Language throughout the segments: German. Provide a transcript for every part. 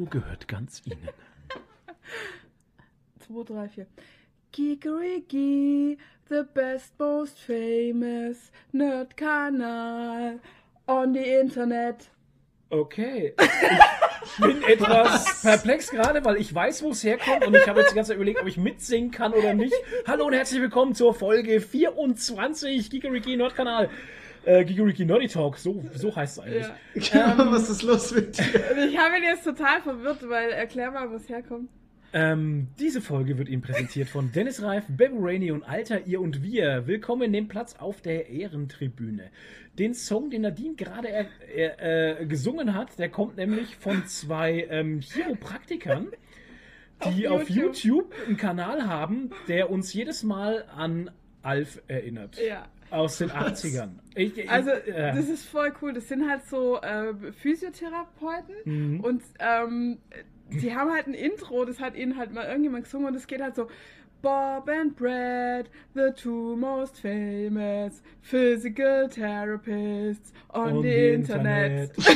gehört ganz Ihnen. 2, 3, 4. Kikeriki, the best, most famous Nerd-Kanal on the Internet. Okay. Ich bin etwas perplex gerade, weil ich weiß, wo es herkommt und ich habe jetzt die ganze Zeit überlegt, ob ich mitsingen kann oder nicht. Hallo und herzlich willkommen zur Folge 24 Kikeriki Nerd-Kanal. Kikeriki Nerdy Talk, so heißt es eigentlich. Ja. Was ist los mit dir? Ich habe ihn jetzt total verwirrt, weil erklär mal, wo es herkommt. Diese Folge wird Ihnen präsentiert von Dennis Reif, Bebo Rainey und Alter, ihr und wir. Willkommen, nehmt Platz auf der Ehrentribüne. Den Song, den Nadine gerade gesungen hat, der kommt nämlich von zwei Chiropraktikern, die auf YouTube einen Kanal haben, der uns jedes Mal an Alf erinnert. Ja. Aus den 80ern. Das ist voll cool. Das sind halt so Physiotherapeuten und die haben halt ein Intro, das hat ihnen halt mal irgendjemand gesungen und es geht halt so: Bob and Brad, the two most famous physical therapists on the Internet. und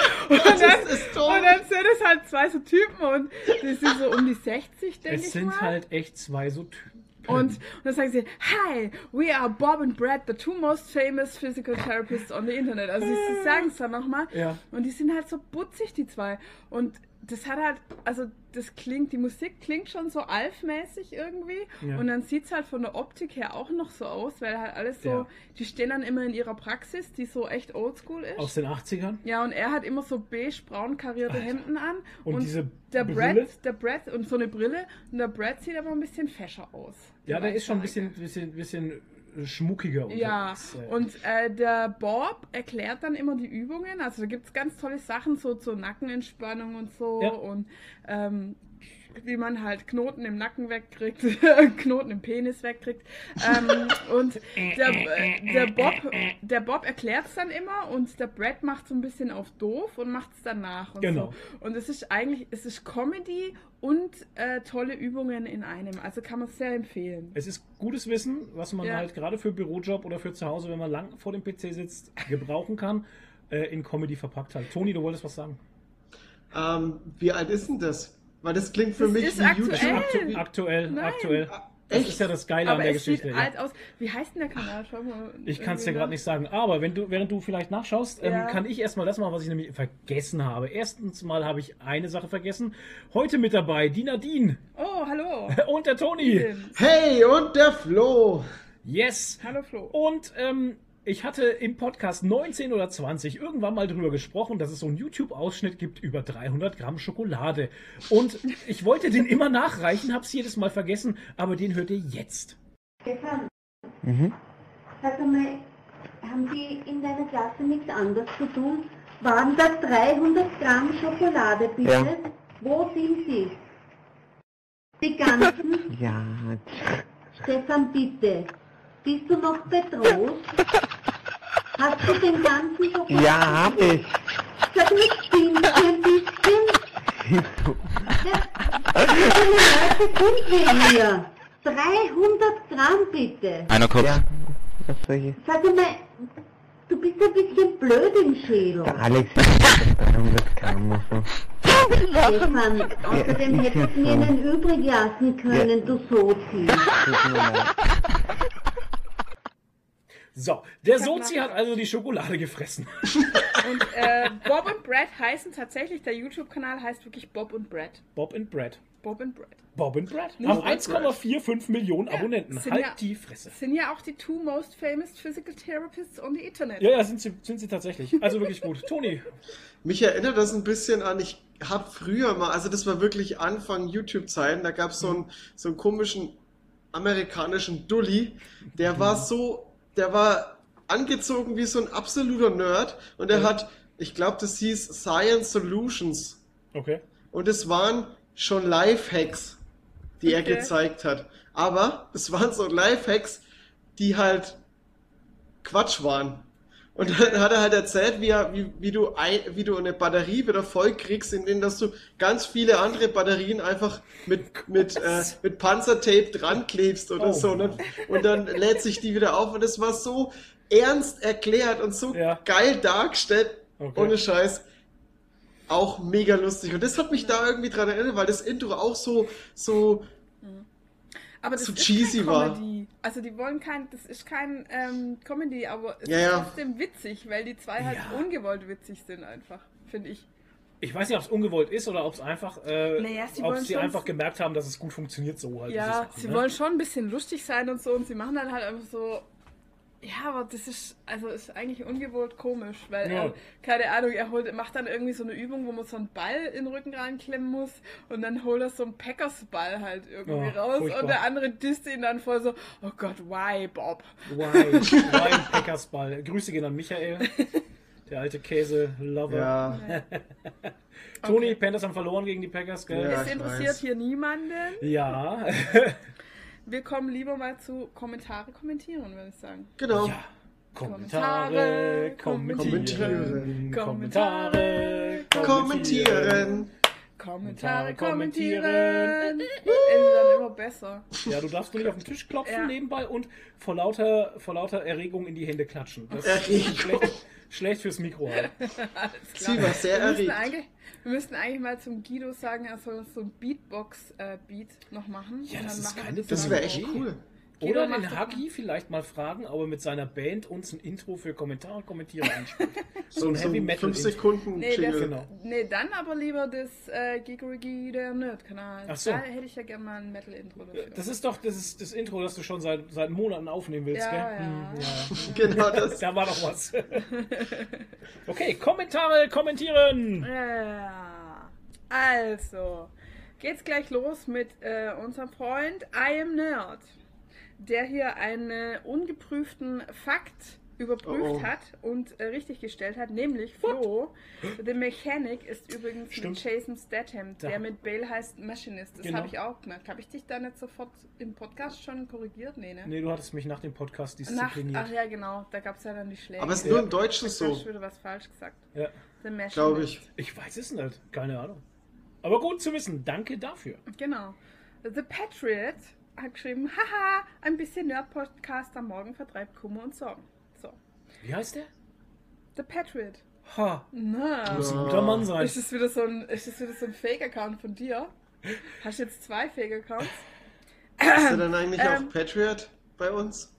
dann sind es halt zwei so Typen und die sind so um die 60, denke ich mal. Es sind halt echt zwei so Typen. Und dann sagen sie: Hi, we are Bob and Brad, the two most famous physical therapists on the Internet. Also sie sagen es dann nochmal. Ja. Und die sind halt so putzig, die zwei. Und das hat halt, also die Musik klingt schon so Alf-mäßig irgendwie. Ja. Und dann sieht es halt von der Optik her auch noch so aus, weil halt alles so, die stehen dann immer in ihrer Praxis, die so echt oldschool ist. Aus den 80ern? Ja, und er hat immer so beige-braun karierte Hemden an. Und diese der Brille? Brad und so eine Brille. Und der Brad sieht aber ein bisschen fescher aus. Ja, der ist schon ein bisschen schmuckiger unterwegs. Ja, und der Bob erklärt dann immer die Übungen. Also da gibt es ganz tolle Sachen, so zur Nackenentspannung und so. Ja. Und wie man halt Knoten im Nacken wegkriegt, Knoten im Penis wegkriegt. Und der Bob erklärt es dann immer und der Brad macht so ein bisschen auf doof und macht es dann nach. Und genau. So. Und es ist Comedy und tolle Übungen in einem. Also kann man es sehr empfehlen. Es ist gutes Wissen, was man halt gerade für Bürojob oder für zu Hause, wenn man lang vor dem PC sitzt, gebrauchen kann, in Comedy verpackt halt. Toni, du wolltest was sagen? Wie alt ist denn das? Weil das klingt für mich ist wie aktuell. Aktuell. Das ist ja das Geile an der Geschichte. Sieht alt aus. Wie heißt denn der Kanal? Schau mal. Ich kann es dir gerade nicht sagen, aber während du vielleicht nachschaust, kann ich erstmal das machen, was ich nämlich vergessen habe. Erstens mal habe ich eine Sache vergessen. Heute mit dabei die Nadine. Oh, hallo. Und der Toni. Hey, und der Flo. Yes. Hallo Flo. Und ich hatte im Podcast 19 oder 20 irgendwann mal drüber gesprochen, dass es so einen YouTube-Ausschnitt gibt über 300 Gramm Schokolade. Und ich wollte den immer nachreichen, hab's jedes Mal vergessen, aber den hört ihr jetzt. Stefan, sag einmal, haben die in deiner Klasse nichts anderes zu tun? Waren das 300 Gramm Schokolade, bitte? Ja. Wo sind sie? Die ganzen? Ja. Stefan, bitte. Bist du noch bedroht? Hast du den ganzen Schokolade? Ja, hab ich. Sag mir, stimmt ein bisschen? Wie viele Leute sind wir hier? 300 Gramm, bitte. Einer kurz. Ja, was soll ich? Sag mal, du bist ein bisschen blöd im Schädel. Der Alex ist 300 Gramm oder so. Stefan, außerdem hättest du mir einen übrig lassen können, du Sozi. So, der Sozi hat also die Schokolade gefressen. Und Bob und Brad heißen tatsächlich, der YouTube-Kanal heißt wirklich Bob und Brad. Bob and Brad. Bob and Brad. Bob and Brad. Haben 1,45 Millionen Abonnenten. Halt die Fresse. Sind ja auch die two most famous physical therapists on the Internet. Ja, sind sie tatsächlich. Also wirklich gut. Toni. Mich erinnert das ein bisschen an, ich habe früher mal, also das war wirklich Anfang YouTube-Zeiten, da gab es so einen komischen amerikanischen Dulli, der war angezogen wie so ein absoluter Nerd und er hat, ich glaube, das hieß Science Solutions. Okay. Und es waren schon Lifehacks, die er gezeigt hat. Aber es waren so Lifehacks, die halt Quatsch waren. Und dann hat er halt erzählt, wie du eine Batterie wieder voll kriegst, indem dass du ganz viele andere Batterien einfach mit Panzertape dran klebst oder so. Und dann lädt sich die wieder auf. Und es war so ernst erklärt und so geil dargestellt. Ohne Scheiß. auch mega lustig. Und das hat mich da irgendwie dran erinnert, weil das Intro auch so Aber das so ist cheesy kein war. Comedy. Also die wollen das ist kein Comedy, aber es Ja, ist ja. trotzdem witzig, weil die zwei halt Ja. ungewollt witzig sind einfach, finde ich. Ich weiß nicht, ob es ungewollt ist oder ob es einfach, Naja, sie ob wollen sie schon- einfach gemerkt haben, dass es gut funktioniert so halt. Ja, diese Sachen, sie ne? wollen schon ein bisschen lustig sein und so und sie machen dann halt einfach so. Ja, aber das ist eigentlich ungewollt komisch, weil Ja. er, keine Ahnung, macht dann irgendwie so eine Übung, wo man so einen Ball in den Rücken reinklemmen muss und dann holt er so einen Packers-Ball halt irgendwie Oh, raus furchtbar. und der andere disst ihn dann voll so, oh Gott, why, Bob? Why Packersball. Grüße gehen an Michael, der alte Käse-Lover. Ja, Toni, Okay. Panthers haben verloren gegen die Packers, gell? Ja. Es ich interessiert weiß. hier niemanden. Ja. Wir kommen lieber mal zu Kommentare kommentieren, würde ich sagen. genau. Ja. Kommentare, kommentieren. Kommentare, Kommentieren. Kommentare Kommentare kommentieren. Dann immer besser. Ja, du darfst nur nicht auf den Tisch klopfen Ja. nebenbei und vor lauter Erregung in die Hände klatschen. Das Erregung. ist schlecht fürs Mikro halt. Alles klar. Sie war sehr erregt. Wir müssten eigentlich mal zum Guido sagen, er soll so ein Beatbox-Beat noch machen. Ja, und das dann ist machen keine wir Das so wäre eine echt Show. cool. Guido Oder macht den das Hagi vielleicht mal fragen, ob er mit seiner Band uns ein Intro für Kommentare kommentieren einspielt. So ein ein Heavy Metal 5 Sekunden Nee, Jingle. Genau. Nee, dann aber lieber das Gigerigi, der Nerd-Kanal. Ach so. Da hätte ich ja gerne mal ein Metal-Intro dafür. Das ist doch das Intro, das du schon seit Monaten aufnehmen willst, Ja, gell? ja. Ja. Genau das. Da war doch was. Okay, Kommentare kommentieren. Ja. Also, geht's gleich los mit unserem Freund I Am Nerd, der hier einen ungeprüften Fakt überprüft Oh, oh. hat und richtig gestellt hat, nämlich Flo, The Mechanic ist übrigens Stimmt. mit Jason Statham, Da- der mit Bale heißt Machinist. Das Genau. habe ich auch gemerkt. Habe ich dich da nicht sofort im Podcast schon korrigiert? Nee, ne? Nee, du hattest mich nach dem Podcast Ach diszipliniert. ja, genau, da gab es ja dann die Schläge. Aber es ist nur im Deutschen Jetzt hast du so, wieder was falsch gesagt. Ja, The Machinist. glaube ich. ich weiß es nicht. Keine Ahnung. Aber gut zu wissen. Danke dafür. Genau. The Patriot hat geschrieben, haha, ein bisschen Nerd-Podcast am Morgen vertreibt Kummer und Sorgen. So. Wie heißt der? The Patriot. Ha, Na. muss ein guter Mann sein. Ist das wieder so ein Fake-Account von dir? Hast du jetzt 2 Fake-Accounts? Ist er dann eigentlich Ähm. auch Patriot bei uns?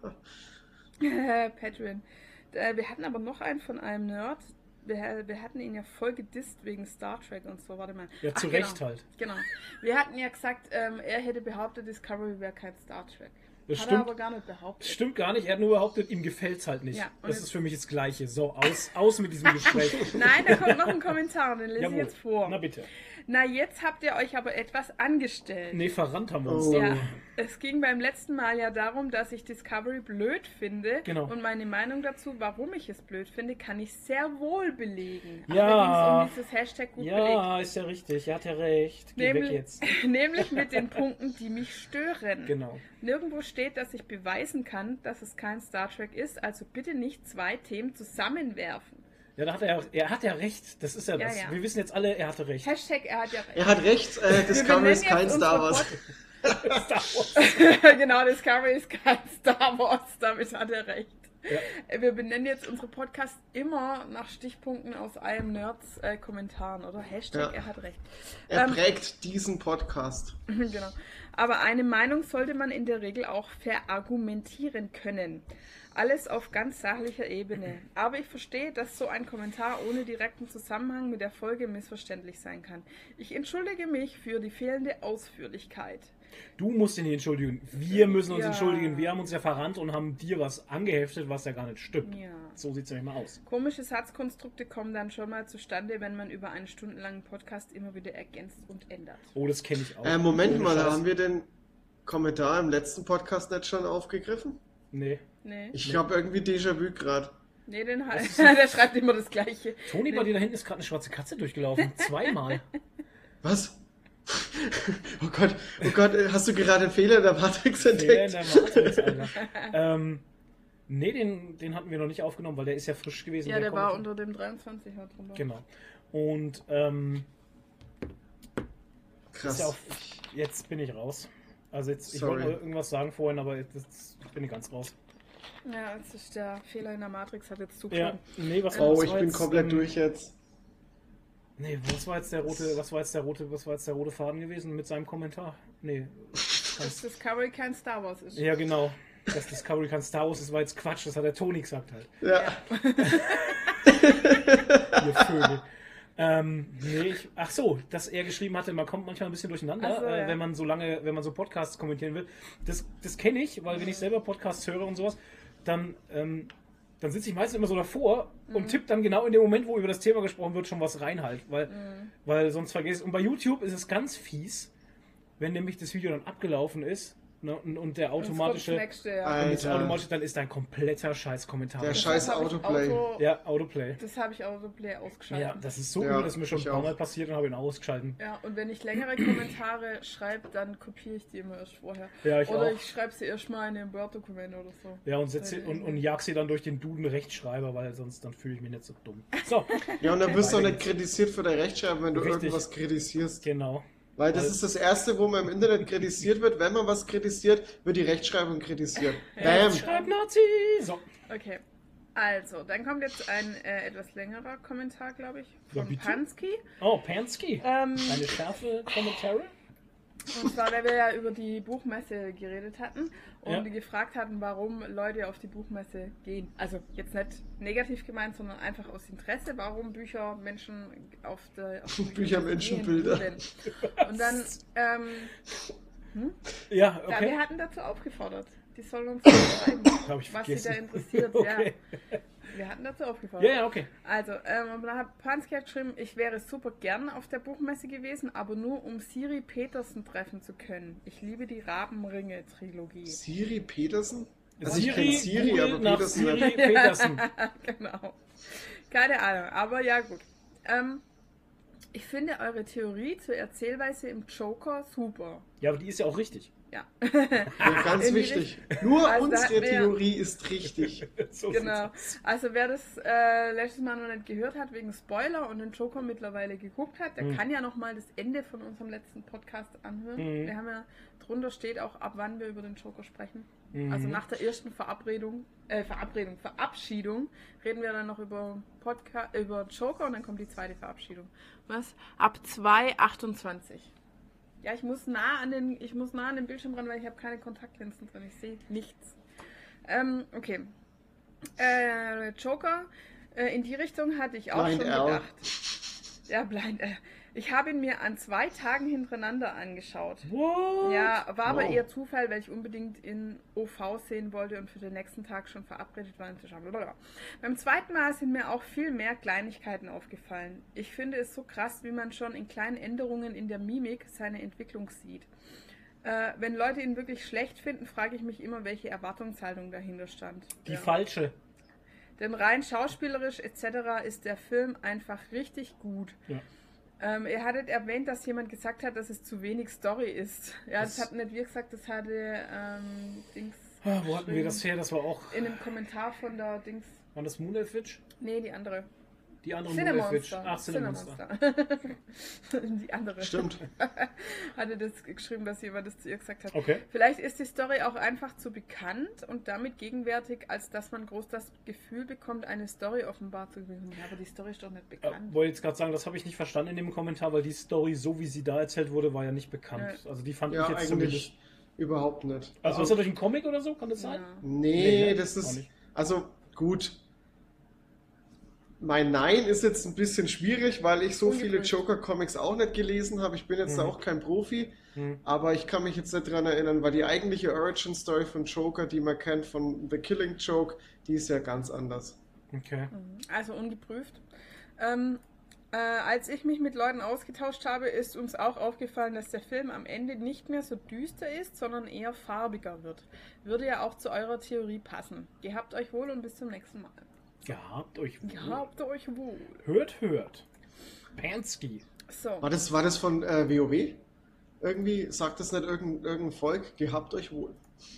Patriot. Wir hatten aber noch einen von einem Nerd. Wir hatten ihn ja voll gedisst wegen Star Trek und so. Warte mal. Ja, zu Ach, Recht genau. halt. Genau. Wir hatten ja gesagt, er hätte behauptet, Discovery wäre kein Star Trek. Das Hat stimmt. er aber gar nicht behauptet. Stimmt gar nicht. Er hat nur behauptet, ihm gefällt's halt nicht. Ja, und das jetzt- ist für mich das Gleiche. So, aus mit diesem Gespräch. Nein, da kommt noch ein Kommentar, den lese ich Jawohl. jetzt vor. Na bitte. Na, jetzt habt ihr euch aber etwas angestellt. Nee, verrannt haben wir uns. Oh. da. Ja, es ging beim letzten Mal ja darum, dass ich Discovery blöd finde. Genau. Und meine Meinung dazu, warum ich es blöd finde, kann ich sehr wohl belegen. Ja. Da ging es um dieses Hashtag gut belegt. Ja, ist ja richtig. Er hat ja recht. Geh weg Nämlich, jetzt. nämlich mit den Punkten, die mich stören. Genau. Nirgendwo steht, dass ich beweisen kann, dass es kein Star Trek ist, also bitte nicht 2 Themen zusammenwerfen. Ja, da hat er hat ja recht. Das ist ja Ja, das. ja. Wir wissen jetzt alle, er hatte recht. Hashtag, er hat ja recht. Er hat recht, Wir Discovery ist benennen kein jetzt Star unsere Wars. Star Wars. Genau, Discovery ist kein Star Wars, damit hat er recht. Ja. Wir benennen jetzt unsere Podcasts immer nach Stichpunkten aus I Am Nerds Kommentaren oder Hashtag, Ja. er hat recht. Er Ähm, prägt diesen Podcast. Genau. Aber eine Meinung sollte man in der Regel auch verargumentieren können. Alles auf ganz sachlicher Ebene. Aber ich verstehe, dass so ein Kommentar ohne direkten Zusammenhang mit der Folge missverständlich sein kann. Ich entschuldige mich für die fehlende Ausführlichkeit. Du musst ihn nicht entschuldigen. Wir müssen uns Ja. entschuldigen. Wir haben uns ja verrannt und haben dir was angeheftet, was ja gar nicht stimmt. Ja. So sieht es nämlich mal aus. Komische Satzkonstrukte kommen dann schon mal zustande, wenn man über einen stundenlangen Podcast immer wieder ergänzt und ändert. Oh, das kenne ich auch. Moment Ohne mal, Scheiß. haben wir den Kommentar im letzten Podcast nicht schon aufgegriffen? Nee. Nee, Ich habe irgendwie Déjà-vu gerade. nee den halt. Der schreibt immer das Gleiche. Toni, bei dir da hinten ist gerade eine schwarze Katze durchgelaufen. Zweimal. Was? Oh Gott, hast du gerade einen Fehler der Matrix Fehler in entdeckt? der Matrix, Alter. Nee, den hatten wir noch nicht aufgenommen, weil der ist ja frisch gewesen. Ja, der war Kommentar. unter dem 23er drunter. Genau. Und Krass. ist ja auch, jetzt bin ich raus. Also jetzt, ich Sorry. wollte mal irgendwas sagen vorhin, aber jetzt bin ich ganz raus. Ja, jetzt ist der Fehler in der Matrix, hat jetzt Ja, zugeschlagen. nee, was Oh, was ich war bin jetzt, komplett durch jetzt. Nee, was war jetzt der rote Faden gewesen mit seinem Kommentar? Nee. Dass Discovery kein Star Wars ist. Ja, genau. Dass Discovery kein Star Wars ist, war jetzt Quatsch. Das hat der Toni gesagt halt. Ja. Ihr Vögel. Nee, ach so, dass er geschrieben hatte, man kommt manchmal ein bisschen durcheinander, So, ja. wenn man so Podcasts kommentieren will. Das kenne ich, weil wenn ich selber Podcasts höre und sowas, dann sitze ich meistens immer so davor und tippe dann genau in dem Moment, wo über das Thema gesprochen wird, schon was rein halt, weil sonst vergesse ich. Und bei YouTube ist es ganz fies, wenn nämlich das Video dann abgelaufen ist, ne, und der automatische, dann ist ein kompletter Scheiß-Kommentar. Der scheiß Autoplay. Ja, Autoplay. Das habe ich Autoplay ausgeschaltet. Ja, das ist so Ja, gut, das ist mir schon ich ein paar auch. Mal passiert und habe ihn ausgeschalten. Ja, und wenn ich längere Kommentare schreibe, dann kopiere ich die immer erst vorher. Ja, ich oder auch. ich schreibe sie erst mal in einem Word-Dokument oder so. Ja, und jag sie dann durch den Duden Rechtschreiber, weil sonst dann fühle ich mich nicht so dumm. So, Ja, und dann wirst du auch nicht kritisiert für dein Rechtschreiben, wenn du Richtig. irgendwas kritisierst. genau. Weil das ist das Erste, wo man im Internet kritisiert wird. Wenn man was kritisiert, wird die Rechtschreibung kritisiert. Bam! Schreibnazi! So. Okay. Also, dann kommt jetzt ein etwas längerer Kommentar, glaube ich, Ja, von bitte. Pansky. Oh, Pansky. Eine schärfe Kommentare. Und zwar, weil wir ja über die Buchmesse geredet hatten und Ja. die gefragt hatten, warum Leute auf die Buchmesse gehen. Also jetzt nicht negativ gemeint, sondern einfach aus Interesse, warum Bücher Menschen auf die Bücher Buchmesse Menschenbilder. gehen. Und dann, Ja, ja, okay. wir hatten dazu aufgefordert. Die sollen uns schreiben, Hab ich was sie vergessen. da interessiert. Okay. Ja. Wir hatten dazu aufgefordert. Ja, okay. Also, und dann hat Pansky geschrieben, ich wäre super gern auf der Buchmesse gewesen, aber nur um Siri Petersen treffen zu können. Ich liebe die Rabenringe-Trilogie. Siri Petersen? Also ich kenne Siri, Google aber nach Petersen Siri nicht. Petersen. Genau. Keine Ahnung, aber ja gut. Ich finde eure Theorie zur Erzählweise im Joker super. Ja, aber die ist ja auch richtig. Ja, Ja, ganz In die wichtig. Nur Also da unsere hatten wir- Theorie ist richtig. So genau. sieht's aus. Also wer das letztes Mal noch nicht gehört hat wegen Spoiler und den Joker mittlerweile geguckt hat, der kann ja nochmal das Ende von unserem letzten Podcast anhören. Wir haben ja, drunter steht auch, ab wann wir über den Joker sprechen. Also nach der ersten Verabschiedung reden wir dann noch über Joker und dann kommt die zweite Verabschiedung. Was? Ab 2,28. Ja, ich muss nah an den Bildschirm ran, weil ich habe keine Kontaktlinsen drin. Ich sehe nichts. Okay. Joker, in die Richtung hatte ich auch Blind schon Al. gedacht. Ja, Blind Al. Ich habe ihn mir an 2 Tagen hintereinander angeschaut. What? Ja, war aber Wow. eher Zufall, weil ich unbedingt in OV sehen wollte und für den nächsten Tag schon verabredet war, ihn zu schauen. Blablabla. Beim zweiten Mal sind mir auch viel mehr Kleinigkeiten aufgefallen. Ich finde es so krass, wie man schon in kleinen Änderungen in der Mimik seine Entwicklung sieht. Wenn Leute ihn wirklich schlecht finden, frage ich mich immer, welche Erwartungshaltung dahinter stand. Die Ja. falsche. Denn rein schauspielerisch etc. ist der Film einfach richtig gut. Ja. Ihr hattet erwähnt, dass jemand gesagt hat, dass es zu wenig Story ist. Ja, das Das- hat nicht wir gesagt, das hatte Dings. Ah, wo hatten wir das her? Das war auch. In einem Kommentar von der Dings. War das Moonelfitch? Nee, die andere. Die andere Moonelfitch. Cinemonster. Ach, Cinemonster. Die andere. Stimmt. Hatte das geschrieben, dass jemand das zu ihr gesagt hat. Okay. Vielleicht ist die Story auch einfach zu bekannt und damit gegenwärtig, als dass man groß das Gefühl bekommt, eine Story offenbar zu bekommen. Ja, aber die Story ist doch nicht bekannt. Wollte jetzt gerade sagen, das habe ich nicht verstanden in dem Kommentar, weil die Story, so wie sie da erzählt wurde, war ja nicht bekannt. Also die fand Ja, ich jetzt zumindest. eigentlich überhaupt nicht. Also ist das durch einen Comic oder so? Kann das sein? Ja. Nee, Nee, ne? das Auch ist. nicht. Also gut. Mein Nein ist jetzt ein bisschen schwierig, weil ich so viele Ungeprüft. Joker-Comics auch nicht gelesen habe. Ich bin jetzt da auch kein Profi, Mhm. aber ich kann mich jetzt nicht daran erinnern, weil die eigentliche Origin-Story von Joker, die man kennt von The Killing Joke, die ist ja ganz anders. Okay. Also ungeprüft. Als ich mich mit Leuten ausgetauscht habe, ist uns auch aufgefallen, dass der Film am Ende nicht mehr so düster ist, sondern eher farbiger wird. Würde ja auch zu eurer Theorie passen. Gehabt euch wohl und bis zum nächsten Mal. Gehabt euch wohl. Gehabt euch wohl. Hört. Pansky. So. War das von WoW? Irgendwie sagt das nicht irgendein Volk? Gehabt euch wohl.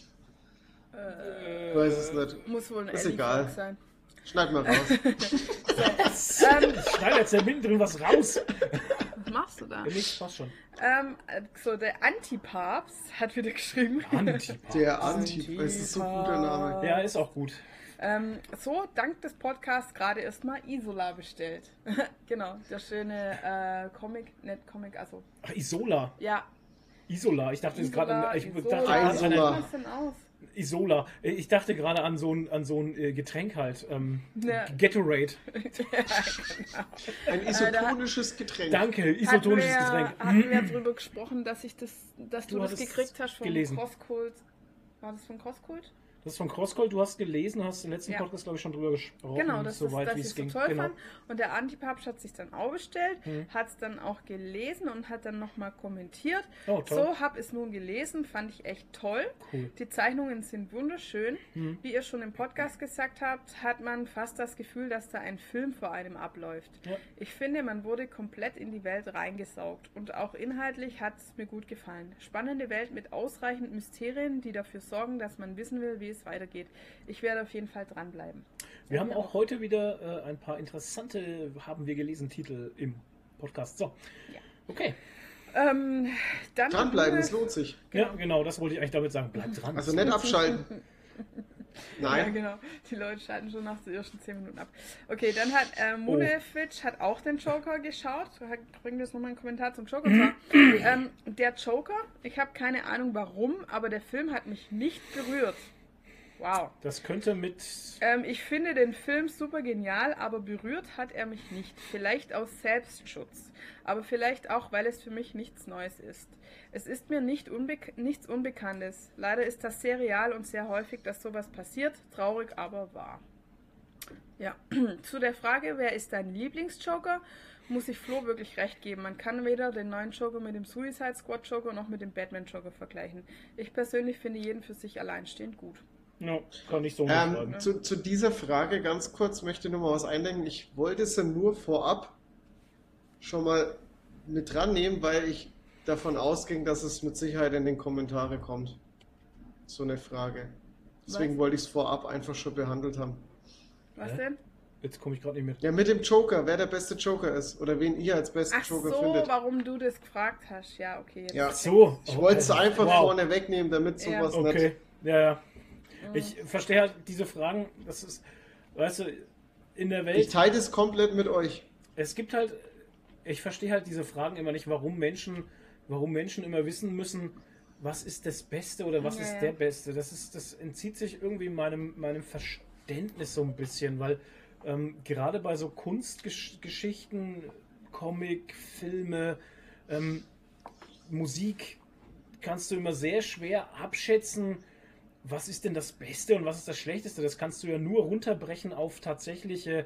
Weiß es nicht. Muss wohl ein Ist Ellie egal. Fox sein. Schneid mal raus. Schneid jetzt da mittendrin was raus. Was machst du da? Nichts, passt schon. So, der Antipapst hat wieder geschrieben. Antipapst. Der Anti, das ist so ein guter Name. Ja, ist auch gut. So, dank des Podcasts gerade erstmal Isola bestellt. Genau, der schöne Comic, also. Ach, Isola. Ja. Isola. Ich dachte jetzt gerade Isola. Isola. Ich dachte gerade an so ein Getränk halt. Ja. Gatorade. Genau. Ein isotonisches Getränk. Danke, isotonisches Getränk. Hatten wir darüber gesprochen, dass du hast das es gekriegt hast von gelesen. Crosscult. War das von Crosscult? Das ist von Crosscult, du hast gelesen, hast im letzten Ja. Podcast, glaube ich, schon drüber gesprochen. Genau, dass soweit wie ich es so ging. toll Genau. fand. Und der Antipapst hat sich dann auch bestellt, Hm. hat es dann auch gelesen und hat dann nochmal kommentiert. Oh, toll. So, habe es nun gelesen, fand ich echt toll. Cool. Die Zeichnungen sind wunderschön. Hm. Wie ihr schon im Podcast gesagt habt, hat man fast das Gefühl, dass da ein Film vor einem abläuft. Ja. Ich finde, man wurde komplett in die Welt reingesaugt und auch inhaltlich hat es mir gut gefallen. Spannende Welt mit ausreichend Mysterien, die dafür sorgen, dass man wissen will, wie es weitergeht. Ich werde auf jeden Fall dranbleiben. Wir haben auch heute wieder ein paar interessante, haben wir gelesen, Titel im Podcast. So, Ja. okay. Dann Dranbleiben, es lohnt sich. Ja, genau, das wollte ich eigentlich damit sagen. Bleib dran. Also nicht abschalten. Ja, Nein. genau. Die Leute schalten schon nach den ersten 10 Minuten ab. Okay, dann hat Munefitch hat auch den Joker geschaut. Bringen wir jetzt nochmal einen Kommentar zum Joker. Und zwar, der Joker, ich habe keine Ahnung warum, aber der Film hat mich nicht berührt. Wow. Das könnte mit... Ich finde den Film super genial, aber berührt hat er mich nicht. Vielleicht aus Selbstschutz, aber vielleicht auch, weil es für mich nichts Neues ist. Es ist mir nichts Unbekanntes. Leider ist das sehr real und sehr häufig, dass sowas passiert. Traurig, aber wahr. Ja, zu der Frage, wer ist dein Lieblingsjoker, muss ich Flo wirklich recht geben. Man kann weder den neuen Joker mit dem Suicide Squad Joker noch mit dem Batman Joker vergleichen. Ich persönlich finde jeden für sich alleinstehend gut. Ja, kann ich so nicht sagen. Zu dieser Frage ganz kurz möchte ich nur mal was eindenken. Ich wollte es ja nur vorab schon mal mit dran nehmen, weil ich davon ausging, dass es mit Sicherheit in den Kommentare kommt. So eine Frage. Deswegen wollte ich es vorab einfach schon behandelt haben. Was denn? Jetzt komme ich gerade nicht mit. Ja, mit dem Joker, wer der beste Joker ist oder wen ihr als besten Ach Joker so, findet. warum du das gefragt hast. Ja, okay. Jetzt Ja. Ach so. Ich wollte es einfach Wow. vorne wegnehmen, damit sowas Okay, nicht... ja, ja. Ich verstehe halt diese Fragen, das ist, weißt du, in der Welt... Ich teile das komplett mit euch. Es gibt halt, ich verstehe halt diese Fragen immer nicht, warum Menschen immer wissen müssen, was ist das Beste oder was ist der Beste. Das entzieht sich irgendwie meinem Verständnis so ein bisschen, weil gerade bei so Kunstgeschichten, Comic, Filme, Musik, kannst du immer sehr schwer abschätzen, was ist denn das Beste und was ist das Schlechteste. Das kannst du ja nur runterbrechen auf tatsächliche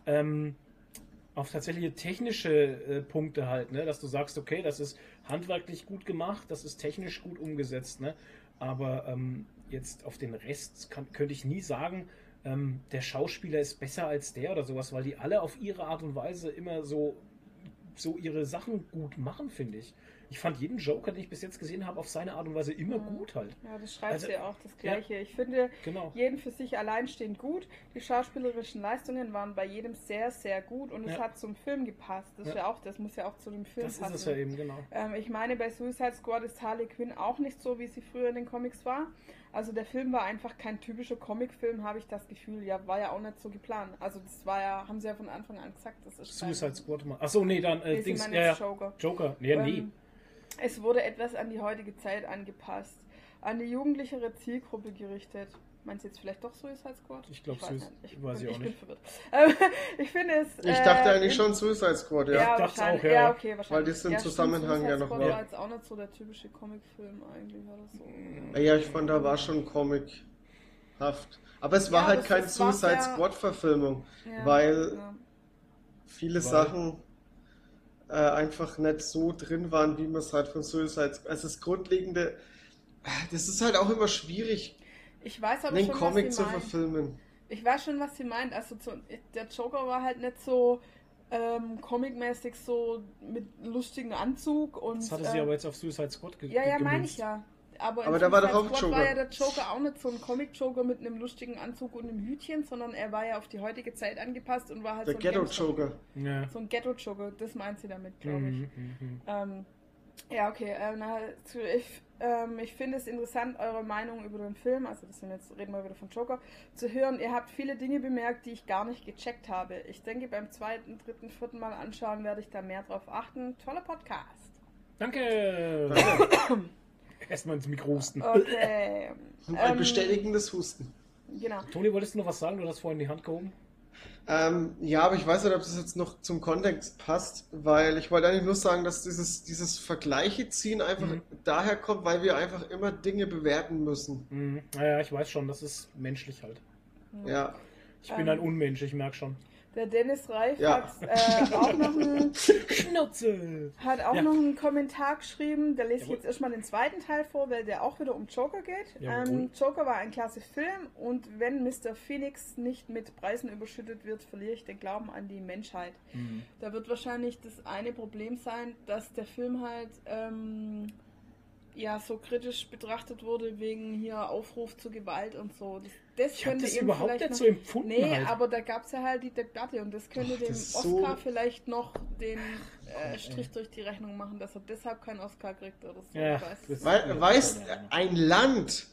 technische Punkte halt, ne? Dass du sagst, okay, das ist handwerklich gut gemacht, das ist technisch gut umgesetzt, ne? Aber jetzt auf den Rest könnte ich nie sagen, der Schauspieler ist besser als der oder sowas, weil die alle auf ihre Art und Weise immer so ihre Sachen gut machen, finde ich. Ich fand jeden Joker, den ich bis jetzt gesehen habe, auf seine Art und Weise immer gut halt. Ja, das schreibt Also, sie auch das Gleiche. Ich finde Genau. jeden für sich alleinstehend gut. Die schauspielerischen Leistungen waren bei jedem sehr, sehr gut und es hat zum Film gepasst. Das ist ja auch, das muss ja auch zu dem Film Das passen. ist es ja eben, genau. Ich meine, bei Suicide Squad ist Harley Quinn auch nicht so, wie sie früher in den Comics war. Also der Film war einfach kein typischer Comicfilm, habe ich das Gefühl. Ja, war ja auch nicht so geplant. Also das war ja, haben sie ja von Anfang an gesagt, das ist Suicide Squad mal. Achso, nee, dann Nee, sie Dings. meinen Ja, jetzt ja. Joker. Joker. Nee, nee. Es wurde etwas an die heutige Zeit angepasst, an die jugendlichere Zielgruppe gerichtet. Meinst du jetzt vielleicht doch Suicide Squad? Ich glaube, weiß weiß nicht. ich auch Ich bin nicht. verwirrt. Ich finde es... Ich dachte eigentlich schon Suicide Squad, ja. Ja, dachte wahrscheinlich. auch, ja. Okay, wahrscheinlich. Weil das im stimmt, Zusammenhang Suicide ja noch Squad war. war jetzt auch nicht so der typische Comicfilm eigentlich oder so. Ja, ich fand, da war schon comichaft. Aber es war Ja, halt das- keine das war's Suicide ja- Squad-Verfilmung, Ja, weil ja. viele Sachen einfach nicht so drin waren, wie man es halt von Suicide Squad... Also das Grundlegende... Das ist halt auch immer schwierig, Ich weiß aber einen schon, Comic was zu sie meint. verfilmen. Ich weiß schon, was sie meint. Also der Joker war halt nicht so comicmäßig so mit lustigen Anzug und... Das hatte sie aber jetzt auf Suicide Squad Ja, meine gemünzt. ich ja. Aber Aber in da war doch Suicide auch Squad Joker. war ja der Joker auch nicht so ein Comic-Joker mit einem lustigen Anzug und einem Hütchen, sondern er war ja auf die heutige Zeit angepasst und war halt Der so ein Ghetto-Joker. Ja. So ein Ghetto-Joker, das meint sie damit, glaube ich. Ja, okay. Ich finde es interessant, eure Meinung über den Film, also reden wir wieder von Joker, zu hören. Ihr habt viele Dinge bemerkt, die ich gar nicht gecheckt habe. Ich denke, beim 2., 3., 4. Mal anschauen werde ich da mehr drauf achten. Toller Podcast. Danke! Erstmal ins Mikro husten. Okay. Ein bestätigendes Husten. Genau. Toni, wolltest du noch was sagen? Du hast vorhin die Hand gehoben. Ja, aber ich weiß nicht, ob das jetzt noch zum Kontext passt, weil ich wollte eigentlich nur sagen, dass dieses Vergleiche ziehen einfach daher kommt, weil wir einfach immer Dinge bewerten müssen. Naja, ich weiß schon, das ist menschlich halt. Ja. Ich bin ein Unmensch, ich merke schon. Der Dennis Reif Ja. hat auch noch Schnauze! noch einen Kommentar geschrieben. Da lese ich jetzt erstmal den zweiten Teil vor, weil der auch wieder um Joker geht. Jawohl. Joker war ein klasse Film und wenn Mr. Phoenix nicht mit Preisen überschüttet wird, verliere ich den Glauben an die Menschheit. Da wird wahrscheinlich das eine Problem sein, dass der Film halt so kritisch betrachtet wurde wegen hier Aufruf zur Gewalt und so. Das Ich habe könnte das ihm überhaupt vielleicht nicht noch, so empfunden. Nee, halt. aber da gab es ja halt die Debatte und das könnte dem das ist Oscar so- vielleicht noch den Strich durch die Rechnung machen, dass er deshalb keinen Oscar kriegt oder so. Ja, Ich weiß. das- Weiß ein Land,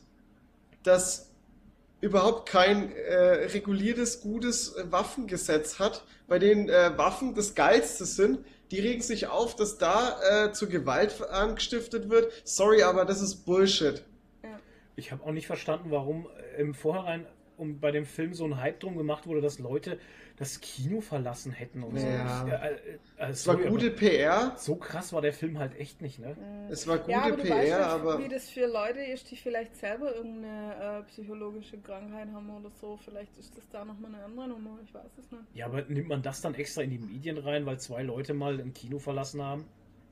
das überhaupt kein reguliertes, gutes Waffengesetz hat, bei denen Waffen das Geilste sind, die regen sich auf, dass da zu Gewalt angestiftet wird. Sorry, aber das ist Bullshit. Ich habe auch nicht verstanden, warum im Vorhinein bei dem Film so ein Hype drum gemacht wurde, dass Leute das Kino verlassen hätten und Ja. so. Es war gute PR, So krass war der Film halt echt nicht, ne? es war gute Ja, aber du PR, weißt nicht, aber wie das für Leute ist, die vielleicht selber irgendeine psychologische Krankheit haben oder so. Vielleicht ist das da nochmal eine andere Nummer, ich weiß es nicht. Ja, aber nimmt man das dann extra in die Medien rein, weil 2 Leute mal ein Kino verlassen haben?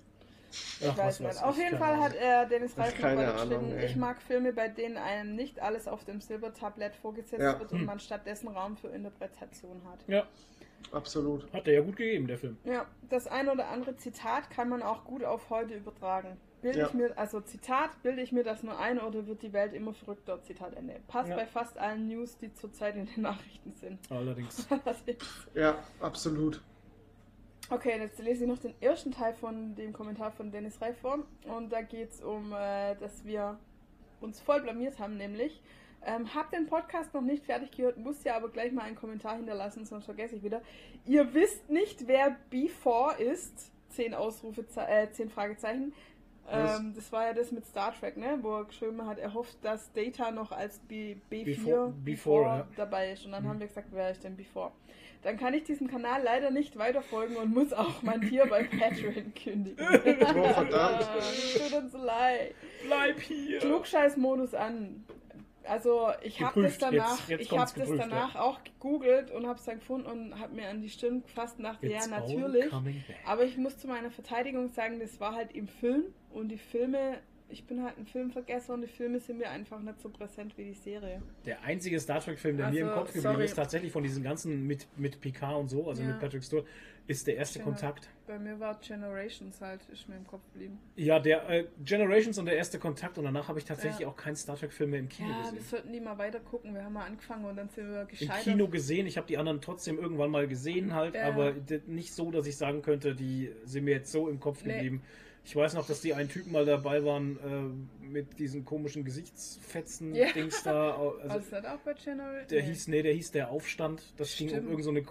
Ich weiß nicht. Auf jeden keine Fall Ahnung. hat Dennis Ach, Reif noch keine weiter geschrieben, Ahnung, ey. ich mag Filme, bei denen einem nicht alles auf dem Silbertablett vorgesetzt Ja. wird und man stattdessen Raum für Interpretation hat. Ja, absolut. hat der ja gut gegeben, der Film. Ja, das ein oder andere Zitat kann man auch gut auf heute übertragen. Ja. Zitat, bilde ich mir das nur ein oder wird die Welt immer verrückter? Zitat Ende. Passt Ja. bei fast allen News, die zurzeit in den Nachrichten sind. Allerdings. Ja, absolut. Okay, jetzt lese ich noch den ersten Teil von dem Kommentar von Dennis Reif vor. Und da geht es um, dass wir uns voll blamiert haben, nämlich. Hab den Podcast noch nicht fertig gehört, muss ja aber gleich mal einen Kommentar hinterlassen, sonst vergesse ich wieder. Ihr wisst nicht, wer B4 ist? 10 Fragezeichen. Das war ja das mit Star Trek, ne? Wo er geschrieben hat, er hofft, dass Data noch als B4 Before, ja. dabei ist. Und dann haben wir gesagt, wer ist denn B4? Dann kann ich diesem Kanal leider nicht weiterfolgen und muss auch mein Tier bei Patreon kündigen. Oh, verdammt. Tut uns so leid. Bleib hier! Klugscheiß-Modus an. Also ich habe das Geprüft, danach, jetzt ich habe kommt's das geprüft, danach auch gegoogelt und habe es dann gefunden und habe mir an die Stirn gefasst und dachte, ja It's all natürlich. coming back. Aber ich muss zu meiner Verteidigung sagen, das war halt im Film und die Filme, ich bin halt ein Filmvergesser und die Filme sind mir einfach nicht so präsent wie die Serie. Der einzige Star Trek-Film, der mir im Also, Kopf geblieben sorry. ist, tatsächlich von diesen ganzen mit Picard und so, also Ja. mit Patrick Stewart, ist der erste Genau. Kontakt. Bei mir war Generations halt, ist mir im Kopf geblieben. Ja, der Generations und der erste Kontakt und danach habe ich tatsächlich auch keinen Star Trek-Film mehr im Kino Ja, gesehen. das sollten die mal weiter gucken. Wir haben mal angefangen und dann sind wir Im gescheitert. Kino gesehen, ich habe die anderen trotzdem irgendwann mal gesehen halt, Ja. aber nicht so, dass ich sagen könnte, die sind mir jetzt so im Kopf Nee. geblieben. Ich weiß noch, dass die einen Typen mal dabei waren mit diesen komischen Gesichtsfetzen-Dings da. War Also, das nicht auch bei Generations? der hieß der Aufstand. Das ging um Stimmt. irgend so eine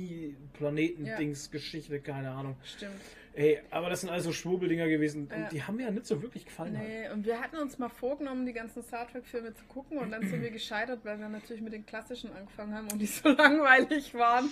Kolonie-Planeten-Dings-Geschichte, keine Ahnung. Stimmt. Ey, aber das sind also Schwurbeldinger gewesen Ja. und die haben mir ja nicht so wirklich gefallen. Halt. Nee, und wir hatten uns mal vorgenommen, die ganzen Star Trek-Filme zu gucken und dann sind wir gescheitert, weil wir natürlich mit den klassischen angefangen haben und die so langweilig waren.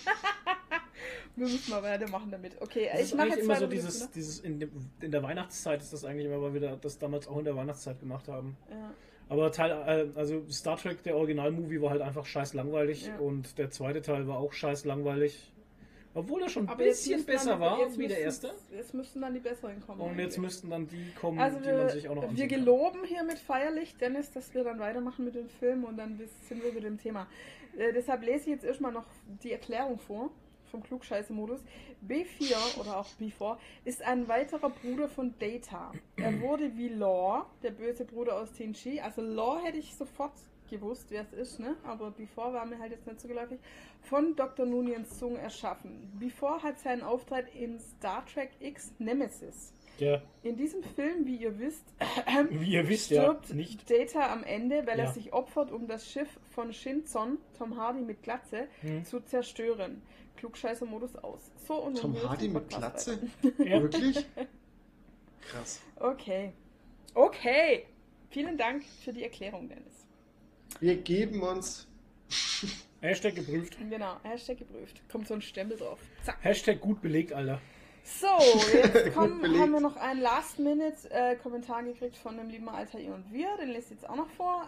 Wir müssen mal weitermachen damit. Okay, Das ich ist mache eigentlich jetzt immer weiter so mit dieses in der Weihnachtszeit ist das eigentlich immer, weil wir das damals auch in der Weihnachtszeit gemacht haben. Ja. Aber also Star Trek, der Original-Movie, war halt einfach scheiß langweilig Ja. und der zweite Teil war auch scheiß langweilig. Obwohl er schon ein Aber jetzt bisschen müssen besser dann- war jetzt wie der müssen- erste. Jetzt müssten dann die besseren kommen. Und jetzt eigentlich. müssten dann die kommen, Also die man sich auch noch wir ansehen kann. geloben hiermit feierlich, Dennis, dass wir dann weitermachen mit dem Film und dann sind wir mit dem Thema. Deshalb lese ich jetzt erstmal noch die Erklärung vor vom Klugscheiße-Modus. B4 oder auch B4 ist ein weiterer Bruder von Data. Er wurde wie Law, der böse Bruder aus TNG, also Law hätte ich sofort gewusst, wer es ist, ne? Aber B4 war mir halt jetzt nicht so geläufig, von Dr. Noonien Sung erschaffen. B4 hat seinen Auftritt in Star Trek X Nemesis. Ja, In diesem Film, wie ihr wisst, stirbt stirbt nicht. Data am Ende, weil Ja. er sich opfert, um das Schiff von Shinzon, Tom Hardy mit Glatze, zu zerstören. Klugscheißer-Modus aus. So, und nun Tom geht's Hardy im mit Podcast Glatze? Ja. Wirklich? Krass. weiter. Okay. Vielen Dank für die Erklärung, Dennis. Wir geben uns. Hashtag geprüft. Genau, Hashtag geprüft. Kommt so ein Stempel drauf. Zack. Hashtag gut belegt, Alter. So, jetzt Belegt. haben wir noch einen Last-Minute-Kommentar gekriegt von dem lieben Alter ihr und wir. Den lese ich jetzt auch noch vor.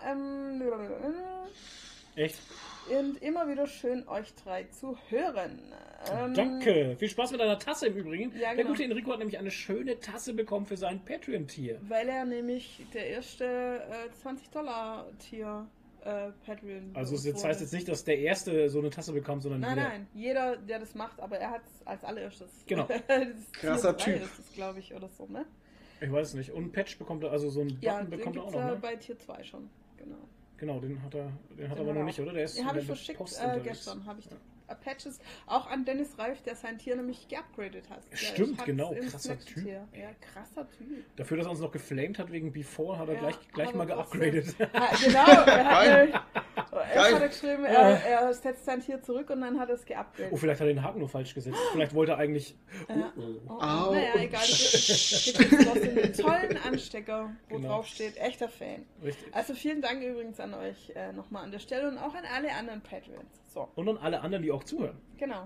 Echt? Und immer wieder schön, euch drei zu hören. Danke. Viel Spaß mit deiner Tasse im Übrigen. Ja, Der genau. gute Enrico hat nämlich eine schöne Tasse bekommen für sein Patreon-Tier. Weil er nämlich der erste $20-Tier Patreon Also bei uns das heißt wurde. jetzt nicht, dass der Erste so eine Tasse bekommt, sondern Nein, jeder. nein, jeder, der das macht, aber er hat es als allererstes. Genau. Das Krasser Tier 3 Typ. ist es, glaube ich, oder so, ne? Ich weiß nicht. Und Patch bekommt er, also so einen Button Ja, den bekommt er gibt auch es noch, ne? bei Tier 2 schon. Genau. Genau, den hat er Den aber hat noch er nicht, auch. oder? Der ist Den habe in ich der verschickt Post unterwegs. gestern, habe ich die Patches, auch an Dennis Reif, der sein Tier nämlich geupgradet hat. Stimmt, ich hab's genau, ins krasser nächste Typ. Tier. Ja, krasser Typ. Dafür, dass er uns noch geflamed hat wegen Before, hat er Ja, gleich aber mal trotzdem. geupgradet. Genau, er hat, Geil. erst hat er geschrieben, er setzt sein Tier zurück und dann hat er es geupgradet. Oh, vielleicht hat er den Haken nur falsch gesetzt. Vielleicht wollte er eigentlich... Ja. Oh. Au. Naja, egal. Hier gibt es trotzdem einen tollen Anstecker, wo Genau. drauf steht, echter Fan. Richtig. Also vielen Dank übrigens an euch nochmal an der Stelle und auch an alle anderen Patreons. So, Und an alle anderen, die auch zuhören. genau.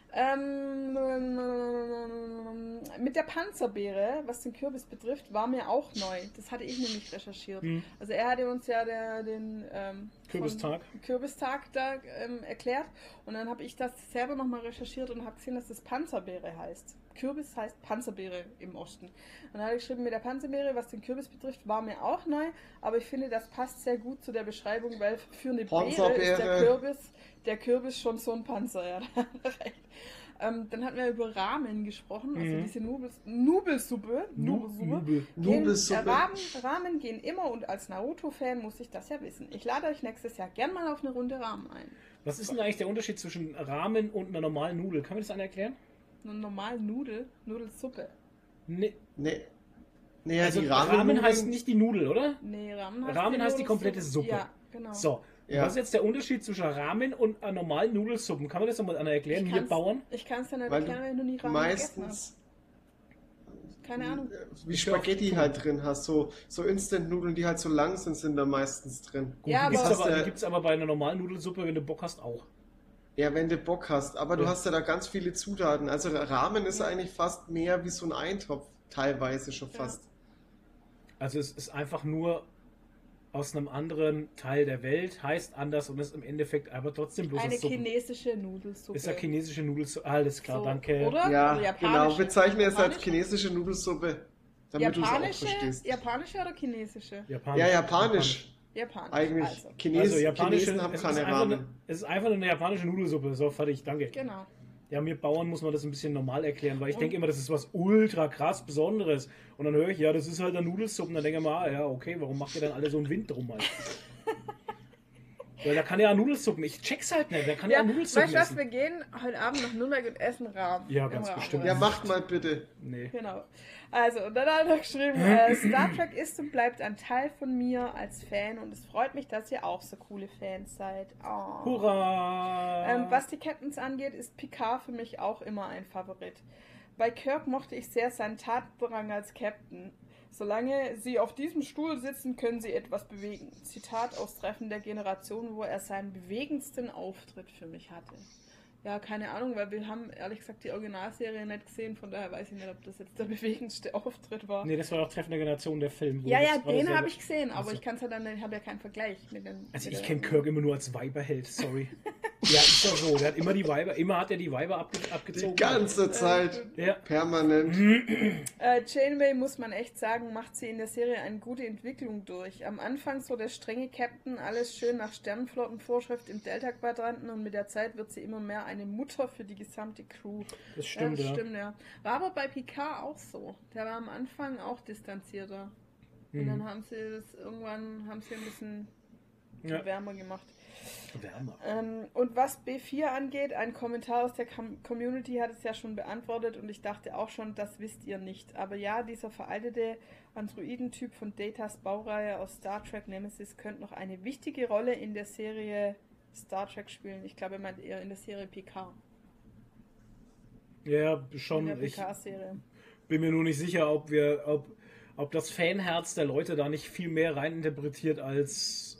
Mit der Panzerbeere, was den Kürbis betrifft, war mir auch neu. Das hatte ich nämlich recherchiert. Also er hatte uns ja den Kürbistag. Kürbistag da erklärt und dann habe ich das selber nochmal recherchiert und habe gesehen, dass das Panzerbeere heißt. Kürbis heißt Panzerbeere im Osten. Und dann habe ich geschrieben, mit der Panzerbeere, was den Kürbis betrifft, war mir auch neu, aber ich finde, das passt sehr gut zu der Beschreibung, weil für eine Beere ist der Kürbis schon so ein Panzer. Ja, da hat er recht. Dann hatten wir über Ramen gesprochen, also diese Nubelsuppe. Nubelsuppe. Ramen gehen immer und als Naruto-Fan muss ich das ja wissen. Ich lade euch nächstes Jahr gern mal auf eine Runde Ramen ein. Was ist denn eigentlich der Unterschied zwischen Ramen und einer normalen Nudel? Kann man das einer erklären? Eine normale Nudelsuppe. Nee. Nee. Naja, Also die Ramen heißt nicht die Nudel, oder? Nee, Ramen heißt die Nudelsuppe. komplette Suppe. Ja, genau. So. Ja. Was ist jetzt der Unterschied zwischen Ramen und einer normalen Nudelsuppen? Kann man das nochmal einer erklären? Wir Bauern? Ich kann es dir nicht Weil erklären, wenn du nie du Ramen gegessen meistens hast. Keine Ahnung. wie Spaghetti halt drin hast. So Instant-Nudeln, die halt so lang sind da meistens drin. Gut, Ja, die gibt's aber- aber, die gibt's aber bei einer normalen Nudelsuppe, wenn du Bock hast, auch. Ja, wenn du Bock hast. Aber du Ja. hast ja da ganz viele Zutaten. Also Ramen ist eigentlich fast mehr wie so ein Eintopf. Teilweise schon fast. Also es ist einfach nur aus einem anderen Teil der Welt, heißt anders und ist im Endeffekt aber trotzdem bloß Eine eine Suppe. chinesische Nudelsuppe. Ist ja chinesische Nudelsuppe. Alles klar, So, danke. Oder? Ja, Oder genau. japanische. Bezeichne es als Japanische? chinesische Nudelsuppe, damit du es auch verstehst. Japanische oder chinesische? Japanisch. Ja, japanisch. Japanisch. Eigentlich. Also, Also japanische, Chinesen haben es ist keine einfach Ramen. es ist einfach nur eine japanische Nudelsuppe. So, fertig, danke. genau. Ja, mir Bauern muss man das ein bisschen normal erklären, weil ich Und- denke immer, das ist was ultra krass Besonderes. Und dann höre ich, ja, das ist halt eine Nudelsuppe. Und dann denke ich mal, ja, okay, warum macht ihr dann alle so einen Wind drum halt? Weil da kann ja Nudelsuppen, ich check's halt nicht, wer kann ja, Ja, Nudelsuppen weißt du was, essen? wir gehen heute Abend nach Nürnberg und essen Rahmen. Ja, Im ganz Rahmen. bestimmt. Ja, macht mal bitte. Nee. Genau. Also, und dann hat er geschrieben, Star Trek ist und bleibt ein Teil von mir als Fan und es freut mich, dass ihr auch so coole Fans seid. Oh. Hurra! Was die Captains angeht, ist Picard für mich auch immer ein Favorit. Bei Kirk mochte ich sehr seinen Tatendrang als Captain. Solange sie auf diesem Stuhl sitzen, können sie etwas bewegen. Zitat aus Treffen der Generation, wo er seinen bewegendsten Auftritt für mich hatte. Ja, keine Ahnung, weil wir haben ehrlich gesagt die Originalserie nicht gesehen, von daher weiß ich nicht, ob das jetzt der bewegendste Auftritt war. Nee, das war doch Treffen der Generation, der Film. wo Ja, du ja, jetzt gerade den selber- habe ich gesehen, aber Achso. ich kann es ja dann, ich habe ja keinen Vergleich mit den. Also mit ich der- kenne Kirk immer nur als Weiberheld, sorry. Ja, ist doch so. Der hat immer die Weiber, immer hat er die Weiber Die abgezogen. ganze Zeit. Ja. Permanent. Janeway, muss man echt sagen, macht sie in der Serie eine gute Entwicklung durch. Am Anfang so der strenge Captain, alles schön nach Sternenflottenvorschrift im Delta-Quadranten und mit der Zeit wird sie immer mehr eine Mutter für die gesamte Crew. Das stimmt, das ja. stimmt, ja. War aber bei Picard auch so. Der war am Anfang auch distanzierter. Und dann haben sie das irgendwann, haben sie ein bisschen Ja. wärmer gemacht. Wärmer. Und was B4 angeht, ein Kommentar aus der Community hat es ja schon beantwortet und ich dachte auch schon, das wisst ihr nicht. Aber ja, dieser veraltete Androidentyp von Datas Baureihe aus Star Trek Nemesis könnte noch eine wichtige Rolle in der Serie Star Trek spielen. Ich glaube, er meint eher in der Serie PK. Ja, In schon. der Ich PK-Serie. bin mir nur nicht sicher, ob das Fanherz der Leute da nicht viel mehr reininterpretiert, als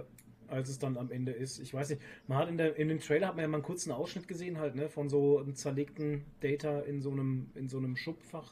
es dann am Ende ist. Ich weiß nicht. Man hat in dem Trailer hat man ja mal einen kurzen Ausschnitt gesehen, halt, ne, von so einem zerlegten Data in so einem Schubfach.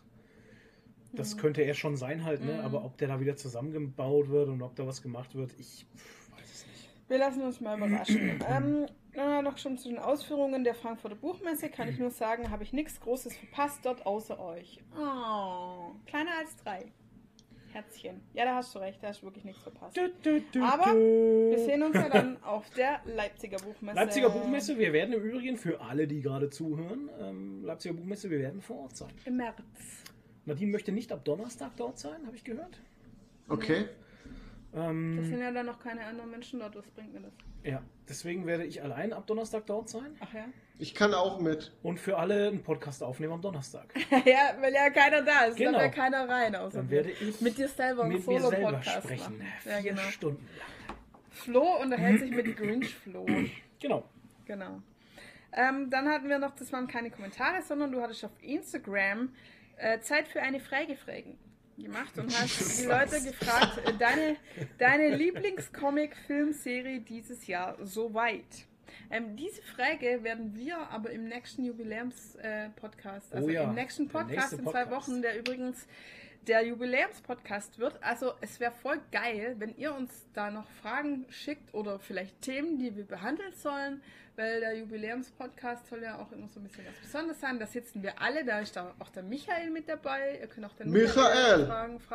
Das könnte er schon sein, halt, ne? Aber ob der da wieder zusammengebaut wird und ob da was gemacht wird, ich weiß es nicht. Wir lassen uns mal überraschen. Noch schon zu den Ausführungen der Frankfurter Buchmesse kann ich nur sagen, habe ich nichts Großes verpasst dort außer euch. Oh, kleiner als 3. Herzchen. Ja, da hast du recht, da hast du wirklich nichts verpasst. Aber wir sehen uns ja dann auf der Leipziger Buchmesse. Leipziger Buchmesse, wir werden im Übrigen, für alle, die gerade zuhören, Leipziger Buchmesse, wir werden vor Ort sein. Im März. Nadine möchte nicht ab Donnerstag dort sein, habe ich gehört. Okay. Das sind ja dann noch keine anderen Menschen dort, was bringt mir das? Ja, deswegen werde ich allein ab Donnerstag dort sein. Ach ja? Ich kann auch mit. Und für alle einen Podcast aufnehmen am Donnerstag. Ja, weil ja keiner da ist, Genau. da wäre keiner rein. Außer Dann dir. werde ich mit dir selber einen mit mir selber Solo-Podcast sprechen. machen. 4 Ja, genau. Stunden lang. Flo unterhält sich mit Grinch Flo. Genau. Genau. Dann hatten wir noch, das waren keine Kommentare, sondern du hattest auf Instagram Zeit für eine Freigefragen gemacht und hast die Leute gefragt, deine Lieblingscomic-Filmserie dieses Jahr soweit. Diese Frage werden wir aber im nächsten Jubiläums-Podcast, also im nächsten der Podcast nächste in 2 Podcast. Wochen, der übrigens der Jubiläumspodcast wird. Also es wäre voll geil, wenn ihr uns da noch Fragen schickt oder vielleicht Themen, die wir behandeln sollen, weil der Jubiläumspodcast soll ja auch immer so ein bisschen was Besonderes sein. Da sitzen wir alle, da ist da auch der Michael mit dabei. Ihr könnt auch den Michael!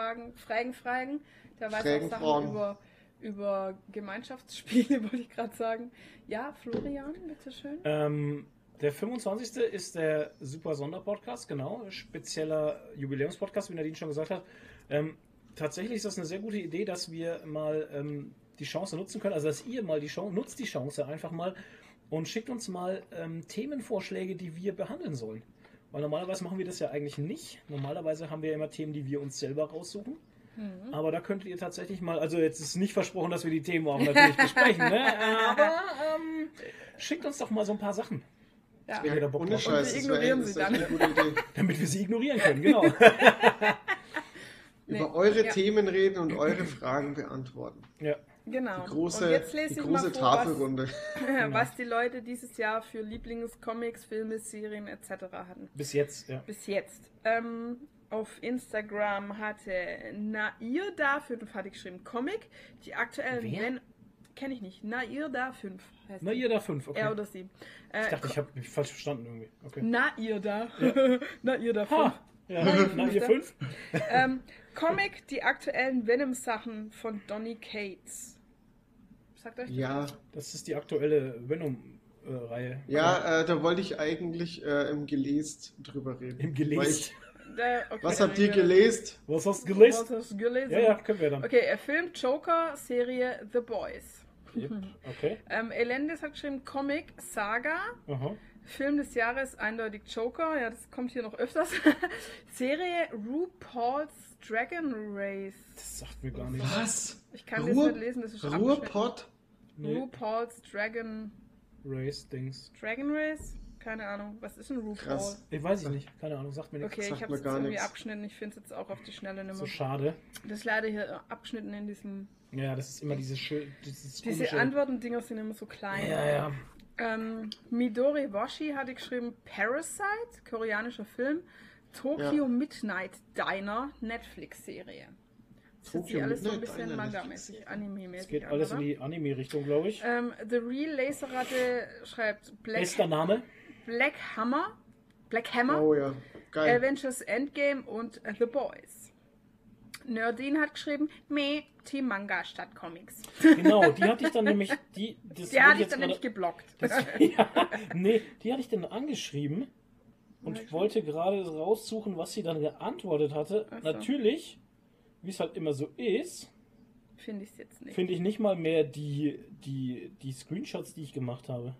fragen. Der weiß Fragen, auch Fragen. Sachen über Gemeinschaftsspiele, wollte ich gerade sagen. Ja, Florian, bitteschön. Der 25. ist der Super Sonderpodcast, genau. Spezieller Jubiläumspodcast, wie Nadine schon gesagt hat. Tatsächlich ist das eine sehr gute Idee, dass wir mal die Chance nutzen können, also dass ihr mal nutzt die Chance einfach mal und schickt uns mal Themenvorschläge, die wir behandeln sollen. Weil normalerweise machen wir das ja eigentlich nicht. Normalerweise haben wir ja immer Themen, die wir uns selber raussuchen. Aber da könntet ihr tatsächlich mal, also jetzt ist nicht versprochen, dass wir die Themen auch natürlich besprechen, ne? Aber schickt uns doch mal so ein paar Sachen. Ja. Wenn ihr da Bock Ohne drauf habt. Scheiß, wir das wäre ignorieren das sie wär echt dann. eine gute Idee. Damit wir sie ignorieren können, genau. Über eure ja. Themen reden und eure Fragen beantworten. Ja. Genau. Die Und jetzt große, lese die ich mal große vor, Tafelrunde. was die Leute dieses Jahr für Lieblingscomics, Filme, Serien etc. hatten. Bis jetzt, ja. Bis jetzt. Auf Instagram hatte Nairda 5 hatte geschrieben Comic. Die aktuellen, Wer? kenne ich nicht. Nairda 5 heißt Na, die. ihr da 5, okay. Er oder sie. Ich dachte, ich habe mich falsch verstanden irgendwie. Okay. Nairda. Nairda 5. Ha! Ja, na, ihr 5? Comic, die aktuellen Venom-Sachen von Donny Cates. Sagt euch das Ja, was? Das ist die aktuelle Venom-Reihe. ja, da wollte ich eigentlich im Gelest drüber reden. Im Gelest. Weil ich, Okay, was habt ihr ja. gelesen? Was hast du Was gelesen? hast du gelesen? Ja, ja, können wir dann. Okay, er filmt Joker, Serie The Boys. Yep. Okay. Elendis hat geschrieben Comic, Saga, Aha. Film des Jahres eindeutig Joker, ja, das kommt hier noch öfters. Serie RuPaul's Dragon Race. Das sagt mir gar nicht. Was? Ich kann das nicht lesen, das ist abgeschnitten. Ruhrpott? Nee. RuPaul's Dragon Race-Dings. Race? Keine Ahnung, was ist ein RuPaul? Krass. Ich weiß ich nicht. Keine Ahnung, sagt mir nichts. Okay, Sagt ich habe mir es gar irgendwie nichts. abgeschnitten, ich finde es jetzt auch auf die Schnelle nicht So mehr. schade. Das ist leider hier abgeschnitten in diesem... Ja, das ist immer dieses Diese komische... Antworten-Dinger sind immer so klein. Ja, ja. Midori Washi hatte geschrieben Parasite, koreanischer Film, Tokyo Ja. Midnight Diner, Netflix-Serie. Das hört sich Tokyo alles so ein Midnight bisschen Diner, Manga-mäßig, Netflix-Serie. Anime-mäßig Es geht an, alles in oder? die Anime-Richtung, glaube ich. The Real Laserratte schreibt Bester Name? Black Hammer, Oh ja, geil. Avengers Endgame und The Boys. Nerdine hat geschrieben, Team Manga statt Comics. Genau, die hatte ich dann nämlich... Das Der wollte hat dich jetzt dann nämlich gerade- geblockt. Ja, nee, die hatte ich dann angeschrieben und wollte gerade raussuchen, was sie dann geantwortet hatte. Ach so. Natürlich, wie es halt immer so ist, finde ich es jetzt nicht. Finde ich nicht mal mehr die Screenshots, die ich gemacht habe.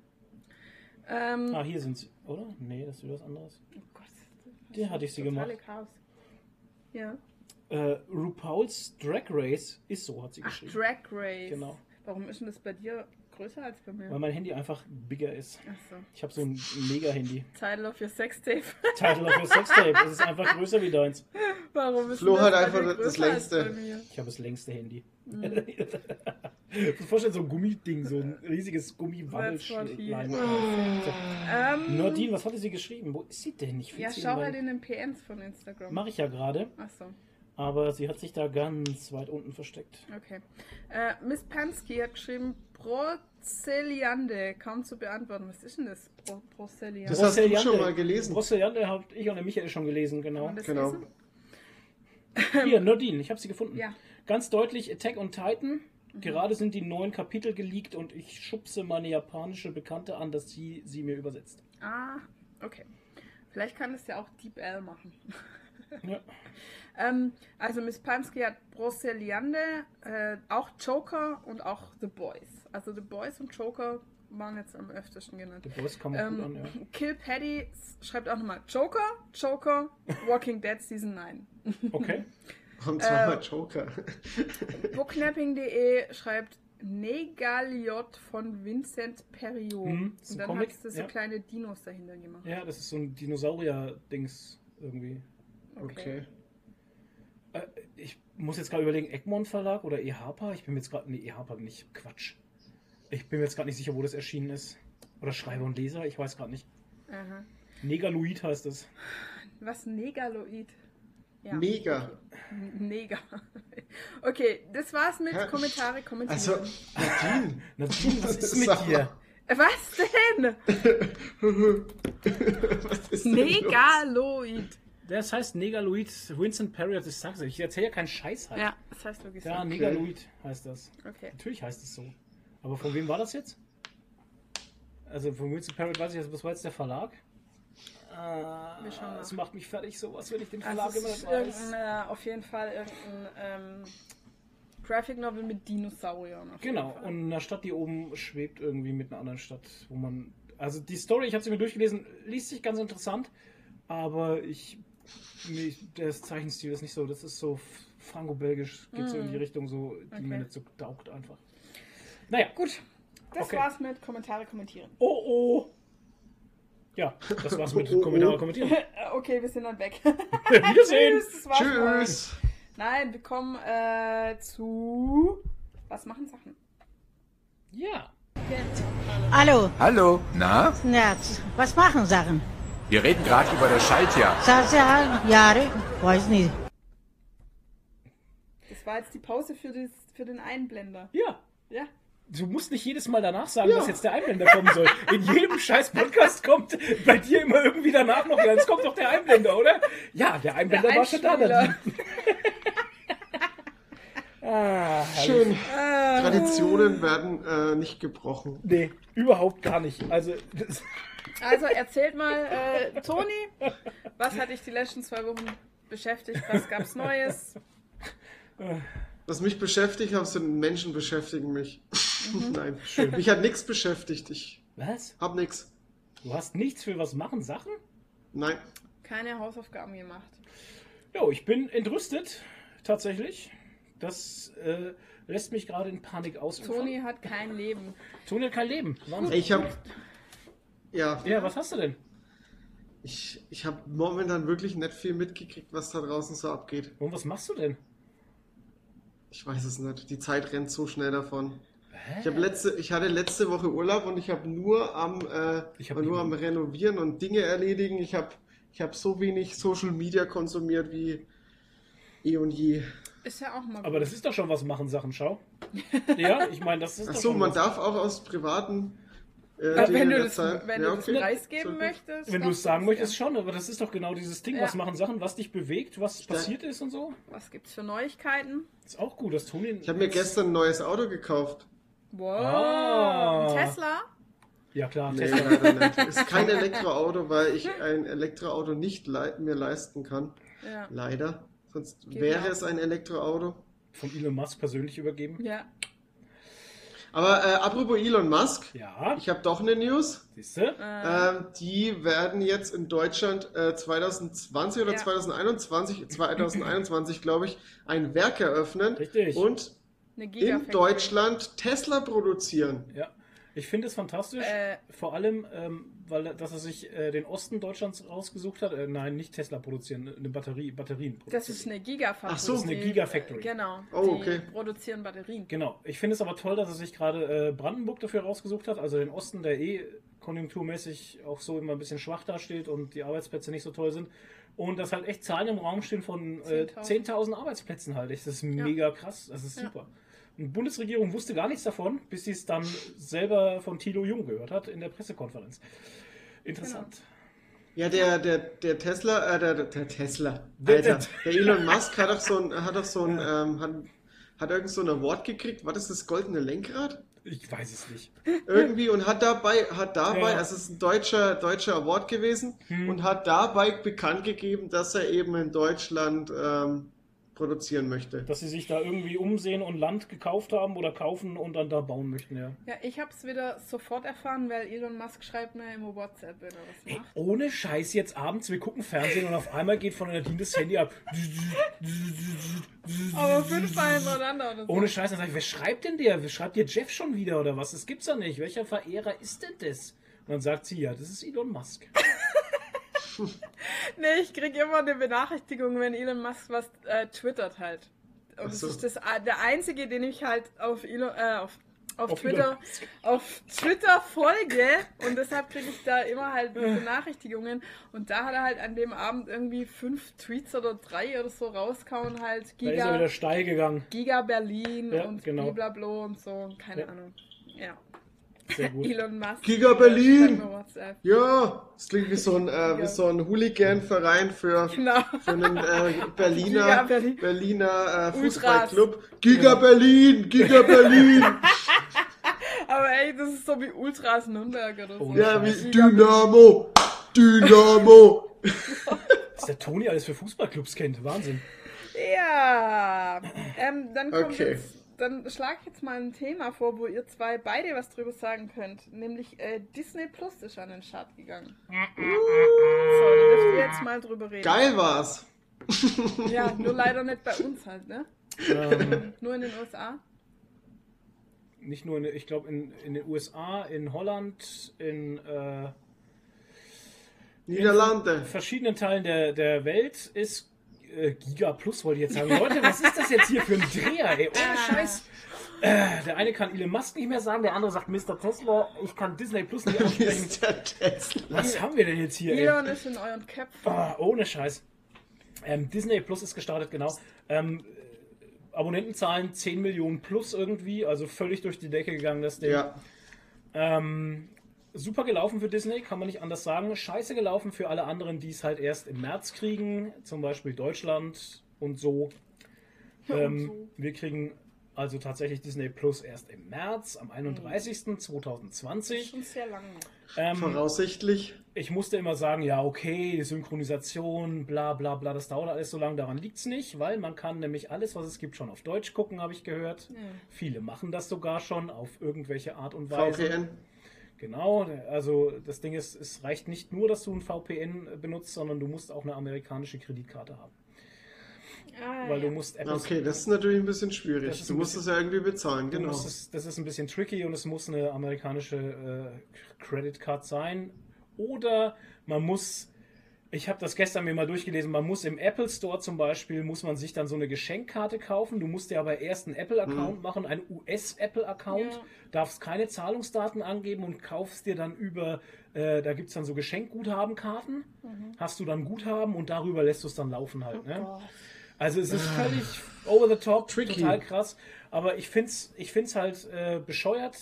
Hier sind sie, oder? Nee, das ist wieder was anderes. Oh Gott. Der hatte ich sie gemacht. Chaos. Ja. RuPaul's Drag Race ist so, hat sie Ach, geschrieben. Drag Race. Genau. Warum ist denn das bei dir größer als bei mir? Weil mein Handy einfach bigger ist. Ach so. Ich habe so ein Mega-Handy. Title of your Sextape. Title of your Sextape. Das ist einfach größer wie deins. Warum ist Flo denn das hat bei einfach dir das größer als längste. bei mir? Ich habe das längste Handy. Du musst dir vorstellen, so ein Gummiding, so ein riesiges That's what he Gummiwandelschleim. is. Nordin, was hatte sie geschrieben? Wo ist sie denn? Ich Ja, finde sie schau immer- halt in den PNs von Instagram. Mache ich ja gerade, Achso, aber sie hat sich da ganz weit unten versteckt. okay. Miss Pansky hat geschrieben, Broceliande, kaum zu beantworten. Was ist denn das? Broceliande. Das hast du schon mal gelesen. Broceliande habe ich und der Michael schon gelesen, genau. Kann man das Genau. lesen? Hier, Nordin, ich habe sie gefunden. Ja. Ganz deutlich Attack on Titan. Gerade sind die neuen Kapitel geleakt und ich schubse meine japanische Bekannte an, dass sie mir übersetzt. Ah, okay. Vielleicht kann das ja auch Deep L machen. Ja. Also Miss Pansky hat Broceliande, auch Joker und auch The Boys. Also The Boys und Joker waren jetzt am öftesten genannt. Der Boss kam auch gut an, ja. Kill Paddy schreibt auch nochmal Joker, Walking Dead Season 9. Okay. Und zweimal Joker. Booknapping.de schreibt Negaliot von Vincent Perriot. ist ein Und dann Comic, hat es so ja. kleine Dinos dahinter gemacht. Ja, das ist so ein Dinosaurier-Dings irgendwie. Okay. Ich muss jetzt gerade überlegen, Egmont Verlag oder eHarper? Ich bin mir jetzt gerade... Nee, eHarper nicht. Quatsch. Ich bin mir jetzt gerade nicht sicher, wo das erschienen ist. Oder Schreiber und Leser, ich weiß gerade nicht. Aha. Negaloid heißt es. Was? Negaloid? Ja. Mega. Mega. Okay, das war's mit Hä? Kommentare kommentieren. Also, Nadine. Nadine, was ist mit Sag dir? Was denn? Was ist denn los? Negaloid. Das heißt Negaloid. Vincent Perriot, das sagst du. Ich erzähle ja keinen Scheiß halt. Ja, das heißt wirklich Ja, so. Negaloid heißt das. Okay. Natürlich heißt es so. Aber von wem war das jetzt? Also von Vincent Perriot weiß ich jetzt, was war jetzt der Verlag? Wir schauen Das nach. macht mich fertig, sowas, wenn ich den Also Verlag es immer ist nicht weiß. auf jeden Fall irgendein Graphic Novel mit Dinosauriern. Auf jeden Genau, Fall. und eine Stadt, die oben schwebt irgendwie mit einer anderen Stadt, wo man... Also die Story, ich habe sie mir durchgelesen, liest sich ganz interessant, aber der Zeichenstil ist nicht so, das ist so franco-belgisch, geht so in die Richtung, so, die Okay. mir nicht so taugt einfach. Naja, Gut, das Okay. war's mit Kommentare kommentieren. oh. Ja, das war's mit Oh. Kommentare kommentieren. Okay, wir sind dann weg. Wiedersehen! Tschüss, das war's für heute. Tschüss. Nein, wir kommen zu... Was machen Sachen? Ja. Hallo, Hallo, na? Nerz. Was machen Sachen? Wir reden gerade über das Schaltjahr. Jahre? Weiß nicht. Das war jetzt die Pause für den Einblender. Ja. Ja. Du musst nicht jedes Mal danach sagen, dass jetzt der Einblender kommen soll. In jedem scheiß Podcast kommt bei dir immer irgendwie danach noch, ja, jetzt kommt doch der Einblender, oder? Ja, der Einblender war schon da. Einspieler. Schön. Traditionen werden nicht gebrochen. Nee, überhaupt gar nicht. Also, Also erzählt mal, Toni, was hat dich die letzten 2 Wochen beschäftigt? Was gab's Neues? Was mich beschäftigt hat, sind Menschen beschäftigen mich. Nein, schön. Mich hat nichts beschäftigt. Ich was? hab nichts. Du hast nichts für was machen Sachen? Nein. Keine Hausaufgaben gemacht. Jo, ich bin entrüstet, tatsächlich. Das lässt mich gerade in Panik ausufern. Toni hat kein Leben. Toni hat kein Leben. Wahnsinn. Ich hab. Ja, Ja, was hast du denn? ich habe momentan wirklich nicht viel mitgekriegt, was da draußen so abgeht. Und was machst du denn? Ich weiß es nicht. Die Zeit rennt so schnell davon. Hä? Ich hatte letzte Woche Urlaub und ich habe nur am Renovieren und Dinge erledigen. Ich hab so wenig Social Media konsumiert wie eh und je. Ist ja auch mal Aber das ist doch schon was machen Sachen, schau. Ja, ich meine, das ist doch Achso, schon man was. darf auch aus privaten wenn du der das, Zeit. wenn Ja, du das okay. preisgeben So gut. möchtest. Wenn du es darfst sagen es, möchtest, ja. schon, aber das ist doch genau dieses Ding, Ja. was machen Sachen, was dich bewegt, was passiert ist und so. Was gibt's für Neuigkeiten? Ist auch gut, dass Toni... Ich habe mir gestern ein neues Auto gekauft. Wow, Ah. ein Tesla? Ja klar, Nee, Tesla. leider nicht. Ist kein Elektroauto, weil ich ein Elektroauto nicht mir leisten kann. Ja. Leider. Sonst Geht wäre ja. es ein Elektroauto. von Elon Musk persönlich übergeben. Ja. Aber apropos Elon Musk, Ja, ich habe doch eine News. siehst du? Die werden jetzt in Deutschland 2020 oder Ja. 2021, glaube ich, ein Werk eröffnen Richtig. und Eine in Gigafactory. Deutschland Tesla produzieren. Ja, ich finde es fantastisch, vor allem, dass er sich den Osten Deutschlands rausgesucht hat. Nein, nicht Tesla produzieren, eine Batterien produzieren. Das ist eine Gigafactory. Ach so. Das ist eine Gigafactory. Genau. Oh, die okay. produzieren Batterien. Genau. Ich finde es aber toll, dass er sich gerade Brandenburg dafür rausgesucht hat, also den Osten, der konjunkturmäßig auch so immer ein bisschen schwach dasteht und die Arbeitsplätze nicht so toll sind. Und dass halt echt Zahlen im Raum stehen von 10.000 Arbeitsplätzen halt. Das ist mega krass. Das ist super. Und die Bundesregierung wusste gar nichts davon, bis sie es dann selber von Thilo Jung gehört hat in der Pressekonferenz. Interessant. Ja, der Tesla, der Tesla, Alter, der Elon Musk hat doch hat irgend so ein Award gekriegt. War das goldene Lenkrad? Ich weiß es nicht. Irgendwie und hat dabei, Ja. also es ist ein deutscher Award gewesen und hat dabei bekannt gegeben, dass er eben in Deutschland produzieren möchte. Dass sie sich da irgendwie umsehen und Land gekauft haben oder kaufen und dann da bauen möchten, ja. Ja, ich habe es wieder sofort erfahren, weil Elon Musk schreibt mir immer WhatsApp, wenn er was Ey, macht. ohne Scheiß jetzt abends, wir gucken Fernsehen und auf einmal geht von Nadine das Handy ab. Aber 5-mal hintereinander oder so. Ohne Scheiß, dann sag ich, wer schreibt denn der? Wer schreibt dir Jeff schon wieder oder was? Das gibt's doch nicht. Welcher Verehrer ist denn das? Und dann sagt sie, ja, das ist Elon Musk. Nee, ich krieg immer eine Benachrichtigung, wenn Elon Musk was twittert halt. Und Ach so. das ist der einzige, den ich halt auf Auf Twitter, auf Twitter folge und deshalb kriege ich da immer halt Benachrichtigungen und da hat er halt an dem Abend irgendwie 5 Tweets oder 3 oder so rausgehauen halt Da ist er wieder steil gegangen. Giga Berlin Ja, und genau. blablabla und so, keine Ahnung. Ja. Sehr gut. Elon Musk. Giga Berlin! schreibt mir WhatsApp. Ja, das klingt wie so ein Hooligan-Verein für Genau. einen Giga Berliner Ultras. Fußballclub. Giga Berlin! Giga Berlin! Aber ey, das ist so wie Ultras Nürnberg oder so. Oh, Ja, Scheiße. wie Dynamo! Dynamo! Was der Toni alles für Fußballclubs kennt. Wahnsinn. Ja, dann kommt Okay. dann schlage ich jetzt mal ein Thema vor, wo ihr zwei beide was drüber sagen könnt. Nämlich Disney Plus ist an den Start gegangen. So, da dürft ihr jetzt mal drüber reden. Geil war's! Ja, nur leider nicht bei uns halt, ne? Nur in den USA. Nicht nur, ich glaube, in den USA, in Holland, in Niederlande. verschiedenen Teilen der Welt ist Giga Plus, wollte ich jetzt sagen. Leute, was ist das jetzt hier für ein Dreher, ey? Ohne Scheiß. Der eine kann Elon Musk nicht mehr sagen, der andere sagt Mr. Tesla. Ich kann Disney Plus nicht aussprechen. Mr. Tesla. Was haben wir denn jetzt hier, ey? Elon ist in euren Köpfen. Ohne Scheiß. Disney Plus ist gestartet, genau. Abonnentenzahlen 10 Millionen plus irgendwie, also völlig durch die Decke gegangen, das Ding. Ja. Super gelaufen für Disney, kann man nicht anders sagen. Scheiße gelaufen für alle anderen, die es halt erst im März kriegen, zum Beispiel Deutschland und so. Wir kriegen also tatsächlich Disney Plus erst im März, am 31.2020. Schon sehr lang noch. Voraussichtlich. Ich musste immer sagen, ja okay, die Synchronisation, bla bla bla, das dauert alles so lange, daran liegt es nicht, weil man kann nämlich alles, was es gibt, schon auf Deutsch gucken, habe ich gehört. Viele machen das sogar schon auf irgendwelche Art und Weise. VPN. Genau, also das Ding ist, es reicht nicht nur, dass du ein VPN benutzt, sondern du musst auch eine amerikanische Kreditkarte haben. Weil du musst Apple. Okay, das ist natürlich ein bisschen Das schwierig. ist Du ein musst es ja irgendwie bezahlen, genau. Das ist ein bisschen tricky und es muss eine amerikanische Credit Card sein. Oder man muss, ich habe das gestern mir mal durchgelesen, man muss im Apple Store zum Beispiel, muss man sich dann so eine Geschenkkarte kaufen. Du musst dir aber erst einen Apple-Account machen, einen US-Apple-Account, darfst keine Zahlungsdaten angeben und kaufst dir dann über, da gibt es dann so Geschenkguthabenkarten, hast du dann Guthaben und darüber lässt du es dann laufen halt. Ne? Also es ist völlig over the top, Tricky. total krass. Aber ich find's halt bescheuert,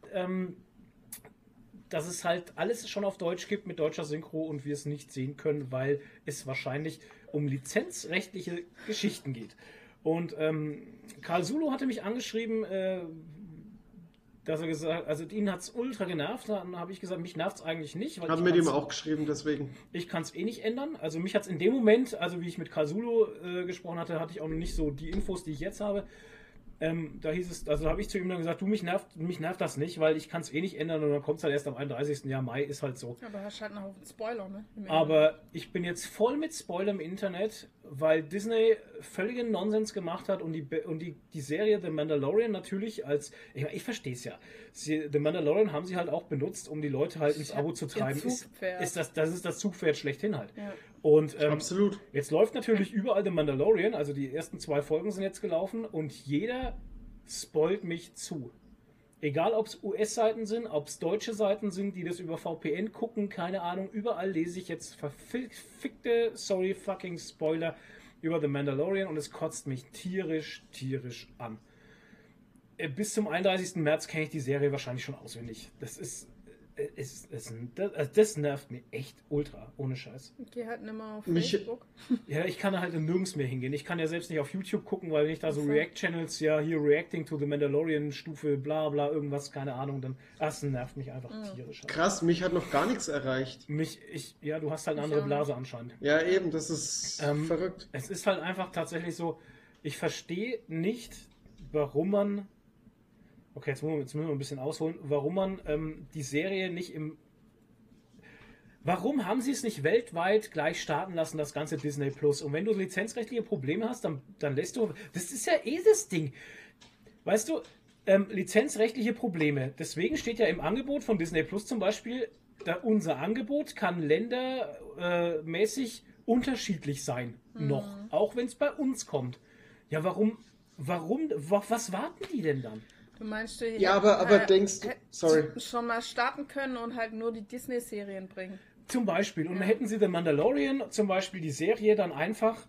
dass es halt alles schon auf Deutsch gibt mit deutscher Synchro und wir es nicht sehen können, weil es wahrscheinlich um lizenzrechtliche Geschichten geht. Und Karl Sulu hatte mich angeschrieben, dass er gesagt, also ihn hat es ultra genervt, dann habe ich gesagt, mich nervt es eigentlich nicht. Weil Haben mit ihm auch geschrieben, deswegen. Ich kann es eh nicht ändern. Also mich hat es in dem Moment, also wie ich mit Casulo gesprochen hatte ich auch noch nicht so die Infos, die ich jetzt habe. Da hieß es, also habe ich zu ihm dann gesagt, mich nervt das nicht, weil ich kann es eh nicht ändern und dann kommt es halt erst am 31. Jahr Mai, ist halt so. Aber hast halt einen Haufen Spoiler, ne? Aber ich bin jetzt voll mit Spoiler im Internet, weil Disney völligen Nonsens gemacht hat und die Serie The Mandalorian natürlich als, ich verstehe es ja, The Mandalorian haben sie halt auch benutzt, um die Leute halt ins Abo zu treiben. Das ist das Zugpferd schlechthin halt. Ja. Und Absolut. Jetzt läuft natürlich überall The Mandalorian, also die ersten 2 Folgen sind jetzt gelaufen und jeder spoilt mich zu. Egal, ob es US-Seiten sind, ob es deutsche Seiten sind, die das über VPN gucken, keine Ahnung. Überall lese ich jetzt verfickte, fucking Spoiler über The Mandalorian und es kotzt mich tierisch an. Bis zum 31. März kenne ich die Serie wahrscheinlich schon auswendig. Das nervt mir echt ultra, ohne Scheiß. Ich gehe halt nicht mehr auf Facebook. Ja, ich kann halt nirgends mehr hingehen. Ich kann ja selbst nicht auf YouTube gucken, weil wenn ich da so React-Channels, ja, hier Reacting to the Mandalorian Stufe, bla bla, irgendwas, keine Ahnung, dann, das nervt mich einfach tierisch. Krass, mich hat noch gar nichts erreicht. Ja, du hast halt eine andere Blase anscheinend. Ja, eben, das ist verrückt. Es ist halt einfach tatsächlich so, ich verstehe nicht, warum man, okay, jetzt müssen wir ein bisschen ausholen, warum man die Serie nicht warum haben sie es nicht weltweit gleich starten lassen, das ganze Disney Plus? Und wenn du lizenzrechtliche Probleme hast, dann lässt du, das ist ja eh das Ding. Weißt du, lizenzrechtliche Probleme. Deswegen steht ja im Angebot von Disney Plus zum Beispiel, unser Angebot kann ländermäßig unterschiedlich sein. Noch. Auch wenn es bei uns kommt. Ja, warum, was warten die denn dann? Du meinst, ja, aber denkst du, sorry. Schon mal starten können und halt nur die Disney-Serien bringen. Zum Beispiel. Und dann hätten sie The Mandalorian, zum Beispiel die Serie, dann einfach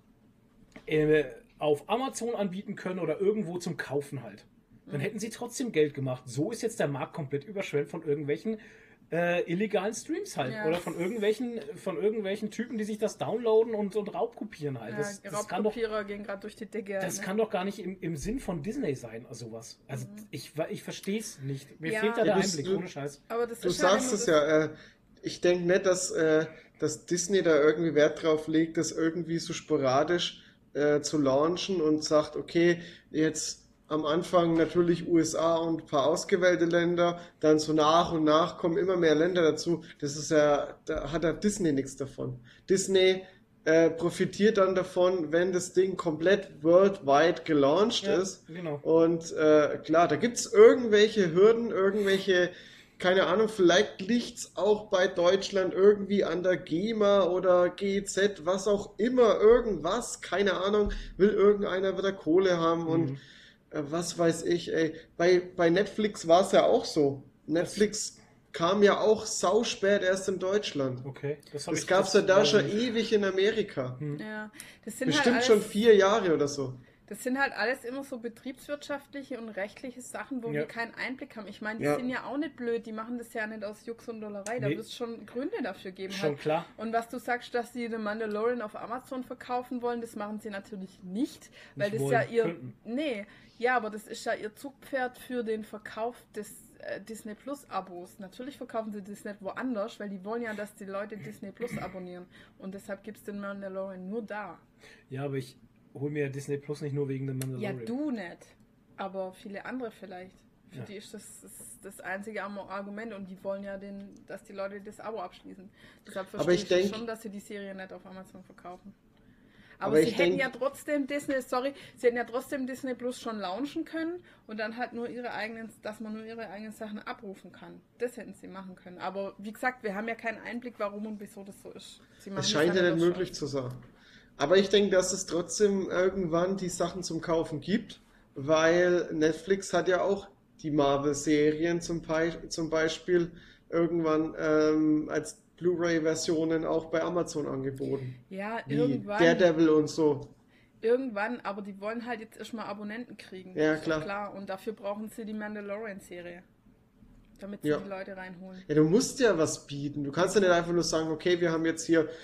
auf Amazon anbieten können oder irgendwo zum Kaufen halt. Dann hätten sie trotzdem Geld gemacht. So ist jetzt der Markt komplett überschwemmt von irgendwelchen illegalen Streams halt. Ja. Oder von irgendwelchen Typen, die sich das downloaden und raubkopieren halt. Ja, Raubkopierer gehen gerade durch die Decke. Das kann doch gar nicht im Sinn von Disney sein, sowas. Also ich verstehe es nicht. Mir fehlt da der Einblick, ohne Scheiß. Aber das du ist sagst es ja, ich denke nicht, dass Disney da irgendwie Wert drauf legt, das irgendwie so sporadisch zu launchen und sagt, okay, jetzt am Anfang natürlich USA und ein paar ausgewählte Länder, dann so nach und nach kommen immer mehr Länder dazu. Das ist ja, da hat ja Disney nichts davon. Disney profitiert dann davon, wenn das Ding komplett worldwide gelauncht ist. Genau. Und klar, da gibt es irgendwelche Hürden, keine Ahnung, vielleicht liegt es auch bei Deutschland irgendwie an der GEMA oder GEZ, was auch immer, irgendwas, keine Ahnung, will irgendeiner wieder Kohle haben und was weiß ich, ey. Bei Netflix war es ja auch so. Netflix kam ja auch sauspät erst in Deutschland. Okay. Das gab es ja da schon ewig in Amerika. Ja, das sind bestimmt halt schon 4 Jahre oder so. Das sind halt alles immer so betriebswirtschaftliche und rechtliche Sachen, wo wir keinen Einblick haben. Ich meine, die sind ja auch nicht blöd, die machen das ja nicht aus Jux und Dollerei, da wird es schon Gründe dafür geben. Schon klar. Und was du sagst, dass sie The Mandalorian auf Amazon verkaufen wollen, das machen sie natürlich nicht, weil das ja aber das ist ja ihr Zugpferd für den Verkauf des Disney Plus Abos. Natürlich verkaufen sie das nicht woanders, weil die wollen ja, dass die Leute Disney Plus abonnieren. Und deshalb gibt es den Mandalorian nur da. Ja, aber ich hol mir Disney Plus nicht nur wegen dem Mandalorian. Ja, du nicht. Aber viele andere vielleicht. Für die ist das einzige Argument und die wollen ja, dass die Leute das Abo abschließen. Deshalb verstehe ich schon, dass sie die Serie nicht auf Amazon verkaufen. Aber sie hätten ja trotzdem Disney Plus schon launchen können und dann halt dass man nur ihre eigenen Sachen abrufen kann. Das hätten sie machen können. Aber wie gesagt, wir haben ja keinen Einblick, warum und wieso das so ist. Es scheint ja nicht möglich zu sein. Aber ich denke, dass es trotzdem irgendwann die Sachen zum Kaufen gibt, weil Netflix hat ja auch die Marvel-Serien zum Beispiel irgendwann als Blu-ray-Versionen auch bei Amazon angeboten. Ja, irgendwann. Daredevil und so. Irgendwann, aber die wollen halt jetzt erstmal Abonnenten kriegen. Ja, klar. Und dafür brauchen sie die Mandalorian-Serie. Damit sie die Leute reinholen. Ja, du musst ja was bieten. Du kannst ja nicht einfach nur sagen, okay, wir haben jetzt hier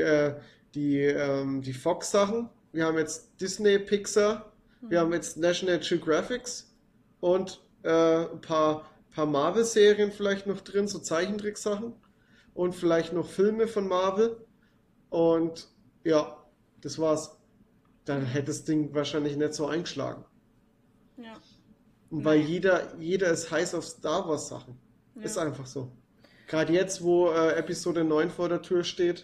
die Fox-Sachen, wir haben jetzt Disney, Pixar, wir haben jetzt National Geographics und ein paar paar Marvel-Serien vielleicht noch drin, so Zeichentricksachen und vielleicht noch Filme von Marvel und ja, das war's. Dann hätte das Ding wahrscheinlich nicht so eingeschlagen. Ja. Und weil jeder ist heiß auf Star Wars Sachen. Ja. Ist einfach so. Gerade jetzt, wo Episode 9 vor der Tür steht.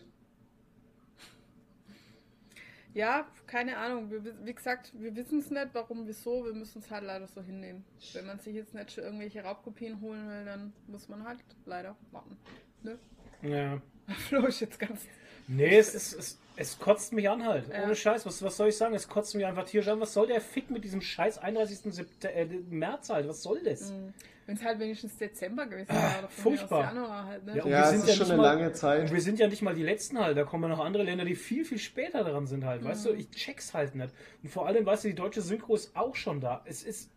Ja, keine Ahnung. Wie gesagt, wir wissen es nicht, warum, wieso. Wir müssen es halt leider so hinnehmen. Wenn man sich jetzt nicht schon irgendwelche Raubkopien holen will, dann muss man halt leider warten. Ne? Ja. Flo ist jetzt ganz... Nee, es kotzt mich an halt. Ja. Ohne Scheiß. Was soll ich sagen? Es kotzt mich einfach tierisch an. Was soll der Fick mit diesem scheiß 31. März halt? Was soll das? Wenn es halt wenigstens Dezember gewesen wäre. Oder von mir aus Furchtbar. Januar halt, ne? Ja, und Ja, wir es sind ist ja schon nicht eine mal- lange Zeit. Und wir sind ja nicht mal die Letzten halt. Da kommen ja noch andere Länder, die viel, viel später dran sind halt. Weißt du, ich check's halt nicht. Und vor allem, weißt du, die deutsche Synchro ist auch schon da. Es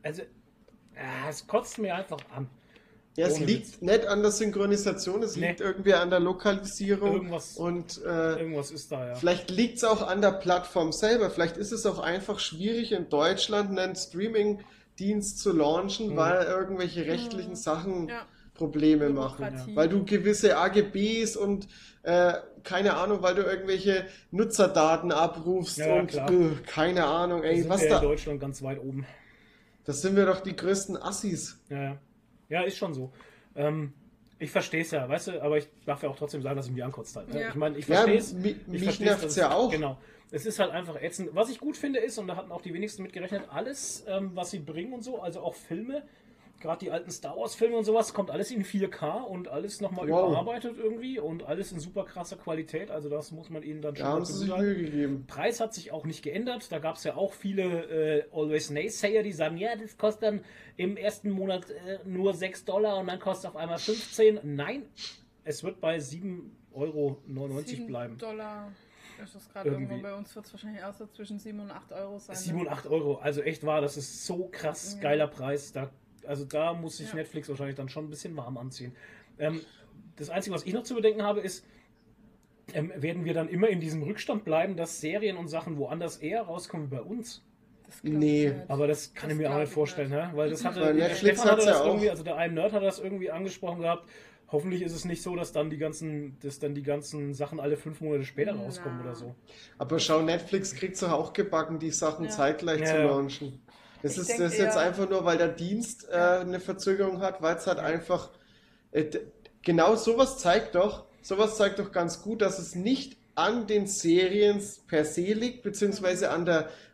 kotzt mir einfach an. Ja, es Ohne liegt nicht an der Synchronisation, es Nee. liegt irgendwie an der Lokalisierung. Irgendwas- Und Irgendwas ist da, ja. vielleicht liegt es auch an der Plattform selber. Vielleicht ist es auch einfach schwierig, in Deutschland einen Streaming-Dienst zu launchen, weil irgendwelche rechtlichen Sachen Ja. Probleme machen. Bürokratie. Weil du gewisse AGBs und keine Ahnung, weil du irgendwelche Nutzerdaten abrufst Ja, und klar. keine Ahnung, Da ey, sind was wir in da? Deutschland ganz weit oben. Das sind wir doch die größten Assis. Ja, ja. Ja, ist schon so. Ich verstehe es ja, weißt du, aber ich darf ja auch trotzdem sagen, dass es mich ankotzt halt. Ne? Ja. Ich meine, ich Ja, verstehe es. mich nervt's ja auch. Genau. Es ist halt einfach ätzend. Was ich gut finde ist, und da hatten auch die wenigsten mitgerechnet, alles, was sie bringen und so, also auch Filme, gerade die alten Star Wars Filme und sowas, kommt alles in 4K und alles nochmal Wow. überarbeitet irgendwie und alles in super krasser Qualität. Also das muss man ihnen dann schon Da haben mal sie sich zugutehalten. Mühe gegeben. Preis hat sich auch nicht geändert. Da gab es ja auch viele Always Naysayer, die sagen, ja, das kostet dann im ersten Monat nur $6 und dann kostet es auf einmal 15. Nein, es wird bei 7,99 € bleiben. $7 ist das gerade Irgendwie. irgendwo. Bei uns wird es wahrscheinlich auch so zwischen 7 und 8 Euro sein. 7 und 8 Euro, also echt wahr, das ist so krass geiler Preis. Da muss sich Ja. Netflix wahrscheinlich dann schon ein bisschen warm anziehen. Das Einzige, was ich noch zu bedenken habe, ist, werden wir dann immer in diesem Rückstand bleiben, dass Serien und Sachen woanders eher rauskommen wie bei uns? Das glaub ich Nee. nicht. Aber das kann Das ich mir auch glaub nicht ich vorstellen, ne? Weil das hatte Weil der Netflix Stefan hatte hat's ja das auch. irgendwie, also der eine Nerd hat das irgendwie angesprochen gehabt. Hoffentlich ist es nicht so, dass dann die ganzen Sachen alle 5 Monate später Na. rauskommen oder so. Aber schau, Netflix kriegt es doch auch gebacken, die Sachen Ja. zeitgleich zu Ja. launchen. Das Ich ist denk das jetzt eher- einfach nur, weil der Dienst eine Verzögerung hat, weil es halt einfach genau sowas zeigt doch ganz gut, dass es nicht an den Serien per se liegt, beziehungsweise an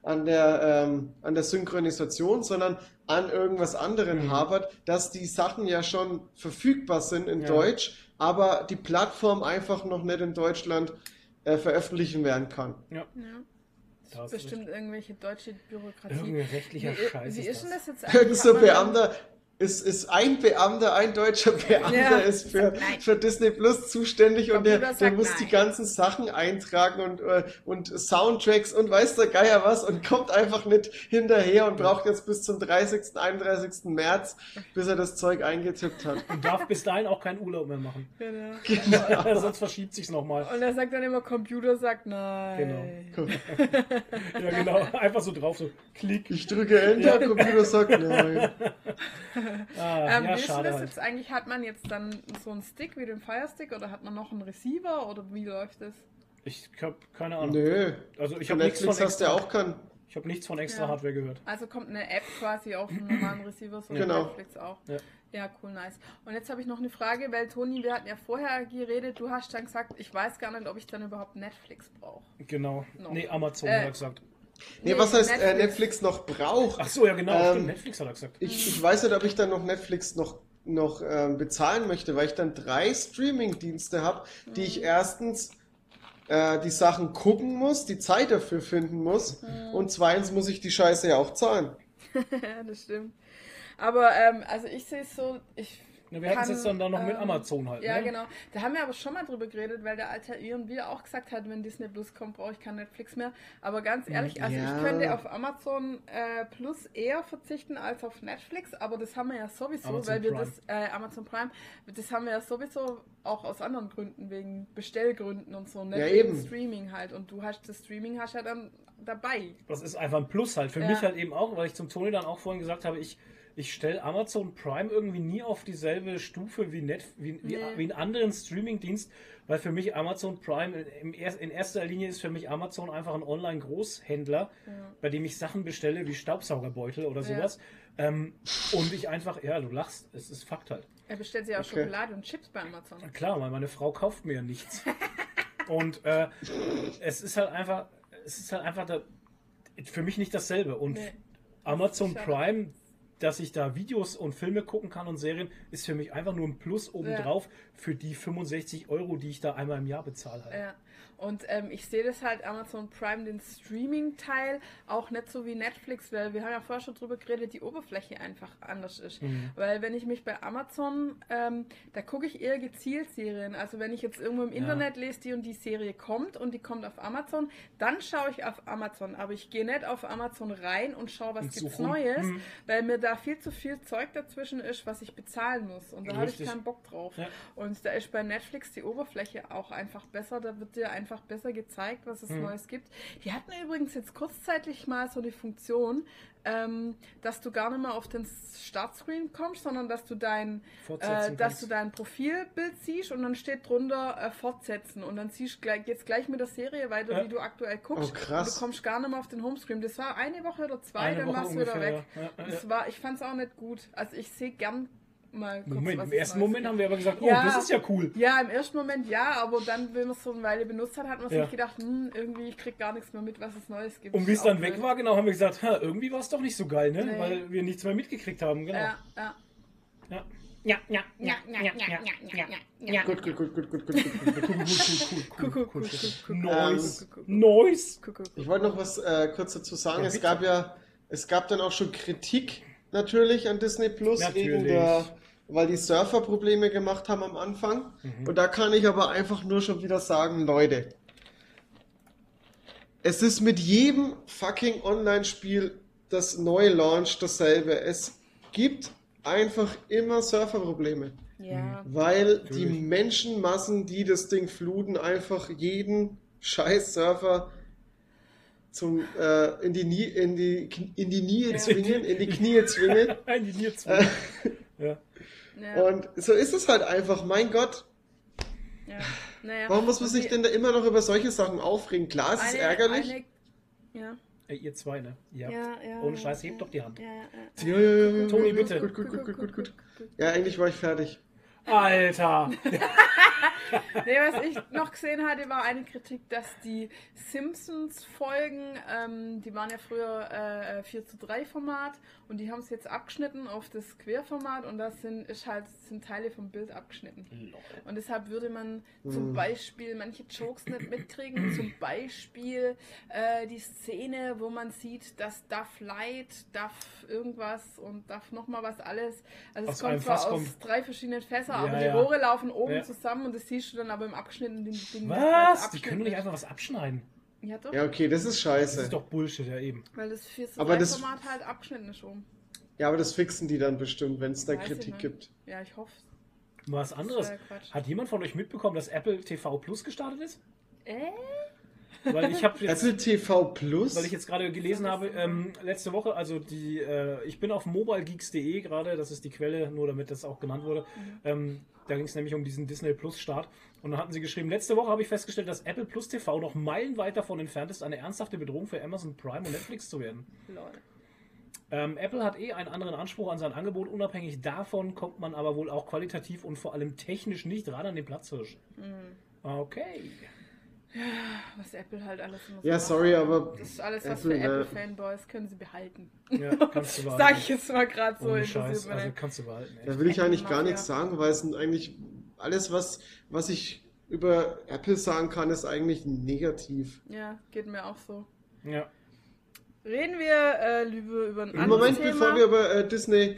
der Synchronisation, sondern an irgendwas anderem hapert, dass die Sachen ja schon verfügbar sind in Ja. Deutsch, aber die Plattform einfach noch nicht in Deutschland veröffentlichen werden kann. Ja. Ja. Da hast du Bestimmt irgendwelche deutsche Bürokratie. Irgendein rechtlicher Scheiß Wie ist ist denn das. das jetzt Irgend so Hat man dann- Beamter, ist ein Beamter, ein deutscher Beamter Ja. ist für Nein. Disney Plus zuständig und der Computer sagt muss nein. die ganzen Sachen eintragen und Soundtracks und weiß der Geier was und kommt einfach nicht hinterher und braucht jetzt bis zum 30., 31. März, bis er das Zeug eingetippt hat. Und darf bis dahin auch keinen Urlaub mehr machen. Genau. Sonst verschiebt sich's nochmal. Und er sagt dann immer, Computer sagt nein. Genau. Ja, genau. Einfach so drauf, so klick. Ich drücke Enter, Computer sagt nein. Ja, Wie ist denn schade das halt. jetzt eigentlich? Hat man jetzt dann so einen Stick wie den Fire Stick oder hat man noch einen Receiver oder wie läuft das? Ich hab keine Ahnung. Nö. Also ich Von habe nichts von Netflix hast du ja extra, auch keinen. ich hab nichts von extra Ja. Hardware gehört. Also kommt eine App quasi auf einen normalen Receiver, so wie Genau. Netflix auch. Ja. Ja, cool, nice. Und jetzt habe ich noch eine Frage, weil Toni, wir hatten ja vorher geredet, du hast dann gesagt, ich weiß gar nicht, ob ich dann überhaupt Netflix brauche. Genau. No. Nee, Amazon hat er gesagt. Nee, was heißt Netflix noch braucht? Ach so, ja genau, Ähm, stimmt, Netflix hat er gesagt. Ich weiß nicht, ob ich dann noch Netflix noch bezahlen möchte, weil ich dann 3 Streaming-Dienste habe, die ich erstens die Sachen gucken muss, die Zeit dafür finden muss und zweitens muss ich die Scheiße ja auch zahlen. Ja, das stimmt. Aber, also ich sehe es so, Ja, wir hatten es jetzt dann da noch mit Amazon halt. Ja, ne? genau. Da haben wir aber schon mal drüber geredet, weil der alte Ian wieder auch gesagt hat, wenn Disney Plus kommt, brauche ich kein Netflix mehr. Aber ganz ehrlich, also Ja. ich könnte auf Amazon Plus eher verzichten als auf Netflix, aber das haben wir ja sowieso, Amazon weil wir Prime. das, Amazon Prime, das haben wir ja sowieso auch aus anderen Gründen, wegen Bestellgründen und so, nicht Ja, wegen eben. Streaming halt. Und du hast das Streaming hast ja dann dabei. Das ist einfach ein Plus halt. Für Ja. mich halt eben auch, weil ich zum Toni dann auch vorhin gesagt habe, ich stelle Amazon Prime irgendwie nie auf dieselbe Stufe wie wie einen anderen Streamingdienst, weil für mich Amazon Prime in erster Linie ist für mich Amazon einfach ein Online-Großhändler, bei dem ich Sachen bestelle wie Staubsaugerbeutel oder sowas. Und ich einfach, ja, du lachst, es ist Fakt halt. Er bestellt sich auch Schokolade und Chips bei Amazon. Klar, weil meine Frau kauft mir ja nichts. Und es ist halt einfach für mich nicht dasselbe. Und Amazon Prime, dass ich da Videos und Filme gucken kann und Serien, ist für mich einfach nur ein Plus obendrauf für die 65 €, die ich da einmal im Jahr bezahle. Halt. Ja. Und ich sehe das halt Amazon Prime, den Streaming-Teil, auch nicht so wie Netflix, weil wir haben ja vorher schon drüber geredet, die Oberfläche einfach anders ist. Weil wenn ich mich bei Amazon, da gucke ich eher gezielt Serien. Also wenn ich jetzt irgendwo im Internet lese, die und die Serie kommt und die kommt auf Amazon, dann schaue ich auf Amazon. Aber ich gehe nicht auf Amazon rein und schaue, was gibt's Neues, weil mir da viel zu viel Zeug dazwischen ist, was ich bezahlen muss. Und da habe ich keinen Bock drauf. Ja. Und da ist bei Netflix die Oberfläche auch einfach besser. Da wird dir einfach besser gezeigt, was es Neues gibt. Die hatten übrigens jetzt kurzzeitig mal so eine Funktion, dass du gar nicht mehr auf den Startscreen kommst, sondern dass du dein Profilbild siehst und dann steht drunter Fortsetzen und dann geht's gleich mit der Serie weiter, die du aktuell guckst. Oh, krass. Und du kommst gar nicht mehr auf den Homescreen. Das war eine Woche oder zwei, dann warst du wieder weg. Ja. Ich fand's auch nicht gut. Also ich sehe gern mal kurz, Im ersten Moment haben wir aber gesagt, das ist ja cool. Ja, im ersten Moment aber dann, wenn man es so eine Weile benutzt hat, hat man sich gedacht, irgendwie, ich krieg gar nichts mehr mit, was es Neues gibt. Und wie es dann weg war, genau, haben wir gesagt, irgendwie war es doch nicht so geil, ne? Nee. Weil wir nichts mehr mitgekriegt haben, genau. Ja. Gut. Noise. Ich wollte noch was kurz dazu sagen. Es gab dann auch schon Kritik natürlich an Disney Plus weil die Surfer Probleme gemacht haben am Anfang. Und da kann ich aber einfach nur schon wieder sagen, Leute, es ist mit jedem fucking Online-Spiel, das neu launcht, dasselbe. Es gibt einfach immer Surfer-Probleme. Ja. Weil die Menschenmassen, die das Ding fluten, einfach jeden scheiß Surfer in die Knie zwingen. Und so ist es halt einfach, mein Gott. Ja. Naja. Warum muss man sich denn da immer noch über solche Sachen aufregen? Klar, es ist ärgerlich. Ihr zwei, ne? Ja. Ohne Scheiß, hebt doch die Hand. Ja. Toni, bitte. Gut. Ja, eigentlich war ich fertig. Alter! Nee, was ich noch gesehen hatte, war eine Kritik, dass die Simpsons-Folgen, die waren ja früher 4:3 Format und die haben es jetzt abgeschnitten auf das Querformat und das sind Teile vom Bild abgeschnitten. Und deshalb würde man zum Beispiel manche Jokes nicht mitkriegen, zum Beispiel die Szene, wo man sieht, dass Duff Light, Duff irgendwas und Duff nochmal was alles, also es kommt zwar aus 3 verschiedenen Fässern, aber die Rohre laufen oben zusammen und das siehst du dann aber im abgeschnitteten Ding. Was? Die können doch nicht einfach was abschneiden. Ja, doch. Ja, okay, das ist scheiße. Das ist doch Bullshit, ja eben. Weil das 4:3-Format halt abgeschnitten ist oben. Ja, aber das fixen die dann bestimmt, wenn es da Kritik gibt. Ja, ich hoffe. Was anderes. Hat jemand von euch mitbekommen, dass Apple TV Plus gestartet ist? Weil ich habe jetzt Apple TV Plus? Weil ich jetzt gerade gelesen habe, letzte Woche, also ich bin auf mobilegeeks.de gerade, das ist die Quelle, nur damit das auch genannt wurde. Da ging es nämlich um diesen Disney Plus Start. Und dann hatten sie geschrieben, letzte Woche habe ich festgestellt, dass Apple Plus TV noch meilenweit davon entfernt ist, eine ernsthafte Bedrohung für Amazon Prime und Netflix zu werden. Apple hat einen anderen Anspruch an sein Angebot. Unabhängig davon kommt man aber wohl auch qualitativ und vor allem technisch nicht ran an den Platzhirsch. Okay. Ja, was Apple halt alles immer so sorry, aber das ist alles, was für Apple-Fanboys können sie behalten. Ja, kannst du behalten. Sag ich jetzt mal gerade so. Ohne Scheiß, also kannst du behalten. Da will ich eigentlich gar nichts sagen, weil es sind eigentlich alles, was ich über Apple sagen kann, ist eigentlich negativ. Ja, geht mir auch so. Ja. Reden wir lieber über ein anderes Thema. Bevor wir über Disney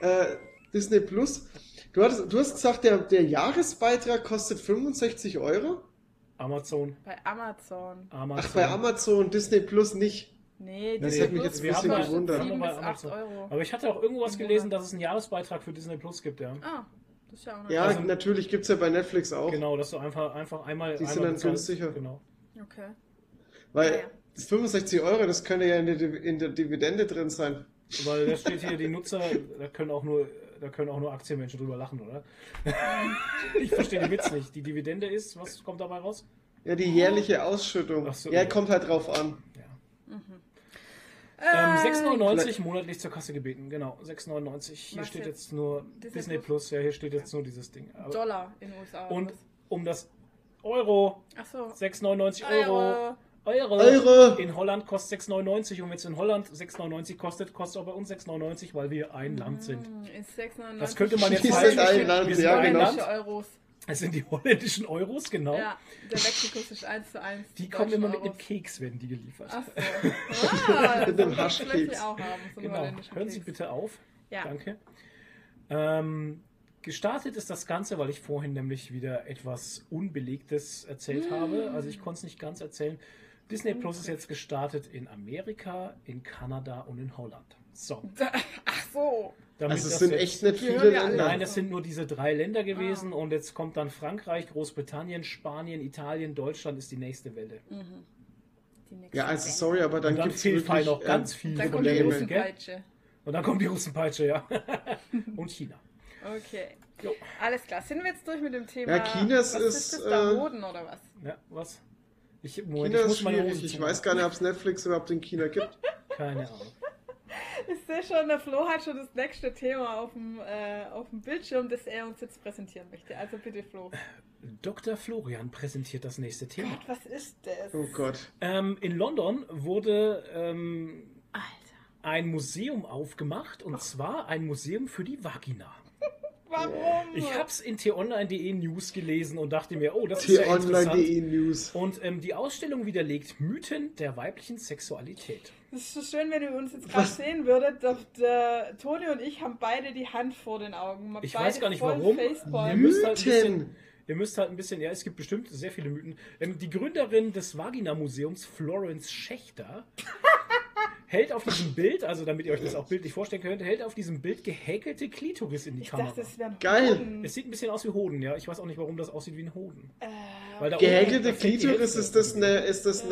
Plus, du hast gesagt, der Jahresbeitrag kostet 65 €? Amazon. Bei Amazon. Ach, bei Amazon, Disney Plus nicht. Nee, das hat mich jetzt ein bisschen gewundert. 7 bis 8 €. Aber ich hatte auch irgendwas gelesen, dass es einen Jahresbeitrag für Disney Plus gibt, ja. Ah, das ist ja auch noch. Ja, also, natürlich gibt es ja bei Netflix auch. Genau, dass du einfach einmal. Die sind dann günstiger. Genau. Okay. Weil 65 €, das könnte ja in der Dividende drin sein. Weil da steht hier, die Nutzer, da können auch nur Aktienmenschen drüber lachen, oder? Ich verstehe den Witz nicht. Die Dividende ist, was kommt dabei raus? Ja, die jährliche Ausschüttung. Ach so, ja, ja. kommt halt drauf an. Ja. 6,99 monatlich zur Kasse gebeten, genau. 6,99. Hier Was steht jetzt? jetzt nur Disney Plus. Ja, hier steht jetzt nur dieses Ding. Aber, Dollar in den USA. oder und was? um das Euro, Ach so. 6,99 Euro. Euro. In Holland kostet 6,99 und wenn es in Holland 6,99 kostet auch bei uns 6,99, weil wir ein Land sind. Ist 6,99. Das könnte man jetzt Wir falsch sind ein Land, Wir sind ja, ein genau. Land. Euros. Es sind die holländischen Euros, genau. Ja, der Wechselkurs ist 1:1. Die zu kommen deutschen immer mit einem Euros. Keks, werden die geliefert. Ach so. Ah, Mit dem so Haschkeks. möchte ich auch haben, so einen Genau. holländischen Hören Sie Keks. bitte auf. Ja. Danke. Gestartet ist das Ganze, weil ich vorhin nämlich wieder etwas Unbelegtes erzählt habe. Also ich konnte es nicht ganz erzählen. Disney Plus ist jetzt gestartet in Amerika, in Kanada und in Holland. So. Ach so. Damit Also es das sind jetzt- echt nicht Die viele hören ja alle Länder. Nein, das sind nur diese 3 Länder gewesen und jetzt kommt dann Frankreich, Großbritannien, Spanien, Italien, Deutschland ist die nächste Welle. Die nächste Ja, also Welle. sorry, aber dann Und dann gibt es fehlt wirklich noch ganz viel Dann von kommt der die Welt, gell? Russenpeitsche. Und dann kommt die Russenpeitsche, ja. Und China. Okay. Jo. Alles klar. Sind wir jetzt durch mit dem Thema? Ja, Chinas was ist, das da? Moden oder was? Ja, was? Moment, China ich ist muss meine schwierig. Hose Ich zumachen. weiß gar nicht, ob es Netflix überhaupt in China gibt. Keine Ahnung. Ich sehe schon, der Flo hat schon das nächste Thema auf dem Bildschirm, das er uns jetzt präsentieren möchte. Also bitte, Flo. Dr. Florian präsentiert das nächste Thema. Gott, was ist das? Oh Gott. In London wurde Alter. ein Museum aufgemacht und zwar ein Museum für die Vagina. Warum? Ich habe es in t-online.de News gelesen und dachte mir, oh, das ist ja interessant. t-online.de News. Und die Ausstellung widerlegt Mythen der weiblichen Sexualität. Das ist so schön, wenn ihr uns jetzt gerade sehen würdet. Der Toni und ich haben beide die Hand vor den Augen. Ich Beide weiß gar nicht voll warum. Facepalm. Ihr müsst halt ein bisschen, ja, es gibt bestimmt sehr viele Mythen. Die Gründerin des Vagina-Museums, Florence Schächter, hält auf diesem Bild, also damit ihr euch das auch bildlich vorstellen könnt, hält auf diesem Bild gehäkelte Klitoris in die Ich Kamera. dachte, es wären Geil. Hoden. Es sieht ein bisschen aus wie Hoden, ja. Ich weiß auch nicht, warum das aussieht wie ein Hoden. Weil da Gehäkelte oben- da fängt die Klitoris, Hälfte. ist das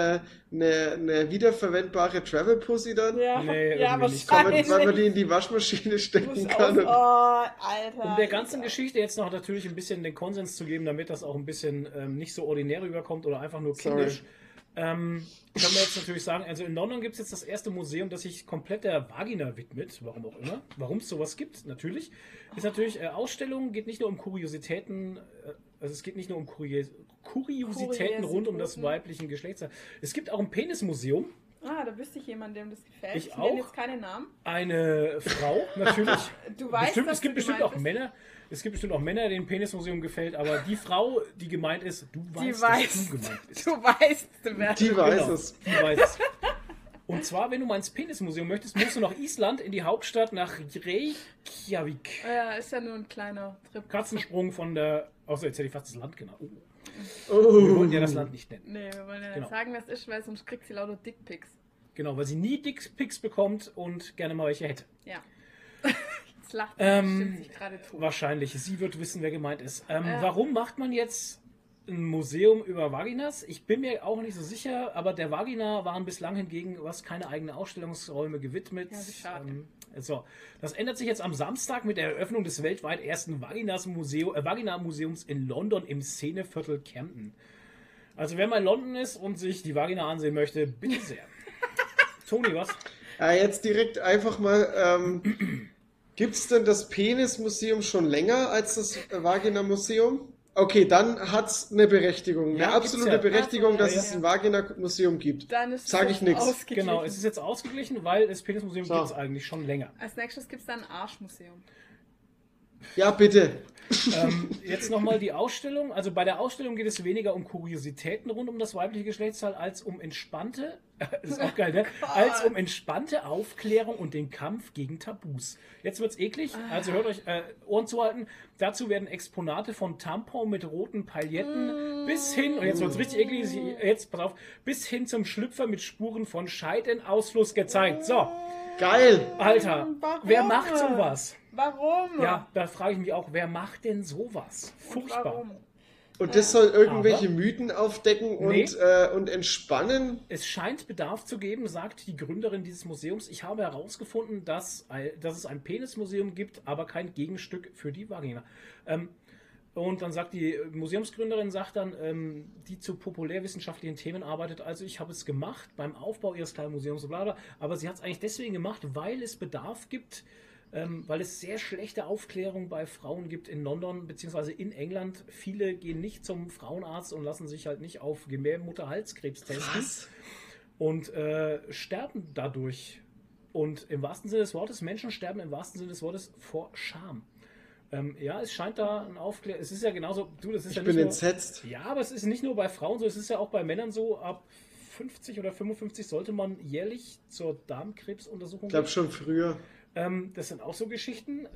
eine wiederverwendbare Travel Pussy dann? Ja, Nee, ja irgendwie nicht. wahrscheinlich. Weil man die in die Waschmaschine stecken Muss kann. aus, oh, Alter. Um der ganzen Geschichte jetzt noch natürlich ein bisschen den Konsens zu geben, damit das auch ein bisschen nicht so ordinär rüberkommt oder einfach nur Sorry. kindisch. Können wir jetzt natürlich sagen, also in London gibt es jetzt das erste Museum, das sich komplett der Vagina widmet, warum auch immer. Warum es sowas gibt, natürlich. Ist natürlich, Ausstellungen geht nicht nur um Kuriositäten, also es geht nicht nur um Kuriositäten rund um das weiblichen Geschlechts. Es gibt auch ein Penismuseum. Ah, da wüsste ich jemanden, dem das gefällt. Ich nenne auch. jetzt keine Namen. Eine Frau, natürlich. Du weißt, bestimmt, dass es gibt du bestimmt gemeint auch bist. Männer. Es gibt bestimmt auch Männer, denen Penismuseum gefällt, aber die Frau, die gemeint ist, du weißt, dass du gemeint bist. Du weißt, wer Die weiß es. Die weiß es. Und zwar, wenn du mal ins Penismuseum möchtest, musst du nach Island, in die Hauptstadt, nach Reykjavik. Ja, ist ja nur ein kleiner Trip. Katzensprung von der... Außer jetzt hätte ich fast das Land genannt. Wir Oh. wollten ja das Land nicht nennen. Nee, wir wollen ja Genau. nicht sagen, wer es ist, weil sonst kriegt sie lauter Dickpics. Genau, weil sie nie Dickpics bekommt und gerne mal welche hätte. Ja. Jetzt lacht sie bestimmt sich gerade tot. Wahrscheinlich. Sie wird wissen, wer gemeint ist. Warum macht man jetzt ein Museum über Vaginas? Ich bin mir auch nicht so sicher, aber der Vagina waren bislang hingegen keine eigenen Ausstellungsräume gewidmet. Ja, wie schade. So, das ändert sich jetzt am Samstag mit der Eröffnung des weltweit ersten Vagina-Museums in London im Szeneviertel Camden. Also wer mal in London ist und sich die Vagina ansehen möchte, bitte sehr. Toni, was? Ja, jetzt direkt einfach mal, gibt es denn das Penismuseum schon länger als das Vagina-Museum? Okay, dann hat es eine Berechtigung, eine Ja, absolute gibt's ja. Berechtigung, dass Ja, es ja. ein Vagina-Museum gibt. Dann ist Sag ich nix. ausgeglichen. Genau, es ist jetzt ausgeglichen, weil das Penismuseum So. gibt es eigentlich schon länger. Als nächstes gibt es dann ein Arschmuseum. Ja, bitte. Jetzt nochmal die Ausstellung. Also bei der Ausstellung geht es weniger um Kuriositäten rund um das weibliche Geschlechtsteil als um entspannte, ist auch geil, ne? Als um entspannte Aufklärung und den Kampf gegen Tabus. Jetzt wird's eklig, also hört euch Ohren zuhalten. Dazu werden Exponate von Tampon mit roten Pailletten bis hin, und jetzt wird's richtig eklig, jetzt pass auf, bis hin zum Schlüpfer mit Spuren von Scheidenausfluss gezeigt. So, Geil. Alter, Warum? wer macht sowas? Warum? Ja, da frage ich mich auch, wer macht denn sowas? Und Furchtbar. warum? Und das soll irgendwelche Aber- Mythen aufdecken Nee. und entspannen. Es scheint Bedarf zu geben, sagt die Gründerin dieses Museums. Ich habe herausgefunden, dass es ein Penismuseum gibt, aber kein Gegenstück für die Vagina. Und dann sagt die Museumsgründerin, die zu populärwissenschaftlichen Themen arbeitet, also ich habe es gemacht beim Aufbau ihres kleinen Museums und bla bla, aber sie hat es eigentlich deswegen gemacht, weil es Bedarf gibt, weil es sehr schlechte Aufklärung bei Frauen gibt in London bzw. in England. Viele gehen nicht zum Frauenarzt und lassen sich halt nicht auf Gebärmutterhalskrebs testen Was? und sterben dadurch. Und im wahrsten Sinne des Wortes, Menschen sterben im wahrsten Sinne des Wortes vor Scham. Ja, es scheint da ein Aufklär. Es ist ja genauso, das ist Ich ja bin nicht entsetzt. nur. Ja, aber es ist nicht nur bei Frauen so, es ist ja auch bei Männern so, ab 50 oder 55 sollte man jährlich zur Darmkrebsuntersuchung Ich glaube schon früher. Das sind auch so Geschichten,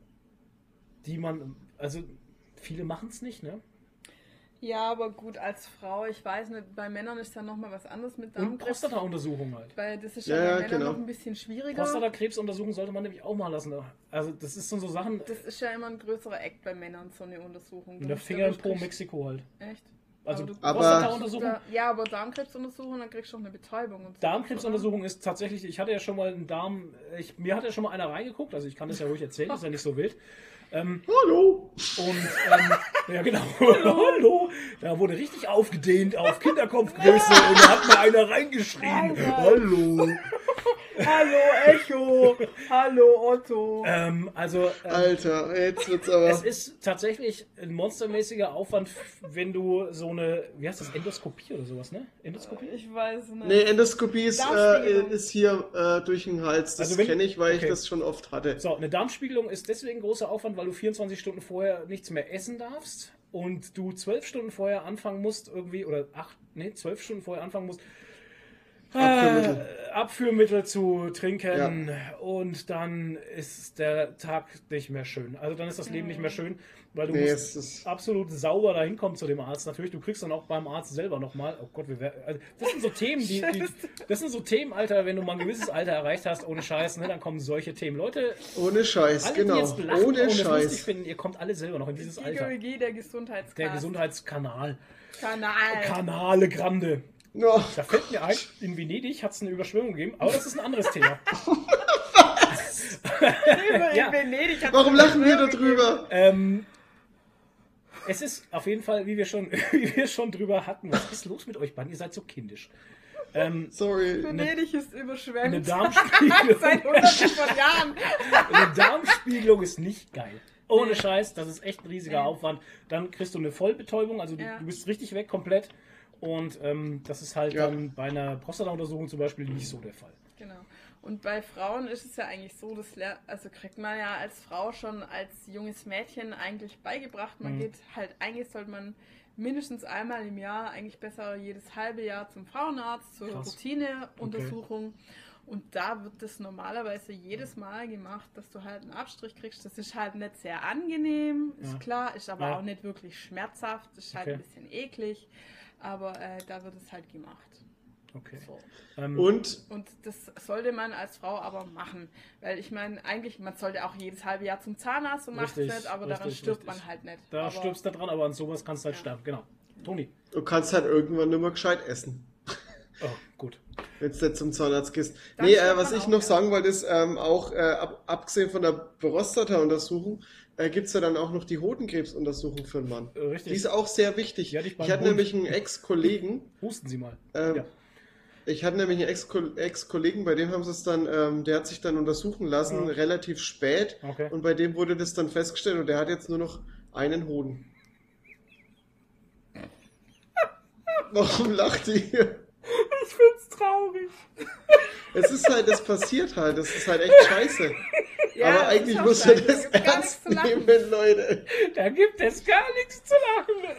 die man, also viele machen es nicht, ne? Ja, aber gut, als Frau, ich weiß nicht, bei Männern ist dann nochmal was anderes mit Und Darmkrebs. Prostata-Untersuchung halt. Weil das ist Ja, ja ja, bei Männern genau. noch ein bisschen schwieriger. Prostatakrebsuntersuchung sollte man nämlich auch mal lassen. Also das ist so Sachen, Das ist ja immer ein größerer Act bei Männern, so eine Untersuchung. der Finger in Pro Mexiko halt. Echt? Also Aber- Prostata-Untersuchung. Ja, aber Darmkrebsuntersuchung, dann kriegst du auch eine Betäubung. Und so. Darmkrebsuntersuchung ist tatsächlich, ich hatte ja schon mal einen Darm, mir hat ja schon mal einer reingeguckt, also ich kann das ja ruhig erzählen, ist ja nicht so wild. Hallo! Und, ja genau, hallo, da wurde richtig aufgedehnt auf Kinderkopfgröße und da hat mal einer reingeschrien, hallo. Hallo Echo! Hallo Otto! Alter, jetzt wird's aber. Es ist tatsächlich ein monstermäßiger Aufwand, wenn du so eine, wie heißt das, Endoskopie oder sowas, ne? Endoskopie? Ich weiß nicht. Nee, Endoskopie Darmspiegelung. ist hier durch den Hals. Das Also wenn- kenne ich, weil okay. ich das schon oft hatte. So, eine Darmspiegelung ist deswegen großer Aufwand, weil du 24 Stunden vorher nichts mehr essen darfst und du 12 Stunden vorher anfangen musst, irgendwie, oder 12 Stunden vorher anfangen musst, Abführmittel zu trinken und dann ist der Tag nicht mehr schön. Also dann ist das Leben nicht mehr schön, weil du Nee, musst es ist- absolut sauber dahin kommen zu dem Arzt. Natürlich, du kriegst dann auch beim Arzt selber nochmal, oh Gott, also das sind so Themen, das sind so Themen, Alter, wenn du mal ein gewisses Alter erreicht hast, ohne Scheiß, ne, dann kommen solche Themen. Leute, Ohne Scheiß, alle, genau. die jetzt lachen Ohne und es lustig Scheiß. finden, ihr kommt alle selber noch in dieses Alter. GGG, der Gesundheitscast. Der Gesundheitskanal. Kanal. Kanale Grande. Ja. Da fällt mir ein, in Venedig hat es eine Überschwemmung gegeben, aber das ist ein anderes Thema. Ja. In Venedig hat's Warum eine lachen wir da Verschwörung drüber? Es ist auf jeden Fall, wie wir schon drüber hatten, was ist los mit euch beiden? Ihr seid so kindisch. Sorry. Venedig ist Eine überschwemmt. Darmspiegelung, Seit hunderten von Jahren. eine Darmspiegelung ist nicht geil. Ohne Scheiß, das ist echt ein riesiger Aufwand. Dann kriegst du eine Vollbetäubung, also Ja. du bist richtig weg komplett. Und das ist halt Ja. dann bei einer Prostata-Untersuchung zum Beispiel nicht so der Fall. Genau. Und bei Frauen ist es ja eigentlich so, also kriegt man ja als Frau schon als junges Mädchen eigentlich beigebracht. Man geht halt, eigentlich sollte man mindestens einmal im Jahr, eigentlich besser jedes halbe Jahr zum Frauenarzt, zur Krass. Routineuntersuchung. Und da wird das normalerweise jedes Mal gemacht, dass du halt einen Abstrich kriegst. Das ist halt nicht sehr angenehm, ist Ja. klar, ist aber Ja. auch nicht wirklich schmerzhaft, ist halt Okay. ein bisschen eklig. Aber da wird es halt gemacht. Okay. So. Und Und das sollte man als Frau aber machen. Weil ich meine, eigentlich, man sollte auch jedes halbe Jahr zum Zahnarzt und macht es Richtig, nicht, aber daran richtig, stirbt richtig. man halt nicht. Da aber, stirbst du dran, aber an sowas kannst du halt sterben. Genau. Toni. du kannst halt irgendwann nicht mehr gescheit essen, Oh, gut. wenn du nicht zum Zahnarzt gehst. Dann Nee, stirbt was man ich auch, noch ja. sagen wollte, ist auch, abgesehen von der Prostata-Untersuchung, gibt es ja dann auch noch die Hodenkrebsuntersuchung für einen Mann. Richtig. Die ist auch sehr wichtig. Die hatte ich beim Ich hatte Hund. nämlich einen Ex-Kollegen, Husten Sie mal. ja. Ich hatte nämlich einen Ex-Kollegen, bei dem haben sie es dann, der hat sich dann untersuchen lassen, Ja. relativ spät. Okay. Und bei dem wurde das dann festgestellt und der hat jetzt nur noch einen Hoden. Warum lacht ihr? Ich find's traurig. Es ist halt, das passiert halt, das ist halt echt scheiße. Ja, Aber das eigentlich ist auch muss man scheiße, das es gibt gar nichts ernst zu lachen. nehmen, Leute. Da gibt es gar nichts zu lachen.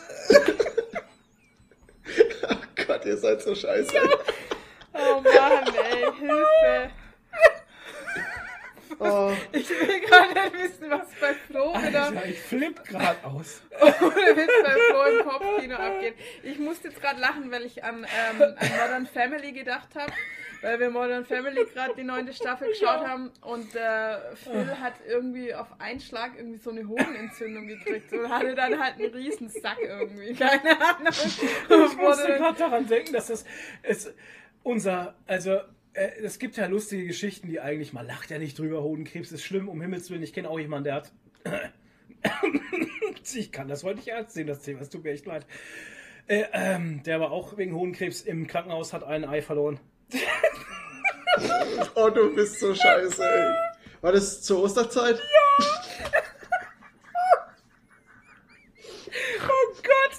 Oh Gott, ihr seid so scheiße. Oh Mann, ey, Hilfe. Ich will gerade nicht wissen, was bei Flo Alter, ich flipp gerade aus. ohne Witz bei Flo im Kopfkino abgeht. Ich musste jetzt gerade lachen, weil ich an Modern Family gedacht habe. Weil wir Modern Family gerade die 9. Staffel geschaut haben und Phil hat irgendwie auf einen Schlag irgendwie so eine Hodenentzündung gekriegt und hatte dann halt einen riesen Sack irgendwie. Keine Ahnung. Ich musste gerade daran denken, dass das es gibt ja lustige Geschichten, die eigentlich, man lacht ja nicht drüber, Hodenkrebs ist schlimm, um Himmels Willen. Ich kenne auch jemanden, der hat ich kann das heute nicht ernst sehen, das Thema, es tut mir echt leid. Der war auch wegen Hodenkrebs im Krankenhaus, hat ein Ei verloren. Oh, du bist so scheiße, ey. War das zur Osterzeit? Ja! Oh Gott!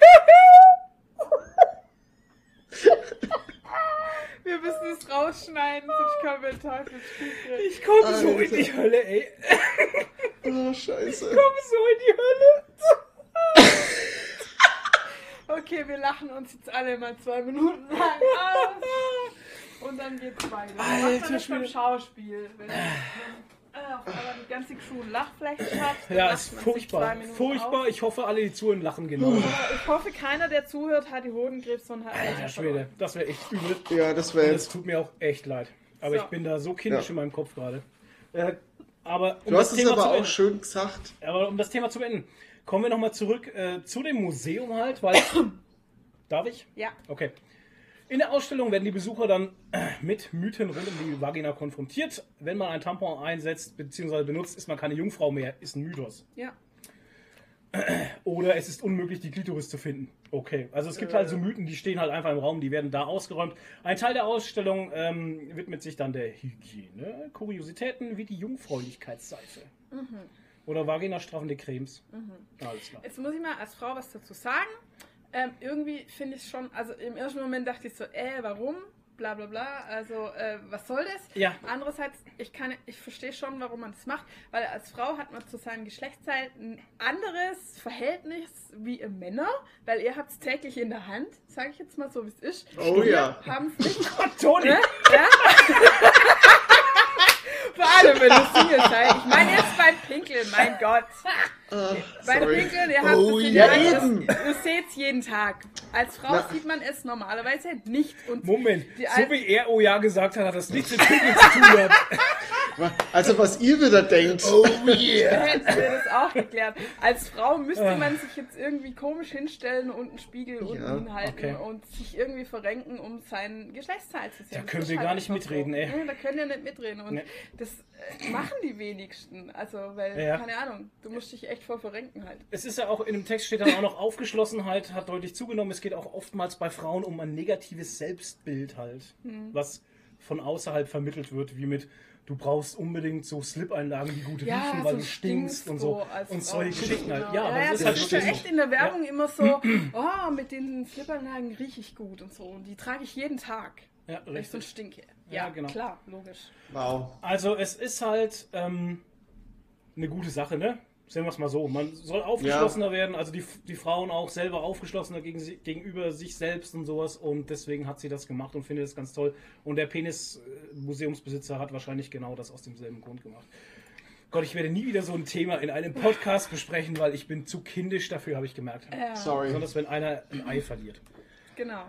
Wir müssen es rausschneiden, sonst können wir den Teufel spielen. Ich komme so in die Hölle, ey. Oh, scheiße. Ich komme so in die Hölle. Okay, wir lachen uns jetzt alle mal 2 Minuten lang aus. Und dann geht's weiter. Was war das beim Schauspiel? Wenn aber die ganze Crew Lachfläche hat. Ja, ist furchtbar. Furchtbar. Auf. Ich hoffe, alle, die zuhören, lachen genauso. Ich hoffe, keiner, der zuhört, hat die Hodenkrebs und hat Alter Schwede, das wäre echt übel. Ja, das wäre Das tut mir auch echt leid. Aber So. ich bin da so kindisch in meinem Kopf gerade. Aber um Du hast das es Thema aber zu auch beenden, schön gesagt. aber um das Thema zu beenden, kommen wir nochmal zurück zu dem Museum halt, weil... Darf ich? Ja. Okay. In der Ausstellung werden die Besucher dann mit Mythen rund um die Vagina konfrontiert. Wenn man ein Tampon einsetzt bzw. benutzt, ist man keine Jungfrau mehr. Ist ein Mythos. Ja. Oder es ist unmöglich, die Klitoris zu finden. Okay, also es gibt halt so Mythen, die stehen halt einfach im Raum, die werden da ausgeräumt. Ein Teil der Ausstellung widmet sich dann der Hygiene. Kuriositäten wie die Jungfräulichkeitsseife. Oder vaginastraffende Cremes. Alles klar. Jetzt muss ich mal als Frau was dazu sagen. Irgendwie finde ich es schon, also im ersten Moment dachte ich so, warum? Bla bla bla, also was soll das? Ja. Andererseits, ich verstehe schon, warum man das macht, weil als Frau hat man zu seinem Geschlechtsteil ein anderes Verhältnis wie ihr Männer, weil ihr habt es täglich in der Hand, sage ich jetzt mal so, wie es ist. Oh Wir ja. haben es nicht. Toni! Ja? Vor allem, wenn ihr Single seid. Ich meine jetzt beim Pinkeln, mein Gott. Beim Sorry. Pinkeln, ihr habt Oh, es in ja, der Hand, eben. ihr seht es jeden Tag. Als Frau sieht man es normalerweise nicht. Und Moment, die so wie er oh ja gesagt hat, hat das nichts mit Pinkeln zu tun gehabt. Also was ihr wieder denkt. Oh yeah! hätten wir das auch geklärt. Als Frau müsste man sich jetzt irgendwie komisch hinstellen und einen Spiegel unten hinhalten und sich irgendwie verrenken, um sein Geschlechtsteil zu sehen. Da können Das wir ist gar halt nicht einfach mitreden, so. ey. Ja, da können wir nicht mitreden. Und Nee. das machen die wenigsten. Also, weil, keine Ahnung, du musst dich echt voll verrenken halt. Es ist ja auch, in dem Text steht dann auch noch, Aufgeschlossenheit hat deutlich zugenommen. Es geht auch oftmals bei Frauen um ein negatives Selbstbild halt, was von außerhalb vermittelt wird, wie mit, du brauchst unbedingt so Slip-Einlagen, die gut riechen, weil so du stinkst und so. als Und Frau. solche Geschichten halt. Genau. Ja, aber das ist halt ja wirklich echt so. in der Werbung immer so, mit den Slip-Einlagen rieche ich gut und so. Und die trage ich jeden Tag, Ja, weil ich so richtig. stinke. Ja, genau. Klar, logisch. Wow. Also es ist halt eine gute Sache, ne? Sagen wir es mal so. Man soll aufgeschlossener werden, also die Frauen auch selber aufgeschlossener gegenüber sich selbst und sowas. Und deswegen hat sie das gemacht und findet es ganz toll. Und der Penis-Museumsbesitzer hat wahrscheinlich genau das aus demselben Grund gemacht. Gott, ich werde nie wieder so ein Thema in einem Podcast besprechen, weil ich bin zu kindisch dafür, habe ich gemerkt. Sorry. Besonders wenn einer ein Ei verliert. Genau.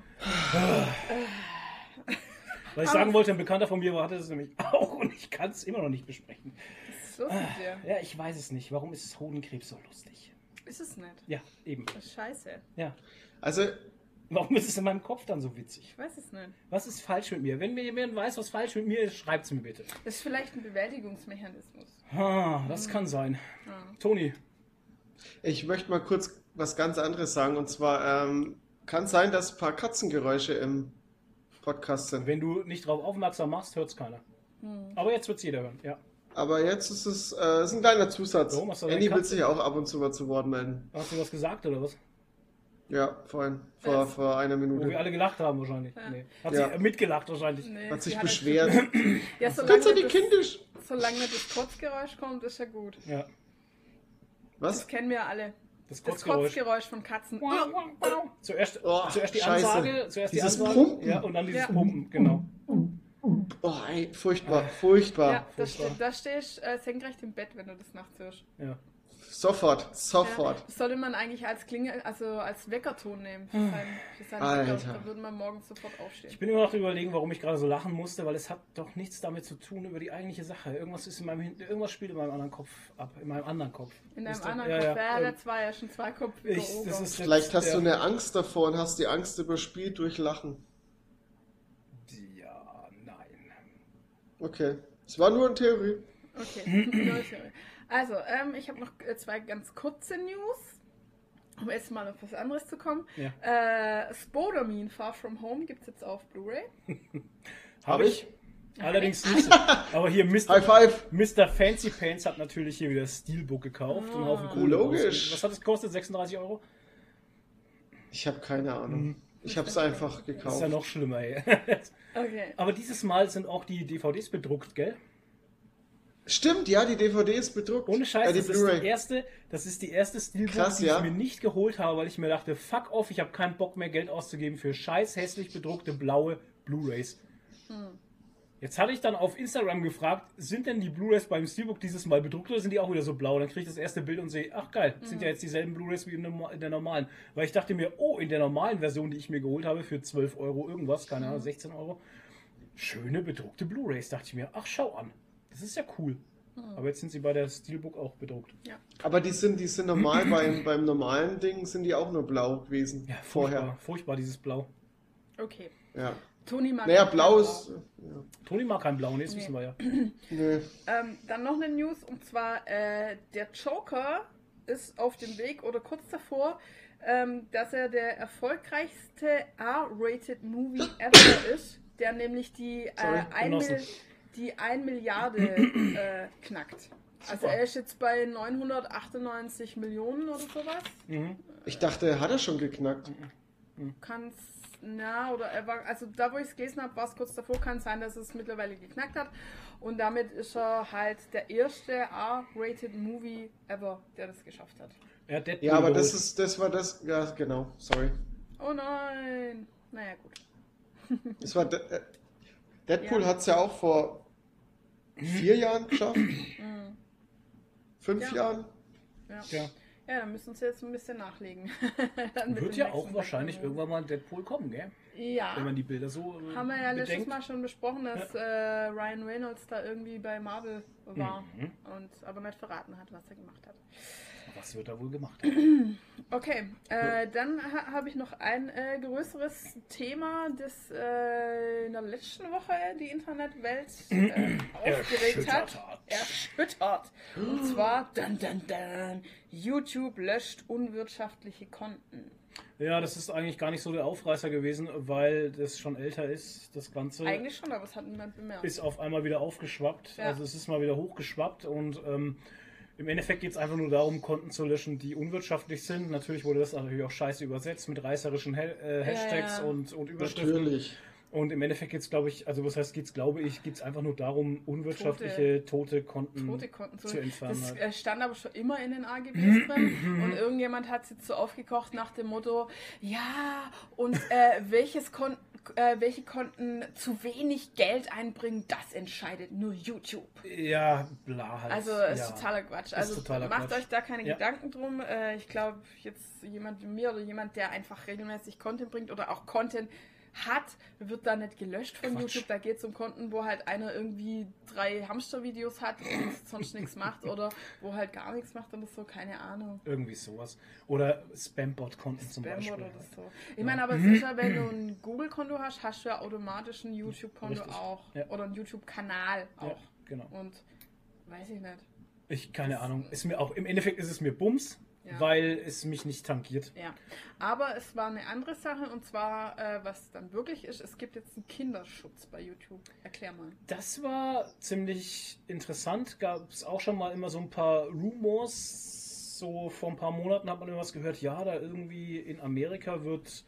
Was ich sagen wollte, ein Bekannter von mir hatte es nämlich auch und ich kann es immer noch nicht besprechen. So sind wir. Ja, ich weiß es nicht. Warum ist Hodenkrebs so lustig? Ist es nicht. Ja, eben. Das ist scheiße. Ja. Also, Warum ist es in meinem Kopf dann so witzig? Ich weiß es nicht. Was ist falsch mit mir? Wenn mir jemand weiß, was falsch mit mir ist, schreibt es mir bitte. Das ist vielleicht ein Bewältigungsmechanismus. Das kann sein. Toni, ich möchte mal kurz was ganz anderes sagen. Und zwar kann sein, dass ein paar Katzengeräusche im Podcast sind. wenn du nicht drauf aufmerksam machst, hört es keiner. Aber jetzt wird es jeder hören, ja. Aber jetzt ist es ist ein kleiner Zusatz. So, machst du deine Andy will Katze? sich auch ab und zu mal zu Wort melden. Hast du was gesagt oder was? Ja, vorhin. Vor einer Wo Minute. wir alle gelacht haben wahrscheinlich. Ja. Nee. Hat Ja. sie mitgelacht wahrscheinlich. Nee, Hat sich sie beschwert. Ja, Ganz solange die das, kindisch. solange nicht das Kotzgeräusch kommt, ist ja gut. Ja. Was? Das kennen wir alle. Das Das Kotzgeräusch. Kotzgeräusch von Katzen. Zuerst Oh, die scheiße. Ansage, zuerst Dieses die Ansage, Pumpen. ja, und dann dieses Ja. Pumpen, genau. Oh, ey, furchtbar, furchtbar. Ja, da stehe ich senkrecht im Bett, wenn du das nachts hörst. Ja. Sofort. Ja, das sollte man eigentlich als als Weckerton nehmen für seinen Alter. Wecker. Da würde man morgens sofort aufstehen. Ich bin immer noch überlegen, warum ich gerade so lachen musste, weil es hat doch nichts damit zu tun über die eigentliche Sache. Irgendwas spielt in meinem anderen Kopf ab, in meinem anderen Kopf. In deinem Ist doch- anderen ja, Kopf, ja. der war ja schon zweikopfiger Das ist Vielleicht hast du ja. eine Angst davor und hast die Angst überspielt durch Lachen. Ja, nein. Okay. Es war nur eine Theorie. Okay. Also, ich habe noch zwei ganz kurze News, um erst mal auf was anderes zu kommen. Ja. Spodermin Far From Home gibt es jetzt auf Blu-ray. Habe ich. Allerdings nicht. Aber hier High five! Mr. Fancy Pants hat natürlich hier wieder das Steelbook gekauft und einen Haufen Kohle. Logisch. raus. Was hat es gekostet? 36 Euro? Ich habe keine Ahnung. Ich habe es einfach Das ist gekauft. ja noch schlimmer, ey. Okay. Aber dieses Mal sind auch die DVDs bedruckt, gell? Stimmt, ja, die DVD ist bedruckt. Ohne Scheiß, die Blu-ray. das ist die erste Steelbook, Krass, die ja. ich mir nicht geholt habe, weil ich mir dachte, fuck off, ich habe keinen Bock mehr Geld auszugeben für scheiß hässlich bedruckte blaue Blu-Rays. Jetzt hatte ich dann auf Instagram gefragt, sind denn die Blu-Rays beim Steelbook dieses Mal bedruckt oder sind die auch wieder so blau? Dann kriege ich das erste Bild und sehe, ach geil, sind ja jetzt dieselben Blu-Rays wie in der normalen. Weil ich dachte mir, oh, in der normalen Version, die ich mir geholt habe, für 12 Euro irgendwas, keine Ahnung, 16 Euro, schöne bedruckte Blu-Rays, dachte ich mir, ach schau an, das ist ja cool. Aber jetzt sind sie bei der Steelbook auch bedruckt. Aber die sind normal, beim normalen Ding sind die auch nur blau gewesen. Ja, vorher. furchtbar dieses Blau. Okay. Ja. Toni mag Naja, kein blau ist. Ja. Toni mag kein Blau, nee, das wissen wir ja. Nee. Dann noch eine News, und zwar der Joker ist auf dem Weg oder kurz davor, dass er der erfolgreichste R-rated Movie ever ist, der nämlich die genossen. 1 Milliarde knackt. Also Super. er ist jetzt bei 998 Millionen oder sowas. Ich dachte, hat er schon geknackt. Oder er war, also da wo ich es gelesen habe, war es kurz davor, kann sein, dass es mittlerweile geknackt hat. Und damit ist er halt der erste R-rated Movie ever, der das geschafft hat. Er hat Deadpool Ja, aber geholt. das war das. Ja, genau. Sorry. Oh nein! Naja, gut. Das war Deadpool Ja. hat es ja auch vor 4 Jahren geschafft. 5 Ja. Jahren. Ja. Ja, dann müssen sie jetzt ein bisschen nachlegen. Dann mit Wird dem ja nächsten auch wahrscheinlich Deadpool. irgendwann mal Deadpool kommen, gell? Ja. Wenn man die Bilder so Haben wir ja letztes bedenkt. Mal schon besprochen, dass Ryan Reynolds da irgendwie bei Marvel war und aber nicht verraten hat, was er gemacht hat. Was wird da wohl gemacht? Okay, dann habe ich noch ein größeres Thema, das in der letzten Woche die Internetwelt aufgeregt hat. Erschüttert. Und zwar, YouTube löscht unwirtschaftliche Konten. Ja, das ist eigentlich gar nicht so der Aufreißer gewesen, weil das schon älter ist, das Ganze. Eigentlich schon, aber es hat niemand bemerkt. Ist auf einmal wieder aufgeschwappt. Ja. Also es ist mal wieder hochgeschwappt und im Endeffekt geht es einfach nur darum, Konten zu löschen, die unwirtschaftlich sind. Natürlich wurde das natürlich auch scheiße übersetzt mit reißerischen Hashtags Ja. und Überschriften. Natürlich. Und im Endeffekt geht es, glaube ich, also was heißt geht es einfach nur darum, unwirtschaftliche, tote Konten zu entfernen. Das halt. stand aber schon immer in den AGBs drin und irgendjemand hat es jetzt so aufgekocht nach dem Motto, ja, und welche Konten zu wenig Geld einbringen, das entscheidet nur YouTube. Ja, bla halt. Also ja. ist totaler Quatsch. Also totaler macht Quatsch. euch da keine Ja. Gedanken drum. Ich glaube, jetzt jemand wie mir oder jemand, der einfach regelmäßig Content bringt oder auch Content hat, wird da nicht gelöscht von Quatsch. YouTube. Da geht es um Konten, wo halt einer irgendwie 3 Hamstervideos hat und sonst nichts macht oder wo halt gar nichts macht oder so, keine Ahnung. Irgendwie sowas. Oder Spambot-Konten zum Spam Beispiel. oder so. Ich meine, aber es ist ja, wenn du ein Google-Konto hast, hast du ja automatisch ein YouTube-Konto Richtig. auch. Ja. Oder ein YouTube-Kanal auch. Ja, genau. Und weiß ich nicht. Keine Ahnung. Im Endeffekt ist es mir Bums, Ja. weil es mich nicht tangiert. Ja, aber es war eine andere Sache und zwar, was dann wirklich ist, es gibt jetzt einen Kinderschutz bei YouTube. Erklär mal. Das war ziemlich interessant. Gab es auch schon mal immer so ein paar Rumors. So vor ein paar Monaten hat man immer was gehört. Ja, da irgendwie in Amerika wird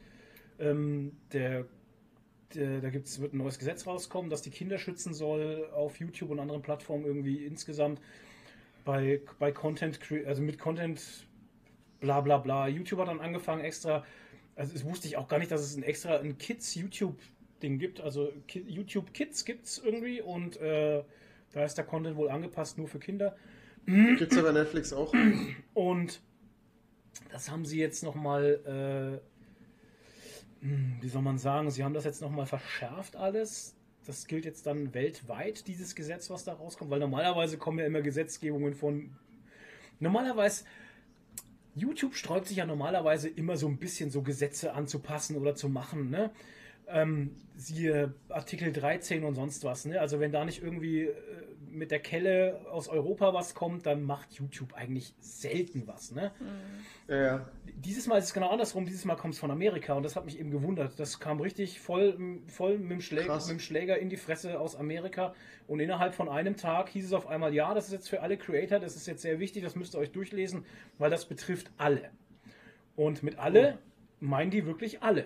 wird ein neues Gesetz rauskommen, das die Kinder schützen soll auf YouTube und anderen Plattformen irgendwie insgesamt bei Content, also mit Content bla bla bla. YouTube hat dann angefangen extra, also es wusste ich auch gar nicht, dass es ein Kids YouTube Ding gibt. Also YouTube Kids gibt's irgendwie und da ist der Content wohl angepasst nur für Kinder. Gibt's aber Netflix auch. Und das haben sie jetzt nochmal, wie soll man sagen, sie haben das jetzt nochmal verschärft alles. Das gilt jetzt dann weltweit, dieses Gesetz, was da rauskommt, weil normalerweise kommen ja immer Gesetzgebungen von... Normalerweise, YouTube sträubt sich ja normalerweise immer so ein bisschen so Gesetze anzupassen oder zu machen, ne? Siehe Artikel 13 und sonst was, ne? Also wenn da nicht irgendwie mit der Kelle aus Europa was kommt, dann macht YouTube eigentlich selten was, ne? Ja. Dieses Mal ist es genau andersrum, dieses Mal kommt es von Amerika und das hat mich eben gewundert. Das kam richtig voll mit dem Schläger in die Fresse aus Amerika und innerhalb von einem Tag hieß es auf einmal, ja, das ist jetzt für alle Creator, das ist jetzt sehr wichtig, das müsst ihr euch durchlesen, weil das betrifft alle. Und mit alle meinen die wirklich alle.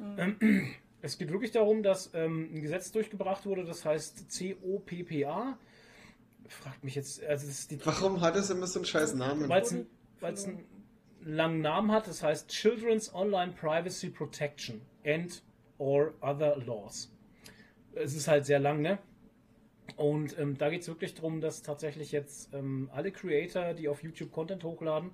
Es geht wirklich darum, dass ein Gesetz durchgebracht wurde, das heißt COPPA. Fragt mich jetzt, also das ist Warum hat es immer so einen scheiß Namen? Weil es einen langen Namen hat, das heißt Children's Online Privacy Protection and or Other Laws. Es ist halt sehr lang, ne? Und da geht es wirklich darum, dass tatsächlich jetzt alle Creator, die auf YouTube Content hochladen,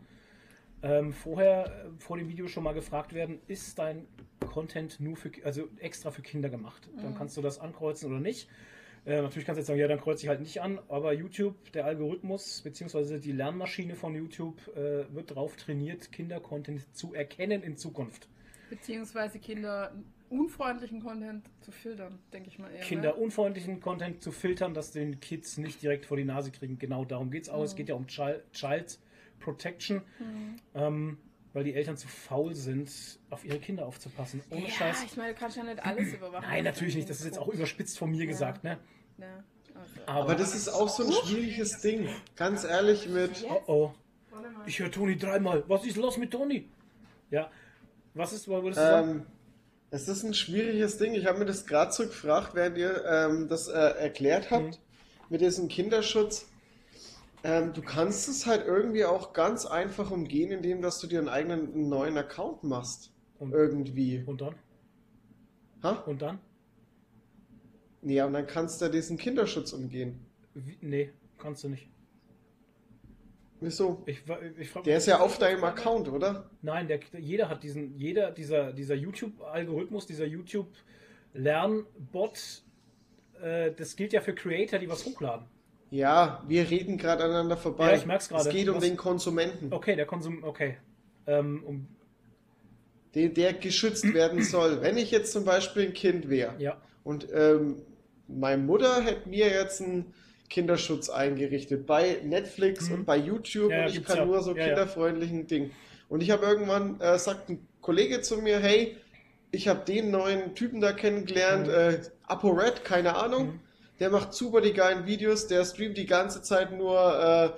vorher vor dem Video schon mal gefragt werden, ist dein Content nur also extra für Kinder gemacht? Dann kannst du das ankreuzen oder nicht. Natürlich kannst du jetzt sagen, ja, dann kreuze ich halt nicht an, aber YouTube, der Algorithmus bzw. die Lernmaschine von YouTube wird darauf trainiert, Kinder-Content zu erkennen in Zukunft. Beziehungsweise kinderunfreundlichen Content zu filtern, denke ich mal eher. Kinderunfreundlichen Content zu filtern, dass den Kids nicht direkt vor die Nase kriegen. Genau darum geht es auch. Es geht ja um Child Protection, weil die Eltern zu faul sind, auf ihre Kinder aufzupassen. Ohne Scheiß. Ich meine, du kannst ja nicht alles überwachen. Nein, natürlich nicht. Das ist jetzt auch überspitzt von mir gesagt, ne? Ja. Also. Aber das ist auch so ein schwieriges Ding. Ganz ehrlich mit... Oh. Ich höre Toni dreimal. Was ist los mit Toni? Ja. Was würdest du sagen? Es ist ein schwieriges Ding. Ich habe mir das gerade so gefragt, während ihr das erklärt habt, mit diesem Kinderschutz. Du kannst es halt irgendwie auch ganz einfach umgehen, indem dass du dir einen neuen Account machst. Irgendwie. Und dann? Ha? Und dann? Ja, und dann kannst du diesen Kinderschutz umgehen. Nee, kannst du nicht. Wieso? Ich frag Der ist ja auf deinem Account, oder? Nein, jeder hat dieser YouTube-Algorithmus, dieser YouTube-Lernbot, das gilt ja für Creator, die was hochladen. Ja, wir reden gerade aneinander vorbei. Ja, ich merk's gerade. Es geht um den Konsumenten. Okay, der Konsum, okay. Der geschützt werden soll. Wenn ich jetzt zum Beispiel ein Kind wäre ja. und meine Mutter hätte mir jetzt einen Kinderschutz eingerichtet bei Netflix und bei YouTube und ich kann nur so kinderfreundlichen Ding. Und ich habe irgendwann, sagt ein Kollege zu mir, hey, ich habe den neuen Typen da kennengelernt, ApoRed, keine Ahnung, der macht super die geilen Videos, der streamt die ganze Zeit nur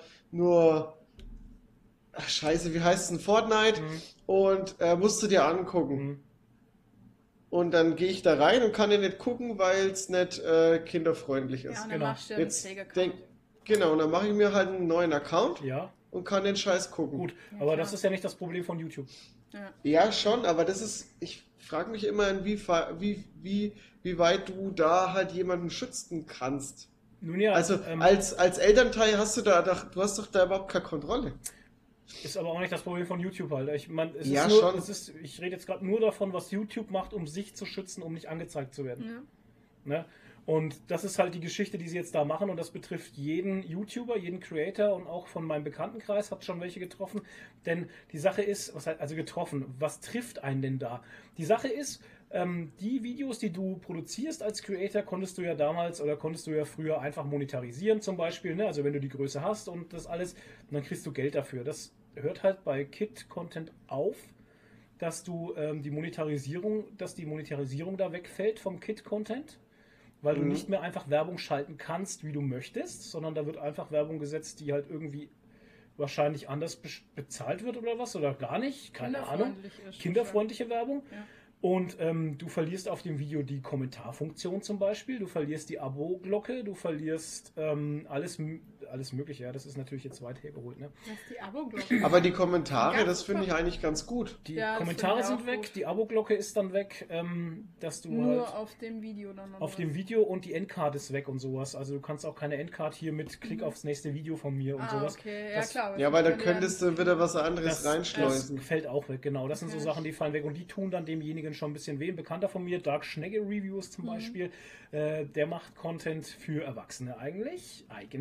scheiße, wie heißt es denn, Fortnite und musst du dir angucken. Und dann gehe ich da rein und kann den nicht gucken, weil es nicht kinderfreundlich ist. Ja, und dann machst du einen Fake-Account. Genau, und dann mache ich mir halt einen neuen Account und kann den Scheiß gucken. Gut, aber das ist ja nicht das Problem von YouTube. Ja, schon, aber das ist, ich frage mich immer, wie weit du da halt jemanden schützen kannst. Nun ja, also als Elternteil hast du hast doch da überhaupt keine Kontrolle. Ist aber auch nicht das Problem von YouTube halt. Ich meine, ich rede jetzt gerade nur davon, was YouTube macht, um sich zu schützen, um nicht angezeigt zu werden. Ja. Ne? Und das ist halt die Geschichte, die sie jetzt da machen und das betrifft jeden YouTuber, jeden Creator und auch von meinem Bekanntenkreis hat schon welche getroffen. Denn die Sache ist, was trifft einen denn da? Die Sache ist, die Videos, die du produzierst als Creator, konntest du ja früher einfach monetarisieren zum Beispiel. Ne? Also wenn du die Größe hast und das alles, dann kriegst du Geld dafür. Das hört halt bei Kid-Content auf, dass die Monetarisierung da wegfällt vom Kid-Content. Weil du nicht mehr einfach Werbung schalten kannst, wie du möchtest, sondern da wird einfach Werbung gesetzt, die halt irgendwie wahrscheinlich anders bezahlt wird oder was, oder gar nicht, keine Ahnung. Kinderfreundliche Werbung. Ja. Und du verlierst auf dem Video die Kommentarfunktion zum Beispiel, du verlierst die Abo-Glocke, du verlierst alles, alles mögliche. Ja, das ist natürlich jetzt weit hergeholt. Ne? Das ist die Abo-Glocke. Aber die Kommentare, das finde ich eigentlich ganz gut. Die Ja, das Kommentare finde ich sind auch weg, gut. die Abo-Glocke ist dann weg, dass du Nur halt auf dem Video dann. oder auf dem was? Video und die Endcard ist weg und sowas. Also du kannst auch keine Endcard hier mit Klick aufs nächste Video von mir und sowas. Okay, ja Das- klar. Ja, weil da das könntest du wieder was anderes Das reinschleusen. fällt auch weg, genau. Das sind so Okay. Sachen, die fallen weg und die tun dann demjenigen schon ein bisschen weh. Ein Bekannter von mir, Dark Schnegge Reviews zum Beispiel, der macht Content für Erwachsene eigentlich.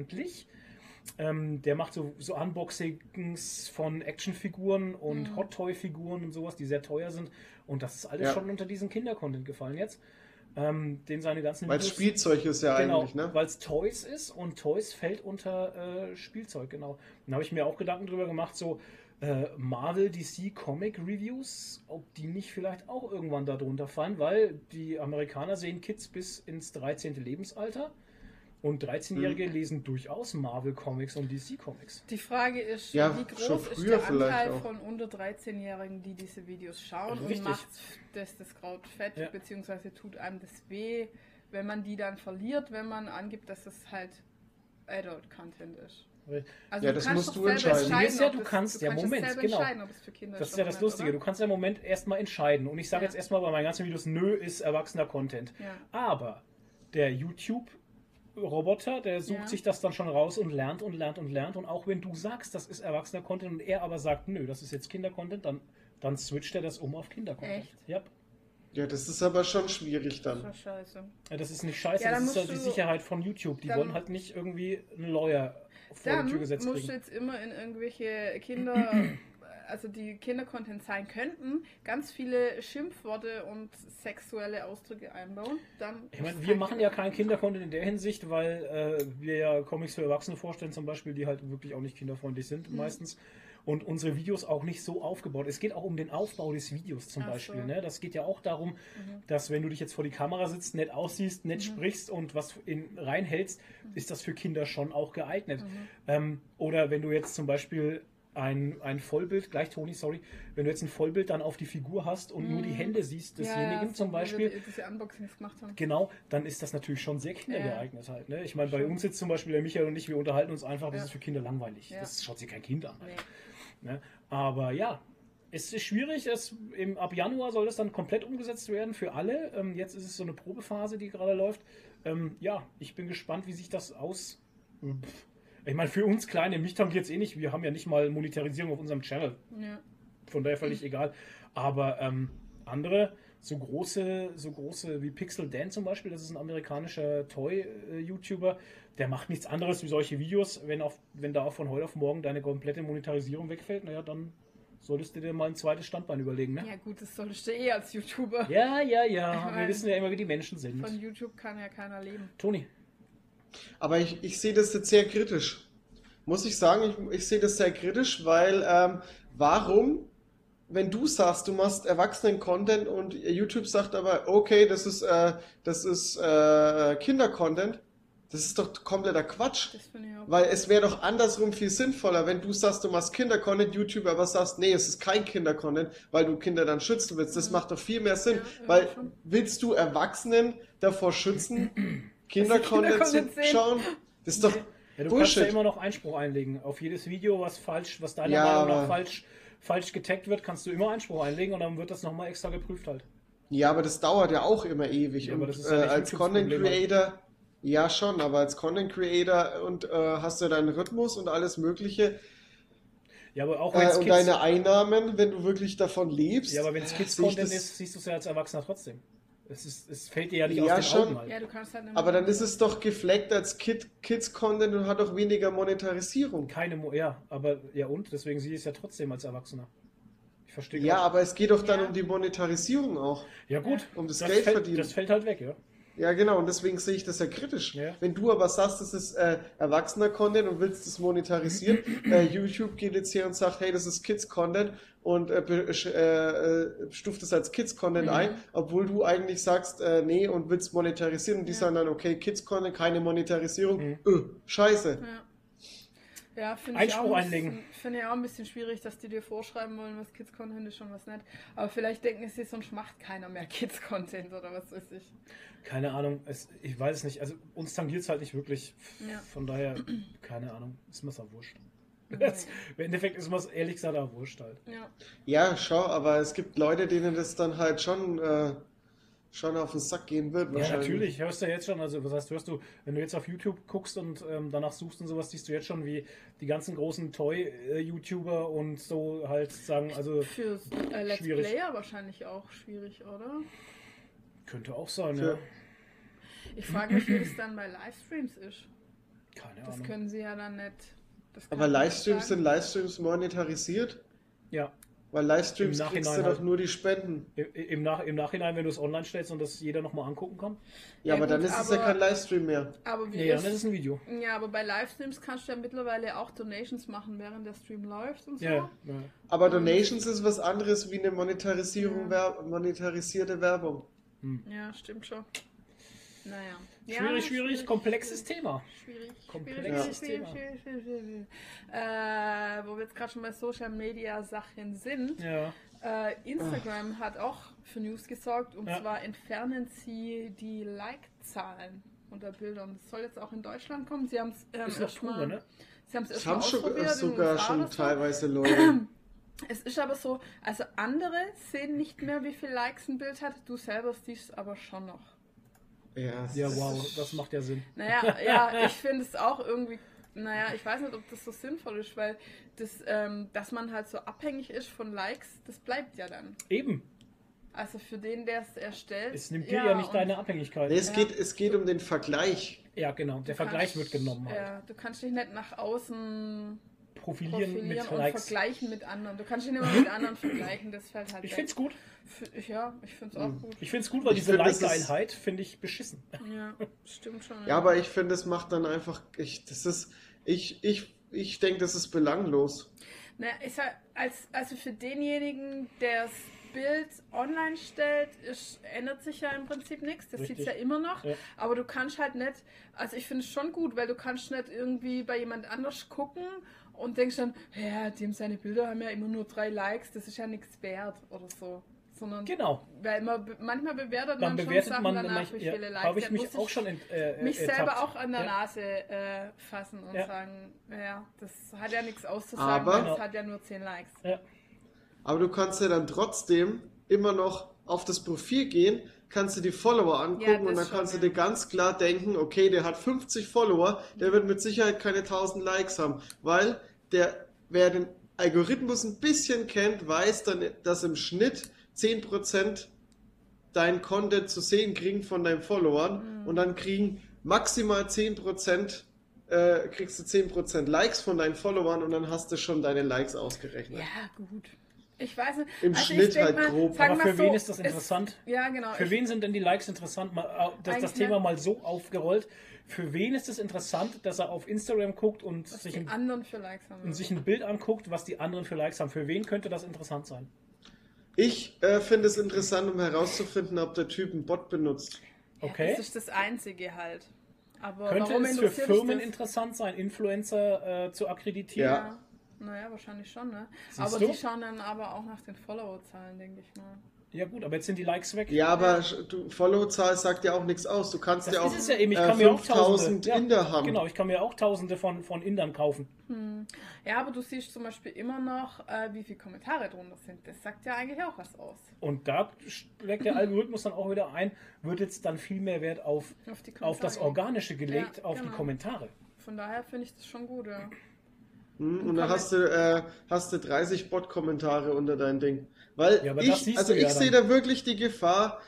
Der macht so Unboxings von Actionfiguren und Hot Toy Figuren und sowas, die sehr teuer sind. Und das ist alles Ja. schon unter diesen Kinder-Content gefallen jetzt. Den seine ganzen Weil es Videos- Spielzeug ist ja Genau, eigentlich, ne? weil es Toys ist und Toys fällt unter Spielzeug, genau. Dann habe ich mir auch Gedanken drüber gemacht, so Marvel, DC Comic Reviews, ob die nicht vielleicht auch irgendwann da drunter fallen, weil die Amerikaner sehen Kids bis ins 13. Lebensalter und 13-Jährige lesen durchaus Marvel Comics und DC Comics. Die Frage ist, Ja, wie schon groß ist früher der vielleicht Anteil auch. von unter 13-Jährigen, die diese Videos schauen Richtig. und macht das Kraut fett, Ja. beziehungsweise tut einem das weh, wenn man die dann verliert, wenn man angibt, dass es halt Adult-Content ist. Also Ja, du das kannst musst doch du selber entscheiden. Das Ding ist ja, ob du das- kannst- ja, es Moment, selber genau. entscheiden, ob es für Kinder Das ist oder ja das nicht, Lustige. oder? Du kannst ja im Moment erstmal entscheiden. Und ich sage Ja. jetzt erstmal bei meinen ganzen Videos, nö, ist erwachsener Content. Ja. Aber der YouTube-Roboter, der sucht Ja. sich das dann schon raus und lernt und lernt und lernt. Und auch wenn du sagst, das ist erwachsener Content und er aber sagt, nö, das ist jetzt Kinder-Content, dann switcht er das um auf Kinder-Content. Echt? Ja. Ja, das ist aber schon schwierig Das dann. ist scheiße. Ja, das ist nicht scheiße, Ja, das dann ist ja musst die du- Sicherheit von YouTube. Die dann- wollen halt nicht irgendwie einen Lawyer vor Dann die Tür gesetzt musst du kriegen. jetzt immer in irgendwelche also die Kinder-Content sein könnten, ganz viele Schimpfworte und sexuelle Ausdrücke einbauen. Dann Ich meine, ist wir kein machen ja keinen Kindercontent in der Hinsicht, weil wir ja Comics für Erwachsene vorstellen zum Beispiel, die halt wirklich auch nicht kinderfreundlich sind meistens. Und unsere Videos auch nicht so aufgebaut. Es geht auch um den Aufbau des Videos zum Ach Beispiel. so. Ne? Das geht ja auch darum, dass wenn du dich jetzt vor die Kamera sitzt, nett aussiehst, nett sprichst und was reinhältst, ist das für Kinder schon auch geeignet. Oder wenn du jetzt zum Beispiel ein Vollbild, gleich Toni, sorry, wenn du jetzt ein Vollbild dann auf die Figur hast und nur die Hände siehst desjenigen zum wo wir Beispiel, diese Unboxings gemacht haben. genau, dann ist das natürlich schon sehr kindergeeignet halt. Ne? Ich meine, bei Schon. uns jetzt zum Beispiel, der Michael und ich, wir unterhalten uns einfach, das Ja. ist für Kinder langweilig. Ja. Das schaut sich kein Kind an. Nee. Ne? Aber ja, es ist schwierig. Ab Januar soll das dann komplett umgesetzt werden für alle. Jetzt ist es so eine Probephase, die gerade läuft. Ja, ich bin gespannt, wie sich das Ich meine, für uns Kleine, mich tangiert es eh nicht. Wir haben ja nicht mal Monetarisierung auf unserem Channel. Ja. Von daher völlig egal. Aber andere, so große wie Pixel Dan zum Beispiel, das ist ein amerikanischer Toy-YouTuber, der macht nichts anderes wie solche Videos. Wenn da auch von heute auf morgen deine komplette Monetarisierung wegfällt, naja, dann solltest du dir mal ein zweites Standbein überlegen, ne? Ja gut, das solltest du eh als YouTuber. Ja. Ich Wir mein, wissen ja immer, wie die Menschen sind. Von YouTube kann ja keiner leben. Toni, Aber ich sehe das jetzt sehr kritisch. Muss ich sagen, ich sehe das sehr kritisch, weil warum, wenn du sagst, du machst Erwachsenen-Content und YouTube sagt aber, okay, das ist Kinder-Content, das ist doch kompletter Quatsch. Das finde ich auch. Weil es wäre doch andersrum viel sinnvoller, wenn du sagst, du machst Kinder-Content, YouTube aber sagst, nee, es ist kein Kinder-Content, weil du Kinder dann schützen willst. Das macht doch viel mehr Sinn, Ja, weil schon. willst du Erwachsenen davor schützen, Kinder-Content zu Kindercontent sehen? schauen? Das ist doch ja, du kannst Bullshit. ja immer noch Einspruch einlegen. Auf jedes Video, was deiner Ja, Meinung nach aber- falsch getaggt wird, kannst du immer Einspruch einlegen und dann wird das nochmal extra geprüft halt. Ja, aber das dauert ja auch immer ewig. Ja, und aber das ist ja nicht als YouTubes Content Problem halt. Creator, ja schon, aber als Content Creator und hast du deinen Rhythmus und alles Mögliche Ja, aber auch wenn es und Kids, deine Einnahmen, wenn du wirklich davon lebst. ja, aber wenn es sehe ich Kids-Content das- ist, siehst du es ja als Erwachsener trotzdem. Es fällt dir ja nicht Ja, aus den schon. Augen halt. Ja, du kannst halt nicht Aber dann ist es doch gefleckt als Kids-Content und hat auch weniger Monetarisierung. Ja, aber ja und? Deswegen sehe ich es ja trotzdem als Erwachsener. Ich verstehe Ja, grad- aber es geht doch dann Ja. um die Monetarisierung auch. Ja gut, um das Geld verdienen. Das fällt halt weg, ja. Ja, genau, und deswegen sehe ich das ja kritisch. Ja. Wenn du aber sagst, das ist erwachsener Content und willst das monetarisieren, YouTube geht jetzt her und sagt, hey, das ist Kids-Content und stuft es als Kids-Content ein, obwohl du eigentlich sagst, nee, und willst monetarisieren und die sagen dann, okay, Kids-Content, keine Monetarisierung, scheiße. Ja. Ja, finde ich Einspruch auch einlegen. Finde ich auch ein bisschen schwierig, dass die dir vorschreiben wollen, was Kids-Content ist und was nicht. Aber vielleicht denken sie, sonst macht keiner mehr Kids-Content oder was weiß ich. Keine Ahnung, ich weiß es nicht. Also uns tangiert es halt nicht wirklich. Ja. Von daher, keine Ahnung, ist mir's auch wurscht. Nee. Im Endeffekt ist mir's ehrlich gesagt auch wurscht halt. Ja. Ja, schau, aber es gibt Leute, denen das dann halt schon auf den Sack gehen wird. Ja, natürlich. Hörst du jetzt schon, also was heißt, wenn du jetzt auf YouTube guckst und danach suchst und sowas, siehst du jetzt schon, wie die ganzen großen Toy-YouTuber und so halt sagen, also Für Let's schwierig. Player wahrscheinlich auch schwierig, oder? Könnte auch sein, Für- ja. Ich frage mich, wie das dann bei Livestreams ist. Keine Das Ahnung. können sie ja dann nicht. Das kann Aber ich nicht Livestreams sagen. sind Livestreams monetarisiert? Ja. Weil Livestreams Im kriegst du Nachhinein doch nur die Spenden. Im Nachhinein, wenn du es online stellst und das jeder nochmal angucken kann. Ja, aber gut, dann ist es ja aber- kein Livestream mehr. Aber wie Ja, ist, dann ist es ein Video. ja, aber bei Livestreams kannst du ja mittlerweile auch Donations machen, während der Stream läuft und so. Ja. Aber Donations ist was anderes wie eine monetarisierte Werbung. Ja, stimmt schon. Naja. Schwierig, komplexes Thema. Schwierig. Komplexes Thema. Schwierig. Wo wir jetzt gerade schon bei Social Media Sachen sind. Ja. Instagram hat auch für News gesorgt und Ja. zwar entfernen sie die Like-Zahlen unter Bildern. Das soll jetzt auch in Deutschland kommen. Sie haben es Ist noch pure, ne? Sie haben es Das erst haben ausprobiert. in den sogar USA schon oder so. teilweise Leute. Es ist aber so, also andere sehen nicht mehr, wie viel Likes ein Bild hat. Du selber siehst es aber schon noch. Ja, Ja, wow, das macht ja Sinn. Naja, ja, ich finde es auch irgendwie, naja, ich weiß nicht, ob das so sinnvoll ist, weil das, dass man halt so abhängig ist von Likes, das bleibt ja dann. Eben. Also für den, der es erstellt. Es nimmt dir ja nicht und deine Abhängigkeit. Nee, es geht um den Vergleich. Ja, genau. Der du Vergleich kannst- wird genommen halt. Ja, du kannst dich nicht nach außen Profilieren mit und Likes. vergleichen mit anderen. Du kannst dich nicht mehr mit anderen vergleichen, das fällt halt Ich weg. find's gut. Ja, ich find's auch gut. Ich find's gut, weil Ich diese find, das ist- Like-Geilheit finde ich beschissen. Ja, stimmt schon. Ja, aber ich finde, es macht dann einfach. Ich denke, das ist belanglos. Na, ist halt also für denjenigen, der das Bild online stellt, ändert sich ja im Prinzip nichts. Das Richtig. sieht ja immer noch. Ja. Aber du kannst halt nicht, also ich finde es schon gut, weil du kannst nicht irgendwie bei jemand anders gucken und denkst dann, ja, dem seine Bilder haben ja immer nur 3 Likes, das ist ja nichts wert oder so. Sondern Genau. weil manchmal bewertet Dann man schon bewertet Sachen man, danach, wie viele Likes. habe ich Der mich muss auch sich schon mich ertappt. selber auch an der Ja. Nase fassen und Ja. sagen, ja, das hat ja nichts auszusagen, Aber- weil es hat ja nur 10 Likes. Ja. Aber du kannst ja dann trotzdem immer noch auf das Profil gehen, kannst du die Follower angucken Ja, das und dann schon, kannst du ja. dir ganz klar denken, okay, der hat 50 Follower, der wird mit Sicherheit keine 1000 Likes haben, weil wer den Algorithmus ein bisschen kennt, weiß dann, dass im Schnitt 10% dein Content zu sehen kriegen von deinen Followern Mhm. und dann kriegen maximal 10%, kriegst du 10% Likes von deinen Followern und dann hast du schon deine Likes ausgerechnet. Ja, gut. Ich weiß nicht. Im ich Schnitt denk halt mal, grob. sagen Aber wir für so, wen ist das interessant? Ja, genau. Für wen sind denn die Likes interessant? Mal, das Eigentlich Thema nicht. mal so aufgerollt. Für wen ist es interessant, dass er auf Instagram guckt und was sich die ein, anderen für Likes haben. und sich ein Bild anguckt, was die anderen für Likes haben? Für wen könnte das interessant sein? Ich finde es interessant, um herauszufinden, ob der Typ einen Bot benutzt. Okay. Das ist das Einzige halt. Aber Könnte warum es für interessiert dich Firmen das? interessant sein, Influencer zu akkreditieren? Ja. Naja, wahrscheinlich schon, ne? Siehst Aber du? die schauen dann aber auch nach den Follower-Zahlen, denke ich mal. Ja gut, aber jetzt sind die Likes weg. Ja, aber Follow-Zahl sagt ja auch nichts aus. Du kannst Das ja auch ist es ja eben. Ich kann mir auch 5000 Tausende, Inder haben. Genau, ich kann mir auch Tausende von Indern kaufen. Ja, aber du siehst zum Beispiel immer noch, wie viele Kommentare drunter sind. Das sagt ja eigentlich auch was aus. Und da schlägt der Algorithmus dann auch wieder ein, wird jetzt dann viel mehr Wert auf Auf die Kommentare. das Organische gelegt, Ja, auf die genau. Kommentare. Von daher finde ich das schon gut, ja. Und dann hast du 30 Bot-Kommentare unter dein Ding. Weil Ja, aber das siehst du ja ich sehe dann. da wirklich die Gefahr,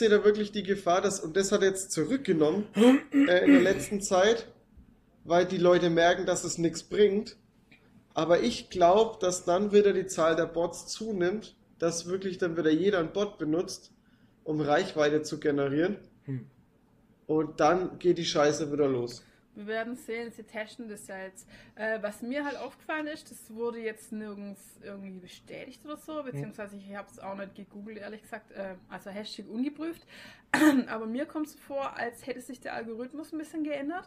dass, und das hat er jetzt zurückgenommen in der letzten Zeit, weil die Leute merken, dass es nichts bringt. Aber ich glaube, dass dann wieder die Zahl der Bots zunimmt, dass wirklich dann wieder jeder einen Bot benutzt, um Reichweite zu generieren. Und dann geht die Scheiße wieder los. Wir werden sehen, sie testen das ja jetzt. Was mir halt aufgefallen ist, das wurde jetzt nirgends irgendwie bestätigt oder so, beziehungsweise ich habe es auch nicht gegoogelt, ehrlich gesagt, also Hashtag ungeprüft. Aber mir kommt es vor, als hätte sich der Algorithmus ein bisschen geändert,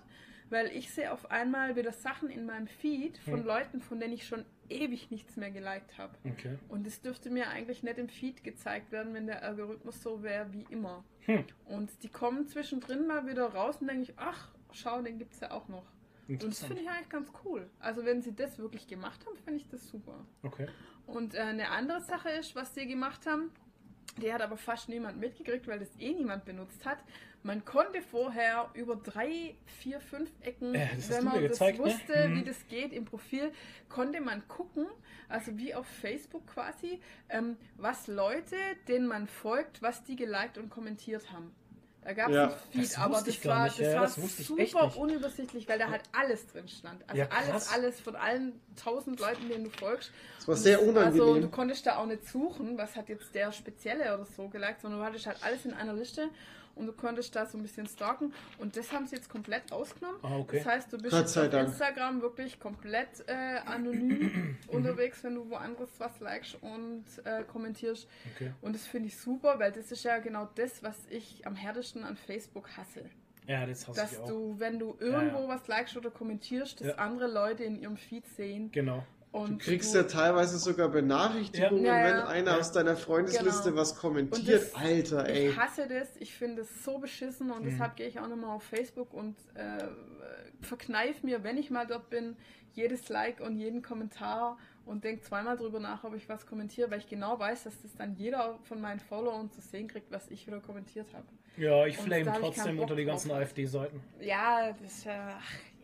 weil ich sehe auf einmal wieder Sachen in meinem Feed von Leuten, von denen ich schon ewig nichts mehr geliked habe. Okay. Und es dürfte mir eigentlich nicht im Feed gezeigt werden, wenn der Algorithmus so wäre wie immer. Und die kommen zwischendrin mal wieder raus und denke ich, ach, schau, den gibt es ja auch noch. Und das finde ich eigentlich ganz cool. Also wenn sie das wirklich gemacht haben, finde ich das super. Okay. Und eine andere Sache ist, was sie gemacht haben, die hat aber fast niemand mitgekriegt, weil das niemand benutzt hat. Man konnte vorher über 3, 4, 5 Ecken, wenn man gezeigt, das wusste, wie das geht im Profil, konnte man gucken, also wie auf Facebook quasi, was Leute, denen man folgt, was die geliked und kommentiert haben. Da gab es ein Feed, aber das war super unübersichtlich, weil da halt alles drin stand. Also alles von allen 1000 Leuten, denen du folgst. Das war sehr unangenehm. Also du konntest da auch nicht suchen, was hat jetzt der Spezielle oder so geliked, sondern du hattest halt alles in einer Liste und du konntest da so ein bisschen stalken und das haben sie jetzt komplett ausgenommen. Okay. Das heißt, du bist jetzt auf Instagram wirklich komplett anonym unterwegs, wenn du woanders was likest und kommentierst. Okay. Und das finde ich super, weil das ist ja genau das, was ich am härtesten an Facebook hasse. Ja, das hasse ich auch. Dass du, wenn du irgendwo was likest oder kommentierst, dass andere Leute in ihrem Feed sehen. Genau. Und du kriegst ja teilweise sogar Benachrichtigungen, wenn einer aus deiner Freundesliste was kommentiert. Alter, ey. Ich hasse das, ich finde es so beschissen und deshalb gehe ich auch nochmal auf Facebook und verkneif mir, wenn ich mal dort bin, jedes Like und jeden Kommentar und denke zweimal drüber nach, ob ich was kommentiere, weil ich genau weiß, dass das dann jeder von meinen Followern zu sehen kriegt, was ich wieder kommentiert habe. Ja, ich flame trotzdem unter die ganzen AfD-Seiten. Ja, das ist ja...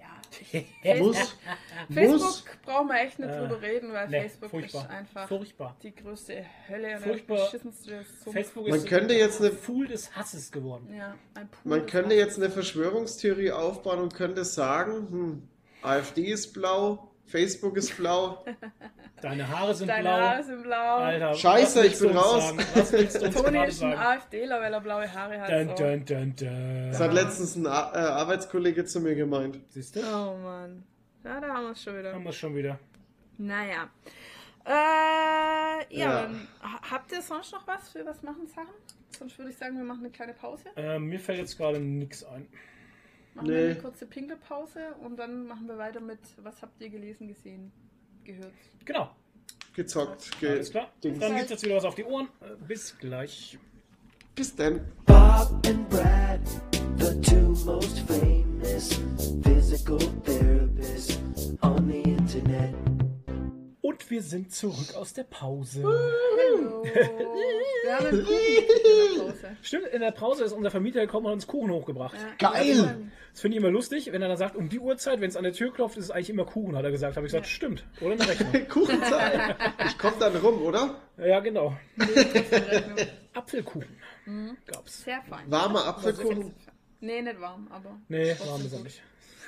Facebook brauchen wir echt nicht drüber reden, weil Facebook ist einfach die größte Hölle und der beschissenste Sumpf. Facebook ist ein Pool des Hasses geworden. Ja, ein Pool man könnte jetzt eine Verschwörungstheorie aufbauen und könnte sagen, AfD ist blau, Facebook ist blau. Deine Haare sind blau. Alter, Scheiße, ich bin raus. Toni ist ein AfDler, weil er blaue Haare hat. Das hat letztens ein Arbeitskollege zu mir gemeint. Siehst du? Oh Mann. Ja, da haben wir es schon wieder. Naja. Dann habt ihr sonst noch was für was machen Sachen? Sonst würde ich sagen, wir machen eine kleine Pause. Mir fällt jetzt gerade nichts ein. Machen wir eine kurze Pinkelpause und dann machen wir weiter mit was habt ihr gelesen, gesehen, gehört. Genau. Gezockt. Alles klar. Dann gibt's jetzt wieder was auf die Ohren. Bis gleich. Bis dann. Bob and Brad, the two most famous physical therapists on the internet. Und wir sind zurück aus der Pause. Hallo. Wir haben einen Kuchen in der Pause. Stimmt, in der Pause ist unser Vermieter gekommen und hat uns Kuchen hochgebracht. Ja, geil! Das finde ich immer lustig, wenn er dann sagt, um die Uhrzeit, wenn es an der Tür klopft, ist es eigentlich immer Kuchen, hat er gesagt. Habe ich gesagt, stimmt. Oder eine Rechnung. Kuchenzeit. Ich komme dann rum, oder? Ja, genau. Apfelkuchen gab's. Sehr fein. Warmer Apfelkuchen? Nee, nicht warm, aber... Nee, warm ist er nicht.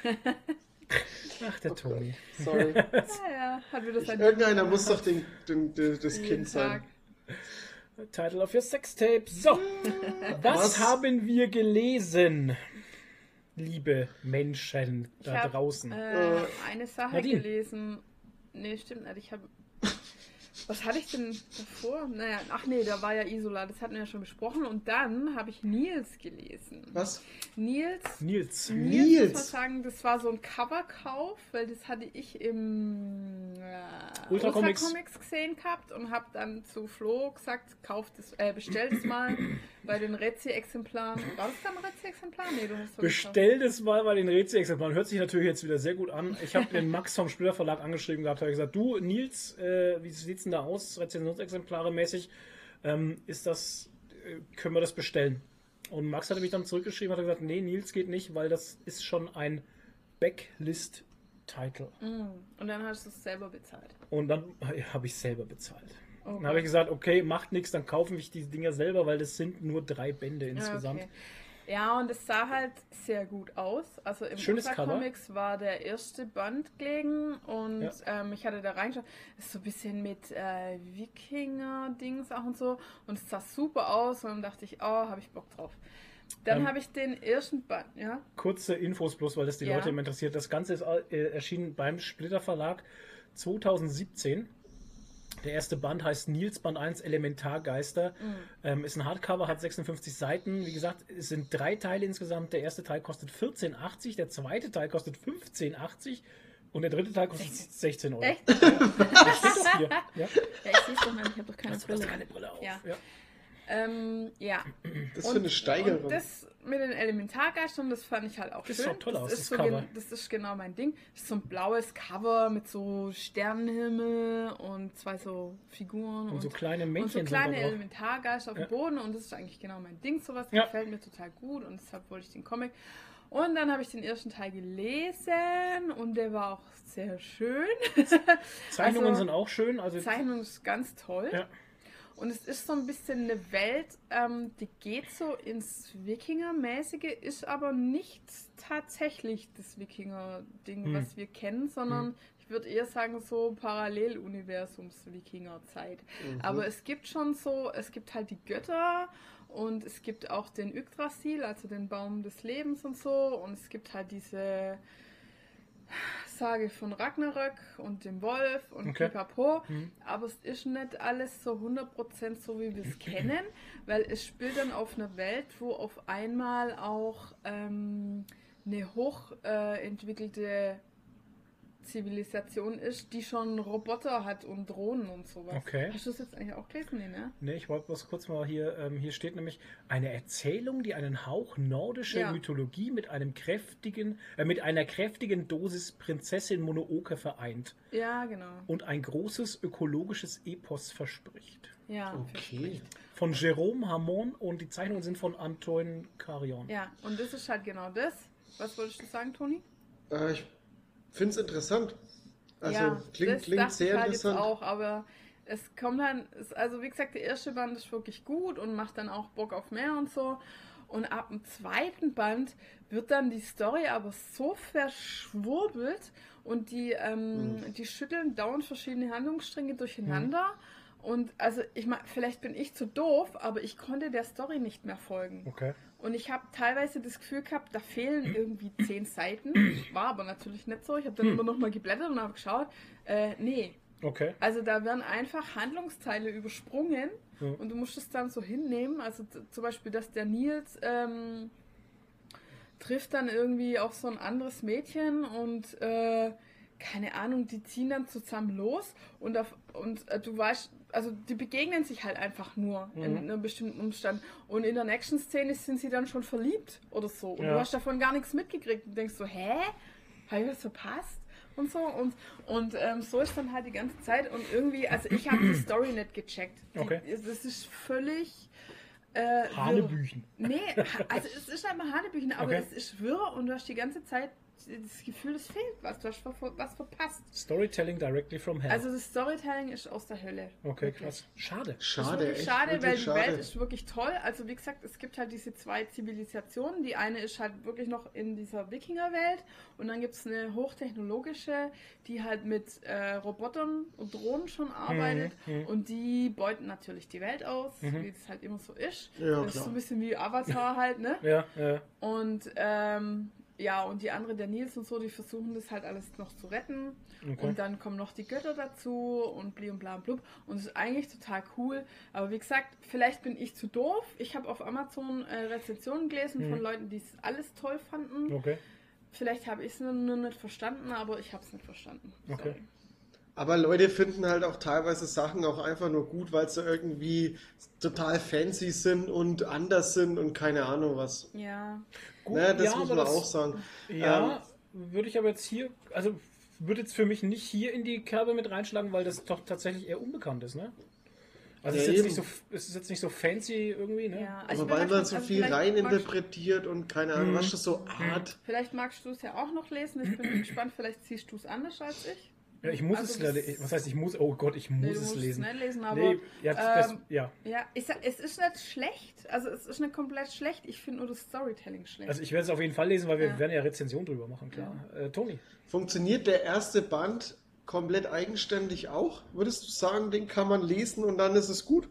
Ach, der Toni. Sorry. Ja, hat wieder sein... Irgendeiner muss doch das Kind sein. Title of your Sextape. So, was haben wir gelesen, liebe Menschen da draußen? Eine Sache gelesen. Nee, stimmt nicht. Ich habe... Was hatte ich denn davor? Naja, da war ja Isola, das hatten wir ja schon besprochen. Und dann habe ich Nils gelesen. Was? Nils Nils. muss man sagen, das war so ein Coverkauf, weil das hatte ich im Ultra Comics gesehen gehabt und habe dann zu Flo gesagt, bestell das mal bei den Rezi-Exemplaren. War das dann ein Rezi-Exemplar? Nee, du hast so bestell das mal bei den Rezi-Exemplaren. Hört sich natürlich jetzt wieder sehr gut an. Ich habe den Max vom Splitter Verlag angeschrieben gehabt, habe gesagt, du Nils, wie sieht's denn da aus, Rezensionsexemplare mäßig, können wir das bestellen? Und Max hatte mich dann zurückgeschrieben, hat gesagt, nee, Nils geht nicht, weil das ist schon ein Backlist-Title. Und dann hast du es selber bezahlt. Und dann habe ich selber bezahlt. Okay. Dann habe ich gesagt, okay, macht nichts, dann kaufen wir die Dinger selber, weil das sind nur 3 Bände insgesamt. Okay. Ja, und es sah halt sehr gut aus. Also im Ultra Comics war der erste Band gelegen und ich hatte da reingeschaut. Das ist so ein bisschen mit Wikinger-Dings auch und so. Und es sah super aus und dann dachte ich, habe ich Bock drauf. Dann habe ich den ersten Band, Kurze Infos bloß, weil das die Leute immer interessiert. Das Ganze ist erschienen beim Splitter Verlag 2017. Der erste Band heißt Nils Band 1 Elementargeister. Ist ein Hardcover, hat 56 Seiten. Wie gesagt, es sind 3 Teile insgesamt. Der erste Teil kostet 14,80, der zweite Teil kostet 15,80 und der dritte Teil kostet 16 Euro. Echt? Das steht doch hier. Ja? Ja, ich sehe es doch mal, ich habe doch keine Du hast Brille. keine Brille auf. Ja. Ja. Ja. Das für eine Steigerung. Und das mit den Elementargeistern, das fand ich halt auch Das schön. sieht auch toll aus, ist das so Cover. das ist genau mein Ding. Das ist so ein blaues Cover mit so Sternenhimmel und 2 so Figuren Und so kleine und Männchen so sind kleine da drauf. Elementargeister auf dem Boden und das ist eigentlich genau mein Ding. Sowas Ja. gefällt mir total gut und deshalb wollte ich den Comic. Und dann habe ich den ersten Teil gelesen und der war auch sehr schön. Zeichnungen Also, sind auch schön. Also Die Zeichnung ist ganz toll. Ja. Und es ist so ein bisschen eine Welt, die geht so ins Wikinger-mäßige, ist aber nicht tatsächlich das Wikinger-Ding, was wir kennen, sondern ich würde eher sagen so Paralleluniversums-Wikinger-Zeit. Aber es gibt schon so, es gibt halt die Götter und es gibt auch den Yggdrasil, also den Baum des Lebens und so. Und es gibt halt diese Sage von Ragnarök und dem Wolf und Okay. Pipapo, aber es ist nicht alles so 100% so, wie wir es kennen, weil es spielt dann auf einer Welt, wo auf einmal auch eine hochentwickelte Zivilisation ist, die schon Roboter hat und Drohnen und sowas. Okay. Hast du das jetzt eigentlich auch gelesen? Nee, ne? Ne, ich wollte was kurz mal hier, hier steht nämlich eine Erzählung, die einen Hauch nordischer Ja. Mythologie mit einer kräftigen Dosis Prinzessin Mononoke vereint Ja, genau. und ein großes ökologisches Epos verspricht. Ja, Okay. Von Jérôme Hamon und die Zeichnungen sind von Antoine Carillon. ja, und das ist halt genau das. Was wolltest du sagen, Toni? Ich finde es interessant. Also Ja, klingt das dachte sehr ich halt interessant. jetzt auch, aber es kommt dann, also wie gesagt, der erste Band ist wirklich gut und macht dann auch Bock auf mehr und so. Und ab dem zweiten Band wird dann die Story aber so verschwurbelt und die schütteln dauernd verschiedene Handlungsstränge durcheinander. Und also ich meine, vielleicht bin ich zu doof, aber ich konnte der Story nicht mehr folgen. Okay. Und ich habe teilweise das Gefühl gehabt, da fehlen irgendwie 10 Seiten. War aber natürlich nicht so. Ich habe dann immer noch mal geblättert und habe geschaut. Nee. Okay. Also da werden einfach Handlungsteile übersprungen Ja. und du musst es dann so hinnehmen. Also zum Beispiel, dass der Nils trifft dann irgendwie auf so ein anderes Mädchen und keine Ahnung, die ziehen dann zusammen los und du weißt, also die begegnen sich halt einfach nur in einem bestimmten Umstand und in der nächsten Szene sind sie dann schon verliebt oder so und Ja. du hast davon gar nichts mitgekriegt und denkst so, hä? Habe ich was verpasst? Und so und so ist dann halt die ganze Zeit und irgendwie, also ich habe die Story nicht gecheckt. Okay. Das ist völlig Hanebüchen. Nee, also es ist einfach Hanebüchen, aber Okay. es ist wirr und du hast die ganze Zeit das Gefühl, es fehlt was, du hast was verpasst. Storytelling directly from hell. Also das Storytelling ist aus der Hölle. okay, Wirklich. krass. Schade. Das ist Schade, wirklich echt. schade, wirklich weil die schade. Welt ist wirklich toll. Also wie gesagt, es gibt halt diese 2 Zivilisationen. Die eine ist halt wirklich noch in dieser Wikingerwelt und dann gibt es eine hochtechnologische, die halt mit Robotern und Drohnen schon arbeitet und die beuten natürlich die Welt aus, wie es halt immer so ist. Ja, das ist klar. so ein bisschen wie Avatar halt, ne? Ja, Und ja, und die andere, der Nils und so, die versuchen das halt alles noch zu retten. Okay. Und dann kommen noch die Götter dazu und bli und bla und blub. Und es ist eigentlich total cool. Aber wie gesagt, vielleicht bin ich zu doof. Ich habe auf Amazon Rezensionen gelesen von Leuten, die es alles toll fanden. okay. Vielleicht habe ich es nur nicht verstanden, aber ich habe es nicht verstanden. Okay. Sorry. Aber Leute finden halt auch teilweise Sachen auch einfach nur gut, weil sie irgendwie total fancy sind und anders sind und keine Ahnung was. Ja. Gut, Ne, das ja, muss aber man auch sagen. Ja, würde ich aber jetzt hier, also würde jetzt für mich nicht hier in die Kerbe mit reinschlagen, weil das doch tatsächlich eher unbekannt ist, ne? Also Ja, es, ist jetzt eben. nicht so, es ist jetzt nicht so fancy irgendwie, ne? Ja, Aber ich bin weil man davon- so also viel vielleicht reininterpretiert und keine Ahnung, was das so Art. Vielleicht magst du es ja auch noch lesen. Ich bin gespannt, vielleicht siehst du es anders als ich. Ja, ich muss Also es leider, das- was heißt ich muss, oh Gott, ich muss Nee, du es musst lesen. es nicht lesen, aber Nee, ja, das, ja. ja, es ist nicht schlecht. Also es ist nicht komplett schlecht. Ich finde nur das Storytelling schlecht. Also ich werde es auf jeden Fall lesen, weil wir Ja. werden ja Rezension drüber machen, klar. Toni? Funktioniert der erste Band komplett eigenständig auch? Würdest du sagen, den kann man lesen und dann ist es gut?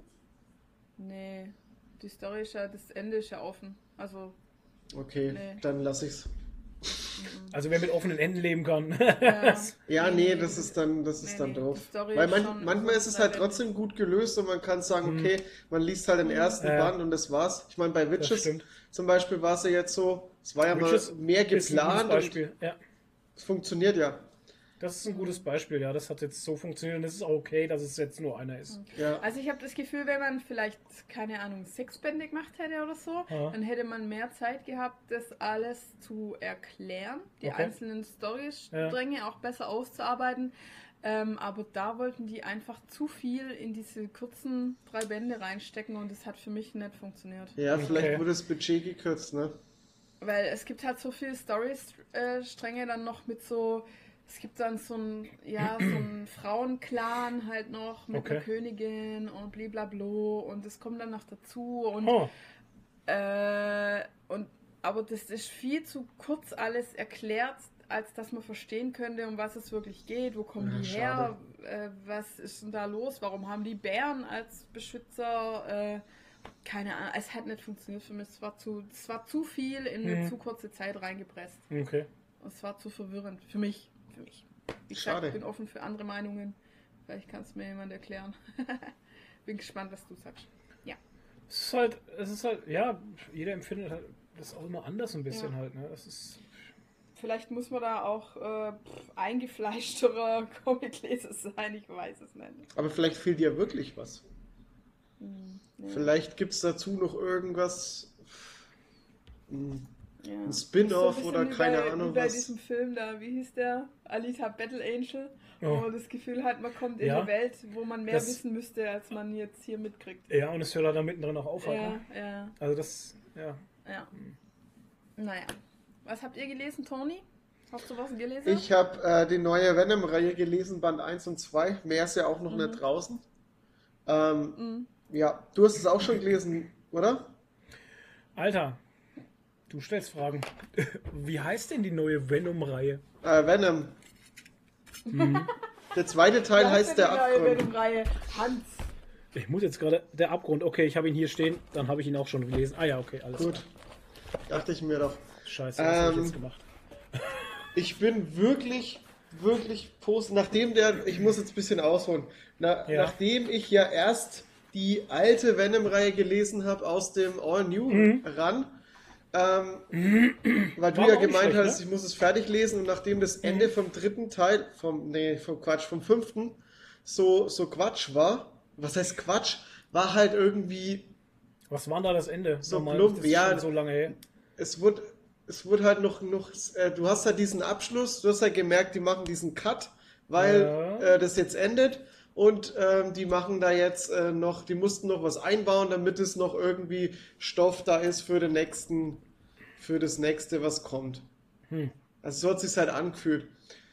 Nee, die Story ist ja, das Ende ist ja offen. Also, Okay, Nee. dann lass ich's. Also wer mit offenen Enden leben kann. Ja. Ja, nee, das ist dann Nee, doof. die Story Weil ist schon manchmal ist es halt lebendig. trotzdem gut gelöst und man kann sagen, okay, man liest halt den ersten Ja. Band und das war's. Ich meine, bei Witches stimmt. zum Beispiel war es ja jetzt so, es war ja Witches mal mehr ist ein gutes geplant und Beispiel. Ja, es funktioniert ja. das ist ein gutes Beispiel. Ja, das hat jetzt so funktioniert und es ist auch okay, dass es jetzt nur einer ist. Ja. Also ich habe das Gefühl, wenn man vielleicht, keine Ahnung, 6-bändig gemacht hätte oder so, Ja. dann hätte man mehr Zeit gehabt, das alles zu erklären, die Okay. einzelnen Storystränge auch besser auszuarbeiten. Aber da wollten die einfach zu viel in diese kurzen 3 Bände reinstecken und das hat für mich nicht funktioniert. Ja, vielleicht Okay. wurde das Budget gekürzt, ne? Weil es gibt halt so viele Storystränge dann noch mit so, es gibt dann so ein Frauenclan halt noch mit Okay. einer Königin und blablabla und das kommt dann noch dazu und, Oh, aber das ist viel zu kurz alles erklärt, als dass man verstehen könnte, um was es wirklich geht, wo kommen Ja, die schade. her, was ist denn da los, warum haben die Bären als Beschützer, keine Ahnung, es hat nicht funktioniert für mich, es war zu viel in eine zu kurze Zeit reingepresst. okay. Und es war zu verwirrend. Für mich. Wie gesagt, Schade. ich bin offen für andere Meinungen. Vielleicht kann es mir jemand erklären. Bin gespannt, was du sagst. Ja. Es ist halt, ja, jeder empfindet halt das auch immer anders ein bisschen Ja. halt, ne? Das ist, Vielleicht muss man da auch eingefleischterer Comicleser sein, ich weiß es nicht. Aber vielleicht fehlt dir wirklich was. Ja. Vielleicht gibt es dazu noch irgendwas, Ja. ein Das Spin-off ist so ein oder bisschen keine wie Ahnung bei was. diesem Film da, wie hieß der? Alita Battle Angel. Oh. Wo man das Gefühl hat, man kommt in Ja. eine Welt, wo man mehr Das- wissen müsste, als man jetzt hier mitkriegt. ja, und es hört halt da mittendrin auch auf halt, Ja, ne? ja. Also das, ja. Ja. Naja. Was habt ihr gelesen, Toni? Hast du was gelesen? Ich habe die neue Venom-Reihe gelesen, Band 1 und 2. Mehr ist ja auch noch nicht draußen. Ja, du hast es auch schon gelesen, oder? Alter, du stellst Fragen. Wie heißt denn die neue Venom-Reihe? Venom. Der zweite Teil heißt der Abgrund. Reihe. Hans. Ich muss jetzt gerade, der Abgrund, okay, ich habe ihn hier stehen, dann habe ich ihn auch schon gelesen. Ah ja, okay, alles Gut. klar. Dachte ich mir doch. Scheiße, was habe ich Ähm, jetzt gemacht? Ich bin wirklich nachdem ich muss jetzt ein bisschen ausholen, Ja. nachdem ich ja erst die alte Venom-Reihe gelesen habe aus dem All-New-Run, weil du War ja auch nicht gemeint schlecht, hast, ne? ich muss es fertig lesen und nachdem das Ende vom dritten Teil, vom 5. so Quatsch war, was heißt Quatsch, war halt irgendwie, Was war da das Ende? so Nochmal, plump, das ist ja. schon so lange her. es wurde halt noch du hast halt diesen Abschluss, du hast halt gemerkt, die machen diesen Cut, weil Ja. das jetzt endet und die machen da jetzt die mussten noch was einbauen, damit es noch irgendwie Stoff da ist für das nächste, was kommt. Also so hat es sich halt angefühlt.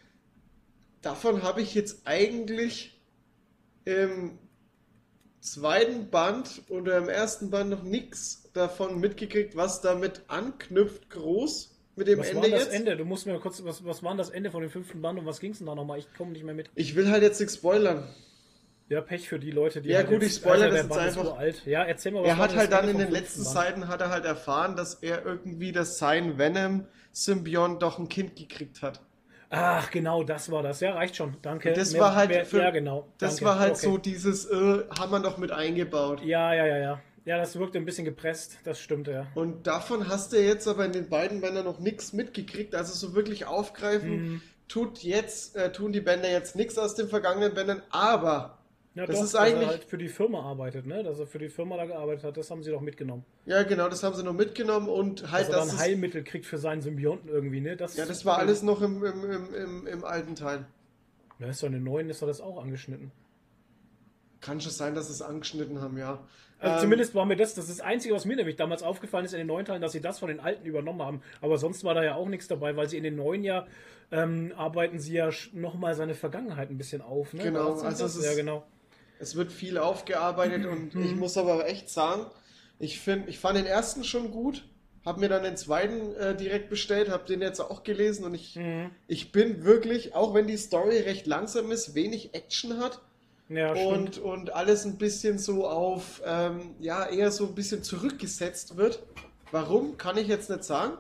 Davon habe ich jetzt eigentlich im zweiten Band oder im ersten Band noch nichts davon mitgekriegt, was damit anknüpft, groß mit dem Was Ende war das jetzt. Ende? Du musst mir kurz, was war denn das Ende von dem 5. Band und was ging es denn da nochmal? Ich komme nicht mehr mit. Ich will halt jetzt nichts spoilern. Ja, Pech für die Leute, die Ja, gut, ich spoilere der das Band jetzt ist einfach. uralt. Ja, erzähl mal, was Er war hat denn halt das dann Ende in vom den 5. letzten Band? Seiten hat er halt erfahren, dass er irgendwie, dass sein Venom-Symbiont doch ein Kind gekriegt hat. Ach, genau, das war das. Ja, reicht schon. Danke. Das war halt ja, genau. Das Danke. war halt Okay. so dieses, haben wir noch mit eingebaut. Ja. Ja, das wirkte ein bisschen gepresst. Das stimmt, ja. Und davon hast du jetzt aber in den beiden Bändern noch nichts mitgekriegt. Also so wirklich aufgreifen tun die Bänder jetzt nichts aus den vergangenen Bändern, aber Ja, das doch, ist dass eigentlich, er halt für die Firma arbeitet, ne? Dass er für die Firma da gearbeitet hat, das haben sie doch mitgenommen. ja genau, das haben sie noch mitgenommen und halt Dass er dann das Heilmittel kriegt für seinen Symbionten irgendwie, ne? ja, das war alles noch im alten Teil. Ja, ist doch in den neuen ist doch das auch angeschnitten. Kann schon sein, dass sie es angeschnitten haben, ja. Also zumindest war mir das ist das Einzige, was mir nämlich damals aufgefallen ist in den neuen Teilen, dass sie das von den alten übernommen haben. Aber sonst war da ja auch nichts dabei, weil sie in den neuen ja arbeiten sie ja nochmal seine Vergangenheit ein bisschen auf. Ne? Genau, Was also das? es ist- ja, genau. Es wird viel aufgearbeitet und ich muss aber echt sagen, ich fand den ersten schon gut, habe mir dann den zweiten direkt bestellt, habe den jetzt auch gelesen und ich bin wirklich, auch wenn die Story recht langsam ist, wenig Action hat Ja, stimmt. und alles ein bisschen so auf, eher so ein bisschen zurückgesetzt wird. Warum, kann ich jetzt nicht sagen.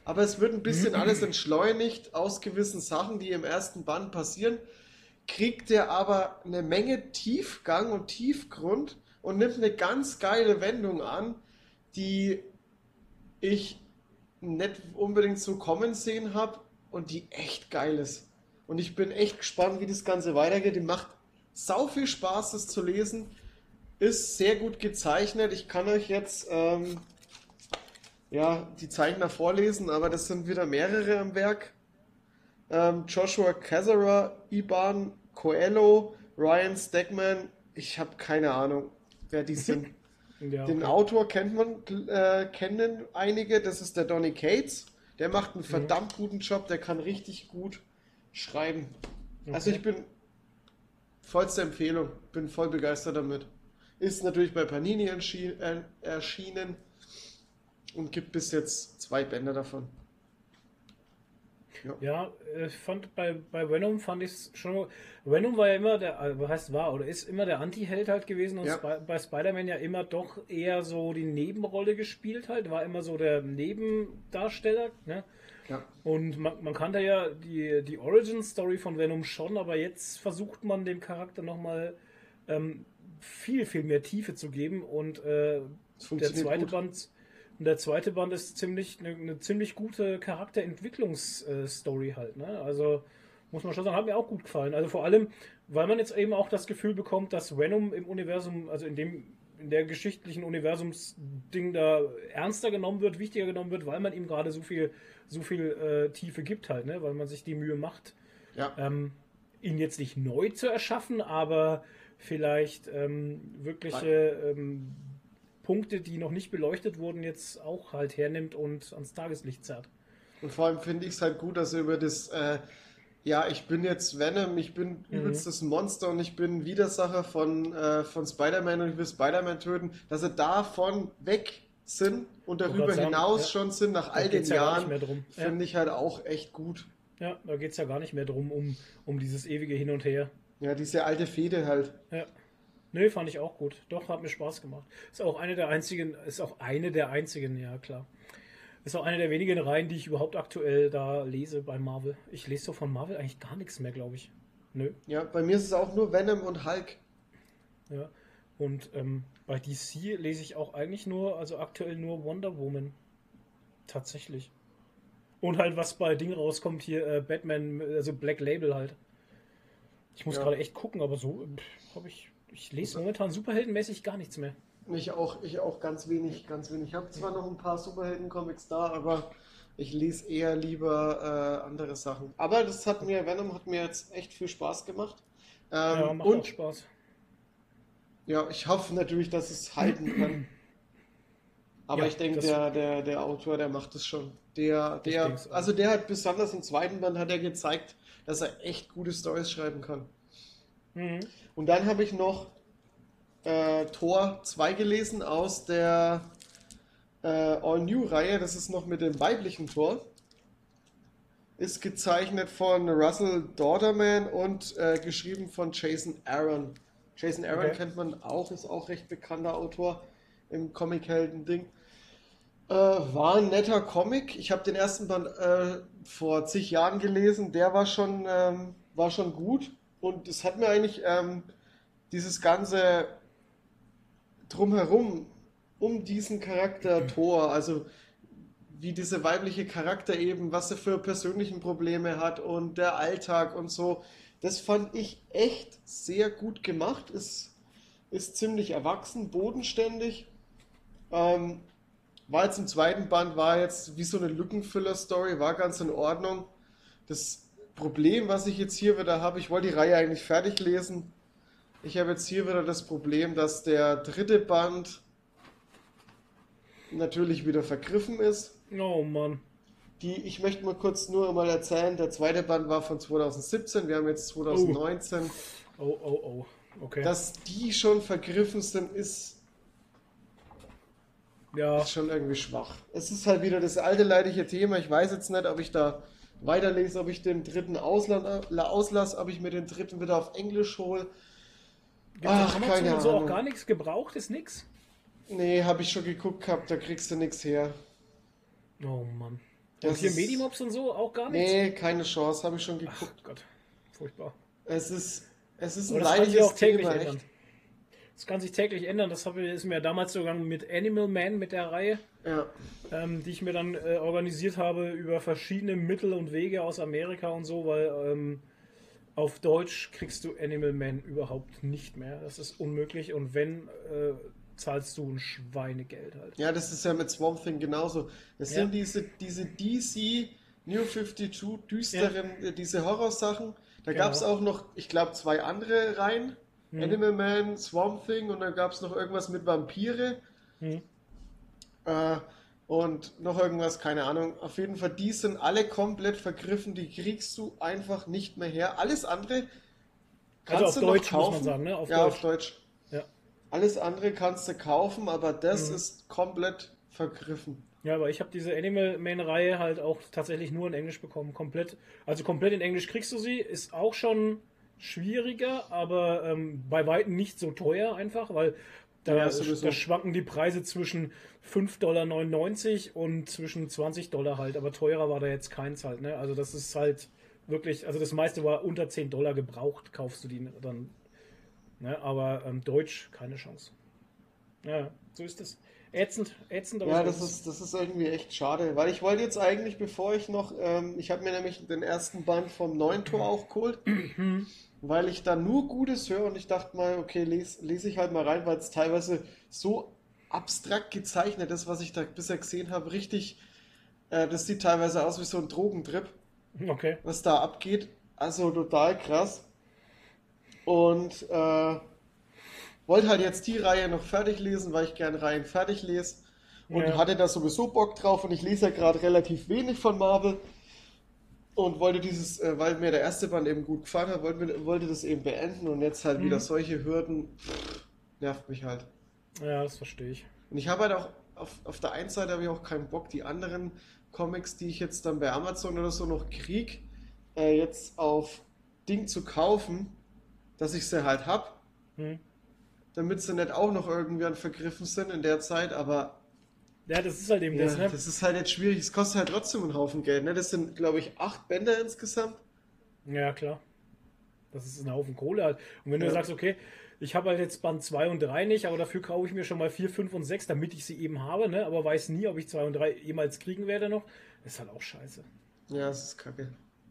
aber es wird ein bisschen alles entschleunigt aus gewissen Sachen, die im ersten Band passieren, kriegt er aber eine Menge Tiefgang und Tiefgrund und nimmt eine ganz geile Wendung an, die ich nicht unbedingt so kommen sehen habe und die echt geil ist. Und ich bin echt gespannt, wie das Ganze weitergeht. Die macht sau viel Spaß, das zu lesen. Ist sehr gut gezeichnet. Ich kann euch jetzt die Zeichner vorlesen, aber das sind wieder mehrere am Werk. Joshua Cazares, Iban Coelho, Ryan Stegman. Ich habe keine Ahnung, wer die sind. Ja, Den okay. Autor kennen einige. Das ist der Donny Cates. Der macht einen verdammt guten Job. Der kann richtig gut schreiben. Also ich bin vollste Empfehlung. Bin voll begeistert damit. Ist natürlich bei Panini erschienen und gibt bis jetzt 2 Bände davon. Ja, ich fand bei Venom fand ich es schon. Venom war ja immer ist immer der Anti-Held halt gewesen und Ja. bei Spider-Man ja immer doch eher so die Nebenrolle gespielt halt, war immer so der Nebendarsteller, ne? Ja. Und man kannte ja die Origin-Story von Venom schon, aber jetzt versucht man dem Charakter nochmal viel, viel mehr Tiefe zu geben und der funktioniert zweite gut. Band. Und der zweite Band ist eine ziemlich gute Charakterentwicklungsstory halt, ne? Also muss man schon sagen, hat mir auch gut gefallen. Also vor allem, weil man jetzt eben auch das Gefühl bekommt, dass Venom im Universum, also in der geschichtlichen Universumsding da ernster genommen wird, wichtiger genommen wird, weil man ihm gerade so viel Tiefe gibt halt, ne? Weil man sich die Mühe macht, Ja. ihn jetzt nicht neu zu erschaffen, aber vielleicht wirkliche Punkte, die noch nicht beleuchtet wurden, jetzt auch halt hernimmt und ans Tageslicht zerrt. Und vor allem finde ich es halt gut, dass er über das, ich bin jetzt Venom, ich bin übelst das Monster und ich bin Widersacher von Spider-Man und ich will Spider-Man töten, dass er davon weg sind und darüber grad sagen, hinaus ja. schon sind, nach Da all den geht's ja gar nicht Jahren, mehr drum. finde ich halt auch echt gut. Ja, da geht es ja gar nicht mehr drum, um dieses ewige Hin und Her. Ja, diese alte Fehde halt. Ja. Nö, fand ich auch gut. Doch, hat mir Spaß gemacht. Ist auch eine der einzigen, ja klar. Ist auch eine der wenigen Reihen, die ich überhaupt aktuell da lese bei Marvel. Ich lese so von Marvel eigentlich gar nichts mehr, glaube ich. Nö. Ja, bei mir ist es auch nur Venom und Hulk. Ja. Und bei DC lese ich auch eigentlich aktuell nur Wonder Woman. Tatsächlich. Und halt, was bei Ding rauskommt hier, Batman, also Black Label halt. Ich muss gerade echt gucken, aber so habe ich lese momentan superheldenmäßig gar nichts mehr. Ich auch ganz wenig. Ich habe zwar noch ein paar Superhelden-Comics da, aber ich lese eher lieber andere Sachen. Aber Venom hat mir jetzt echt viel Spaß gemacht. Ja, macht auch Spaß. Ja, ich hoffe natürlich, dass es halten kann. Aber Ja, ich denke, das- der Autor, der macht es schon. Der denk's auch. hat besonders im zweiten Band hat er gezeigt, dass er echt gute Storys schreiben kann. Mhm. Und dann habe ich noch Thor 2 gelesen aus der All-New-Reihe. Das ist noch mit dem weiblichen Thor. Ist gezeichnet von Russell Dauterman und geschrieben von Jason Aaron. Jason Aaron Okay. kennt man auch, ist auch recht bekannter Autor im Comic-Helden-Ding. War ein netter Comic. Ich habe den ersten Band vor zig Jahren gelesen. Der war schon gut. Und es hat mir eigentlich dieses ganze Drumherum um diesen Charakter Thor, also wie diese weibliche Charakter eben, was sie für persönlichen Probleme hat und der Alltag und so, das fand ich echt sehr gut gemacht. Ist ziemlich erwachsen, bodenständig. War jetzt im zweiten Band, war jetzt wie so eine Lückenfüller-Story, war ganz in Ordnung. Das Problem, was ich jetzt hier wieder habe, ich wollte die Reihe eigentlich fertig lesen. Ich habe jetzt hier wieder das Problem, dass der dritte Band natürlich wieder vergriffen ist. Oh Mann. Ich möchte mal erzählen, der zweite Band war von 2017, wir haben jetzt 2019. Oh. Okay. Dass die schon vergriffen sind, ist schon irgendwie schwach. Es ist halt wieder das alte leidige Thema. Ich weiß jetzt nicht, ob ich da weiterlese, ob ich den dritten auslasse, ob ich mir den dritten wieder auf Englisch hole. Ach, keine und so auch Ahnung. gar nichts gebraucht, ist nix. Nee, habe ich schon geguckt gehabt, da kriegst du nichts her. Oh Mann. Und Das hier ist- Medimobs und so auch gar nichts? Nee, keine Chance, habe ich schon Ach geguckt. Gott, furchtbar. Es ist ein Aber das kann sich leidiges auch täglich Thema, ändern. echt. Das kann sich täglich ändern. Ist mir damals sogar mit Animal Man, mit der Reihe, Ja. die ich mir dann organisiert habe über verschiedene Mittel und Wege aus Amerika und so, weil auf Deutsch kriegst du Animal Man überhaupt nicht mehr. Das ist unmöglich und wenn, zahlst du ein Schweinegeld halt. Ja, das ist ja mit Swamp Thing genauso. Es Ja. sind diese DC New 52 düsteren, diese Horrorsachen. Da Genau. gab es auch noch, ich glaube, 2 andere Reihen. Animal Man, Swamp Thing und dann gab es noch irgendwas mit Vampire. Hm. Und noch irgendwas, keine Ahnung. Auf jeden Fall, die sind alle komplett vergriffen. Die kriegst du einfach nicht mehr her. Alles andere kannst Also auf du noch Deutsch muss kaufen. man sagen, ne? Auf ja, Deutsch. auf Deutsch. Ja. Alles andere kannst du kaufen, aber das ist komplett vergriffen. Ja, aber ich habe diese Animal Man-Reihe halt auch tatsächlich nur in Englisch bekommen. Komplett in Englisch kriegst du sie. Ist auch schon schwieriger, aber bei weitem nicht so teuer einfach, weil da sowieso. schwanken die Preise zwischen 5,99 $ und zwischen 20 $ halt. Aber teurer war da jetzt keins halt. Ne? Also das ist halt wirklich, also das meiste war unter 10 $ gebraucht, kaufst du die dann. Ne? Aber Deutsch, keine Chance. Ja, so ist es. Ätzend, aber Ja, so das ist irgendwie echt schade, weil ich wollte jetzt eigentlich, bevor ich noch, ich habe mir nämlich den ersten Band vom 9 Tor auch geholt, weil ich da nur Gutes höre und ich dachte mal, okay, lese ich halt mal rein, weil es teilweise so abstrakt gezeichnet ist, was ich da bisher gesehen habe, richtig, das sieht teilweise aus wie so ein Drogentrip, Okay. was da abgeht, also total krass. Und wollte halt jetzt die Reihe noch fertig lesen, weil ich gerne Reihen fertig lese. Und Ja. hatte da sowieso Bock drauf und ich lese ja gerade relativ wenig von Marvel. Und wollte weil mir der erste Band eben gut gefallen hat, wollte das eben beenden und jetzt halt wieder solche Hürden, nervt mich halt. Ja, das verstehe ich. Und ich habe halt auch, auf der einen Seite habe ich auch keinen Bock, die anderen Comics, die ich jetzt dann bei Amazon oder so noch krieg, jetzt auf Ding zu kaufen, dass ich sie halt hab, Hm. damit sie nicht auch noch irgendwann vergriffen sind in der Zeit, aber Ja, das ist halt eben ja, das, ne? das ist halt jetzt schwierig, es kostet halt trotzdem einen Haufen Geld, ne? Das sind, glaube ich, 8 Bänder insgesamt. Ja, klar. Das ist ein Haufen Kohle halt. Und wenn du Ja. sagst, okay, ich habe halt jetzt Band 2 und 3 nicht, aber dafür kaufe ich mir schon mal 4, 5 und 6, damit ich sie eben habe, ne? Aber weiß nie, ob ich 2 und 3 jemals kriegen werde noch. Das ist halt auch scheiße. Ja, das ist kacke.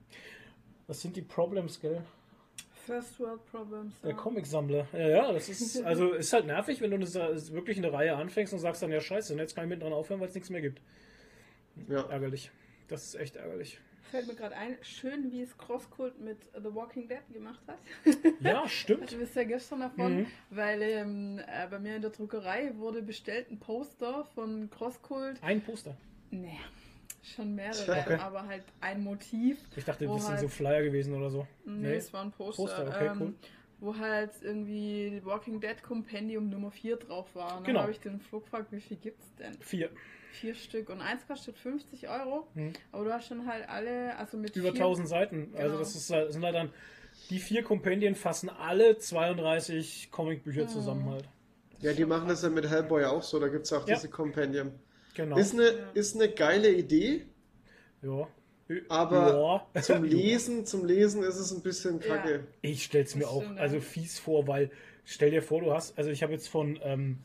Was sind die Problems, gell? First World Problems. Der Comic-Sammler. Ja, das ist, also ist halt nervig, wenn du wirklich eine Reihe anfängst und sagst dann, ja scheiße, und jetzt kann ich mit dran aufhören, weil es nichts mehr gibt. Ja. Ärgerlich. Das ist echt ärgerlich. Fällt mir gerade ein, schön wie es Crosskult mit The Walking Dead gemacht hat. Ja, stimmt. Also wir ja gestern davon, weil bei mir in der Druckerei wurde bestellt ein Poster von Crosskult. Ein Poster. Nee, schon mehrere, Okay. aber halt ein Motiv. Ich dachte, wo das sind halt- so Flyer gewesen oder so. Nee, es war ein Poster. Poster, okay, cool. Wo halt irgendwie Walking Dead Compendium Nummer 4 drauf war. Und Genau. dann habe ich den Flo gefragt, wie viel gibt's denn? 4. 4 Stück. Und eins kostet 50 €. Mhm. Aber du hast schon halt alle, also mit Über 4 1000 Seiten. Also Genau. das ist, sind halt dann, die 4 Kompendien fassen alle 32 Comicbücher zusammen halt. Ja, die machen das ja mit Hellboy auch so, da gibt es auch Ja. diese Compendium. Genau. Ist eine geile Idee, Ja. aber Ja. zum Lesen ist es ein bisschen kacke. Ich stell's mir Das auch stimmt, also ja. fies vor, weil stell dir vor, du hast, also ich habe jetzt von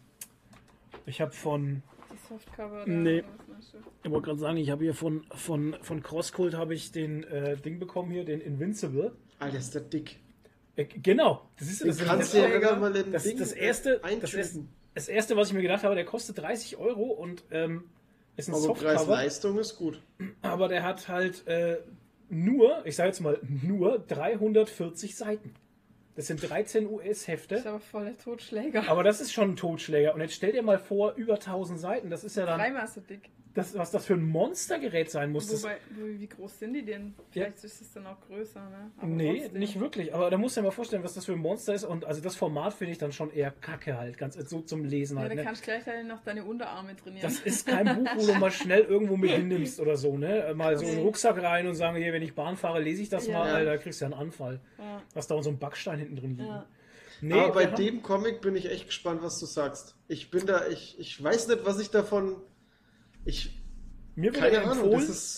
die Softcover. Nee. oder was meinst du? ich wollte gerade sagen, ich habe hier von Crosskult habe ich den Ding bekommen hier, den Invincible. Alter, ist der dick. Genau, das ist Den das, kannst du ja Träger. wieder mal in das, Ding das erste, eintüten. das erste, was ich mir gedacht habe, der kostet 30 € und ist ein Aber Softcover, Preis-Leistung ist gut. aber der hat halt nur, ich sage jetzt mal, nur 340 Seiten. Das sind 13 Das US-Hefte. ist aber voll der Totschläger. Aber das ist schon ein Totschläger. Und jetzt stell dir mal vor, über 1000 Seiten. Das ist ja dann, Dreimal so dick. was das für ein Monstergerät sein muss. Das, Wobei, wie groß sind die denn? Vielleicht ist es dann auch größer, ne? Aber nee, trotzdem. nicht wirklich. Aber da musst du dir mal vorstellen, was das für ein Monster ist. Und also das Format finde ich dann schon eher kacke halt. Ganz so zum Lesen Ja, halt. da Ne? kannst du gleich noch deine Unterarme trainieren. Das ist kein Buch, wo du mal schnell irgendwo mit hinnimmst oder so. Ne? Mal so einen Rucksack rein und sagen, hier, wenn ich Bahn fahre, lese ich das Ja. mal. Da kriegst du ja einen Anfall. Ja. Was da so ein Backstein hinten drin liegt. Ja. Nee, Aber bei wir haben- dem Comic bin ich echt gespannt, was du sagst. Ich bin da, ich weiß nicht, was ich davon. mir wurde Keine Ahnung, empfohlen, das ist.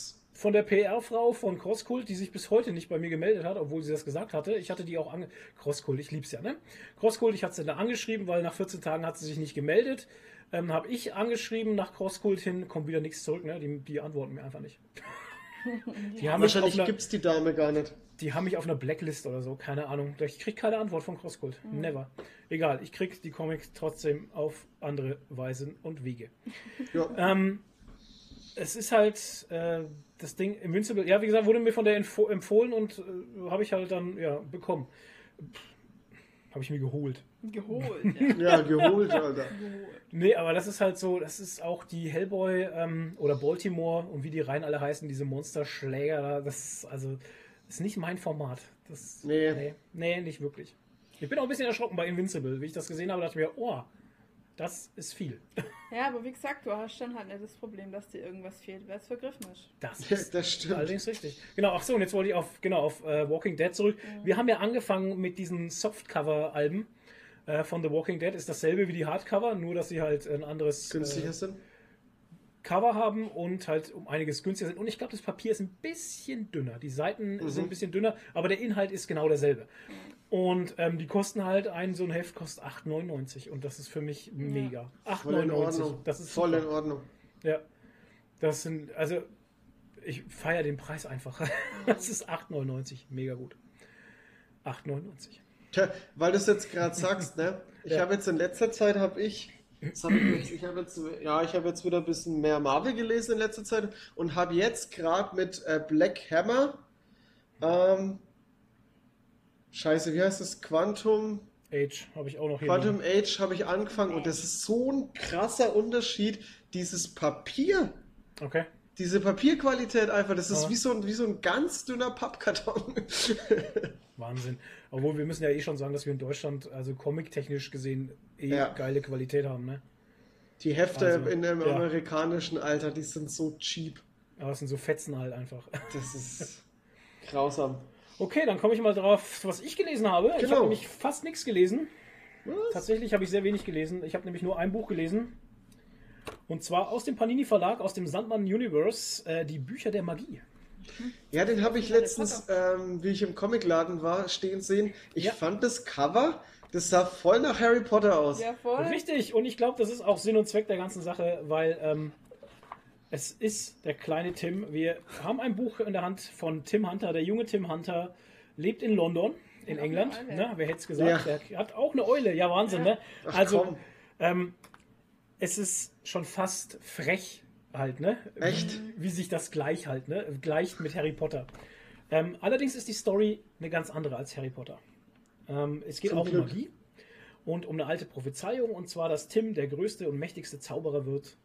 von der PR-Frau von Crosskult, die sich bis heute nicht bei mir gemeldet hat, obwohl sie das gesagt hatte. Ich hatte die auch Crosskult, ich lieb's ja, ne? Crosskult, ich hatte sie da angeschrieben, weil nach 14 Tagen hat sie sich nicht gemeldet. Habe ich angeschrieben nach Crosskult hin, kommt wieder nichts zurück, ne? Die antworten mir einfach nicht. Die haben mich Wahrscheinlich auf einer, gibt's die Dame gar nicht. die haben mich auf einer Blacklist oder so, keine Ahnung. Ich krieg keine Antwort von Crosskult. Never. Egal, ich krieg die Comics trotzdem auf andere Weisen und Wege. Ja. Es ist halt das Ding Invincible, ja, wie gesagt, wurde mir von der empfohlen und habe ich halt dann, ja, bekommen. Habe ich mir geholt. Geholt. Ja, geholt, Alter. Nee, aber das ist halt so, das ist auch die Hellboy oder Baltimore und wie die Reihen alle heißen, diese Monsterschläger da, das ist nicht mein Format. Nee, nicht wirklich. Ich bin auch ein bisschen erschrocken bei Invincible. Wie ich das gesehen habe, dachte ich mir, oh, das ist viel. Ja, aber wie gesagt, du hast dann halt nicht das Problem, dass dir irgendwas fehlt, weil es vergriffen ist. Das stimmt. Allerdings richtig. Genau, ach so, und jetzt wollte ich auf Walking Dead zurück. Wir haben ja angefangen mit diesen Softcover-Alben von The Walking Dead. Ist dasselbe wie die Hardcover, nur dass sie halt ein anderes Günstiger sind. Cover haben und halt um einiges günstiger sind. Und ich glaube, das Papier ist ein bisschen dünner. Die Seiten sind ein bisschen dünner, aber der Inhalt ist genau derselbe. Und die kosten halt, so ein Heft kostet 8,99 und das ist für mich mega. Voll in 8,99. Ordnung. Das ist voll super. in Ordnung. Ja. Das sind, also ich feiere den Preis einfach. Das ist 8,99. Mega gut. 8,99. Tja, weil du es jetzt gerade sagst, ne? Ich habe jetzt in letzter Zeit, ich habe jetzt wieder ein bisschen mehr Marvel gelesen in letzter Zeit und habe jetzt gerade mit Black Hammer, scheiße, wie heißt das? Quantum Age habe ich auch noch hier. Quantum Age habe ich angefangen und das ist so ein krasser Unterschied, dieses Papier. Okay. Diese Papierqualität einfach, das ist wie so ein ganz dünner Pappkarton. Wahnsinn. Obwohl wir müssen ja schon sagen, dass wir in Deutschland, also comic-technisch gesehen, geile Qualität haben, ne? Die Hefte Also, in dem amerikanischen Alter, die sind so cheap. Aber es sind so Fetzen halt einfach. Das ist grausam. Okay, dann komme ich mal drauf, was ich gelesen habe. Ich habe nämlich fast nichts gelesen. Was? Tatsächlich habe ich sehr wenig gelesen. Ich habe nämlich nur ein Buch gelesen. Und zwar aus dem Panini Verlag, aus dem Sandman Universe, die Bücher der Magie. Ja, den habe ich letztens, wie ich im Comicladen war, stehen sehen. Ich fand das Cover, das sah voll nach Harry Potter aus. Ja, voll. Richtig, und ich glaube, das ist auch Sinn und Zweck der ganzen Sache, weil es ist der kleine Tim. Wir haben ein Buch in der Hand von Tim Hunter. Der junge Tim Hunter lebt in London, in England. Ne? Wer hätte es gesagt? Ja. Er hat auch eine Eule. Ja, Wahnsinn, ne? Ach, also, es ist schon fast frech halt, ne? Echt? Wie sich das gleicht mit Harry Potter. Allerdings ist die Story eine ganz andere als Harry Potter. Es geht Zum auch um Glück. Magie und um eine alte Prophezeiung, und zwar, dass Tim der größte und mächtigste Zauberer wird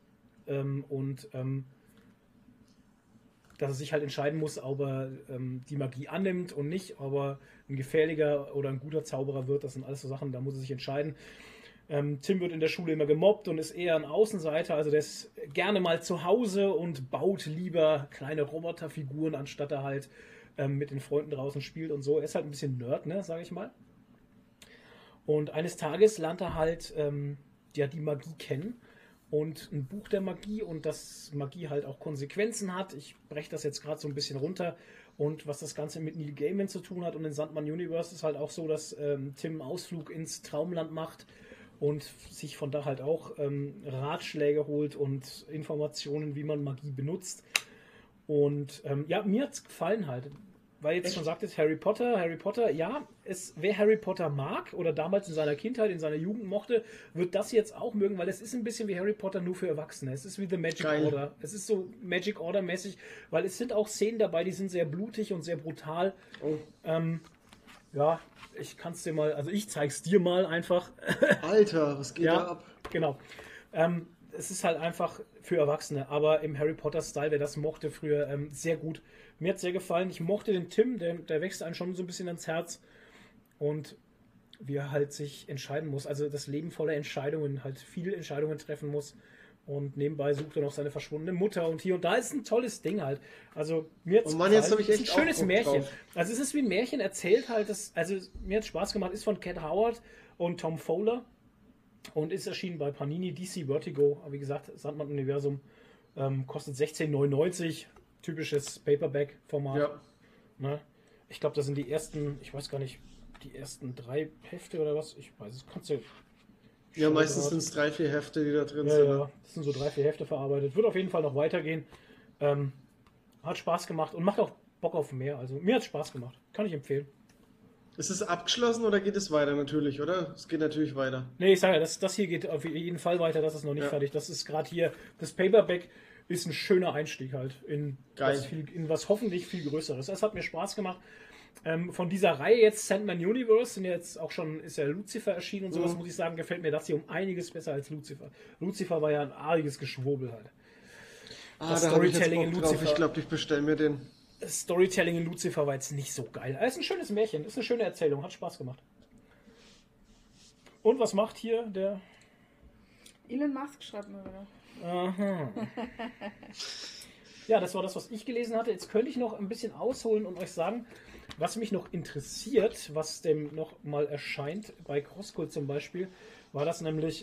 dass er sich halt entscheiden muss, ob er die Magie annimmt und nicht, ob er ein gefährlicher oder ein guter Zauberer wird. Das sind alles so Sachen, da muss er sich entscheiden. Tim wird in der Schule immer gemobbt und ist eher ein Außenseiter, also der ist gerne mal zu Hause und baut lieber kleine Roboterfiguren, anstatt er halt mit den Freunden draußen spielt und so. Er ist halt ein bisschen Nerd, ne, sag ich mal. Und eines Tages lernt er halt die Magie kennen und ein Buch der Magie, und dass Magie halt auch Konsequenzen hat. Ich breche das jetzt gerade so ein bisschen runter. Und was das Ganze mit Neil Gaiman zu tun hat und den Sandman Universe, ist halt auch so, dass Tim einen Ausflug ins Traumland macht und sich von da halt auch Ratschläge holt und Informationen, wie man Magie benutzt. Und mir hat es gefallen halt. Weil jetzt schon sagtest, Harry Potter, ja, wer Harry Potter mag oder damals in seiner Kindheit, in seiner Jugend mochte, wird das jetzt auch mögen, weil es ist ein bisschen wie Harry Potter nur für Erwachsene. Es ist wie The Magic Order. Es ist so Magic Order mäßig, weil es sind auch Szenen dabei, die sind sehr blutig und sehr brutal. Ich kann es dir mal, also ich zeig's dir mal einfach. Alter, was geht da ab? Genau. Es ist halt einfach für Erwachsene, aber im Harry Potter-Style, wer das mochte früher, sehr gut. Mir hat sehr gefallen. Ich mochte den Tim, der wächst einem schon so ein bisschen ans Herz. Und wie er halt sich entscheiden muss. Also das Leben voller Entscheidungen, halt viele Entscheidungen treffen muss. Und nebenbei sucht er noch seine verschwundene Mutter. Und hier und da ist ein tolles Ding halt. Also mir hat's gefallen. Jetzt habe ich echt ist ein schönes Bock Märchen. drauf. Also es ist wie ein Märchen erzählt halt. Mir hat Spaß gemacht. Ist von Cat Howard und Tom Fowler. Und ist erschienen bei Panini DC Vertigo. Aber wie gesagt, Sandman Universum kostet 16,99. typisches Paperback-Format. Ja. Ne? Ich glaube, das sind die ersten, ich weiß gar nicht, die ersten 3 Hefte oder was. Ich weiß es, kannst du. Ja, meistens sind es 3, 4 Hefte, die da drin Ja, sind. ja, das sind so 3, 4 Hefte verarbeitet. Wird auf jeden Fall noch weitergehen. Hat Spaß gemacht und macht auch Bock auf mehr. Also mir hat es Spaß gemacht. Kann ich empfehlen. Ist es abgeschlossen oder geht es weiter natürlich, oder? Es geht natürlich weiter. Nee, ich sage ja, das hier geht auf jeden Fall weiter. Das ist noch nicht Ja. fertig. Das ist gerade hier, das Paperback ist ein schöner Einstieg halt in Geil. in was hoffentlich viel Größeres. Das hat mir Spaß gemacht. Von dieser Reihe jetzt Sandman Universe sind ja jetzt auch schon, ist ja Lucifer erschienen und sowas, muss ich sagen, gefällt mir das hier um einiges besser als Lucifer. Lucifer war ja ein arges Geschwurbel halt. Das da habe ich jetzt Storytelling in Bock drauf. Lucifer. Ich glaube, ich bestelle mir den. Das Storytelling in Lucifer war jetzt nicht so geil. Es ist ein schönes Märchen, ist eine schöne Erzählung, hat Spaß gemacht. Und was macht hier der... Elon Musk schreibt mal wieder. Aha. Ja, das war das, was ich gelesen hatte. Jetzt könnte ich noch ein bisschen ausholen und euch sagen, was mich noch interessiert, was dem noch mal erscheint, bei Crosscult zum Beispiel, war das nämlich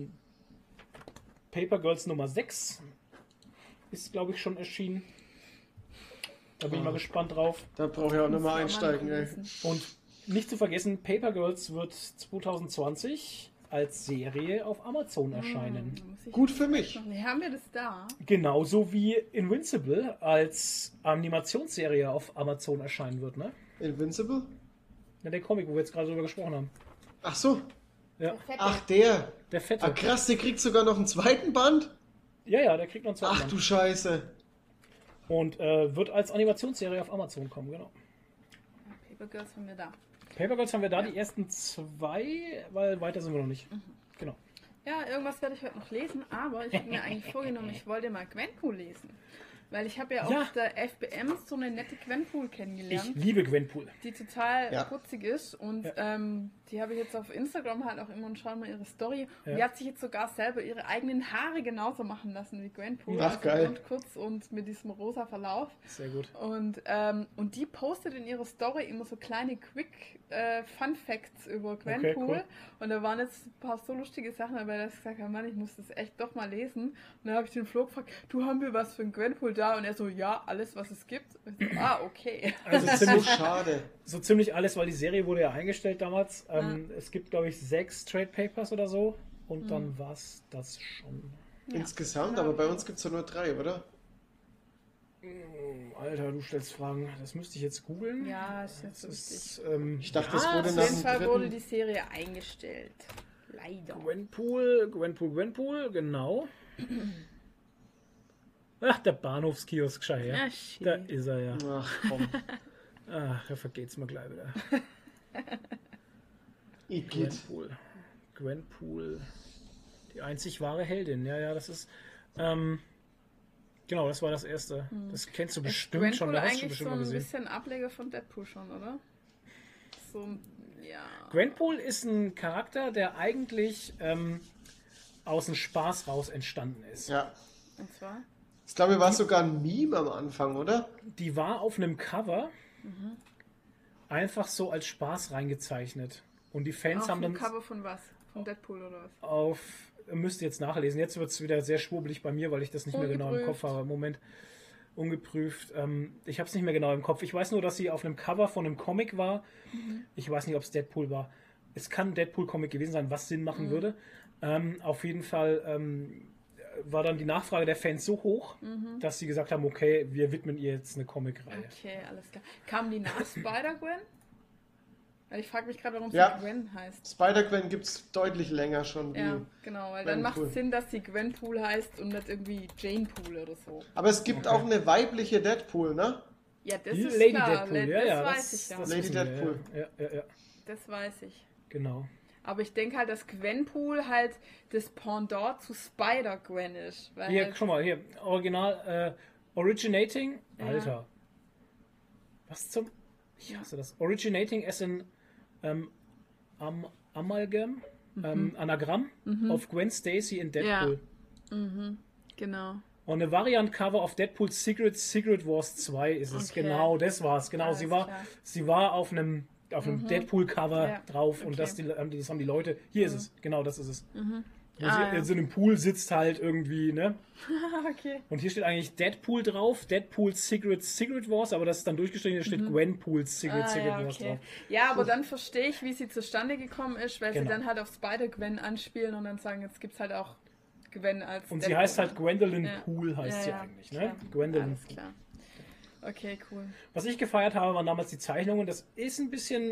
Paper Girls Nummer 6. Ist, glaube ich, schon erschienen. Da bin ich mal gespannt drauf. Da brauche ich auch nochmal einsteigen, ey. Und nicht zu vergessen, Paper Girls wird 2020 als Serie auf Amazon erscheinen. Gut für mich. Nee, haben wir das da? Genauso wie Invincible als Animationsserie auf Amazon erscheinen wird, ne? Invincible? Ja, der Comic, wo wir jetzt gerade drüber gesprochen haben. Ach so. Ja, Ach, der. der Fette. Ah, krass, der kriegt sogar noch einen zweiten Band? Ja, der kriegt noch einen zweiten Ach Band. du Scheiße. Und wird als Animationsserie auf Amazon kommen, genau. Paper Girls haben wir da. Paper Girls haben wir da, die ersten 2, weil weiter sind wir noch nicht. Genau. Ja, irgendwas werde ich heute noch lesen, aber ich habe mir eigentlich vorgenommen, ich wollte mal Gwenpool lesen. Weil ich habe ja Ja. auf der FBM so eine nette Gwenpool kennengelernt, Ich liebe Gwenpool. die total Ja. putzig ist und die habe ich jetzt auf Instagram halt auch immer und schaue mal ihre Story. Und Ja. die hat sich jetzt sogar selber ihre eigenen Haare genauso machen lassen wie Gwenpool. Ach, geil. Und kurz und mit diesem rosa Verlauf. Sehr gut. Und die postet in ihrer Story immer so kleine Fun Facts über Gwenpool. cool. Und da waren jetzt ein paar so lustige Sachen dabei, dass ich gesagt habe, Mann, ich muss das echt doch mal lesen. Und dann habe ich den Flo gefragt, du, haben wir was für ein Gwenpool da? Und er so, ja, alles, was es gibt. Und ich so, okay. Also So ziemlich, schade. so ziemlich alles, weil die Serie wurde ja eingestellt damals. Es gibt, glaube ich, 6 Trade Papers oder so. Und dann war es das schon. Insgesamt, aber bei uns gibt es ja nur 3, oder? Alter, du stellst Fragen. Das müsste ich jetzt googeln. Ja, ist jetzt Das so wichtig. ist, Ich dachte, ja, das wurde Auf nach jeden dem Fall wurde dritten... die Serie eingestellt. Leider. Gwenpool, genau. Ach, der Bahnhofskiosk, schau her. Ja, shit. Da ist er ja. Ach komm. Ach, da vergeht's mir gleich wieder. Igitt. Gwenpool. Die einzig wahre Heldin. Ja, das ist. Genau, das war das erste. Das kennst du bestimmt Gwenpool schon, da hast du eigentlich bestimmt so mal ein gesehen. bisschen Ableger von Deadpool schon, oder? So, ja. Gwenpool ist ein Charakter, der eigentlich aus dem Spaß raus entstanden ist. Ja. Und zwar? Ich glaube, war sogar ein Meme am Anfang, oder? Die war auf einem Cover einfach so als Spaß reingezeichnet. Und die Fans Auf haben dem dann Cover von was? Von Deadpool oder was? auf, müsst ihr jetzt nachlesen. Jetzt wird es wieder sehr schwurbelig bei mir, weil ich das nicht mehr genau im Kopf Ungeprüft. habe. Moment, ungeprüft. Ich habe es nicht mehr genau im Kopf. Ich weiß nur, dass sie auf einem Cover von einem Comic war. Ich weiß nicht, ob es Deadpool war. Es kann ein Deadpool-Comic gewesen sein, was Sinn machen würde. Auf jeden Fall war dann die Nachfrage der Fans so hoch, dass sie gesagt haben, okay, wir widmen ihr jetzt eine Comic-Reihe. Okay, alles klar. Kam die nach Spider-Gwen? Weil ich frage mich gerade, warum sie Ja. Gwen heißt. Spider-Gwen gibt es deutlich länger schon. Wie... Ja, genau, weil dann macht Gwenpool. es Sinn, dass sie Gwenpool heißt und nicht irgendwie Janepool oder so. Aber es gibt auch eine weibliche Deadpool, ne? Ja, das Die ist Lady klar. Deadpool, das ja, weiß ich ja. das Lady wissen wir, Deadpool. Ja, Das weiß ich. genau. Aber ich denke halt, dass Gwenpool halt das Pendant zu Spider-Gwen ist. Weil Hier, halt, schau mal, hier, Original, Originating, Ja. Alter. Was zum, ich hasse das. Originating as an Amalgam, Anagramm of Gwen Stacy in Deadpool. genau. Und eine Variant Cover of Deadpool Secret Wars 2 ist es. Okay. Genau, das war's. Genau, Alles klar. sie war auf einem Deadpool Cover Ja, drauf und okay. das haben die Leute. Hier ist es. Genau, das ist es. Wo sie in so einem Pool sitzt halt irgendwie, ne? Okay. Und hier steht eigentlich Deadpool drauf, Deadpool's Secret Wars, aber das ist dann durchgestrichen, da steht Gwenpools Secret Wars drauf. Ja, aber dann verstehe ich, wie sie zustande gekommen ist, weil Genau. sie dann halt auf Spider-Gwen anspielen und dann sagen, jetzt gibt's halt auch Gwen als Und Deadpool. sie heißt halt Gwendolyn Ja. Poole, heißt sie Ja, eigentlich, ne? klar. Gwendolyn Alles Poole. klar. Okay, cool. Was ich gefeiert habe, waren damals die Zeichnungen. Das ist ein bisschen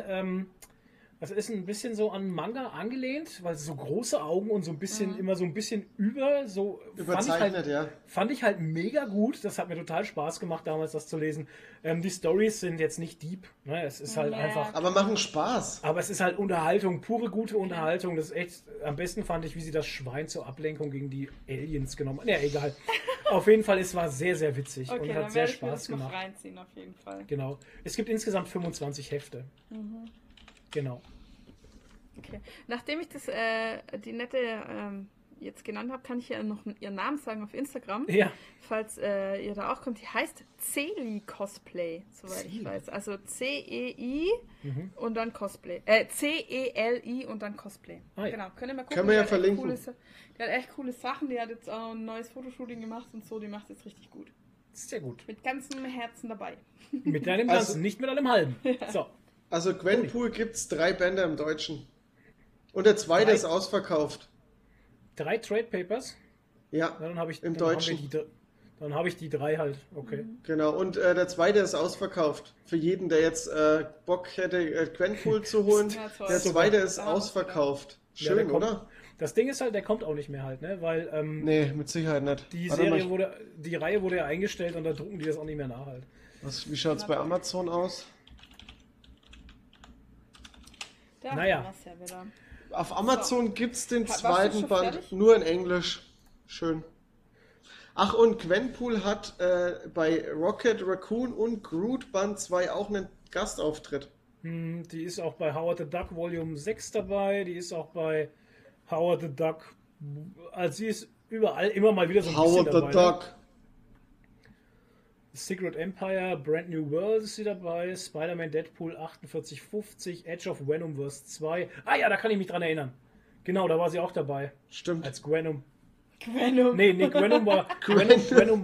so an Manga angelehnt, weil so große Augen und so ein bisschen, immer so ein bisschen Überzeichnet, fand ich halt mega gut. Das hat mir total Spaß gemacht, damals das zu lesen. Die Storys sind jetzt nicht deep, ne? Es ist halt einfach, Aber machen Spaß. aber es ist halt Unterhaltung, pure gute Unterhaltung. Das ist echt, am besten fand ich, wie sie das Schwein zur Ablenkung gegen die Aliens genommen haben. Ja, egal. Auf jeden Fall, es war sehr, sehr witzig Okay, und dann hat sehr werde ich mir Spaß das noch gemacht. reinziehen, auf jeden Fall. Genau. Es gibt insgesamt 25 Hefte. Genau. Okay. Nachdem ich die nette jetzt genannt habe, kann ich ja noch ihren Namen sagen auf Instagram. Ja. Falls ihr da auch kommt. Die heißt Celi Cosplay, soweit ich weiß. Also C-E-I und dann Cosplay. C-E-L-I und dann Cosplay. Ah, ja. Genau. Könnt ihr mal gucken. Können wir ja Die hat echt verlinken. die hat echt coole Sachen. Die hat jetzt auch ein neues Fotoshooting gemacht und so. Die macht es richtig gut. Sehr gut. Mit ganzem Herzen dabei. Mit deinem Also- Ganzen, nicht mit allem halben. So. Also Gwenpool gibt's 3 Bände im Deutschen. Und der zweite 3? ist ausverkauft. 3 Trade Papers. Ja, Na, dann habe ich im dann haben wir Deutschen. dann habe ich die 3 halt. Okay. Genau. Und der zweite ist ausverkauft. Für jeden, der jetzt Bock hätte, Gwenpool zu holen. Ja, toll. Der zweite ist Ah, ausverkauft. Ja, der Schön, kommt- oder? Das Ding ist halt, der kommt auch nicht mehr halt, ne? Weil Nee, mit Sicherheit nicht. die Warte mal, die Reihe wurde ja eingestellt und da drucken die das auch nicht mehr nach halt. wie schaut's bei Amazon aus? Da Naja. haben wir's ja wieder. Auf Amazon gibt's den Warst du zweiten schon Band fertig? nur in Englisch. Schön. Ach, und Gwenpool hat bei Rocket Raccoon und Groot Band 2 auch einen Gastauftritt. Die ist auch bei Howard the Duck Volume 6 dabei, die ist auch bei Howard the Duck, also sie ist überall immer mal wieder so ein Howard bisschen the dabei. Duck. Ne? Secret Empire, Brand New World ist sie dabei, Spider-Man Deadpool 4850, Edge of Venomverse 2. Ah ja, da kann ich mich dran erinnern. Genau, da war sie auch dabei. Stimmt. Als Gwenum. Venom. Nee, Gwenum war. Gwenum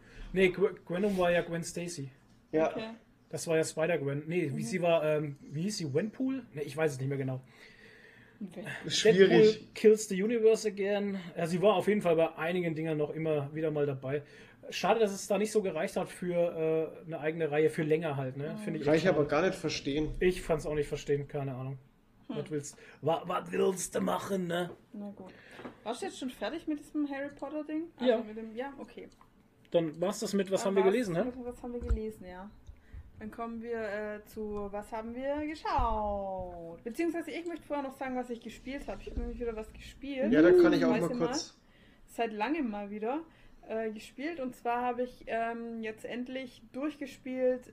war ja Gwen Stacy. Ja. Okay. Das war ja Spider-Gwen. Nee, wie hieß sie? Gwenpool? Nee, ich weiß es nicht mehr genau. Schwierig. Deadpool Kills the Universe Again. Ja, sie war auf jeden Fall bei einigen Dingern noch immer wieder mal dabei. Schade, dass es da nicht so gereicht hat für eine eigene Reihe, für länger halt, ne? Finde ich Kann echt ich aber schade. gar nicht verstehen. Ich fand es auch nicht verstehen, keine Ahnung. Was willst du machen, ne? Na gut. Warst du jetzt schon fertig mit diesem Harry Potter Ding? Ja. Ja, okay. Dann war's das mit, was Dann haben wir war's gelesen, ne? mit Was haben wir gelesen, ja. Dann kommen wir zu Was haben wir geschaut? Beziehungsweise ich möchte vorher noch sagen, was ich gespielt habe. Ich habe nämlich wieder was gespielt. Ja, da kann ich auch Weiß mal ich kurz. Seit langem mal wieder gespielt. Und zwar habe ich jetzt endlich durchgespielt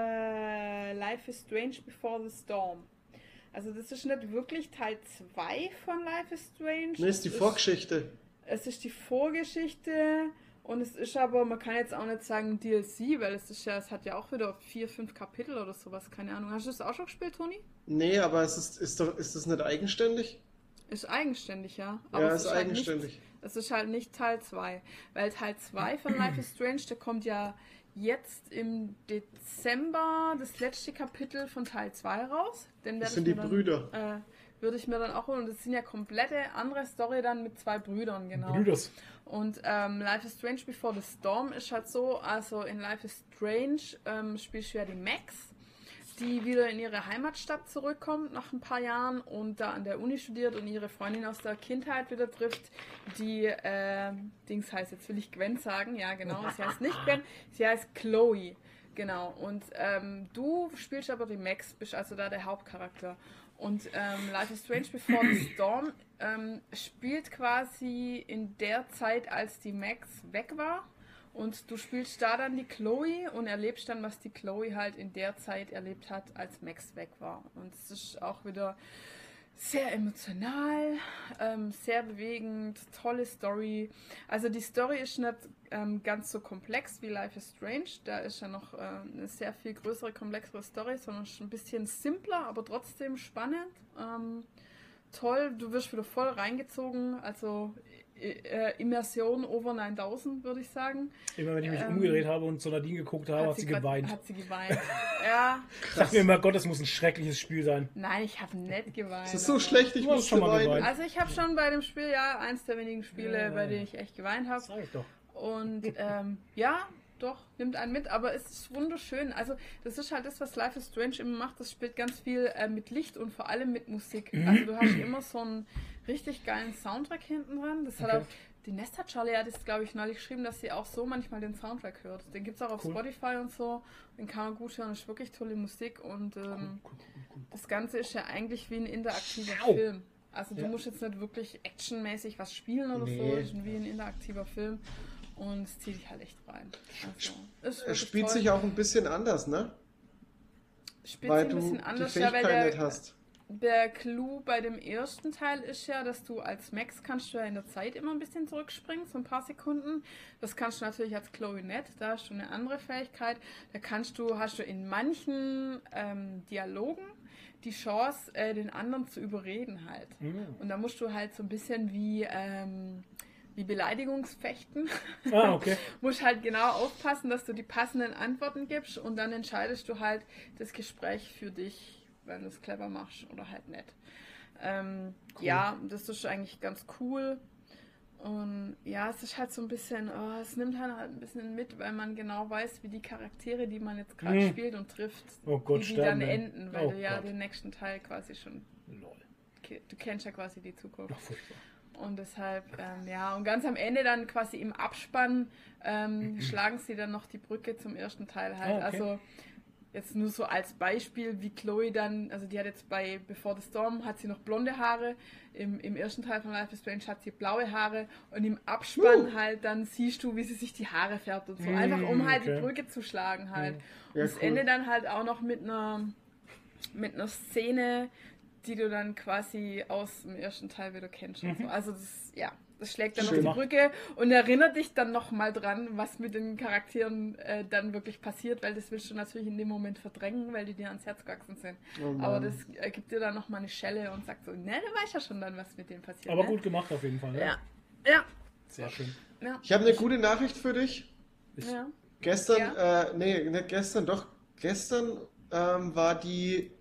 Life is Strange Before the Storm. Also das ist nicht wirklich Teil 2 von Life is Strange. Ne, ist die Vorgeschichte. Es ist die Vorgeschichte und es ist aber, man kann jetzt auch nicht sagen DLC, weil es hat ja auch wieder 4, 5 Kapitel oder sowas, keine Ahnung. Hast du das auch schon gespielt, Toni? Nee, aber ist das nicht eigenständig? Ist eigenständig, ja. Ja, es ist halt eigenständig. Nicht, es ist halt nicht Teil 2. Weil Teil 2 von Life is Strange, der kommt ja jetzt im Dezember das letzte Kapitel von Teil 2 raus. Das sind die Brüder. Würde ich mir dann auch holen. Und das sind ja komplette andere Story dann mit 2 Brüdern, genau. Brüders. Und Life is Strange Before the Storm ist halt so, also in Life is Strange spielst du ja die Max, die wieder in ihre Heimatstadt zurückkommt nach ein paar Jahren und da an der Uni studiert und ihre Freundin aus der Kindheit wieder trifft, die, Dings heißt, jetzt will ich Gwen sagen, ja genau, sie heißt nicht Gwen, sie heißt Chloe, genau, und du spielst aber die Max, bist also da der Hauptcharakter. Und Life is Strange Before the Storm spielt quasi in der Zeit, als die Max weg war. Und du spielst da dann die Chloe und erlebst dann, was die Chloe halt in der Zeit erlebt hat, als Max weg war. Und es ist auch wieder sehr emotional, sehr bewegend, tolle Story. Also die Story ist nicht ganz so komplex wie Life is Strange. Da ist ja noch eine sehr viel größere, komplexere Story, sondern ist ein bisschen simpler, aber trotzdem spannend. toll, du wirst wieder voll reingezogen, also Immersion over 9000, würde ich sagen. Immer wenn ich mich umgedreht habe und zu Nadine geguckt habe, hat sie geweint. Hat sie geweint. Ja. Ich dachte mir immer, Gott, das muss ein schreckliches Spiel sein. Nein, ich habe nicht geweint. Das ist so schlecht, ich muss schon mal weinen. Also ich habe schon bei dem Spiel, ja, eins der wenigen Spiele, bei denen ich echt geweint habe. Sag ich doch. Und ja, doch, nimmt einen mit, aber es ist wunderschön. Also das ist halt das, was Life is Strange immer macht. Das spielt ganz viel mit Licht und vor allem mit Musik. Also du hast immer so einen richtig geilen Soundtrack hinten dran. Das hat auch, die Nesta Charlie hat es, glaube ich, neulich geschrieben, dass sie auch so manchmal den Soundtrack hört. Den gibt es auch auf Spotify und so. Den kann man gut hören. Das ist wirklich tolle Musik. Und das Ganze ist ja eigentlich wie ein interaktiver Film. Also du musst jetzt nicht wirklich actionmäßig was spielen oder so. Das ist wie ein interaktiver Film. Und es zieht dich halt echt rein. Also, es spielt sich auch ein bisschen anders, ne? Weil du die Fähigkeit nicht hast. Der Clou bei dem ersten Teil ist ja, dass du als Max kannst du ja in der Zeit immer ein bisschen zurückspringen, so ein paar Sekunden. Das kannst du natürlich als Chloe nicht, da hast du eine andere Fähigkeit. Da hast du in manchen Dialogen die Chance, den anderen zu überreden halt. Und da musst du halt so ein bisschen wie Beleidigungsfechten. Okay. Musst halt genau aufpassen, dass du die passenden Antworten gibst und dann entscheidest du halt das Gespräch für dich, wenn du es clever machst oder halt nicht. Cool. Ja, das ist eigentlich ganz cool. Und ja, es ist halt so ein bisschen, es nimmt halt ein bisschen mit, weil man genau weiß, wie die Charaktere, die man jetzt gerade spielt und trifft, wie die dann enden, weil du ja den nächsten Teil quasi schon, du kennst ja quasi die Zukunft. Ach, furchtbar. Und deshalb, und ganz am Ende dann quasi im Abspann schlagen sie dann noch die Brücke zum ersten Teil halt. Also jetzt nur so als Beispiel, wie Chloe dann, also die hat jetzt bei Before the Storm hat sie noch blonde Haare, im ersten Teil von Life is Strange hat sie blaue Haare und im Abspann halt dann siehst du, wie sie sich die Haare färbt und so. Einfach um halt die Brücke zu schlagen halt. Und das Ende dann halt auch noch mit einer Szene, die du dann quasi aus dem ersten Teil wieder kennst. Und so. Also das schlägt dann noch die Brücke und erinnert dich dann nochmal dran, was mit den Charakteren dann wirklich passiert, weil das willst du natürlich in dem Moment verdrängen, weil die dir ans Herz gewachsen sind. Aber das gibt dir dann nochmal eine Schelle und sagt so, ne, du weißt ja schon dann, was mit denen passiert. Aber gut gemacht auf jeden Fall. Ne? Ja. Sehr schön. Ja. Ich habe eine gute Nachricht für dich. Gestern war die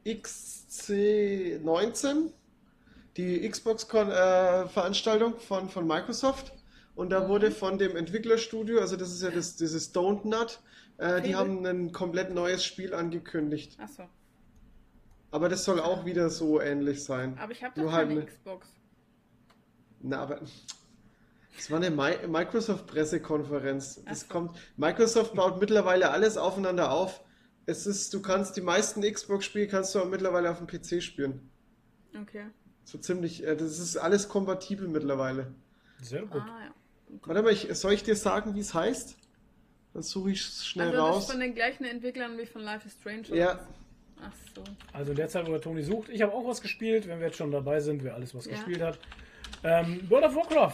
XC19, die Xbox-Veranstaltung von Microsoft. Und da wurde von dem Entwicklerstudio, also das ist ja dieses Don't Nut, die haben ein komplett neues Spiel angekündigt. Ach so. Aber das soll auch wieder so ähnlich sein. Aber ich habe doch keine Xbox. Na, aber das war eine Microsoft-Pressekonferenz. Microsoft baut mittlerweile alles aufeinander auf. Du kannst die meisten Xbox-Spiele kannst du auch mittlerweile auf dem PC spielen. Okay. So ziemlich, das ist alles kompatibel mittlerweile. Sehr gut. Ja. Warte mal, soll ich dir sagen, wie es heißt? Dann suche ich es schnell raus. Das ist von den gleichen Entwicklern wie von Life is Strange, oder? Ja. Ach so. Also in der Zeit, wo der Toni sucht, ich habe auch was gespielt, wenn wir jetzt schon dabei sind, wer alles was gespielt hat. World of Warcraft.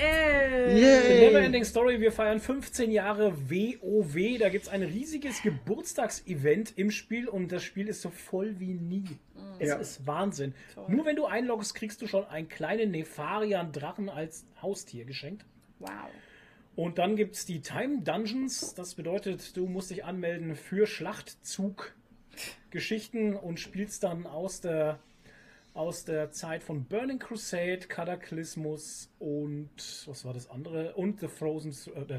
Neverending Story, wir feiern 15 Jahre WoW. Da gibt es ein riesiges Geburtstagsevent im Spiel und das Spiel ist so voll wie nie. Es ist Wahnsinn. Toll. Nur wenn du einloggst, kriegst du schon einen kleinen Nefarian-Drachen als Haustier geschenkt. Wow. Und dann gibt es die Time Dungeons. Das bedeutet, du musst dich anmelden für Schlachtzug-Geschichten und spielst dann aus der Zeit von Burning Crusade, Cataclysmus und was war das andere? Und The Frozen,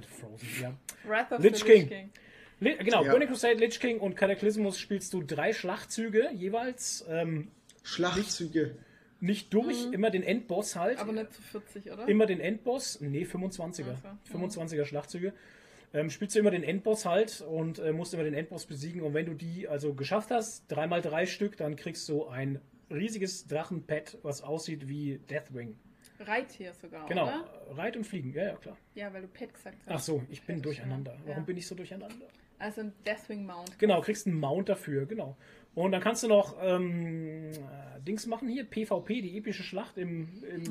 Wrath of Lich the King. Lich King. Burning Crusade, Lich King und Cataclysmus spielst du 3 Schlachtzüge jeweils. Schlachtzüge. Nicht durch, immer den Endboss halt. Aber nicht zu 40, oder? Immer den Endboss, 25er. 25er Schlachtzüge. Spielst du immer den Endboss halt und musst immer den Endboss besiegen. Und wenn du die also geschafft hast, 3x3 Stück, dann kriegst du ein riesiges Drachenpad, was aussieht wie Deathwing. Reittier sogar, genau, oder? Reit und Fliegen, ja klar. Ja, weil du Pet gesagt hast. Ach so, ich bin durcheinander. Ja. Warum bin ich so durcheinander? Also ein Deathwing Mount. Genau, kriegst einen Mount dafür, genau. Und dann kannst du noch Dings machen hier, PvP, die epische Schlacht im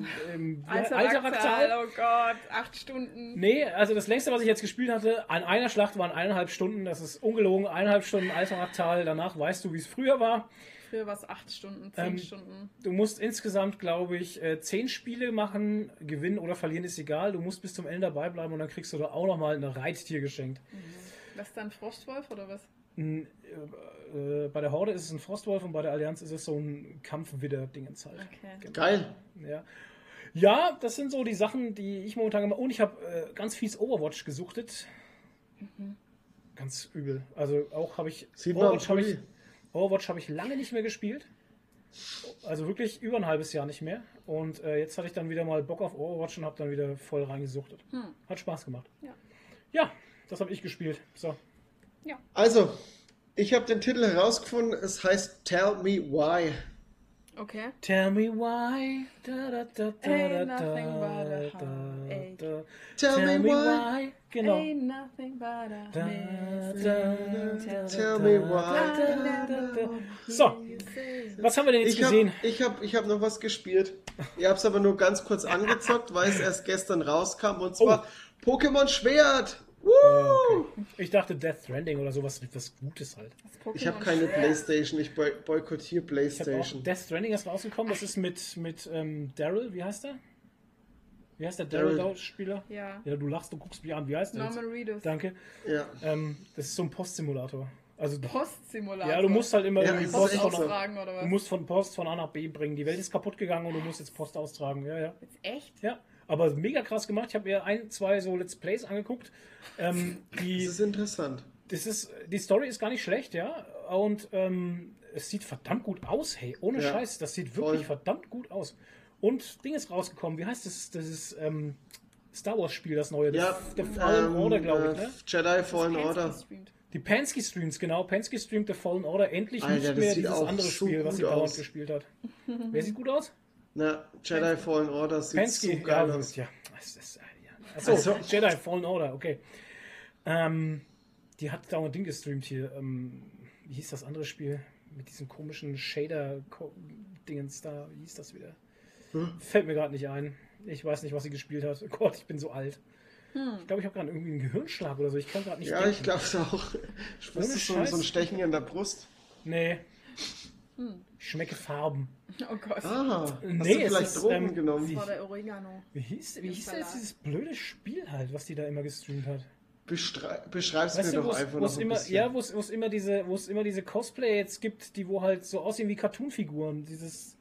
Alteraktal. Oh Gott, 8 Stunden. Nee, also das längste, was ich jetzt gespielt hatte, an einer Schlacht waren 1,5 Stunden. Das ist ungelogen, 1,5 Stunden Alteraktal. Danach weißt du, wie es früher war. Früher war es 8 Stunden, 10 Stunden. Du musst insgesamt, glaube ich, 10 Spiele machen, gewinnen oder verlieren ist egal. Du musst bis zum Ende dabei bleiben und dann kriegst du da auch nochmal ein Reittier geschenkt. Was ist dann Frostwolf oder was? Bei der Horde ist es ein Frostwolf und bei der Allianz ist es so ein Kampfwidder-Dingens halt. Okay. Genau. Geil. Ja. Ja, das sind so die Sachen, die ich momentan gemacht habe. Und ich habe ganz fies Overwatch gesuchtet. Ganz übel. Also auch habe ich Overwatch habe ich lange nicht mehr gespielt. Also wirklich über ein halbes Jahr nicht mehr. Und jetzt hatte ich dann wieder mal Bock auf Overwatch und habe dann wieder voll reingesuchtet. Hat Spaß gemacht. Ja, das habe ich gespielt. So. Also, ich habe den Titel herausgefunden. Es heißt Tell Me Why. Okay. Tell me why. Da, da, da, da, Ain't da, nothing but a da, heartache. da. Tell me why. Genau. Ain't nothing but a Da, mess. da, Tell me why. da, da, da. So, was haben wir denn jetzt gesehen? Ich hab noch was gespielt. Ich hab's aber nur ganz kurz angezockt, weil es erst gestern rauskam. Und zwar Pokémon Schwert. Woo! Okay. Ich dachte Death Stranding oder sowas, was Gutes halt. Ich habe keine Playstation, ich boykottiere Ich habe Playstation. auch Death Stranding ist rausgekommen, das ist mit Daryl, wie heißt der? Wie heißt der Daryl-Spieler? Ja. Ja, du lachst, du guckst mich an, wie heißt der? Norman Reedus. Danke. Ja. Das ist so ein Postsimulator. Also, Postsimulator. ja, du musst halt immer Ja, irgendwie ist Post echt von, so. austragen oder was? du musst von Post von A nach B bringen. Die Welt ist kaputt gegangen und du musst jetzt Post austragen. Ja, ja. Jetzt echt? Ja, aber mega krass gemacht. Ich habe mir 1, 2 so Let's Plays angeguckt. Das ist interessant. Die Story ist gar nicht schlecht, ja. Und es sieht verdammt gut aus, hey. Ohne Ja, Scheiß, das sieht wirklich voll. verdammt gut aus. Und Ding ist rausgekommen. Wie heißt das? Das ist Star Wars Spiel, das neue. Ja, The Fallen Order, glaube ich, ne? Jedi Fallen Pansy Order. gestreamt. Die Penske Streams, genau. Penske streamt The Fallen Order. Endlich Alter, nicht das mehr sieht dieses auch andere so Spiel, was gut sie dauernd aus. gespielt hat. Wer sieht gut aus? Na, Jedi Fallen Order sieht Penske, so geil ja, aus. ja. Achso, Also- Jedi Fallen Order, okay. Die hat dauernd Ding gestreamt hier. Wie hieß das andere Spiel? Mit diesen komischen Shader-Dingens da. Wie hieß das wieder? Fällt mir gerade nicht ein. Ich weiß nicht, was sie gespielt hat. Oh Gott, ich bin so alt. Ich glaube, ich habe gerade irgendwie einen Gehirnschlag oder so. Ich kann gerade nicht Ja, denken. ich glaube es auch. Spürst du so Scheiß. ein Stechen in der Brust? Nee. Ich schmecke Farben. Oh Gott. Ah, hast Nee, du es vielleicht ist, Drogen genommen? Das war der Oregano. Wie hieß Im denn jetzt Salat. dieses blöde Spiel halt, was die da immer gestreamt hat? Beschreib's Weißt mir du, doch einfach noch ein immer, bisschen. ja, wo es immer diese Cosplay jetzt gibt, die wo halt so aussehen wie Cartoon-Figuren. Dieses.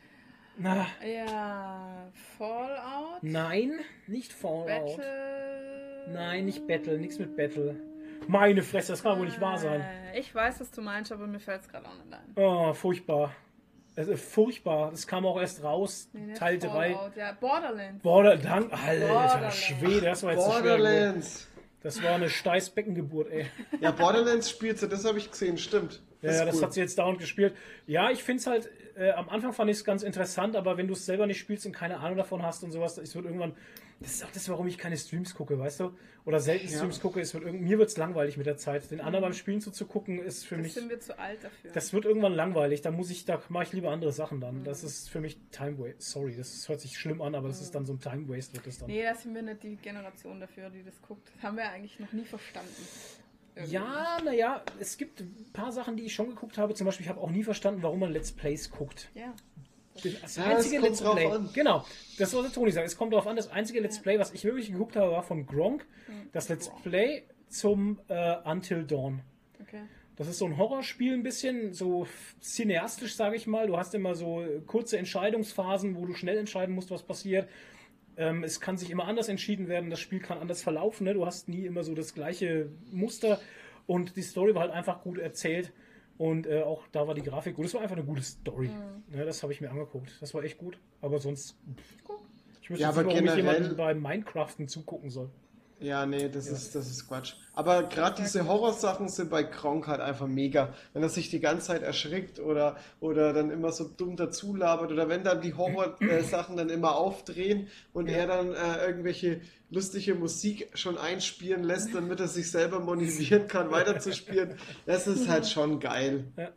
Na, Ja, Fallout. nein, nicht Fallout. Battle. Nein, nicht Battle, nichts mit Battle. Meine Fresse, das kann wohl nicht wahr sein. Ich weiß, was du meinst, aber mir fällt es gerade auch nicht ein. Oh, furchtbar. Also, furchtbar. Das kam auch erst raus, Nee, nicht Teil 3. Fallout. Ja, Borderlands. Alter Borderlands. Schwede, das war jetzt so schwer. Borderlands. Das war eine steiß Beckengeburt, ey. Ja, Borderlands spielt sie, das habe ich gesehen, stimmt. Ja, ist das cool. hat sie jetzt dauernd gespielt. Ja, ich finde es halt, am Anfang fand ich es ganz interessant, aber wenn du es selber nicht spielst und keine Ahnung davon hast und sowas, es wird irgendwann, das ist auch das, warum ich keine Streams gucke, weißt du? Oder selten Ja. Streams gucke, mir wird es langweilig mit der Zeit. Den anderen beim Spielen zuzugucken, ist für Das mich, sind wir zu alt dafür. das wird irgendwann langweilig, da mache ich lieber andere Sachen dann. Das ist für mich Time Waste. Sorry, das hört sich schlimm an, aber das ist dann so ein Time Waste, wird das dann. Nee, da sind wir nicht die Generation dafür, die das guckt. Das haben wir eigentlich noch nie verstanden. Irgendwie. Ja, naja, es gibt ein paar Sachen, die ich schon geguckt habe. Zum Beispiel, ich habe auch nie verstanden, warum man Let's Plays guckt. Ja. Das Ja, einzige es kommt Let's drauf Play, an. genau, das wollte Toni sagen. Es kommt darauf an, das einzige Let's Play, was ich wirklich geguckt habe, war von Gronk. Das Let's Play zum Until Dawn. Okay. Das ist so ein Horrorspiel ein bisschen, so cineastisch, sage ich mal. Du hast immer so kurze Entscheidungsphasen, wo du schnell entscheiden musst, was passiert. Es kann sich immer anders entschieden werden, das Spiel kann anders verlaufen. Ne? Du hast nie immer so das gleiche Muster und die Story war halt einfach gut erzählt. Und auch da war die Grafik gut. Das war einfach eine gute Story. Ne, das habe ich mir angeguckt. Das war echt gut. Aber sonst. Ich wüsste Ja, nicht, aber warum ich generell- jemanden bei Minecraften zugucken soll. Ja, nee, das ist Quatsch. Aber gerade diese Horrorsachen sind bei Gronk halt einfach mega. Wenn er sich die ganze Zeit erschrickt oder dann immer so dumm dazulabert oder wenn dann die Horror-Sachen dann immer aufdrehen und er dann irgendwelche lustige Musik schon einspielen lässt, damit er sich selber motivieren kann, weiterzuspielen. Das ist halt schon geil. Ja.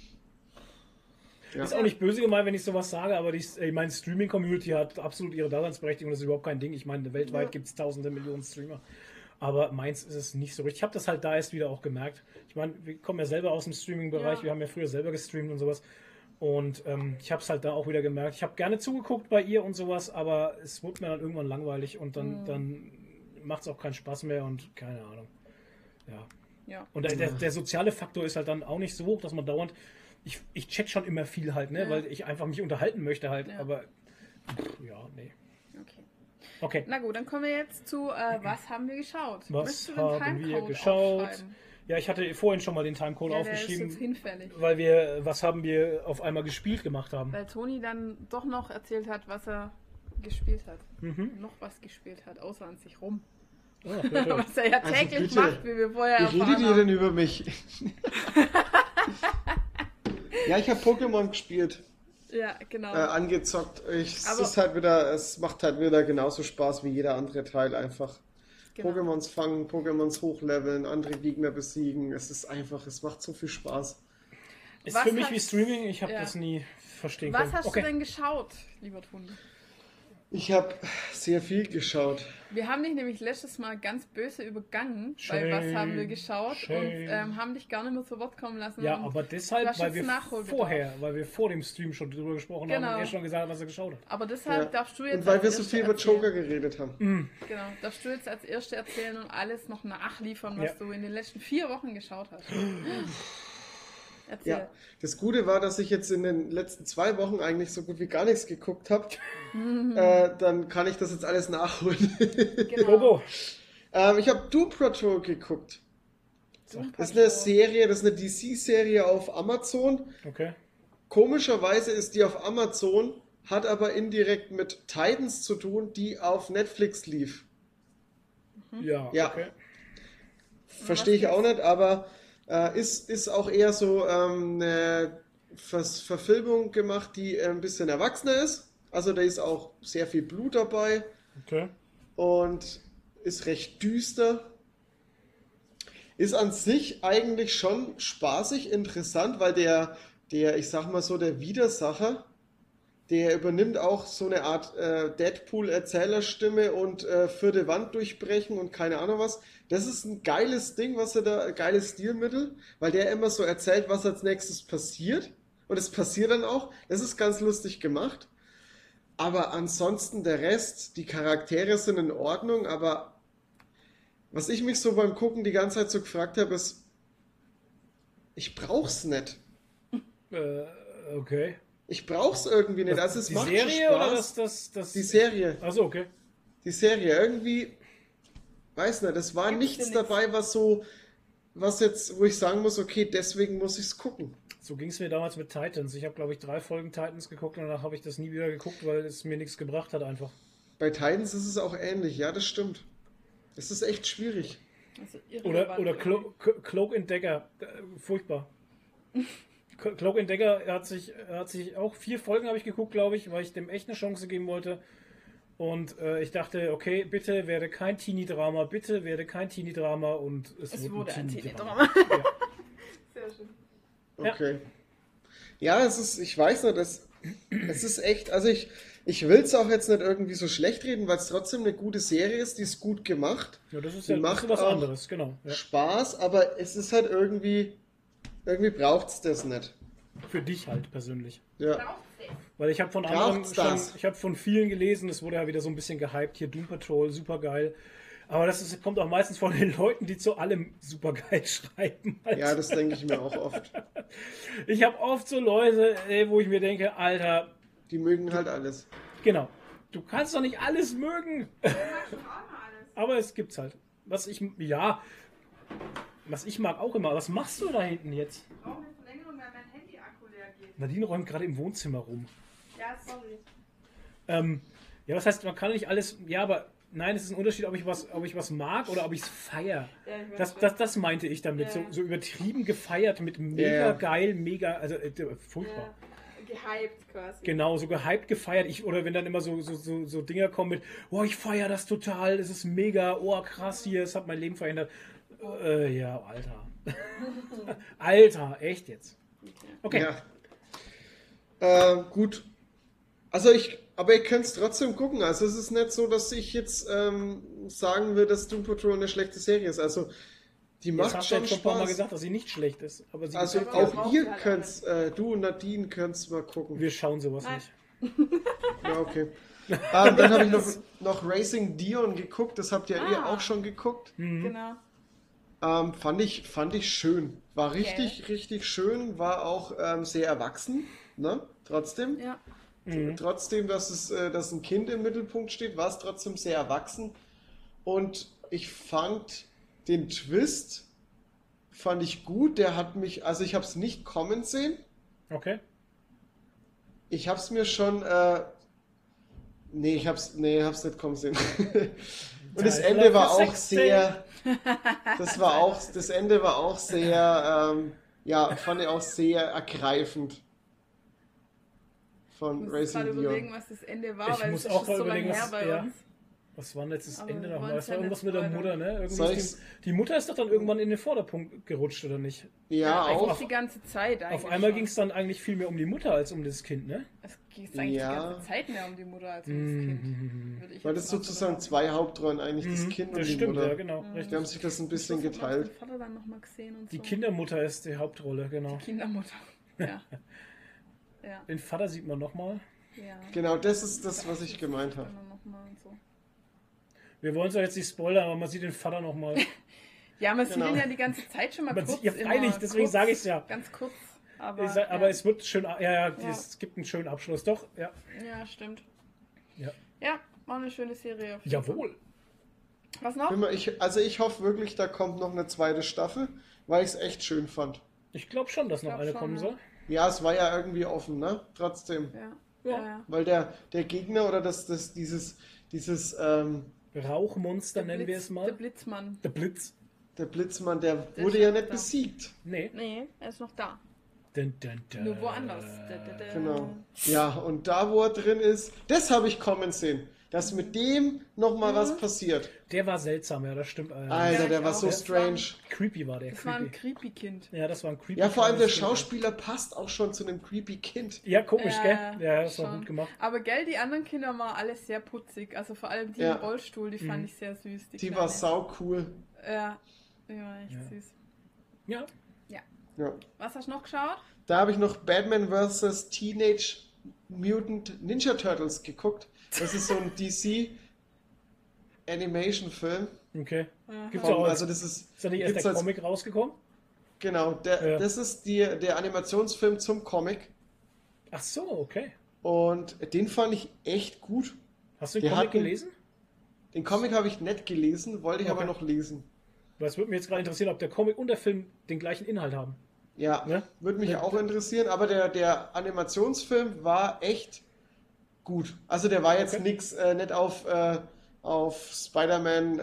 Ja. Ist auch nicht böse gemeint, wenn ich sowas sage, aber ich meine, Streaming-Community hat absolut ihre Daseinsberechtigung. Das ist überhaupt kein Ding. Ich meine, weltweit gibt es tausende Millionen Streamer. Aber meins ist es nicht so richtig. Ich habe das halt da erst wieder auch gemerkt. Ich meine, wir kommen ja selber aus dem Streaming-Bereich. Ja. Wir haben ja früher selber gestreamt und sowas. Und ich habe es halt da auch wieder gemerkt. Ich habe gerne zugeguckt bei ihr und sowas, aber es wurde mir dann irgendwann langweilig und dann macht es auch keinen Spaß mehr und keine Ahnung. Ja. Ja. Und der soziale Faktor ist halt dann auch nicht so hoch, dass man dauernd. Ich check schon immer viel halt, ne? Ja. Weil ich einfach mich unterhalten möchte halt. Ja. Aber ja, nee. Okay. Na gut, dann kommen wir jetzt zu was haben wir geschaut? Was Möchtest du den haben wir Timecode geschaut? aufschreiben? Ja, ich hatte vorhin schon mal den Timecode Ja, der ist aufgeschrieben, jetzt hinfällig. weil wir, was haben wir auf einmal gespielt gemacht haben. Weil Toni dann doch noch erzählt hat, was er gespielt hat. Mhm. Noch was gespielt hat, außer an sich rum. Ah, bitte. Was er ja Also täglich bitte, macht, wie wir vorher Wie erfahren redet ihr haben. denn über mich? Ja, ich habe Pokémon gespielt, Ja, genau. angezockt. Es Aber- macht halt wieder genauso Spaß wie jeder andere Teil einfach. Genau. Pokémons fangen, Pokémons hochleveln, andere Gegner besiegen. Es macht so viel Spaß. Ist Was für mich hast- wie Streaming, ich habe ja. das nie verstehen Was können. hast Okay. du denn geschaut, lieber Toni? Ich habe sehr viel geschaut. Wir haben dich nämlich letztes Mal ganz böse übergangen, Shame. bei was haben wir geschaut Shame. und haben dich gar nicht mehr zu Wort kommen lassen. Ja, und aber du deshalb, hast weil jetzt wir Nachholbedarf. weil wir vor dem Stream schon drüber gesprochen haben Genau. und er schon gesagt hat, was er geschaut hat. Aber deshalb Ja. darfst du jetzt Und weil als wir so Erste viel über erzählen. Joker geredet haben. Genau, darfst du jetzt als Erste erzählen und alles noch nachliefern, was Ja. du in den letzten 4 Wochen geschaut hast. Erzähl. Ja, das Gute war, dass ich jetzt in den letzten 2 Wochen eigentlich so gut wie gar nichts geguckt habe. Dann kann ich das jetzt alles nachholen. Genau. Go. Ich habe Doom Patrol geguckt. Doom Das ist eine Patrol. Serie, das ist eine DC-Serie auf Amazon. Okay. Komischerweise ist die auf Amazon, hat aber indirekt mit Titans zu tun, die auf Netflix lief. Ja, Ja. okay. Verstehe ich auch nicht, aber ist auch eher so eine Verfilmung gemacht, die ein bisschen erwachsener ist. Also da ist auch sehr viel Blut dabei Okay. und ist recht düster. Ist an sich eigentlich schon spaßig, interessant, weil ich sag mal so, der Widersacher, der übernimmt auch so eine Art Deadpool-Erzählerstimme und vierte Wand durchbrechen und keine Ahnung was. Das ist ein geiles Ding, geiles Stilmittel, weil der immer so erzählt, was als nächstes passiert. Und es passiert dann auch. Das ist ganz lustig gemacht. Aber ansonsten der Rest, die Charaktere sind in Ordnung, aber was ich mich so beim Gucken die ganze Zeit so gefragt habe, ist, ich brauch's nicht. Okay. Ich brauch's irgendwie nicht. Also es Die macht Serie schon oder Spaß. das? Die Serie. Achso, okay. Die Serie. Irgendwie, weiß nicht, es war Gibt's nichts dir nichts? dabei, wo ich sagen muss, okay, deswegen muss ich's gucken. So ging es mir damals mit Titans. Ich habe, glaube ich, 3 Folgen Titans geguckt und danach habe ich das nie wieder geguckt, weil es mir nichts gebracht hat einfach. Bei Titans ist es auch ähnlich, ja, das stimmt. Es ist echt schwierig. Also Oder irrelevant. Cloak and Dagger. Furchtbar. Cloak and Dagger hat sich auch 4 Folgen habe ich geguckt, glaube ich, weil ich dem echt eine Chance geben wollte. Und ich dachte, okay, bitte werde kein Teenie-Drama, bitte werde kein Teenie-Drama und Es wurde ein Teenie-Drama. Teenie-Drama. Ja. Sehr schön. Ja. Okay. Ja, ich weiß nicht, es ist echt, also ich will es auch jetzt nicht irgendwie so schlecht reden, weil es trotzdem eine gute Serie ist, die ist gut gemacht. Ja, das ist Die ja macht was auch anderes, genau. Ja. Spaß, aber es ist halt irgendwie braucht es das nicht. Für dich halt persönlich. Ja. Weil ich habe von anderen Braucht's schon, das? ich habe von vielen gelesen, es wurde ja wieder so ein bisschen gehypt, hier Doom Patrol, super geil. Aber kommt auch meistens von den Leuten, die zu allem super geil schreiben. Halt. Ja, das denke ich mir auch oft. Ich habe oft so Leute, wo ich mir denke, Alter, Die mögen halt alles. genau, du kannst doch nicht alles mögen. Aber es gibt's halt. Was ich mag auch immer. Was machst du da hinten jetzt? Ich brauche eine Verlängerung, weil mein Handy-Akku leer geht. Nadine räumt gerade im Wohnzimmer rum. Ja, sorry. Ja, was heißt, man kann nicht alles. Ja, aber nein, es ist ein Unterschied, ob ich was mag oder ob ich es feiere. Ja, ich weiß Das meinte ich damit. Ja. So übertrieben gefeiert mit mega Ja. geil, mega, also furchtbar. Ja, gehypt quasi. Genau, so gehypt gefeiert. Oder wenn dann immer so Dinger kommen mit, oh, ich feiere das total, es ist mega, oh krass hier, es hat mein Leben verändert. Ja, Alter. Alter, echt jetzt. Okay. Ja. Gut. Also aber ihr könnt es trotzdem gucken. Also es ist nicht so, dass ich jetzt sagen würde, dass Doom Patrol eine schlechte Serie ist. Also Die Jetzt macht hast du schon jetzt schon ein paar Mal Spaß. gesagt, dass sie nicht schlecht ist. Aber sie Also gefällt mir. braucht auch ihr halt könnt's, du und Nadine könnt's mal gucken. Wir schauen sowas Nein. nicht. Ja, okay. Dann habe ich noch Racing Dion geguckt, das habt ja ihr Ah. auch schon geguckt. Genau. Fand ich schön. War richtig schön, war auch sehr erwachsen, ne? Trotzdem. Ja. Trotzdem, dass ein Kind im Mittelpunkt steht, war es trotzdem sehr erwachsen. Und ich fand den Twist, fand ich gut. Der hat mich, also ich habe es nicht kommen sehen. Okay. Ich habe es mir schon, ich hab's nicht kommen sehen. Und das Zeit Ende war für auch Sexy. sehr, das Ende war auch sehr, fand ich auch sehr ergreifend von Ich muss Racing gerade Dion. überlegen, was das Ende war, Ich weil muss es auch ist schon so mal lange überlegen, her was- bei ja. uns. Was war denn jetzt das Aber Ende wir nochmal? wollen's Es war ja irgendwas nicht mit der spoilern. Mutter, ne? Irgendwie Soll ist ich's- die Mutter ist doch dann irgendwann in den Vorderpunkt gerutscht, oder nicht? Ja, Eigentlich auch. die ganze Zeit eigentlich. Auf einmal schon. ging es dann eigentlich viel mehr um die Mutter als um das Kind, ne? Es geht eigentlich Ja. die ganze Zeit mehr um die Mutter als um das Kind. Würde ich Weil jetzt das mal so sozusagen behaupten. zwei Hauptrollen eigentlich, das Kind und Das die stimmt, Mutter. ja, genau. Die Richtig. haben sich das ein bisschen Ich hab auch geteilt. den Vater dann noch mal gesehen und Die so. Kindermutter ist die Hauptrolle, genau. Kindermutter. Ja. Ja. Den Vater sieht man nochmal. Ja. Genau, das ist das, was ich gemeint habe. Dann noch mal und so. Wir wollen es ja jetzt nicht spoilern, aber man sieht den Vater nochmal. Ja, man sieht Genau. ihn ja die ganze Zeit schon mal Man kurz. sieht- ja, freilich, immer deswegen kurz, sage ich's ja. Ganz kurz. Aber, Aber es wird schön, Ja. es gibt einen schönen Abschluss, doch, ja. Ja, stimmt. Ja. Ja, war eine schöne Serie. auf jeden Fall. Jawohl. Was noch? Ich hoffe wirklich, da kommt noch eine zweite Staffel, weil ich es echt schön fand. Ich glaube schon, dass noch glaub eine schon, kommen ja. soll. Ja, es war ja irgendwie offen, ne? Trotzdem. Ja. Ja. Ja. Weil der Gegner oder dieses Rauchmonster nennen wir es Der mal. Blitzmann. Der Blitz. der Blitzmann, der Der wurde ist ja noch nicht da. besiegt. Nee. Nee, er ist noch da. Dun, dun, dun. Nur woanders. Genau. Ja, und da, wo er drin ist, das habe ich kommen sehen. Dass mit dem nochmal was passiert. Der war seltsam, ja, das stimmt. Alter, Ja, der ich war auch. so Das strange. Creepy war der. Das war ein Creepy. Creepy-Kind. Ja, das war ein Creepy. Ja, vor allem der kleines Kind. Schauspieler passt auch schon zu einem creepy Kind. Ja, komisch, gell? Ja, das war schon. gut gemacht. Aber gell, die anderen Kinder waren alle sehr putzig. Also vor allem die Ja. im Rollstuhl, die fand ich sehr süß. Die Kleine. war sau cool. Ja, die war echt süß. Ja. Ja. Ja. Was hast du noch geschaut? Da habe ich noch Batman vs. Teenage Mutant Ninja Turtles geguckt. Das ist so ein DC Animation-Film. Okay. Gibt's Vom- auch, Also das ist, ist da nicht erst gibt's der als- Comic rausgekommen? genau, Ja. das ist der Animationsfilm zum Comic. Ach so, okay. Und den fand ich echt gut. Hast du den Der Comic hat einen- gelesen? Den Comic habe ich nicht gelesen, wollte ich Okay. aber noch lesen. Weil es würde mich jetzt gerade interessieren, ob der Comic und der Film den gleichen Inhalt haben. Ja, Ne? würde mich auch interessieren, aber der Animationsfilm war echt gut. Also der war jetzt Okay. nix, nicht auf Spider-Man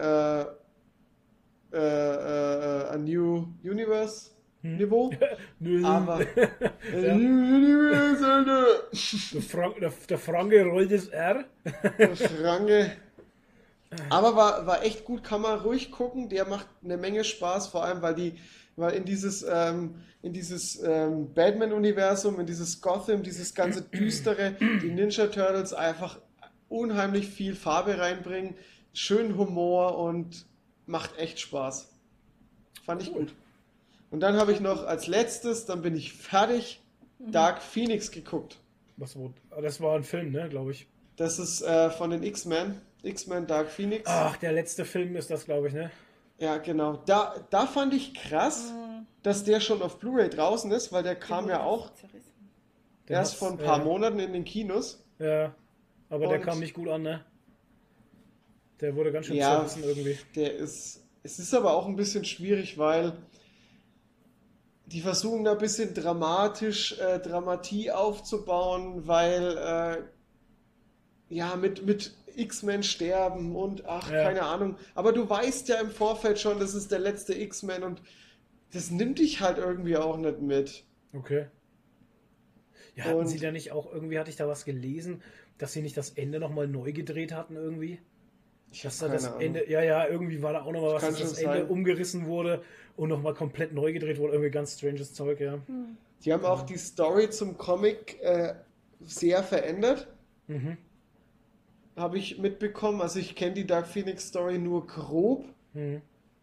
A New Universe Niveau, Nö. aber A New Universe, Alter. Der Franke rollt das R. Frange. Aber war echt gut, kann man ruhig gucken. Der macht eine Menge Spaß, vor allem weil in dieses Batman-Universum, in dieses Gotham, dieses ganze Düstere, die Ninja Turtles einfach unheimlich viel Farbe reinbringen, schön Humor und macht echt Spaß. Fand ich gut. Und dann habe ich noch als letztes, dann bin ich fertig, Dark Phoenix geguckt. Das war ein Film, ne, glaube ich. Das ist von den X-Men Dark Phoenix. Ach, der letzte Film ist das, glaube ich, ne? Ja, genau. Da fand ich krass, dass der schon auf Blu-ray draußen ist, weil der kam ja auch Der erst hat's, vor ein paar Monaten in den Kinos. Ja, aber der Und- kam nicht gut an, ne? Der wurde ganz schön Ja, zerrissen irgendwie. es ist aber auch ein bisschen schwierig, weil die versuchen da ein bisschen Dramatie aufzubauen, weil ja, mit X-Men sterben und ach, Ja. keine Ahnung. Aber du weißt ja im Vorfeld schon, das ist der letzte X-Men und das nimmt dich halt irgendwie auch nicht mit. Okay. Ja, hatten Und- sie da nicht auch, irgendwie hatte ich da was gelesen, dass sie nicht das Ende nochmal neu gedreht hatten irgendwie? Dass da keine das Ahnung. Ende, ja, irgendwie war da auch nochmal was, Kann dass das schon Ende sein. umgerissen wurde und nochmal komplett neu gedreht wurde. Irgendwie ganz stranges Zeug, ja. Die haben auch die Story zum Comic sehr verändert. Mhm. Habe ich mitbekommen. Also ich kenne die Dark Phoenix Story nur grob. Mhm.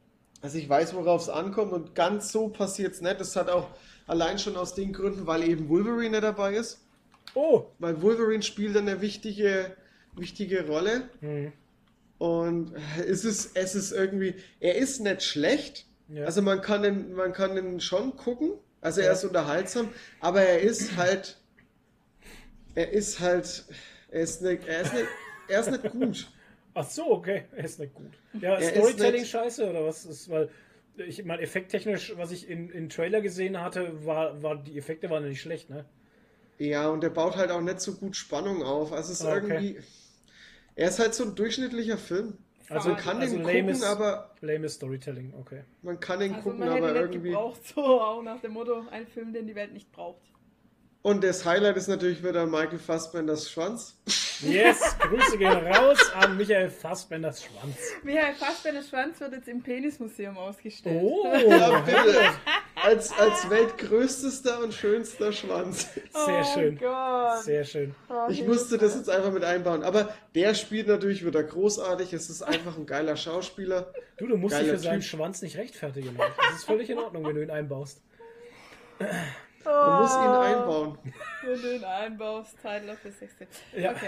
Also ich weiß, worauf es ankommt und ganz so passiert es nicht. Das hat auch allein schon aus den Gründen, weil eben Wolverine dabei ist. Oh! Weil Wolverine spielt eine wichtige Rolle. Hm. Und es ist irgendwie, er ist nicht schlecht. Ja. Also man kann ihn schon gucken. Also er ist unterhaltsam, aber er ist nicht gut. Ach so, okay. Er ist nicht gut. Ja, Er ist Storytelling nicht- scheiße oder was ist, weil ich meine, effekttechnisch, was ich in Trailer gesehen hatte, die Effekte waren ja nicht schlecht, ne? Ja, und er baut halt auch nicht so gut Spannung auf. Also es ist Okay. irgendwie, er ist halt so ein durchschnittlicher Film. Also, Man kann den gucken, aber lame Storytelling, okay. man kann den Also gucken, man hätte aber nicht irgendwie. gebraucht, so auch nach dem Motto, ein Film, den die Welt nicht braucht. Und das Highlight ist natürlich wieder Michael Fassbenders Schwanz. Yes, Grüße gehen raus an Michael Fassbenders Schwanz. Michael Fassbenders Schwanz wird jetzt im Penismuseum ausgestellt. Oh, Ja, bitte. Als weltgrößtester und schönster Schwanz. sehr schön. Gott. Sehr schön. Oh, Ich musste das jetzt einfach mit einbauen. Aber der spielt natürlich wieder großartig. Es ist einfach ein geiler Schauspieler. Du musst dich Geiler für seinen Typ. Schwanz nicht rechtfertigen. Das ist völlig in Ordnung, wenn du ihn einbaust. Man muss ihn einbauen. Wenn du ihn einbaust, Title of the 16. Ja. Okay.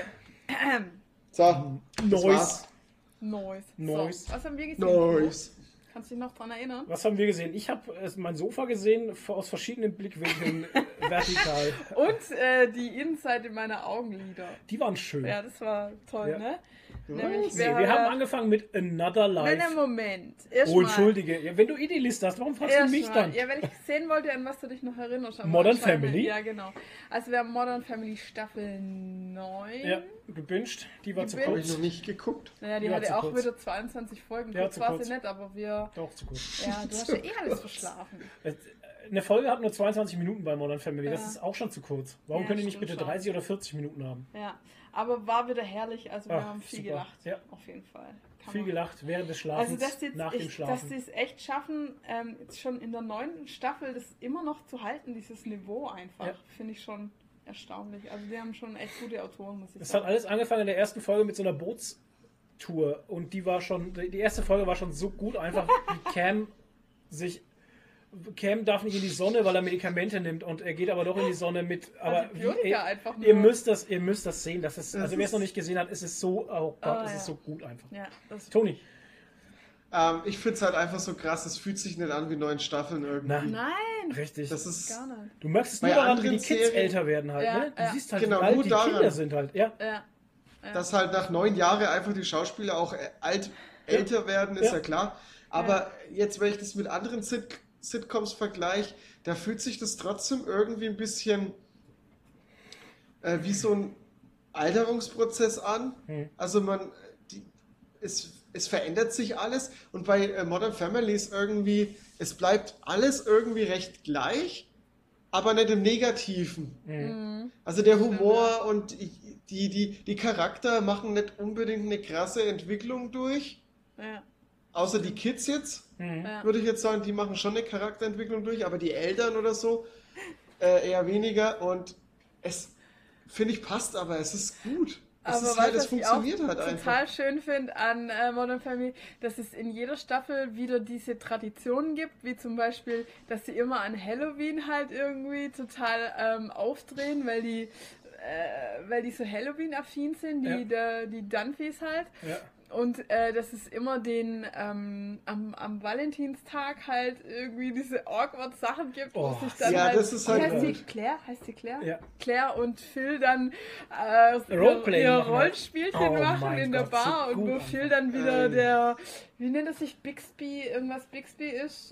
So, das war's. Noise. Noise. So, was haben wir gesehen? Noise. Kannst du dich noch dran erinnern? Was haben wir gesehen? Ich habe mein Sofa gesehen, aus verschiedenen Blickwinkeln vertikal. Und die Innenseite meiner Augenlider. Die waren schön. Ja, das war toll, Ja. ne? Was? Nämlich, Nee, wir haben angefangen mit Another Life. Nein, Moment. Erst Oh, mal- entschuldige. Ja, wenn du Idealist hast, warum fragst du Erst mich mal. dann? Ja, weil ich sehen wollte, an was du dich noch erinnerst. aber Modern anscheinend- Family? Ja, genau. Also wir haben Modern Family Staffel 9. Ja, gebinged. Die war zu Gebinged. Habe ich kurz. noch nicht geguckt. Naja, die Ja, hatte zu auch kurz. wieder 22 Folgen. Ja, Kurz zu war kurz. sie nicht, aber wir... Doch, zu kurz. Ja, du hast ja eh alles verschlafen. Eine Folge hat nur 22 Minuten bei Modern Family. Das Ja. ist auch schon zu kurz. Warum Ja, können die nicht stimmt bitte schon. 30 oder 40 Minuten haben? Ja, aber war wieder herrlich. Also wir Ach, haben viel super. gelacht. Ja. Auf jeden Fall. Kann Viel man- gelacht während des Schlafens, Also, dass die nach dem dass Schlafen. die es echt schaffen, jetzt schon in der 9. Staffel das immer noch zu halten, dieses Niveau einfach, Ja. finde ich schon erstaunlich. Also, die haben schon echt gute Autoren, muss ich Es hat sagen. alles angefangen in der ersten Folge mit so einer Bootstour und die erste Folge war schon so gut einfach, wie Cam darf nicht in die Sonne, weil er Medikamente nimmt und er geht aber doch in die Sonne mit, aber Antibiotika einfach nur. ihr müsst das sehen, das ist, Das also wer es ist- noch nicht gesehen hat, ist es so, oh Gott, es ja. ist so gut einfach. Ja, das Toni, Ich finde es halt einfach so krass. Es fühlt sich nicht an wie 9 Staffeln irgendwie. na, Nein, richtig. Das ist gar nicht. Du merkst es Bei nur daran, wie die anderen Kids Serien- älter werden halt, Ja, ne? Du ja. siehst halt, Genau, wie alt nur die daran. Kinder sind halt, ja. Ja. dass halt nach 9 Jahren einfach die Schauspieler auch älter werden, ist Ja. ja klar. Aber jetzt, wenn ich das mit anderen Sitcoms vergleiche, da fühlt sich das trotzdem irgendwie ein bisschen wie so ein Alterungsprozess an. Also es verändert sich alles und bei Modern Family ist irgendwie, es bleibt alles irgendwie recht gleich, aber nicht im Negativen. Also der Humor und die Charakter machen nicht unbedingt eine krasse Entwicklung durch, Ja. außer die Kids jetzt, Ja. würde ich jetzt sagen, die machen schon eine Charakterentwicklung durch, aber die Eltern oder so eher weniger und es, finde ich, passt, aber es ist gut. Es ist halt, es was ich auch funktioniert halt total einfach. schön finde an Modern Family, dass es in jeder Staffel wieder diese Traditionen gibt, wie zum Beispiel, dass sie immer an Halloween halt irgendwie total aufdrehen, weil die so Halloween-affin sind, die Dunphys halt. Ja. Und dass es immer am Valentinstag halt irgendwie diese awkward Sachen gibt, wo Oh, sich dann ja, halt, das ist halt wie heißt die gut. Claire? Heißt die Claire? Ja. Claire und Phil dann Roleplay ihr machen halt. Rollspielchen Oh machen mein in der Gott, Bar so und wo gut Phil dann wieder wie nennt es sich, Bixby, irgendwas Bixby ist?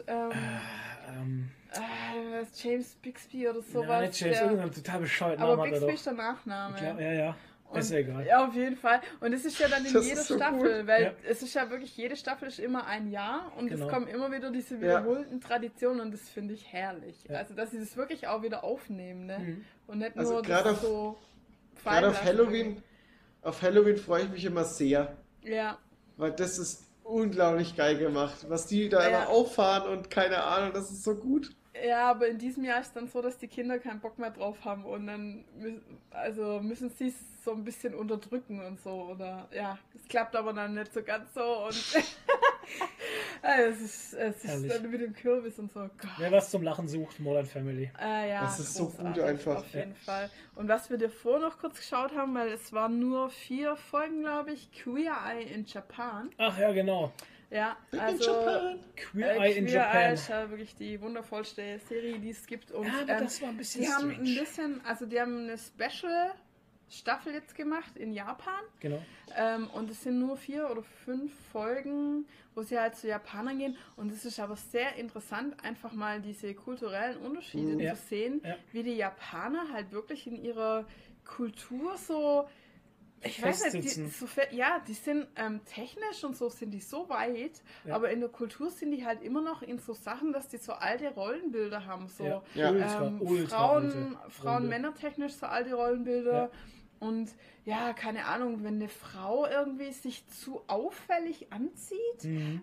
James Bixby oder sowas. Nein, James, der- irgendein total bescheuerten aber Namen hat er Bixby doch. ist der Nachname. Ich glaub, ja. Ist ja egal. Ja, auf jeden Fall. Und es ist ja dann in Das jeder ist so Staffel, gut. weil Ja. es ist ja wirklich, jede Staffel ist immer ein Jahr und Genau. es kommen immer wieder diese wiederholten Traditionen und das finde ich herrlich. Ja. Also, dass sie das wirklich auch wieder aufnehmen, ne? Und nicht Also nur gerade das auf- so Gerade auf fallen Auf Halloween freue ich mich immer sehr, lassen. Ja, weil das ist unglaublich geil gemacht. Was die da Ja. immer auffahren und keine Ahnung, das ist so gut. ja, aber in diesem Jahr ist es dann so, dass die Kinder keinen Bock mehr drauf haben und dann müssen sie es so ein bisschen unterdrücken und so. Oder ja, es klappt aber dann nicht so ganz so und Es ist Herrlich. dann mit dem Kürbis und so. Gott. Wer was zum Lachen sucht, Modern Family. Ja, Das ist so gut großartig, einfach. Auf jeden Fall. Und was wir davor noch kurz geschaut haben, weil es waren nur 4 Folgen, glaube ich, Queer Eye in Japan. Ach ja, genau. Ja, In also Japan. Queer Eye in Queer Eye Japan. ist ja wirklich die wundervollste Serie, die es gibt. Und Ja, aber das war ein bisschen die haben strange. die haben eine Special Staffel jetzt gemacht in Japan. Genau. Und es sind nur 4 oder 5 Folgen, wo sie halt zu Japanern gehen. Und es ist aber sehr interessant, einfach mal diese kulturellen Unterschiede Ja. zu sehen, Ja. wie die Japaner halt wirklich in ihrer Kultur so, ich weiß nicht, Festsitzen. die sind technisch und so sind die so weit, Ja. aber in der Kultur sind die halt immer noch in so Sachen, dass die so alte Rollenbilder haben. So Ja. Ja. Ultra alte Frauen, Rollenbilder. männertechnisch so alte Rollenbilder. Ja. Und ja, keine Ahnung, wenn eine Frau irgendwie sich zu auffällig anzieht, Mhm.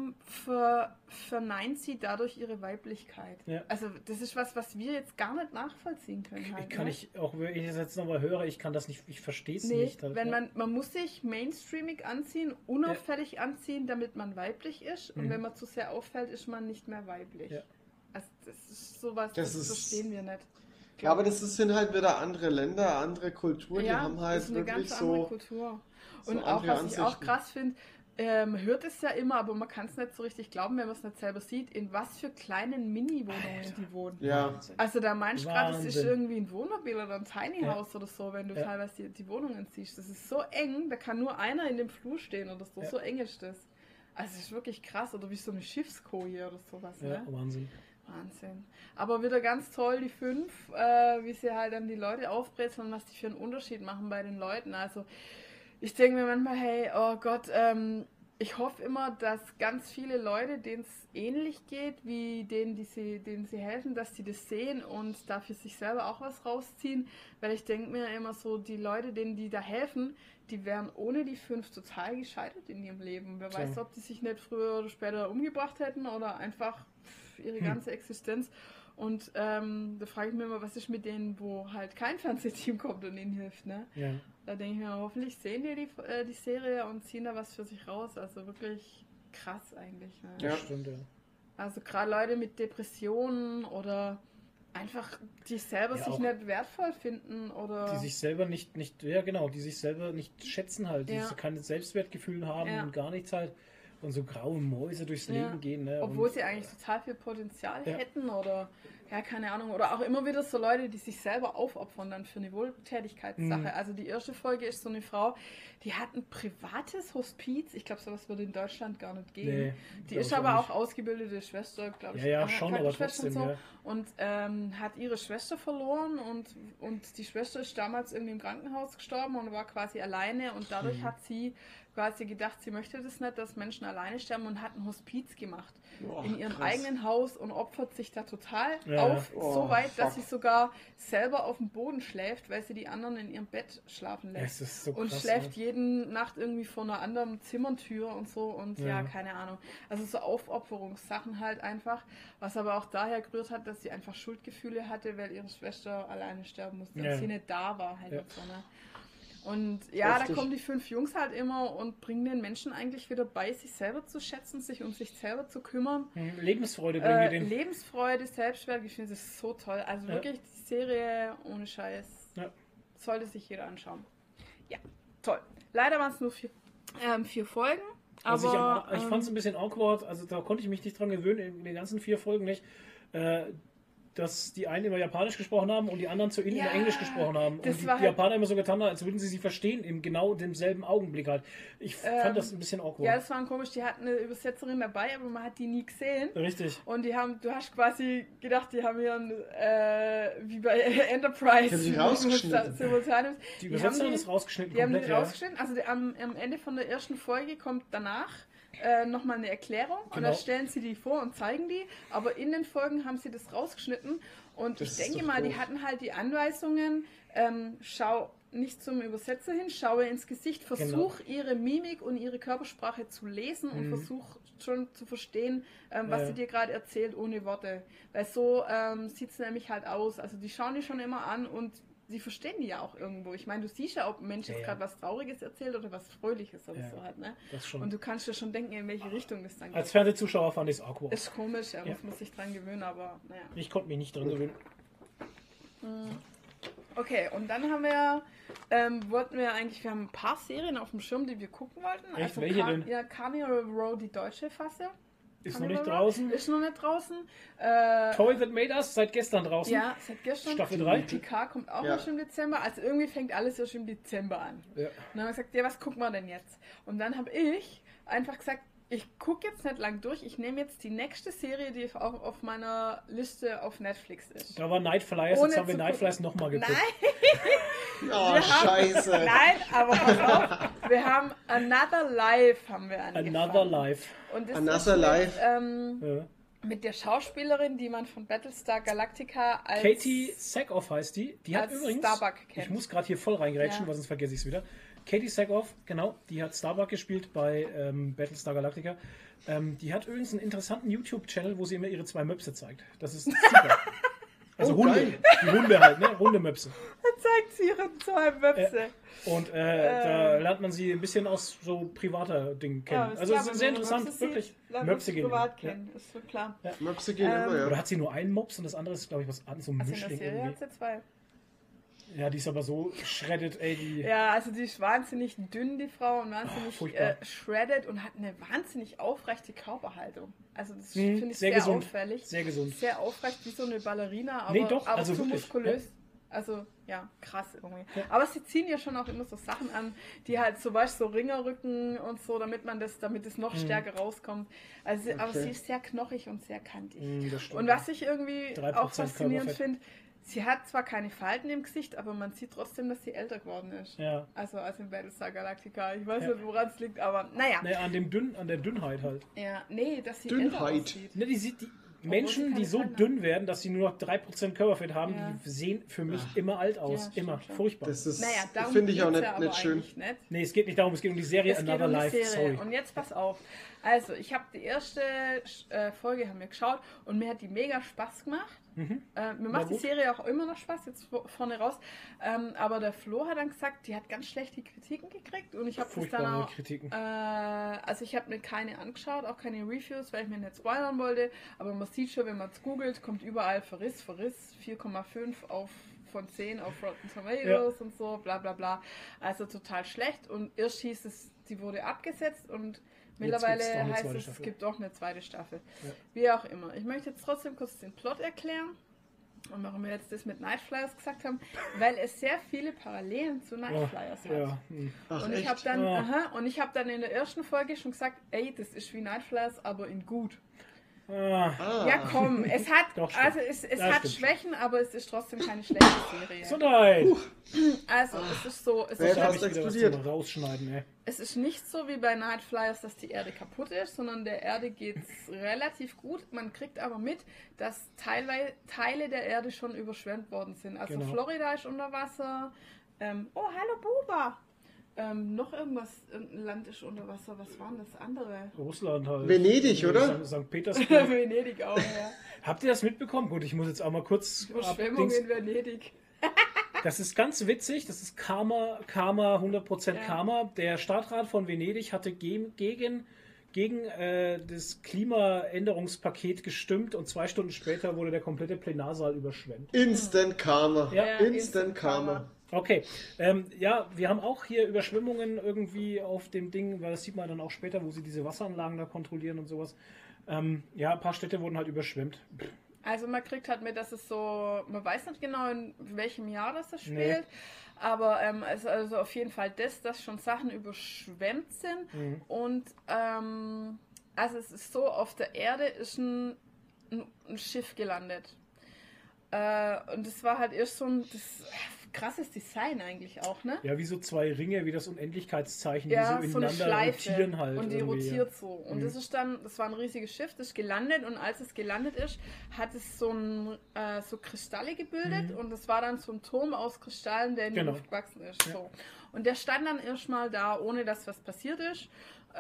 verneint sie dadurch ihre Weiblichkeit. Ja. Also das ist was wir jetzt gar nicht nachvollziehen können. Halt, Kann ne? ich auch, wenn ich das jetzt nochmal höre, ich kann das nicht, ich verstehe es Nee, nicht. wenn man muss sich mainstreamig anziehen, unauffällig anziehen, damit man weiblich ist. Und Mhm. wenn man zu sehr auffällt, ist man nicht mehr weiblich. Ja. Also das ist sowas, Das das ist- verstehen wir nicht. Ja, aber sind halt wieder andere Länder, andere Kulturen, die haben das halt ist eine wirklich ganz andere so. Kultur. so Und auch, andere was ich auch Ansichten. krass finde, hört es ja immer, aber man kann es nicht so richtig glauben, wenn man es nicht selber sieht, in was für kleinen Mini-Wohnungen die wohnen. Ja, Also da meinst du gerade, es ist Wahnsinn. irgendwie ein Wohnmobil oder ein Tiny Ja. House oder so, wenn du Ja. teilweise die Wohnungen siehst. Das ist so eng, da kann nur einer in dem Flur stehen oder so. Ja. So eng ist das. Also es ist wirklich krass. Oder wie so eine Schiffskoje oder sowas. Ja, Ne? Wahnsinn. Wahnsinn. Aber wieder ganz toll, die 5, wie sie halt dann die Leute aufbrezeln und was die für einen Unterschied machen bei den Leuten. Also ich denke mir manchmal, hey, oh Gott, ich hoffe immer, dass ganz viele Leute, denen es ähnlich geht, wie denen sie helfen, dass sie das sehen und dafür sich selber auch was rausziehen. Weil ich denke mir immer so, die Leute, denen die da helfen, die wären ohne die 5 total gescheitert in ihrem Leben. Wer Tja. weiß, ob die sich nicht früher oder später umgebracht hätten oder einfach ihre ganze Existenz. Und da frage ich mich immer, was ist mit denen, wo halt kein Fernsehteam kommt und ihnen hilft, ne? Ja. Da denke ich mir, hoffentlich sehen die Serie und ziehen da was für sich raus. Also wirklich krass eigentlich. Ne? Ja. Das stimmt, ja. Also gerade Leute mit Depressionen oder einfach, die selber Ja, sich auch- nicht wertvoll finden oder... Die sich selber nicht, ja genau, die sich selber nicht schätzen halt, die Ja. so kein Selbstwertgefühl haben Ja. und gar nichts halt und so graue Mäuse durchs Ja. Leben gehen. Ne? Obwohl und, sie eigentlich total viel Potenzial Ja. hätten oder, ja, keine Ahnung. Oder auch immer wieder so Leute, die sich selber aufopfern dann für eine Wohltätigkeitssache. Mhm. Also die erste Folge ist so eine Frau, die hat ein privates Hospiz. Ich glaube, sowas würde in Deutschland gar nicht gehen. Nee, Die glaub ist ich aber auch auch ausgebildete Schwester, glaube ich. Ja, schon, aber Krankenschwester und trotzdem, so. Und hat ihre Schwester verloren und die Schwester ist damals irgendwie im Krankenhaus gestorben und war quasi alleine und dadurch Mhm. hat sie quasi gedacht, sie möchte das nicht, dass Menschen alleine sterben und hat ein Hospiz gemacht Boah, in ihrem krass. eigenen Haus und opfert sich da total Ja. auf, Oh, so weit, dass fuck. sie sogar selber auf dem Boden schläft, weil sie die anderen in ihrem Bett schlafen lässt. Es ist so Und krass, schläft ne? jede Nacht irgendwie vor einer anderen Zimmertür und so und ja, Ja. keine Ahnung. Also so Aufopferungssachen halt einfach, was aber auch daher gerührt hat, dass sie einfach Schuldgefühle hatte, weil ihre Schwester alleine sterben musste Ja. und sie nicht da war halt Ja. und so, ne? Und ja, da Heftig. kommen die 5 Jungs halt immer und bringen den Menschen eigentlich wieder bei, sich selber zu schätzen, sich um sich selber zu kümmern. Lebensfreude bringen die den. Lebensfreude, Selbstwertgefühl, das ist so toll. Also Ja. wirklich die Serie ohne Scheiß. Ja. Sollte sich jeder anschauen. Ja, toll. Leider waren es nur 4 Folgen. Also Aber ich fand es ein bisschen awkward, also da konnte ich mich nicht dran gewöhnen, in den ganzen 4 Folgen nicht, dass die einen immer Japanisch gesprochen haben und die anderen zu ihnen Ja, immer Englisch gesprochen haben. Und das die war halt- Japaner immer so getan haben, als würden sie verstehen, im genau demselben Augenblick halt. Ich fand das ein bisschen awkward. ja, das war komisch. Die hatten eine Übersetzerin dabei, aber man hat die nie gesehen. Richtig. Und du hast quasi gedacht, die haben hier wie bei Enterprise. Die haben die rausgeschnitten. Simultaneum. Die Übersetzerin haben ist rausgeschnitten Die haben die komplett, ja. rausgeschnitten. Also am Ende von der ersten Folge kommt danach nochmal eine Erklärung und Genau. dann stellen sie die vor und zeigen die. Aber in den Folgen haben sie das rausgeschnitten. Und Das ich ist denke doch mal, die doof. hatten halt die Anweisungen, schau nicht zum Übersetzer hin, schaue ins Gesicht, versuch ihre Mimik und ihre Körpersprache zu lesen und versuch schon zu verstehen, was Ja. sie dir gerade erzählt, ohne Worte. Weil so sieht es nämlich halt aus. Also die schauen die schon immer an und die verstehen die ja auch irgendwo. Ich meine, du siehst ja, ob ein Mensch jetzt gerade was Trauriges erzählt oder was Fröhliches oder so halt, ne? Das schon. Und du kannst dir schon denken, in welche Richtung das dann geht. Als Fernsehzuschauer fand ich es awkward. Ist komisch, ja, muss man sich dran gewöhnen, aber naja. Ich konnte mich nicht dran gewöhnen. Okay, und dann haben wir, wir haben ein paar Serien auf dem Schirm, die wir gucken wollten. Echt? Welche denn? Ja, Carnival Row, die deutsche Fassung. Ist noch nicht draußen. Ist noch nicht draußen. Toy That Made Us, seit gestern draußen. Ja, seit gestern. Staffel 3. Picard kommt auch erst im Dezember. Also irgendwie fängt alles erst im Dezember an. Ja. Und dann haben wir gesagt, ja, was gucken wir denn jetzt? Und dann habe ich einfach gesagt, ich gucke jetzt nicht lang durch. Ich nehme jetzt die nächste Serie, die auf meiner Liste auf Netflix ist. Da war Night Flyers, jetzt haben wir Night Flyers nochmal geguckt. Nein! Oh, scheiße. Nein, aber pass auf, wir haben Another Life haben wir angefangen. Another Life. Und das Another ist Life. mit der Schauspielerin, die man von Battlestar Galactica als Katie Sackhoff heißt die. Die hat als übrigens, Starbuck kennt. ich muss gerade hier voll reingrätschen, weil sonst vergesse ich es wieder. Katie Sackhoff, genau, die hat Starbuck gespielt bei Battlestar Galactica. Die hat übrigens einen interessanten YouTube-Channel, wo sie immer ihre 2 Möpse zeigt. Das ist super. Also Hunde, geil. die Hunde halt, ne? Hundemöpse. Da zeigt sie ihre 2 Möpse. Und da lernt man sie ein bisschen aus so privater Dingen kennen. ist Also klar, es ist wenn sehr man interessant, Möpse wirklich. sieht, lernt man Möpse sie gehen. privat Ja. kennen, ist so klar. Möpse gehen immer, ja. Oder hat sie nur einen Mops und das andere ist, glaube ich, was anderes, so ein Also in der Mischling Serie irgendwie. hat sie 2. Ja, die ist aber so shredded, ey, die... Ja, also die ist wahnsinnig dünn, die Frau, und wahnsinnig furchtbar. shredded und hat eine wahnsinnig aufrechte Körperhaltung. Also das finde ich sehr sehr gesund. auffällig. Sehr gesund. Sehr aufrecht, wie so eine Ballerina, aber, Nee, doch, aber also zu wirklich, muskulös. Also, ja, krass irgendwie. Aber sie ziehen ja schon auch immer so Sachen an, die halt so, weißt du, so Ringerrücken und so, damit es noch stärker rauskommt. Also, aber sie ist sehr knochig und sehr kantig. Das stimmt. Und was ich irgendwie 3% auch faszinierend Körperfett. finde, sie hat zwar keine Falten im Gesicht, aber man sieht trotzdem, dass sie älter geworden ist. Ja. Also als in Battlestar Galactica. Ich weiß nicht, woran es liegt, aber naja. Nee, an der Dünnheit halt. Ja, nee, dass sie Dünnheit. älter aussieht. Ne, die Menschen, sie die keine so Falten dünn werden, dass sie nur noch 3% Körperfett haben, Ja. die sehen für mich immer alt aus. Ja, immer. stimmt schon. Furchtbar. Das ist, Naja, darum finde ich auch geht's nicht, ja aber nicht schön. eigentlich nicht. Nee, es geht nicht darum, es geht um die Serie Es geht Another um die Life. Serie. Sorry. Und jetzt pass auf. Also, ich habe die erste Folge haben wir geschaut und mir hat die mega Spaß gemacht. Mir macht die gut. Serie auch immer noch Spaß, jetzt vorne raus. Aber der Flo hat dann gesagt, die hat ganz schlechte Kritiken gekriegt und ich habe das dann Furchtbare auch... Kritiken. Also ich habe mir keine angeschaut, auch keine Reviews, weil ich mir nicht spoilern wollte. Aber man sieht schon, wenn man es googelt, kommt überall Verriss, 4,5 von 10 auf Rotten Tomatoes und so, bla bla bla. Also total schlecht. Und erst hieß es, die wurde abgesetzt und mittlerweile gibt's doch eine heißt zweite es, Staffel. es gibt auch eine zweite Staffel. Ja. Wie auch immer. Ich möchte jetzt trotzdem kurz den Plot erklären. Und warum wir jetzt das mit Night Flyers gesagt haben, weil es sehr viele Parallelen zu Night Flyers hat. Ja. Ach, Und ich echt? habe dann, in der ersten Folge schon gesagt, ey, das ist wie Night Flyers, aber in gut. Ja, komm, es hat, Doch, stimmt. also es Ja, hat stimmt. Schwächen, aber es ist trotzdem keine schlechte Serie. Gesundheit! Also, es ist so, es Wer ist, hat Hab fast ich wieder was explodiert. zum Rausschneiden, ey. es ist nicht so wie bei Night Flyers, dass die Erde kaputt ist, sondern der Erde geht's relativ gut. Man kriegt aber mit, dass Teile der Erde schon überschwemmt worden sind. Also Genau. Florida ist unter Wasser. Oh, hallo Buba! Noch irgendein Land ist unter Wasser. Was war denn das andere? Russland halt. Venedig, oder? St. Petersburg. Venedig auch, ja. Habt ihr das mitbekommen? Gut, ich muss jetzt auch mal kurz Überschwemmung abdings- in Venedig. Das ist ganz witzig, das ist Karma, 100% Ja. Karma. Der Stadtrat von Venedig hatte gegen das Klimaänderungspaket gestimmt und 2 Stunden später wurde der komplette Plenarsaal überschwemmt. Instant Karma. Ja, Instant Karma. Okay, ja, wir haben auch hier Überschwemmungen irgendwie auf dem Ding, weil das sieht man dann auch später, wo sie diese Wasseranlagen da kontrollieren und sowas. Ja, ein paar Städte wurden halt überschwemmt. Also man kriegt halt mit, dass es so, man weiß nicht genau, in welchem Jahr das spielt, Nee. aber also auf jeden Fall dass schon Sachen überschwemmt sind und also es ist so, auf der Erde ist ein Schiff gelandet und das war halt erst so ein krasses Design eigentlich auch, ne? Ja, wie so 2 Ringe, wie das Unendlichkeitszeichen, Ja, die so so eine ineinander Schleife rotieren halt. und die irgendwie, rotiert so. Und das war ein riesiges Schiff, das ist gelandet und als es gelandet ist, hat es so Kristalle gebildet und das war dann so ein Turm aus Kristallen, der in die Genau. Luft gewachsen ist. So. Und der stand dann erstmal da, ohne dass was passiert ist.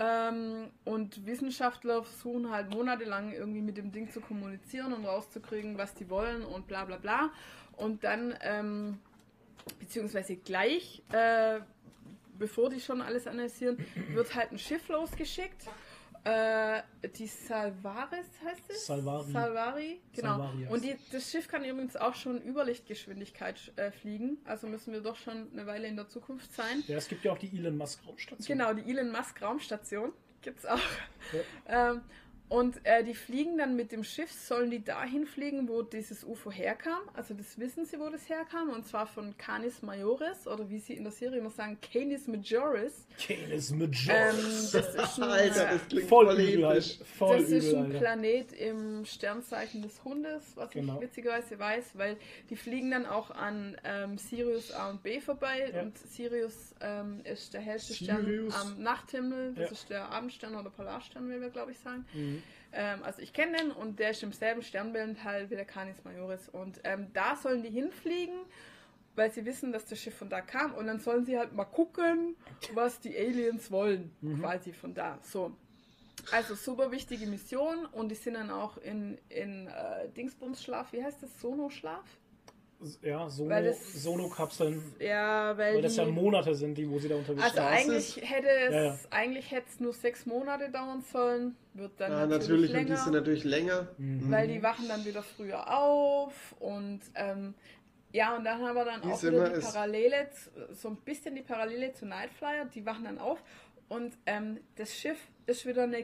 Und Wissenschaftler versuchen halt monatelang irgendwie mit dem Ding zu kommunizieren und rauszukriegen, was die wollen und bla bla bla. Und dann beziehungsweise gleich, bevor die schon alles analysieren, wird halt ein Schiff losgeschickt. Die Salvaris heißt es? Salvari, genau. Salvari, und das Schiff kann übrigens auch schon Überlichtgeschwindkeit fliegen, also müssen wir doch schon eine Weile in der Zukunft sein. Ja, es gibt ja auch die Elon Musk Raumstation. Genau, die Elon Musk Raumstation gibt's auch. Ja. Und die fliegen dann mit dem Schiff, sollen die dahin fliegen, wo dieses UFO herkam. Also das wissen sie, wo das herkam. Und zwar von Canis Majoris, oder wie sie in der Serie immer sagen, Canis Majoris. Canis Majoris. Das ist ein, Alter, das klingt voll voll übel. episch. Das ist ein Planet im Sternzeichen des Hundes, was ich witzigerweise weiß, weil die fliegen dann auch an Sirius A und B vorbei. Ja. Und Sirius ist der hellste Stern am Nachthimmel. Das ist der Abendstern oder Polarstern, wie wir, glaube ich, sagen. Mhm. Also ich kenne den und der ist im selben Sternbild halt wie der Canis Majoris. Und da sollen die hinfliegen, weil sie wissen, dass das Schiff von da kam. Und dann sollen sie halt mal gucken, was die Aliens wollen, quasi von da. So. Also super wichtige Mission und die sind dann auch in Dingsbums-Schlaf, wie heißt das? Sono-Schlaf? Ja, Sono-Kapseln. Ja, weil das ja Monate sind, wo sie da unterwegs sind. Also eigentlich hätte es nur 6 Monate dauern sollen. Wird dann natürlich länger. Und die sind natürlich länger. Weil die wachen dann wieder früher auf und und dann haben wir dann auch wieder die Parallele, so ein bisschen die Parallele zu Nightflyer, die wachen dann auf und das Schiff ist wieder eine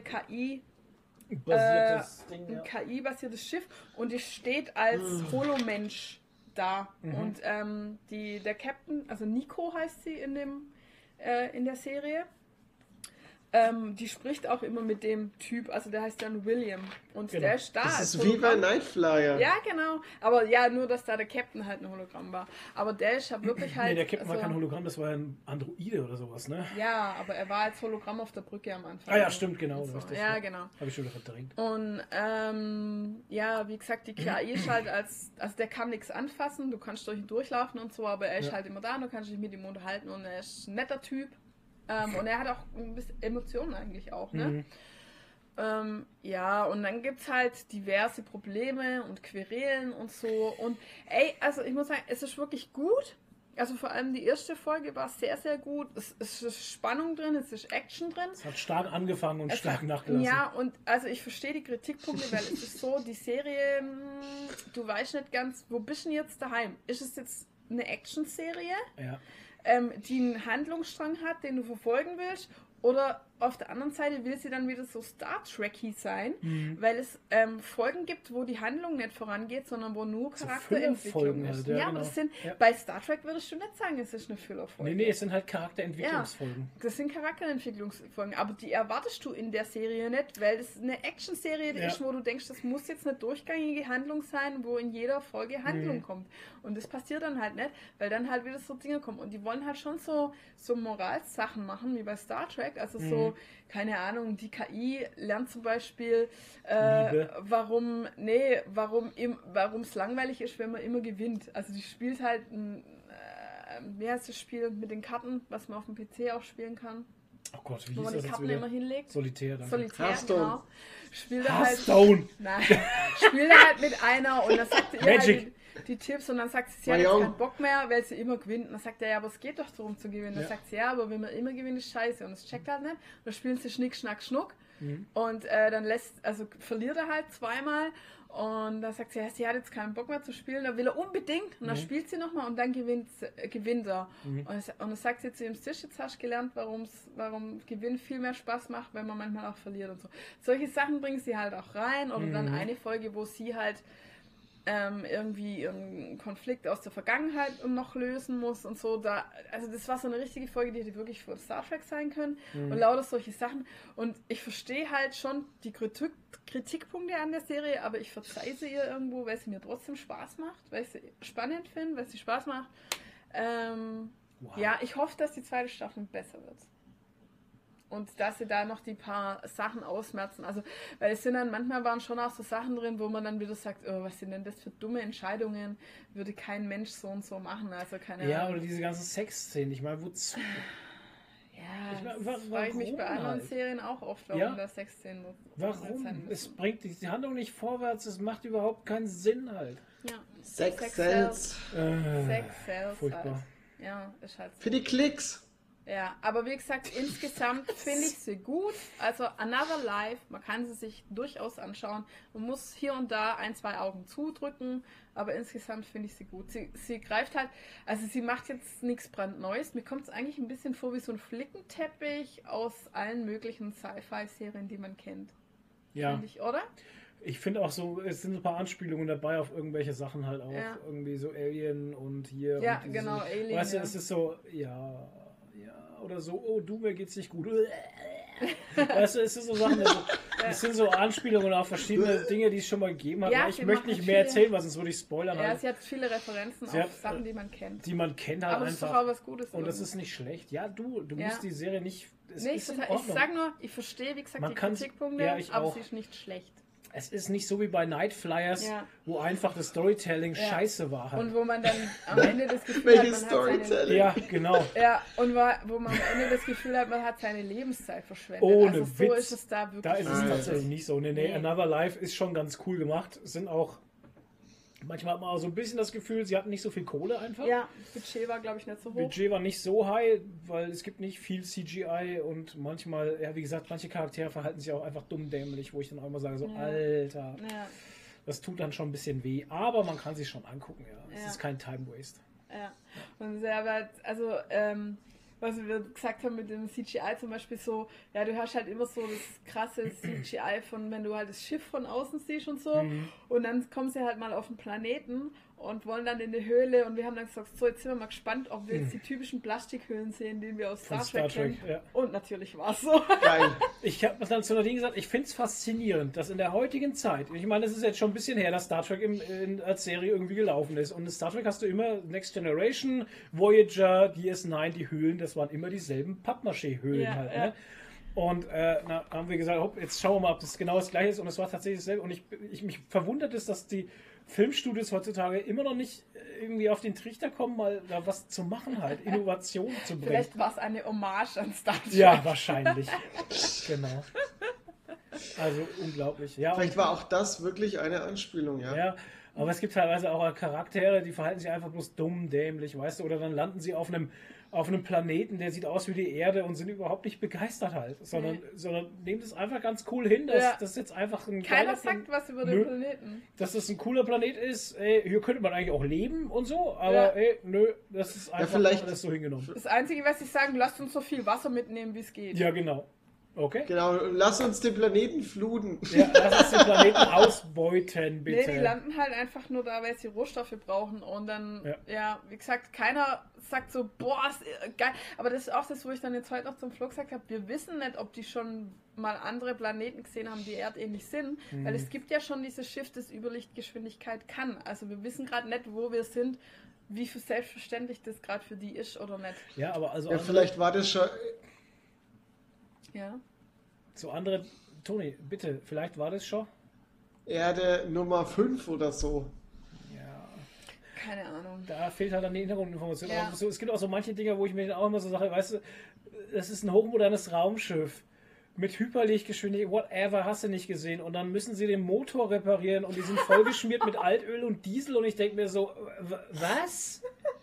KI-basiertes Schiff und es steht als Holomensch da. Und der Captain, also Nico heißt sie in der Serie, die spricht auch immer mit dem Typ, also der heißt dann William und der ist da. Das ist wie bei Nightflyer. Ja, genau. Aber ja, nur, dass da der Captain halt ein Hologramm war. Aber der ist ja wirklich halt... Nee, der Captain war kein Hologramm, das war ein Androide oder sowas, ne? Ja, aber er war als Hologramm auf der Brücke am Anfang. Ah ja, stimmt, genau. So. Ja, genau. Habe ich schon wieder verdrängt. Und wie gesagt, die KI ist halt also der kann nichts anfassen, du kannst durch ihn durchlaufen und so, aber er ist halt immer da, du kannst dich mit ihm unterhalten und er ist ein netter Typ. Und er hat auch ein bisschen Emotionen eigentlich auch, ne? Und dann gibt's halt diverse Probleme und Querelen und so. Und also ich muss sagen, es ist wirklich gut. Also vor allem die erste Folge war sehr, sehr gut. Es ist Spannung drin, es ist Action drin. Es hat stark angefangen und stark nachgelassen. Ja, und also ich verstehe die Kritikpunkte, weil es ist so, die Serie, du weißt nicht ganz, wo bist du denn jetzt daheim? Ist es jetzt eine Action-Serie? Ja. Die einen Handlungsstrang hat, den du verfolgen willst, oder auf der anderen Seite will sie dann wieder so Star Trek-y sein, weil es Folgen gibt, wo die Handlung nicht vorangeht, sondern wo nur Charakterentwicklung ist. Halt, aber genau. das sind, bei Star Trek würdest du nicht sagen, es ist eine Füllerfolge. Nee, es sind halt Charakterentwicklungsfolgen. Ja, das sind Charakterentwicklungsfolgen, aber die erwartest du in der Serie nicht, weil das eine Action-Serie ist, wo du denkst, das muss jetzt eine durchgängige Handlung sein, wo in jeder Folge Handlung kommt. Und das passiert dann halt nicht, weil dann halt wieder so Dinge kommen. Und die wollen halt schon so Moralsachen machen, wie bei Star Trek, also so, keine Ahnung, die KI lernt zum Beispiel, warum es langweilig ist, wenn man immer gewinnt. Also die spielt halt wie heißt das Spiel mit den Karten, was man auf dem PC auch spielen kann? Oh Gott, wie wo man die Karten immer hinlegt. Solitär. Genau. Spielt Hearthstone. Spielt halt mit einer und dann sagt ihr halt die Tipps und dann sagt sie hat jetzt keinen Bock mehr, weil sie immer gewinnt. Und dann sagt er, ja, aber es geht doch darum zu gewinnen. Dann sagt sie, ja, aber wenn man immer gewinnt, ist scheiße. Und das checkt halt nicht. Und dann spielen sie Schnick, Schnack, Schnuck. Und dann verliert er halt zweimal. Und dann sagt sie, ja, sie hat jetzt keinen Bock mehr zu spielen. Dann will er unbedingt. Und dann spielt sie nochmal und dann gewinnt er. Und dann sagt sie zu ihm, Tisch, jetzt hast du gelernt, warum Gewinn viel mehr Spaß macht, wenn man manchmal auch verliert und so. Solche Sachen bringen sie halt auch rein. Oder dann eine Folge, wo sie halt irgendwie ihren Konflikt aus der Vergangenheit noch lösen muss und so. Also das war so eine richtige Folge, die hätte wirklich für Star Trek sein können und lauter solche Sachen. Und ich verstehe halt schon die Kritikpunkte an der Serie, aber ich verzeihe sie ihr irgendwo, weil sie mir trotzdem Spaß macht, weil ich sie spannend finde, weil sie Spaß macht. Ja, ich hoffe, dass die zweite Staffel besser wird. Und dass sie da noch die paar Sachen ausmerzen. Also, weil es sind dann, manchmal waren schon auch so Sachen drin, wo man dann wieder sagt, oh, was sind denn das für dumme Entscheidungen, würde kein Mensch so und so machen. Also keine Ahnung. Ja, oder diese ganzen Sexszenen, ich meine, wozu? Ja, das frage ich mich bei anderen Serien auch oft, warum da Sexszenen warum? Es bringt die Handlung nicht vorwärts, es macht überhaupt keinen Sinn halt. Ja. Sex sells. Sex sells. Furchtbar. Halt. Ja, ist halt so. Für die Klicks. Ja, aber wie gesagt, insgesamt finde ich sie gut. Also Another Life, man kann sie sich durchaus anschauen. Man muss hier und da 1, 2 Augen zudrücken, aber insgesamt finde ich sie gut. Sie greift halt, also sie macht jetzt nichts brandneues. Mir kommt es eigentlich ein bisschen vor wie so ein Flickenteppich aus allen möglichen Sci-Fi-Serien, die man kennt. Ja. Finde ich, oder? Ich finde auch so, es sind ein paar Anspielungen dabei auf irgendwelche Sachen halt auch. Ja. Irgendwie so Alien und hier. Ja, und genau, Alien. Weißt du, ja. es ist so, ja, oder so, oh du, mir geht's nicht gut. Weißt du, es sind so Sachen, es sind so Anspielungen auf verschiedene Dinge, die es schon mal gegeben hat. Ja, Ich sie möchte machen nicht mehr viele- erzählen, weil sonst würde ich spoilern. Ja, Halt, sie hat viele Referenzen Sie auf hat, Sachen, die man kennt. die man kennt halt Aber es ist einfach. doch auch was Gutes. Und das irgendwie. ist nicht schlecht. Ja, du Ja. musst die Serie nicht. Es Nee, ist in ich Ordnung. sag nur, ich verstehe, wie gesagt, Man die kann's- Kritikpunkte, ja, ich aber auch. sie ist nicht schlecht. Es ist nicht so wie bei Night Flyers, Ja. wo einfach das Storytelling Ja. scheiße war halt. Und wo man dann am Ende das Gefühl hat, Welches man hat seine... Storytelling? Ja, genau. Ja, und wo man am Ende das Gefühl hat, man hat seine Lebenszeit verschwendet. Ohne also so Witz. ist es da wirklich. Da ist es nicht. tatsächlich nicht so. Nee, Nee. Another Life ist schon ganz cool gemacht. Es sind auch, manchmal hat man auch so ein bisschen das Gefühl, sie hatten nicht so viel Kohle einfach. Ja, Budget war, glaube ich, nicht so hoch. Budget war nicht so high, weil es gibt nicht viel CGI und manchmal, ja wie gesagt, manche Charaktere verhalten sich auch einfach dumm dämlich, wo ich dann auch immer sage, so Ja. Alter, Ja, das tut dann schon ein bisschen weh, aber man kann sich schon angucken, ja. Es Ja. ist kein Time Waste. ja. Und selber, also, was wir gesagt haben mit dem CGI zum Beispiel so, ja, du hast halt immer so das krasse CGI von, wenn du halt das Schiff von außen siehst und so, und dann kommen sie halt mal auf den Planeten und wollen dann in die Höhle und wir haben dann gesagt, so, jetzt sind wir mal gespannt, ob wir jetzt die typischen Plastikhöhlen sehen, die wir aus Von Star Trek kennen. ja. Und natürlich war es so. Geil. Ich habe dann zu Nadine gesagt, ich finde es faszinierend, dass in der heutigen Zeit, ich meine, es ist jetzt schon ein bisschen her, dass Star Trek als Serie irgendwie gelaufen ist. Und in Star Trek hast du immer Next Generation, Voyager, DS9, die Höhlen, das waren immer dieselben Pappmaché-Höhlen Ja, halt. ja. Ne? Und haben wir gesagt, hopp, jetzt schauen wir mal, ob das genau das gleiche ist. Und es war tatsächlich dasselbe. Und mich verwundert es, dass die Filmstudios heutzutage immer noch nicht irgendwie auf den Trichter kommen, mal da was zu machen halt, Innovation zu bringen. Vielleicht war es eine Hommage an Star Trek. Ja, wahrscheinlich. Genau. Also unglaublich. Ja, Vielleicht war auch das wirklich eine Anspielung, ja. ja, aber es gibt teilweise auch Charaktere, die verhalten sich einfach bloß dumm, dämlich, weißt du, oder dann landen sie auf einem Planeten, der sieht aus wie die Erde und sind überhaupt nicht begeistert halt, sondern nehmen das einfach ganz cool hin, dass Ja. das jetzt einfach ein Keiner geiler sagt was über Nö. den Planeten. dass das ein cooler Planet ist, ey, hier könnte man eigentlich auch leben und so, aber Ja. ey, nö, das ist einfach vielleicht- alles so hingenommen. Das Einzige, was ich sagen, lasst uns so viel Wasser mitnehmen, wie es geht. Ja, genau. Okay? Genau, lass uns den Planeten fluten. Ja, lass uns den Planeten ausbeuten, Nee, bitte. die landen halt einfach nur da, weil sie Rohstoffe brauchen und dann, ja, wie gesagt, keiner sagt so, boah, ist geil. Aber das ist auch das, wo ich dann jetzt heute noch zum Flo gesagt habe, wir wissen nicht, ob die schon mal andere Planeten gesehen haben, die erdähnlich sind, weil es gibt ja schon dieses Schiff, das Überlichtgeschwindigkeit kann. Also wir wissen gerade nicht, wo wir sind, wie viel selbstverständlich das gerade für die ist oder nicht. Ja, aber also Ja, vielleicht war das schon. Ja. so andere, Toni, bitte, vielleicht war das schon? Erde Nummer 5 oder so. Ja. Keine Ahnung. Da fehlt halt dann die Hintergrundinformation. Ja. Auch so, es gibt auch so manche Dinge, wo ich mir dann auch immer so sage, weißt du, das ist ein hochmodernes Raumschiff mit Hyperlichtgeschwindigkeit, whatever, hast du nicht gesehen. Und dann müssen sie den Motor reparieren und die sind vollgeschmiert mit Altöl und Diesel und ich denke mir so, was?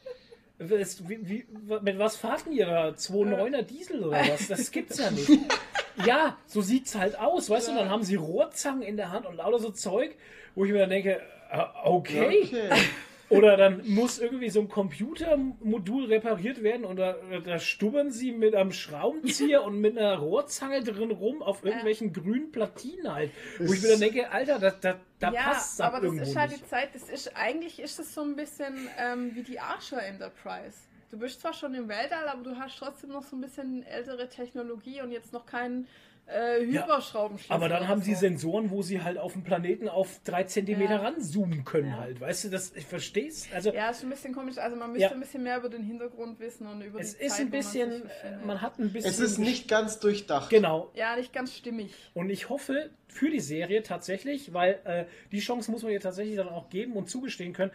Mit was fahrt denn ihr da? 2,9er Diesel oder was? Das gibt's ja nicht. Ja, so sieht's halt aus, weißt du? Und dann haben sie Rohrzangen in der Hand und lauter so Zeug, wo ich mir dann denke, okay. Oder dann muss irgendwie so ein Computermodul repariert werden und da stubbern sie mit einem Schraubenzieher und mit einer Rohrzange drin rum auf irgendwelchen grünen Platinen halt. Wo ich mir dann denke, Alter, da passt aber das irgendwo ist halt nicht. die Zeit, eigentlich ist es so ein bisschen wie die Archer Enterprise. Du bist zwar schon im Weltall, aber du hast trotzdem noch so ein bisschen ältere Technologie und jetzt noch keinen Hyperschraubenschlüssel. Aber dann haben oder sie so. Sensoren, wo sie halt auf den Planeten auf 3 Zentimeter Ja. ranzoomen können Ja. halt. Weißt du, ich versteh's? Also, Ja, ist ein bisschen komisch. Also man müsste Ja. ein bisschen mehr über den Hintergrund wissen und über es die ist Zeit, ein wo man bisschen, sich befindet. man hat ein bisschen... Es ist nicht ganz durchdacht. Genau. Ja, nicht ganz stimmig. Und ich hoffe für die Serie tatsächlich, weil die Chance muss man ihr tatsächlich dann auch geben und zugestehen können,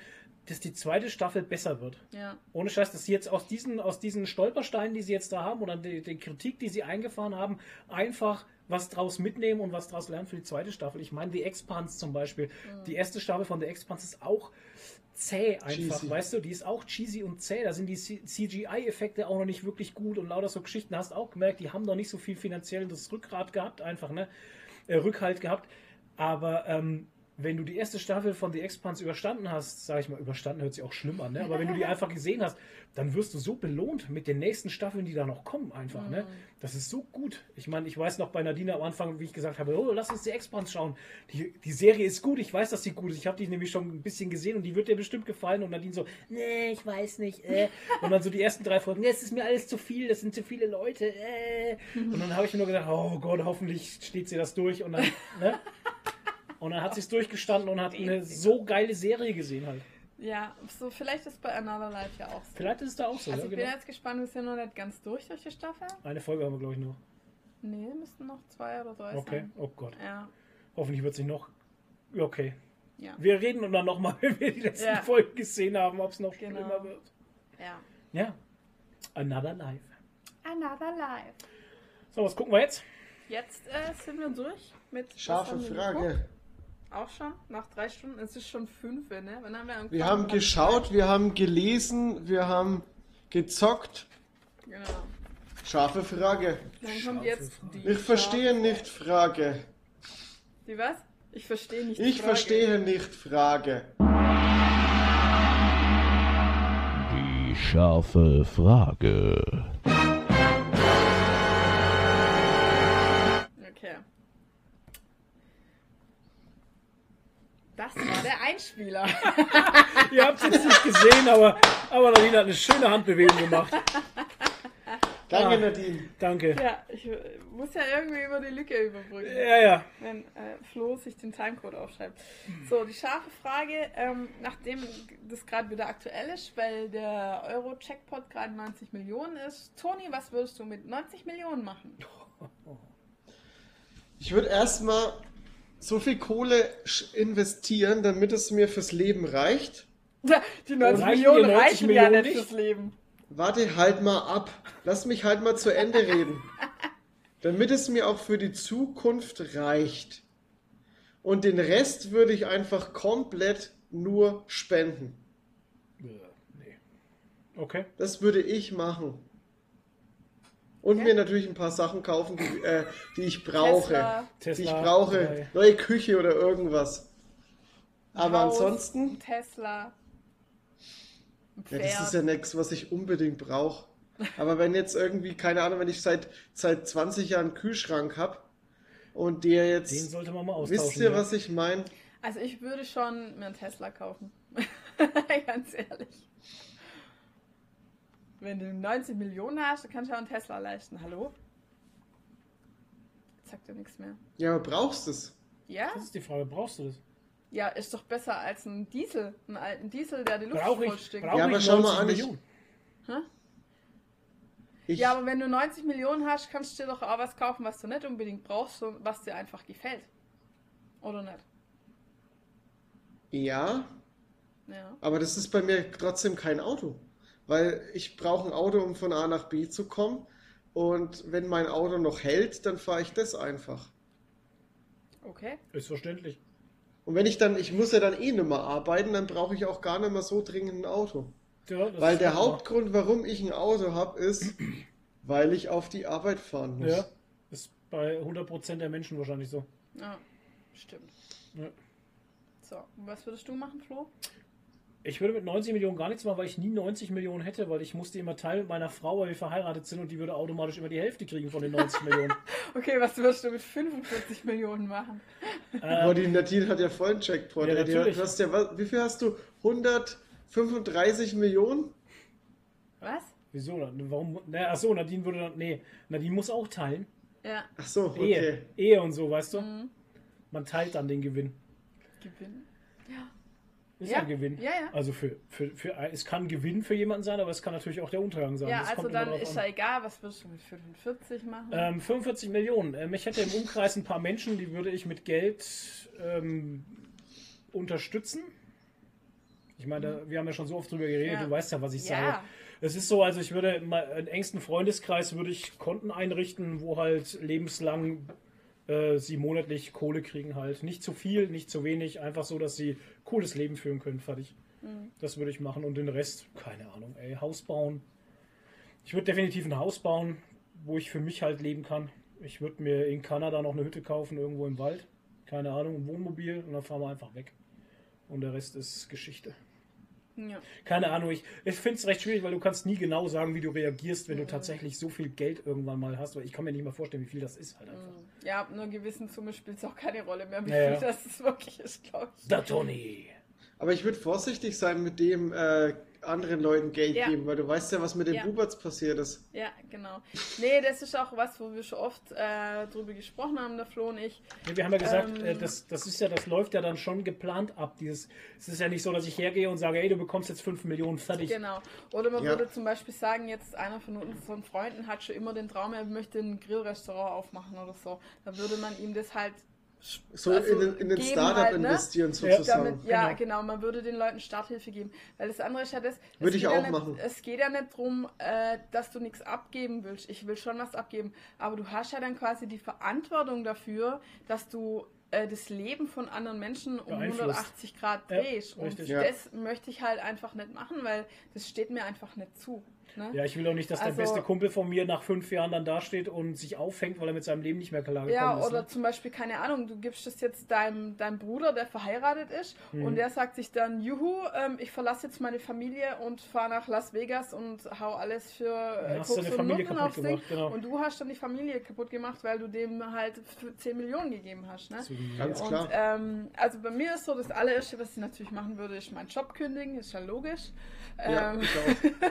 dass die zweite Staffel besser wird. Ja. Ohne Scheiß, dass sie jetzt aus diesen Stolpersteinen, die sie jetzt da haben, oder die Kritik, die sie eingefahren haben, einfach was draus mitnehmen und was draus lernen für die zweite Staffel. Ich meine, The Expanse zum Beispiel. Die erste Staffel von The Expanse ist auch zäh einfach, Cheesy. weißt du? Die ist auch cheesy und zäh. Da sind die CGI-Effekte auch noch nicht wirklich gut und lauter so Geschichten. Hast auch gemerkt, die haben noch nicht so viel finanziell das Rückgrat gehabt, einfach, ne? Rückhalt gehabt. Aber wenn du die erste Staffel von The Expanse überstanden hast, sag ich mal, überstanden hört sich auch schlimm an, ne? Aber wenn du die einfach gesehen hast, dann wirst du so belohnt mit den nächsten Staffeln, die da noch kommen, einfach, ne? Das ist so gut. Ich meine, ich weiß noch bei Nadine am Anfang, wie ich gesagt habe, oh, lass uns The Expanse schauen. Die Serie ist gut, ich weiß, dass sie gut ist. Ich habe die nämlich schon ein bisschen gesehen und die wird dir bestimmt gefallen. Und Nadine so, nee, ich weiß nicht. Und dann so die ersten 3 Folgen, nee, es ist mir alles zu viel, das sind zu viele Leute. Und dann habe ich mir nur gedacht, oh Gott, hoffentlich steht sie das durch. Und dann, ne? Und dann hat sie es durchgestanden und hat eine so geile Serie gesehen halt. Ja, so vielleicht ist bei Another Life ja auch so. Vielleicht ist es da auch so. Also ja, ich bin jetzt gespannt, wir sind noch nicht ganz durch die Staffel. Eine Folge haben wir, glaube ich, noch. Nee, müssten noch 2 oder 3 Okay, sein. oh Gott. Ja, Hoffentlich wird es nicht noch... Okay. ja, Wir reden dann nochmal, wenn wir die letzten Ja. Folgen gesehen haben, ob es noch Genau. schlimmer wird. ja. Ja. Another Life. Another Life. So, was gucken wir jetzt? Jetzt sind wir durch mit... Scharfe was haben wir Frage. geguckt? Auch schon? Nach 3 Stunden? Es ist schon 5, ne? Wann haben wir angefangen? Wir haben geschaut, wir haben gelesen, wir haben gezockt. Genau. Scharfe Frage. Dann kommt jetzt die... Ich verstehe scharfe- nicht Frage. Die was? Ich verstehe nicht die Ich Frage. verstehe nicht Frage. Die scharfe Frage. Okay. Das war der Einspieler. Ihr habt es jetzt nicht gesehen, aber Nadine hat eine schöne Handbewegung gemacht. Danke, Nadine. Danke. Ja, ich muss ja irgendwie über die Lücke überbrücken, Ja. wenn Flo sich den Timecode aufschreibt. So, die scharfe Frage, nachdem das gerade wieder aktuell ist, weil der Euro-Jackpot gerade 90 Millionen ist. Toni, was würdest du mit 90 Millionen machen? Ich würde erstmal so viel Kohle investieren, damit es mir fürs Leben reicht. Die 90 Reichen Millionen dir 90 reichen ja Millionen nicht nicht? fürs Leben. Warte halt mal ab. Lass mich halt mal zu Ende reden. Damit es mir auch für die Zukunft reicht. Und den Rest würde ich einfach komplett nur spenden. Nee. Okay. Das würde ich machen. Und mir natürlich ein paar Sachen kaufen, die ich brauche. Tesla, Die ich brauche. Neue Küche oder irgendwas. Aber Haus, ansonsten, Tesla, ein ja, Pferd. das ist ja nichts, was ich unbedingt brauche. Aber wenn jetzt irgendwie, keine Ahnung, wenn ich seit 20 Jahren einen Kühlschrank habe und der jetzt... Den sollte man mal austauschen. Wisst ihr, ja. was ich meine? Also ich würde schon mir einen Tesla kaufen. Ganz ehrlich. Wenn du 90 Millionen hast, dann kannst du auch einen Tesla leisten. Hallo? Jetzt sagt er nichts mehr. Ja, aber brauchst du es? Ja? Das ist die Frage, brauchst du das? Ja, ist doch besser als ein Diesel. Einen alten Diesel, der die Luft Brauche ich, vollstinkt. brauch Ja, aber ich schau 90 mal an, ich- Millionen? Ja, aber wenn du 90 Millionen hast, kannst du dir doch auch was kaufen, was du nicht unbedingt brauchst, sondern was dir einfach gefällt. Oder nicht? Ja, Ja. aber das ist bei mir trotzdem kein Auto. Weil ich brauche ein Auto, um von A nach B zu kommen. Und wenn mein Auto noch hält, dann fahre ich das einfach. Okay. Ist verständlich. Und wenn ich muss ja dann eh nicht mehr arbeiten, dann brauche ich auch gar nicht mehr so dringend ein Auto. Ja, das Weil ist der klar. Hauptgrund, warum ich ein Auto habe, ist, weil ich auf die Arbeit fahren muss. Ja, ist bei 100% der Menschen wahrscheinlich so. Ja, stimmt. Ja. So, und was würdest du machen, Flo? Ich würde mit 90 Millionen gar nichts machen, weil ich nie 90 Millionen hätte, weil ich musste immer teilen mit meiner Frau, weil wir verheiratet sind und die würde automatisch immer die Hälfte kriegen von den 90 Millionen. Okay, was würdest du mit 45 Millionen machen? Boah, die Nadine hat ja voll einen Jackpot. Ja, ey. natürlich. Du hast ja, wie viel hast du? 135 Millionen? Was? Wieso? Warum? Naja, achso, Nadine würde dann. Nee, Nadine muss auch teilen. Ja, Ach so, okay. Ehe und so, weißt du? Mhm. Man teilt dann den Gewinn. Gewinn. Ja. Ist Ja, ja Gewinn. ja, ja. Also es kann Gewinn für jemanden sein, aber es kann natürlich auch der Untergang sein. Ja, Das also kommt immer dann drauf ist an. ja egal, was würdest du mit 45 machen? 45 Millionen. Ich hätte im Umkreis ein paar Menschen, die würde ich mit Geld unterstützen. Ich meine, wir haben ja schon so oft drüber geredet, Ja. du weißt ja, was ich Ja. sage. Es ist so, also ich würde im engsten Freundeskreis würde ich Konten einrichten, wo halt lebenslang sie monatlich Kohle kriegen halt. Nicht zu viel, nicht zu wenig, einfach so, dass sie cooles Leben führen können, fertig. Das würde ich machen und den Rest, keine Ahnung, Haus bauen. Ich würde definitiv ein Haus bauen, wo ich für mich halt leben kann. Ich würde mir in Kanada noch eine Hütte kaufen, irgendwo im Wald. Keine Ahnung, ein Wohnmobil und dann fahren wir einfach weg. Und der Rest ist Geschichte. Ja. Keine Ahnung, ich finde es recht schwierig, weil du kannst nie genau sagen, wie du reagierst, wenn du tatsächlich so viel Geld irgendwann mal hast. Weil ich kann mir nicht mal vorstellen, wie viel das ist halt einfach. Ja, ab einer gewissen Summe spielt es auch keine Rolle mehr, wie Ja, viel das wirklich ist, glaube ich. Der Tony. Aber ich würde vorsichtig sein mit dem anderen Leuten Geld Ja. geben, weil du weißt ja, was mit den Ja. Buberts passiert ist. Ja, genau. Nee, das ist auch was, wo wir schon oft drüber gesprochen haben, der Flo und ich. Ja, wir haben ja gesagt, das läuft ja dann schon geplant ab. Es ist ja nicht so, dass ich hergehe und sage, ey, du bekommst jetzt 5 Millionen, fertig. Genau. Oder man Ja. würde zum Beispiel sagen, jetzt einer von unseren Freunden hat schon immer den Traum, er möchte ein Grillrestaurant aufmachen oder so. Da würde man ihm das halt So in den geben Startup halt, ne? investieren sozusagen. Genau, man würde den Leuten Starthilfe geben. Weil das andere ist ja das, Würde ich auch nicht, machen. es geht ja nicht darum, dass du nichts abgeben willst. Ich will schon was abgeben. Aber du hast ja dann quasi die Verantwortung dafür, dass du das Leben von anderen Menschen um Beeinflusst. 180 Grad Ja, drehst. Und richtig. Ja. das möchte ich halt einfach nicht machen, weil das steht mir einfach nicht zu. Ne? Ja, ich will auch nicht, dass der Also- beste Kumpel von mir nach 5 Jahren dann dasteht und sich aufhängt, weil er mit seinem Leben nicht mehr klargekommen Ja, ist. oder Ne? zum Beispiel, keine Ahnung, du gibst es jetzt deinem Bruder, der verheiratet ist, und der sagt sich dann, juhu, ich verlasse jetzt meine Familie und fahre nach Las Vegas und hau alles für hast du Koks deine und Familie Nutten kaputt aufs Ding. gemacht, genau. Und du hast dann die Familie kaputt gemacht, weil du dem halt für 10 Millionen gegeben hast. Ne? Ganz Und klar. also bei mir ist so, das allererste, was ich natürlich machen würde, ist meinen Job kündigen, ist ja logisch. Ja, ich auch.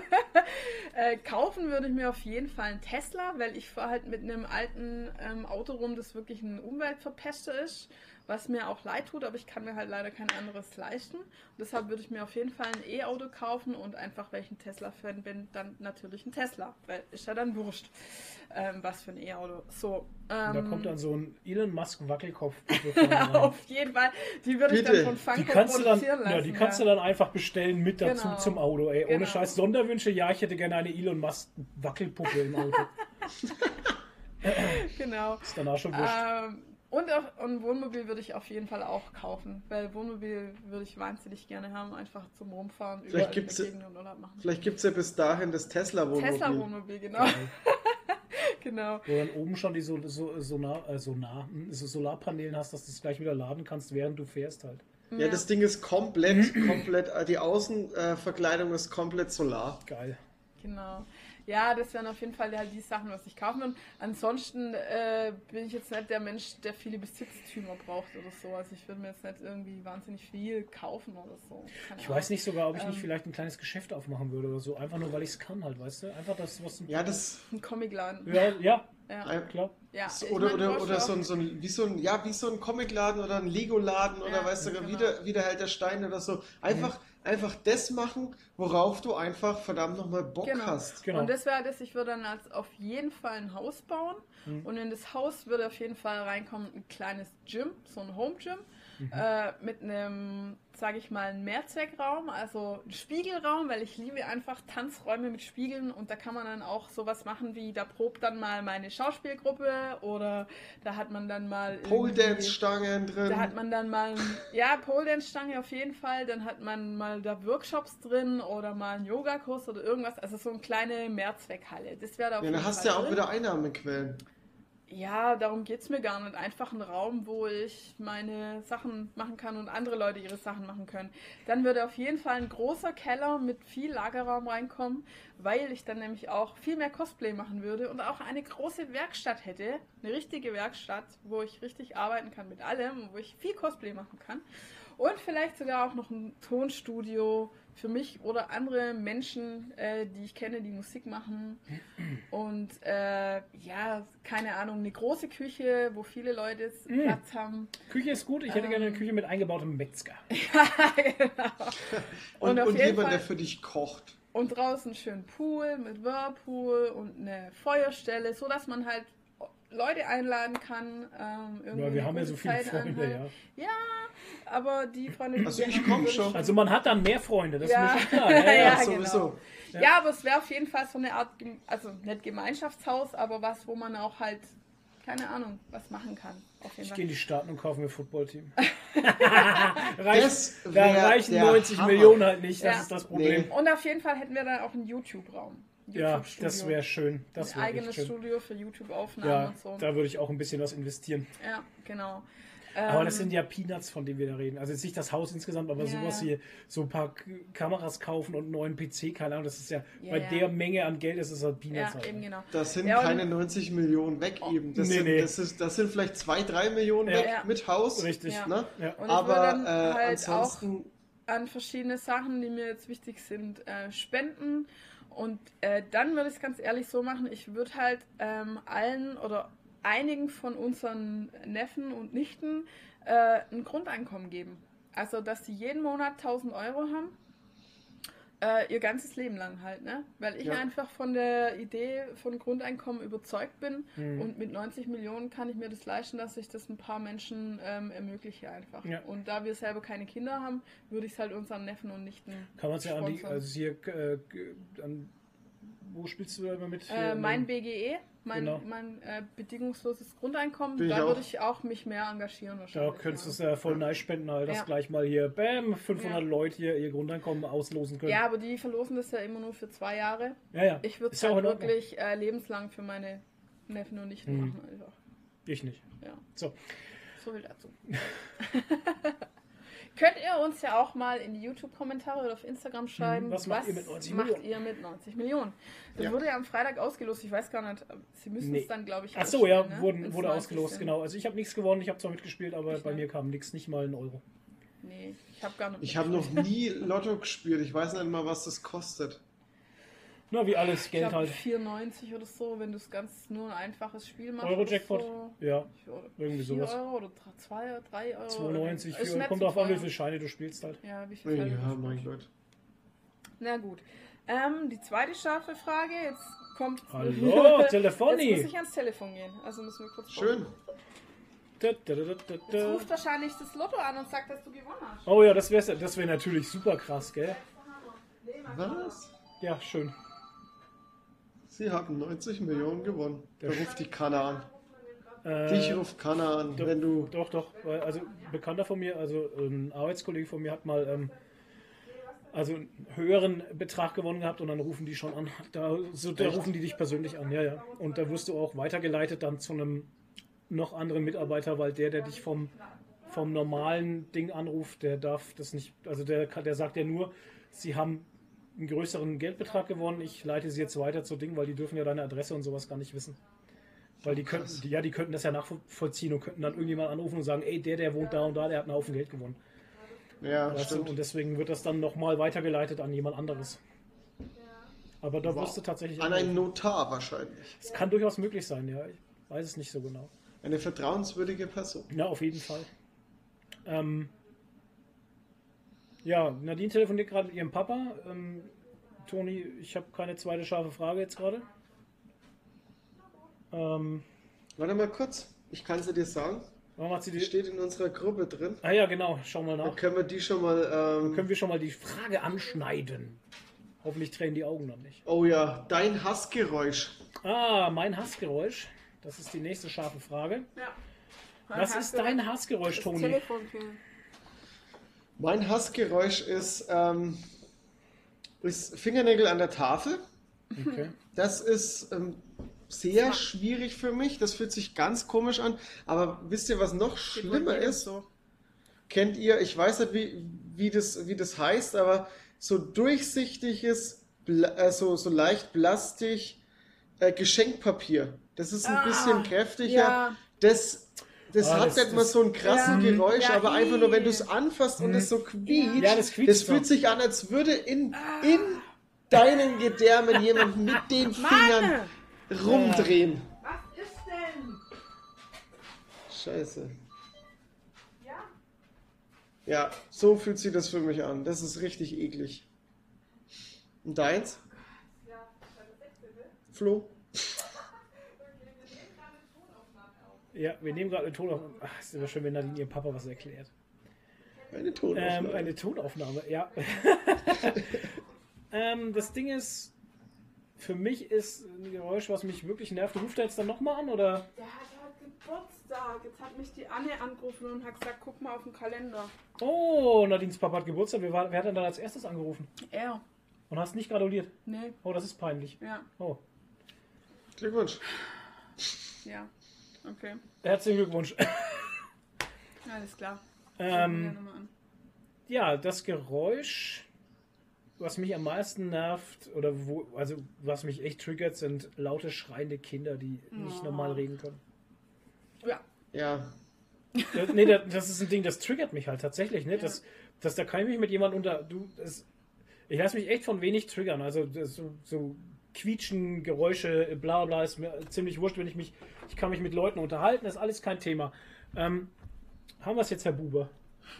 Kaufen würde ich mir auf jeden Fall einen Tesla, weil ich fahre halt mit einem alten Auto rum, das wirklich ein Umweltverpester ist, was mir auch leid tut, aber ich kann mir halt leider kein anderes leisten. Und deshalb würde ich mir auf jeden Fall ein E-Auto kaufen und einfach, weil ich ein Tesla-Fan bin, dann natürlich ein Tesla, weil ist ja dann wurscht, was für ein E-Auto. So, Da kommt dann so ein Elon Musk Wackelkopf. auf jeden Fall, die würde ich Bitte. dann von Die Funko kannst du dann, produzieren lassen. die kannst du dann einfach bestellen mit dazu Genau. zum Auto, ey. Ohne Genau. Scheiß Sonderwünsche, ja, ich hätte gerne eine Elon Musk Wackelpuppe im Auto. Genau. Ist danach schon wurscht. Und ein Wohnmobil würde ich auf jeden Fall auch kaufen, weil Wohnmobil würde ich wahnsinnig gerne haben, einfach zum Rumfahren, Vielleicht überall in der gibt's- Gegend und Urlaub machen. Vielleicht gibt es ja bis dahin das Tesla-Wohnmobil. Tesla-Wohnmobil, genau. Genau. Wo dann oben schon die Solarpanelen hast, dass du es gleich wieder laden kannst, während du fährst halt. Ja, das Ding ist komplett, die Außenverkleidung ist komplett solar. Geil. Genau. Ja, das wären auf jeden Fall halt die Sachen, was ich kaufen würde. Ansonsten bin ich jetzt nicht der Mensch, der viele Besitztümer braucht oder so. Also ich würde mir jetzt nicht irgendwie wahnsinnig viel kaufen oder so. Keine Ich weiß Ahnung. nicht sogar, ob ich nicht vielleicht ein kleines Geschäft aufmachen würde oder so. Einfach nur, weil ich es kann halt, weißt du? Einfach das, was... Ja, das. Ein Comicladen. Ja, Ja. klar. Ja, ich Oder, meine, du oder, hast oder ja auch- wie so ein Comicladen oder ein Lego-Laden oder Ja, weißt du, genau. wie der Held der Steine oder so. Einfach das machen, worauf du einfach verdammt nochmal Bock hast. Genau. Und das wäre das, ich würde dann auf jeden Fall ein Haus bauen und in das Haus würde auf jeden Fall reinkommen ein kleines Gym, so ein Home-Gym mit einem, sage ich mal, Mehrzweckraum, also ein Spiegelraum, weil ich liebe einfach Tanzräume mit Spiegeln und da kann man dann auch sowas machen wie, da probt dann mal meine Schauspielgruppe oder da hat man dann mal Pole-Dance-Stangen drin. Da hat man dann mal, ja, Pole-Dance-Stange auf jeden Fall, dann hat man mal da Workshops drin oder mal einen Yogakurs oder irgendwas, also so eine kleine Mehrzweckhalle. Das wäre da auf Ja, jeden dann hast Fall du ja auch drin. wieder Einnahmequellen. Ja, darum geht es mir gar nicht. Einfach ein Raum, wo ich meine Sachen machen kann und andere Leute ihre Sachen machen können. Dann würde auf jeden Fall ein großer Keller mit viel Lagerraum reinkommen, weil ich dann nämlich auch viel mehr Cosplay machen würde und auch eine große Werkstatt hätte. Eine richtige Werkstatt, wo ich richtig arbeiten kann mit allem, wo ich viel Cosplay machen kann. Und vielleicht sogar auch noch ein Tonstudio für mich oder andere Menschen, die ich kenne, die Musik machen. Und ja, keine Ahnung, eine große Küche, wo viele Leute Platz haben. Küche ist gut, ich hätte gerne eine Küche mit eingebautem Metzger. Genau. Und auf jeden jemand, Fall- der für dich kocht. Und draußen schön Pool mit Whirlpool und eine Feuerstelle, so dass man halt Leute einladen kann. Ja, wir haben ja so viele Freunde, ja. aber die Freunde, die Also wir ich haben, komm würde schon. Also man hat dann mehr Freunde, das Ja. ist mir schon klar. Ja, Ja, sowieso. genau. Ja, aber es wäre auf jeden Fall so eine Art, also nicht Gemeinschaftshaus, aber was, wo man auch halt, keine Ahnung, was machen kann. Auf jeden Ich Fall. gehe in die Staaten und kaufe mir ein Footballteam. Das Da wär reichen der 90 Hammer. Millionen halt nicht, das Ja. ist das Problem. Nee. Und auf jeden Fall hätten wir dann auch einen YouTube-Raum. Ja, YouTube-Studio. das wäre schön. Das Ein wäre eigenes echt schön. Studio für YouTube-Aufnahmen Ja, und so. da würde ich auch ein bisschen was investieren. Ja, genau. Aber das sind ja Peanuts, von denen wir da reden. Also jetzt nicht das Haus insgesamt, aber Ja, sowas ja. hier, so ein paar Kameras kaufen und einen neuen PC, keine Ahnung, das ist ja, Ja, bei ja. der Menge an Geld ist es halt Peanuts Ja, halt. eben genau. Das sind Ja, und- keine 90 Millionen weg eben. Das, Nee, sind, nee. das sind vielleicht 2, 3 Millionen Ja. weg Ja. mit Haus. Richtig. Ja. Ne? Ja. Und ich Aber würde dann halt ansonsten, auch an verschiedene Sachen, die mir jetzt wichtig sind, spenden. Und dann würde ich es ganz ehrlich so machen, ich würde halt allen oder einigen von unseren Neffen und Nichten ein Grundeinkommen geben. Also, dass sie jeden Monat 1.000 Euro haben, ihr ganzes Leben lang halt, ne? Weil ich Ja. einfach von der Idee von Grundeinkommen überzeugt bin Mhm. und mit 90 Millionen kann ich mir das leisten, dass ich das ein paar Menschen ermögliche einfach. Ja. Und da wir selber keine Kinder haben, würde ich es halt unseren Neffen und Nichten Kann man es ja an die, sponsern. also hier, wo spielst du da immer mit? Hier Mein in- BGE, mein Genau. bedingungsloses Grundeinkommen, Bin ich da auch. würde ich auch mich mehr engagieren Da wahrscheinlich. könntest du es ja voll nice spenden, halt, dass Ja. gleich mal hier, bam, 500 Ja. Leute hier ihr Grundeinkommen auslosen können. Ja, aber die verlosen das ja immer nur für 2 Jahre. ja. Ja. Ich würde es Ist ja auch halt in Ordnung. wirklich lebenslang für meine Neffen und Nichten Mhm. machen einfach. Ich nicht. Ja. So. So viel dazu. Könnt ihr uns ja auch mal in die YouTube-Kommentare oder auf Instagram schreiben, Was macht ihr mit 90 macht Millionen? ihr mit 90 Millionen? Das Ja. wurde ja am Freitag ausgelost, ich weiß gar nicht, sie müssen Nee. es dann, glaube ich, Ach so, ja, ausspielen, ne? Wenn's wurde 90 ausgelost, sind. genau. Also ich habe nichts gewonnen, ich habe zwar mitgespielt, aber Ich bei nicht. mir kam nichts, nicht mal ein Euro. Nee, ich habe gar nicht ich habe noch nie Lotto gespielt. Ich weiß nicht mal, was das kostet. Na, wie alles, ich Geld glaube halt. 4,90 oder so, wenn du es ganz nur ein einfaches Spiel machst. Euro-Jackpot? oder So. Ja, irgendwie 4 sowas. Euro oder 2, 3 Euro. 92, Ist 4, nicht kommt so drauf an, wie teuer. viele Scheine du spielst halt. Ja, wie viel Teile Ja, du mein spielst. Gott. Na gut. Die zweite scharfe Frage, jetzt kommt... Hallo, Jetzt Telefoni! muss ich ans Telefon gehen, also müssen wir kurz Schön. Jetzt ruft wahrscheinlich das Lotto an und sagt, dass du gewonnen hast. Oh ja, das wär natürlich super krass, gell? Was? Ja, schön. Sie haben 90 Millionen gewonnen. Da ruft die Kanne an. Äh, Dich ruft Kanne an, doch, wenn du... Doch, weil, also ein Bekannter von mir, also ein Arbeitskollege von mir hat mal also einen höheren Betrag gewonnen gehabt und dann rufen die schon an. Da rufen die dich persönlich an, ja, ja. Und da wirst du auch weitergeleitet dann zu einem noch anderen Mitarbeiter, weil der dich vom normalen Ding anruft, der darf das nicht, also der sagt ja nur, sie haben einen größeren Geldbetrag gewonnen, ich leite sie jetzt weiter zu Ding, weil die dürfen ja deine Adresse und sowas gar nicht wissen. Weil die könnten das ja nachvollziehen und könnten dann irgendjemand anrufen und sagen, ey, der wohnt da und da, der hat einen Haufen Geld gewonnen. Ja, Weißt du? stimmt. Und deswegen wird das dann nochmal weitergeleitet an jemand anderes. Aber da Wow. wirst du tatsächlich... An einen Notar wahrscheinlich. Es kann durchaus möglich sein, ja. Ich weiß es nicht so genau. Eine vertrauenswürdige Person. Ja, auf jeden Fall. Ja, Nadine telefoniert gerade mit ihrem Papa. Toni, ich habe keine zweite scharfe Frage jetzt gerade. Warte mal kurz. Ich kann sie dir sagen. Warum hat sie Die die... steht in unserer Gruppe drin. Ah ja, genau. Schau mal Dann nach. können wir die schon mal... Dann können wir schon mal die Frage anschneiden. Hoffentlich tränen die Augen dann nicht. Oh ja, dein Hassgeräusch. Ah, mein Hassgeräusch. Das ist die nächste scharfe Frage. Ja. Was ist dein Hassgeräusch, Das Toni? Telefon klingt. Mein Hassgeräusch ist Fingernägel an der Tafel. Okay. Das ist sehr schwierig für mich. Das fühlt sich ganz komisch an. Aber wisst ihr, was noch schlimmer ist? So. Kennt ihr, ich weiß nicht, wie das heißt, aber so durchsichtiges, so leicht Plastik Geschenkpapier. Das ist ein bisschen kräftiger. ja. Das Ah, hat nicht mal so ein krassen Ja. Geräusch, Ja, aber einfach nur, wenn ih. du es anfasst und es so quietscht. Ja, das quietscht das so. fühlt sich an, als würde in deinen Gedärmen jemand mit den Fingern rumdrehen. Was ist denn? Scheiße. Ja, so fühlt sich das für mich an. Das ist richtig eklig. Und deins? Flo? Ja, wir nehmen gerade einen Ton auf. Ach, ist aber schön, wenn Nadine ihrem Papa was erklärt. Eine Tonaufnahme. Eine Tonaufnahme, ja. Das Ding ist, für mich ist ein Geräusch, was mich wirklich nervt. Ruft er jetzt dann nochmal an, oder? Der hat halt Geburtstag. Jetzt hat mich die Anne angerufen und hat gesagt, guck mal auf den Kalender. Oh, Nadines Papa hat Geburtstag. Wer hat denn dann als erstes angerufen? Er. Und hast nicht gratuliert? Nee. Oh, das ist peinlich. Ja. Oh. Glückwunsch. Ja. Okay. Herzlichen Glückwunsch. Alles klar. Ja, das Geräusch, was mich am meisten nervt, oder was mich echt triggert, sind laute, schreiende Kinder, die nicht normal reden können. Ja. Ja. Nee, das ist ein Ding, das triggert mich halt tatsächlich, ne? Ja. Da kann ich mich mit jemandem ich lasse mich echt von wenig triggern, also so Quietschen, Geräusche, bla bla, ist mir ziemlich wurscht, ich kann mich mit Leuten unterhalten, das ist alles kein Thema. Haben wir es jetzt, Herr Buber?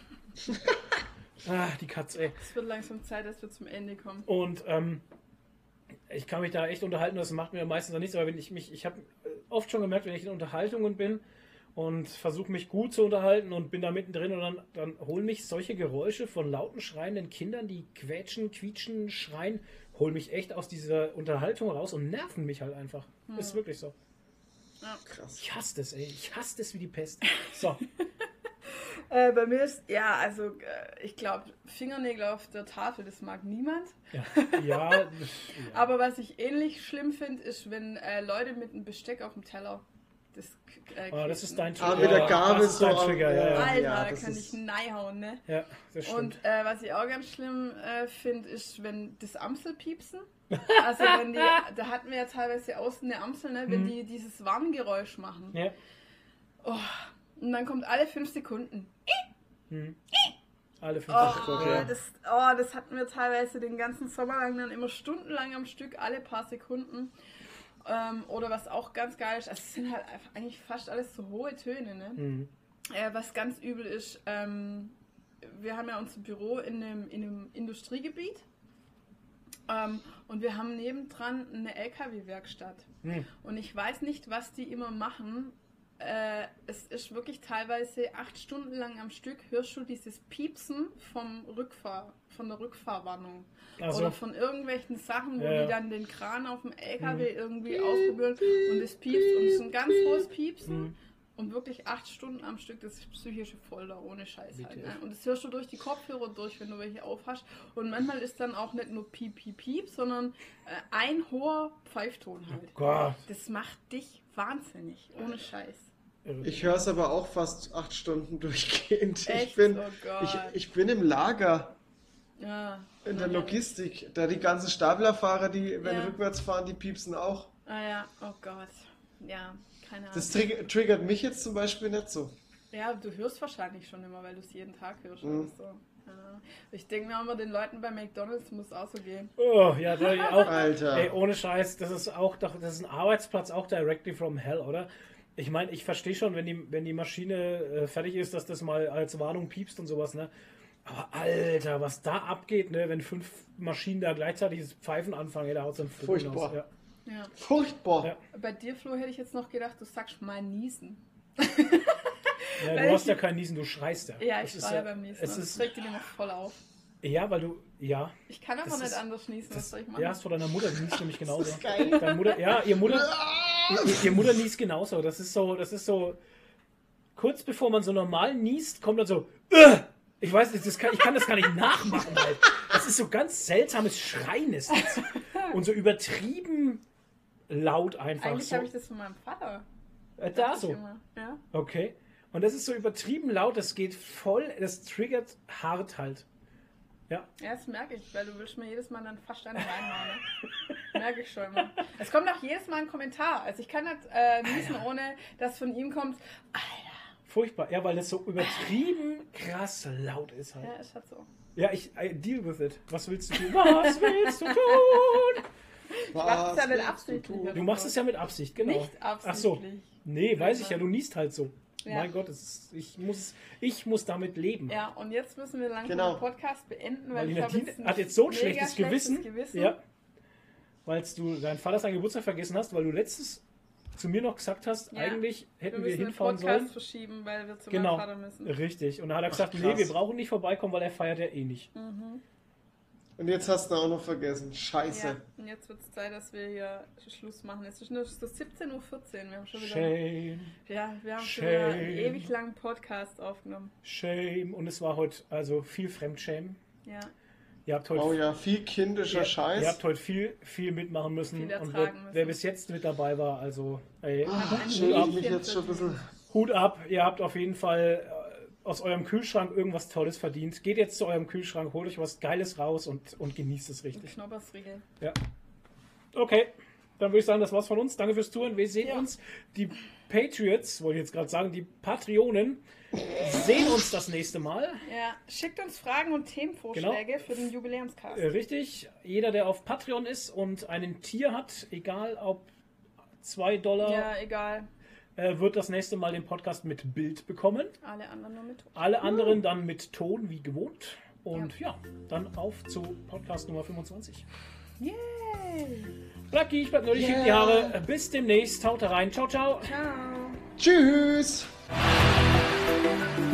Die Katze, ey. Es wird langsam Zeit, dass wir zum Ende kommen. Und ich kann mich da echt unterhalten, das macht mir meistens auch nichts, aber ich habe oft schon gemerkt, wenn ich in Unterhaltungen bin und versuche mich gut zu unterhalten und bin da mittendrin und dann holen mich solche Geräusche von lauten, schreienden Kindern, die quetschen, quietschen, schreien, holen mich echt aus dieser Unterhaltung raus und nerven mich halt einfach. Ist wirklich so. Ja. Krass. Ich hasse das, ey. Ich hasse das wie die Pest. So. Bei mir ist, ich glaube, Fingernägel auf der Tafel, das mag niemand. Ja. Aber was ich ähnlich schlimm finde, ist, wenn Leute mit einem Besteck auf dem Teller das ist dein Trigger. mit der Gabel das ist dein so Trigger, ja. Alter, Ja, da das kann ist- ich neihauen, ne? Ja, das stimmt. Und was ich auch ganz schlimm finde, ist, wenn das Amselpiepsen. Also wenn da hatten wir ja teilweise außen eine Amsel, ne? Wenn die dieses Warngeräusch machen. Ja. Oh, und dann kommt alle 5 Sekunden. Alle 5 Sekunden. Ja. Das hatten wir teilweise den ganzen Sommer lang dann immer stundenlang am Stück, alle paar Sekunden. Oder was auch ganz geil ist, also es sind halt einfach eigentlich fast alles so hohe Töne, ne? Was ganz übel ist, wir haben ja unser Büro in einem Industriegebiet und wir haben nebendran eine LKW-Werkstatt. Und ich weiß nicht, was die immer machen. Es ist wirklich teilweise 8 Stunden lang am Stück, hörst du dieses Piepsen von der Rückfahrwarnung. Also, Oder von irgendwelchen Sachen, wo Ja. die dann den Kran auf dem LKW irgendwie aufgewühlt und es piepst und es ist ein ganz hohes Piepsen. Und wirklich 8 Stunden am Stück, das ist psychische Folter, ohne Scheiß halt. Ne? Und das hörst du durch die Kopfhörer durch, wenn du welche aufhast. Und manchmal ist dann auch nicht nur Piep, Piep, Piep, sondern ein hoher Pfeifton halt. Oh Gott. Das macht dich wahnsinnig, ohne Scheiß. Ich höre es aber auch fast 8 Stunden durchgehend. Echt? Ich bin, Oh Gott. ich bin im Lager, Ja. in der Logistik. Da die ganzen Staplerfahrer, die, wenn Ja. rückwärts fahren, die piepsen auch. Ah ja, oh Gott. Ja, keine Ahnung. Das triggert mich jetzt zum Beispiel nicht so. Ja, du hörst wahrscheinlich schon immer, weil du es jeden Tag hörst. Oder so. Ja. Ich denke mir immer, den Leuten bei McDonald's muss auch so gehen. Oh, ja, da auch. Alter. Ey, ohne Scheiß, das ist ein Arbeitsplatz auch directly from hell, oder? Ich meine, ich verstehe schon, wenn die Maschine fertig ist, dass das mal als Warnung piepst und sowas, ne? Aber Alter, was da abgeht, ne? Wenn 5 Maschinen da gleichzeitig das Pfeifen anfangen, da haut so ein Vogel Furchtbar. raus. Ja. Ja. Furchtbar. Ja. Bei dir, Flo, hätte ich jetzt noch gedacht, du sagst mal niesen. Ja, Weil du hast ich- ja kein Niesen, du schreist ja. Ja, Das ich ist war ja beim Niesen. es Und ist, das regt dich immer voll auf. ja, weil du, ja. Ich kann aber Das nicht ist- anders niesen, was soll ich machen? Ja, hast von deiner Mutter, die niest nämlich genauso. Das ist geil. Deine Mutter, ja, ihr Mutter niest genauso. Das ist so, kurz bevor man so normal niest, kommt dann so, ich weiß nicht, ich kann das gar nicht nachmachen, halt. Das ist so ganz seltsames Schreien ist das. Und so übertrieben laut einfach. Eigentlich so. habe ich das von meinem Vater. Da Dachte ich so. immer. Ja. Okay. Und das ist so übertrieben laut, das geht voll, das triggert hart halt. Ja. Ja, das merke ich, weil du willst mir jedes Mal dann fast eine reinhauen. Ne? Merke ich schon immer. Es kommt auch jedes Mal ein Kommentar. Also ich kann nicht niesen, ohne dass von ihm kommt, Furchtbar. Ja, weil das so übertrieben krass laut ist halt. ja, ist halt so. Ja, I deal with it. Was willst du tun? Was willst du tun? Ich mache es ja nicht willst du absichtlich. tun? Du machst es ja mit Absicht, genau. Nicht Ach so. absichtlich. Nee, weiß ich ja, du niest halt so. Ja. Mein Gott, ich muss damit leben. Ja, und jetzt müssen wir langsam Genau. den Podcast beenden, Weil weil die ich habe Nadine hat jetzt so ein mega schlechtes Gewissen. Gewissen. Ja. Weil du deinen Vater seinen Geburtstag vergessen hast, weil du letztes zu mir noch gesagt hast, Ja, eigentlich hätten wir müssen den hinfahren Podcast sollen. verschieben, weil wir zu Genau, meinem Vater müssen. richtig. Und dann hat er gesagt, Ach, nee, krass. wir brauchen nicht vorbeikommen, weil er feiert ja eh nicht. Und jetzt hast du auch noch vergessen. Scheiße. Ja, und jetzt wird es Zeit, dass wir hier Schluss machen. Es ist nur so 17:14 Uhr. Wir haben schon wieder, Shame, wir haben schon wieder einen Shame. ewig langen Podcast aufgenommen. shame. Und es war heute also viel Fremdschämen. Ja, Ihr habt heute Oh ja, viel kindischer Scheiß. Ihr habt heute viel mitmachen müssen. Viel Und ertragen wer müssen. bis jetzt mit dabei war, also ey, ein Schäme ich mich Mädchen jetzt schon ein bisschen. Hut ab. Ihr habt auf jeden Fall aus eurem Kühlschrank irgendwas Tolles verdient. Geht jetzt zu eurem Kühlschrank, holt euch was Geiles raus und genießt es richtig. Knobbersriegel. Ja. Okay, dann würde ich sagen, das war's von uns. Danke fürs Zuhören. Wir sehen uns. Die Patriots, wollte ich jetzt gerade sagen, die Patreonen sehen uns das nächste Mal. Ja, schickt uns Fragen und Themenvorschläge für den Jubiläumscast. Richtig. Jeder, der auf Patreon ist und einen Tier hat, egal ob $2, Ja, egal. wird das nächste Mal den Podcast mit Bild bekommen. Alle anderen nur mit Ton. Alle anderen dann mit Ton wie gewohnt. Und ja, dann auf zu Podcast Nummer 25. Yay! Lucky, ich bleib nur, ich heb die Haare. Bis demnächst. Haut rein. Ciao, ciao. Ciao! Tschüss!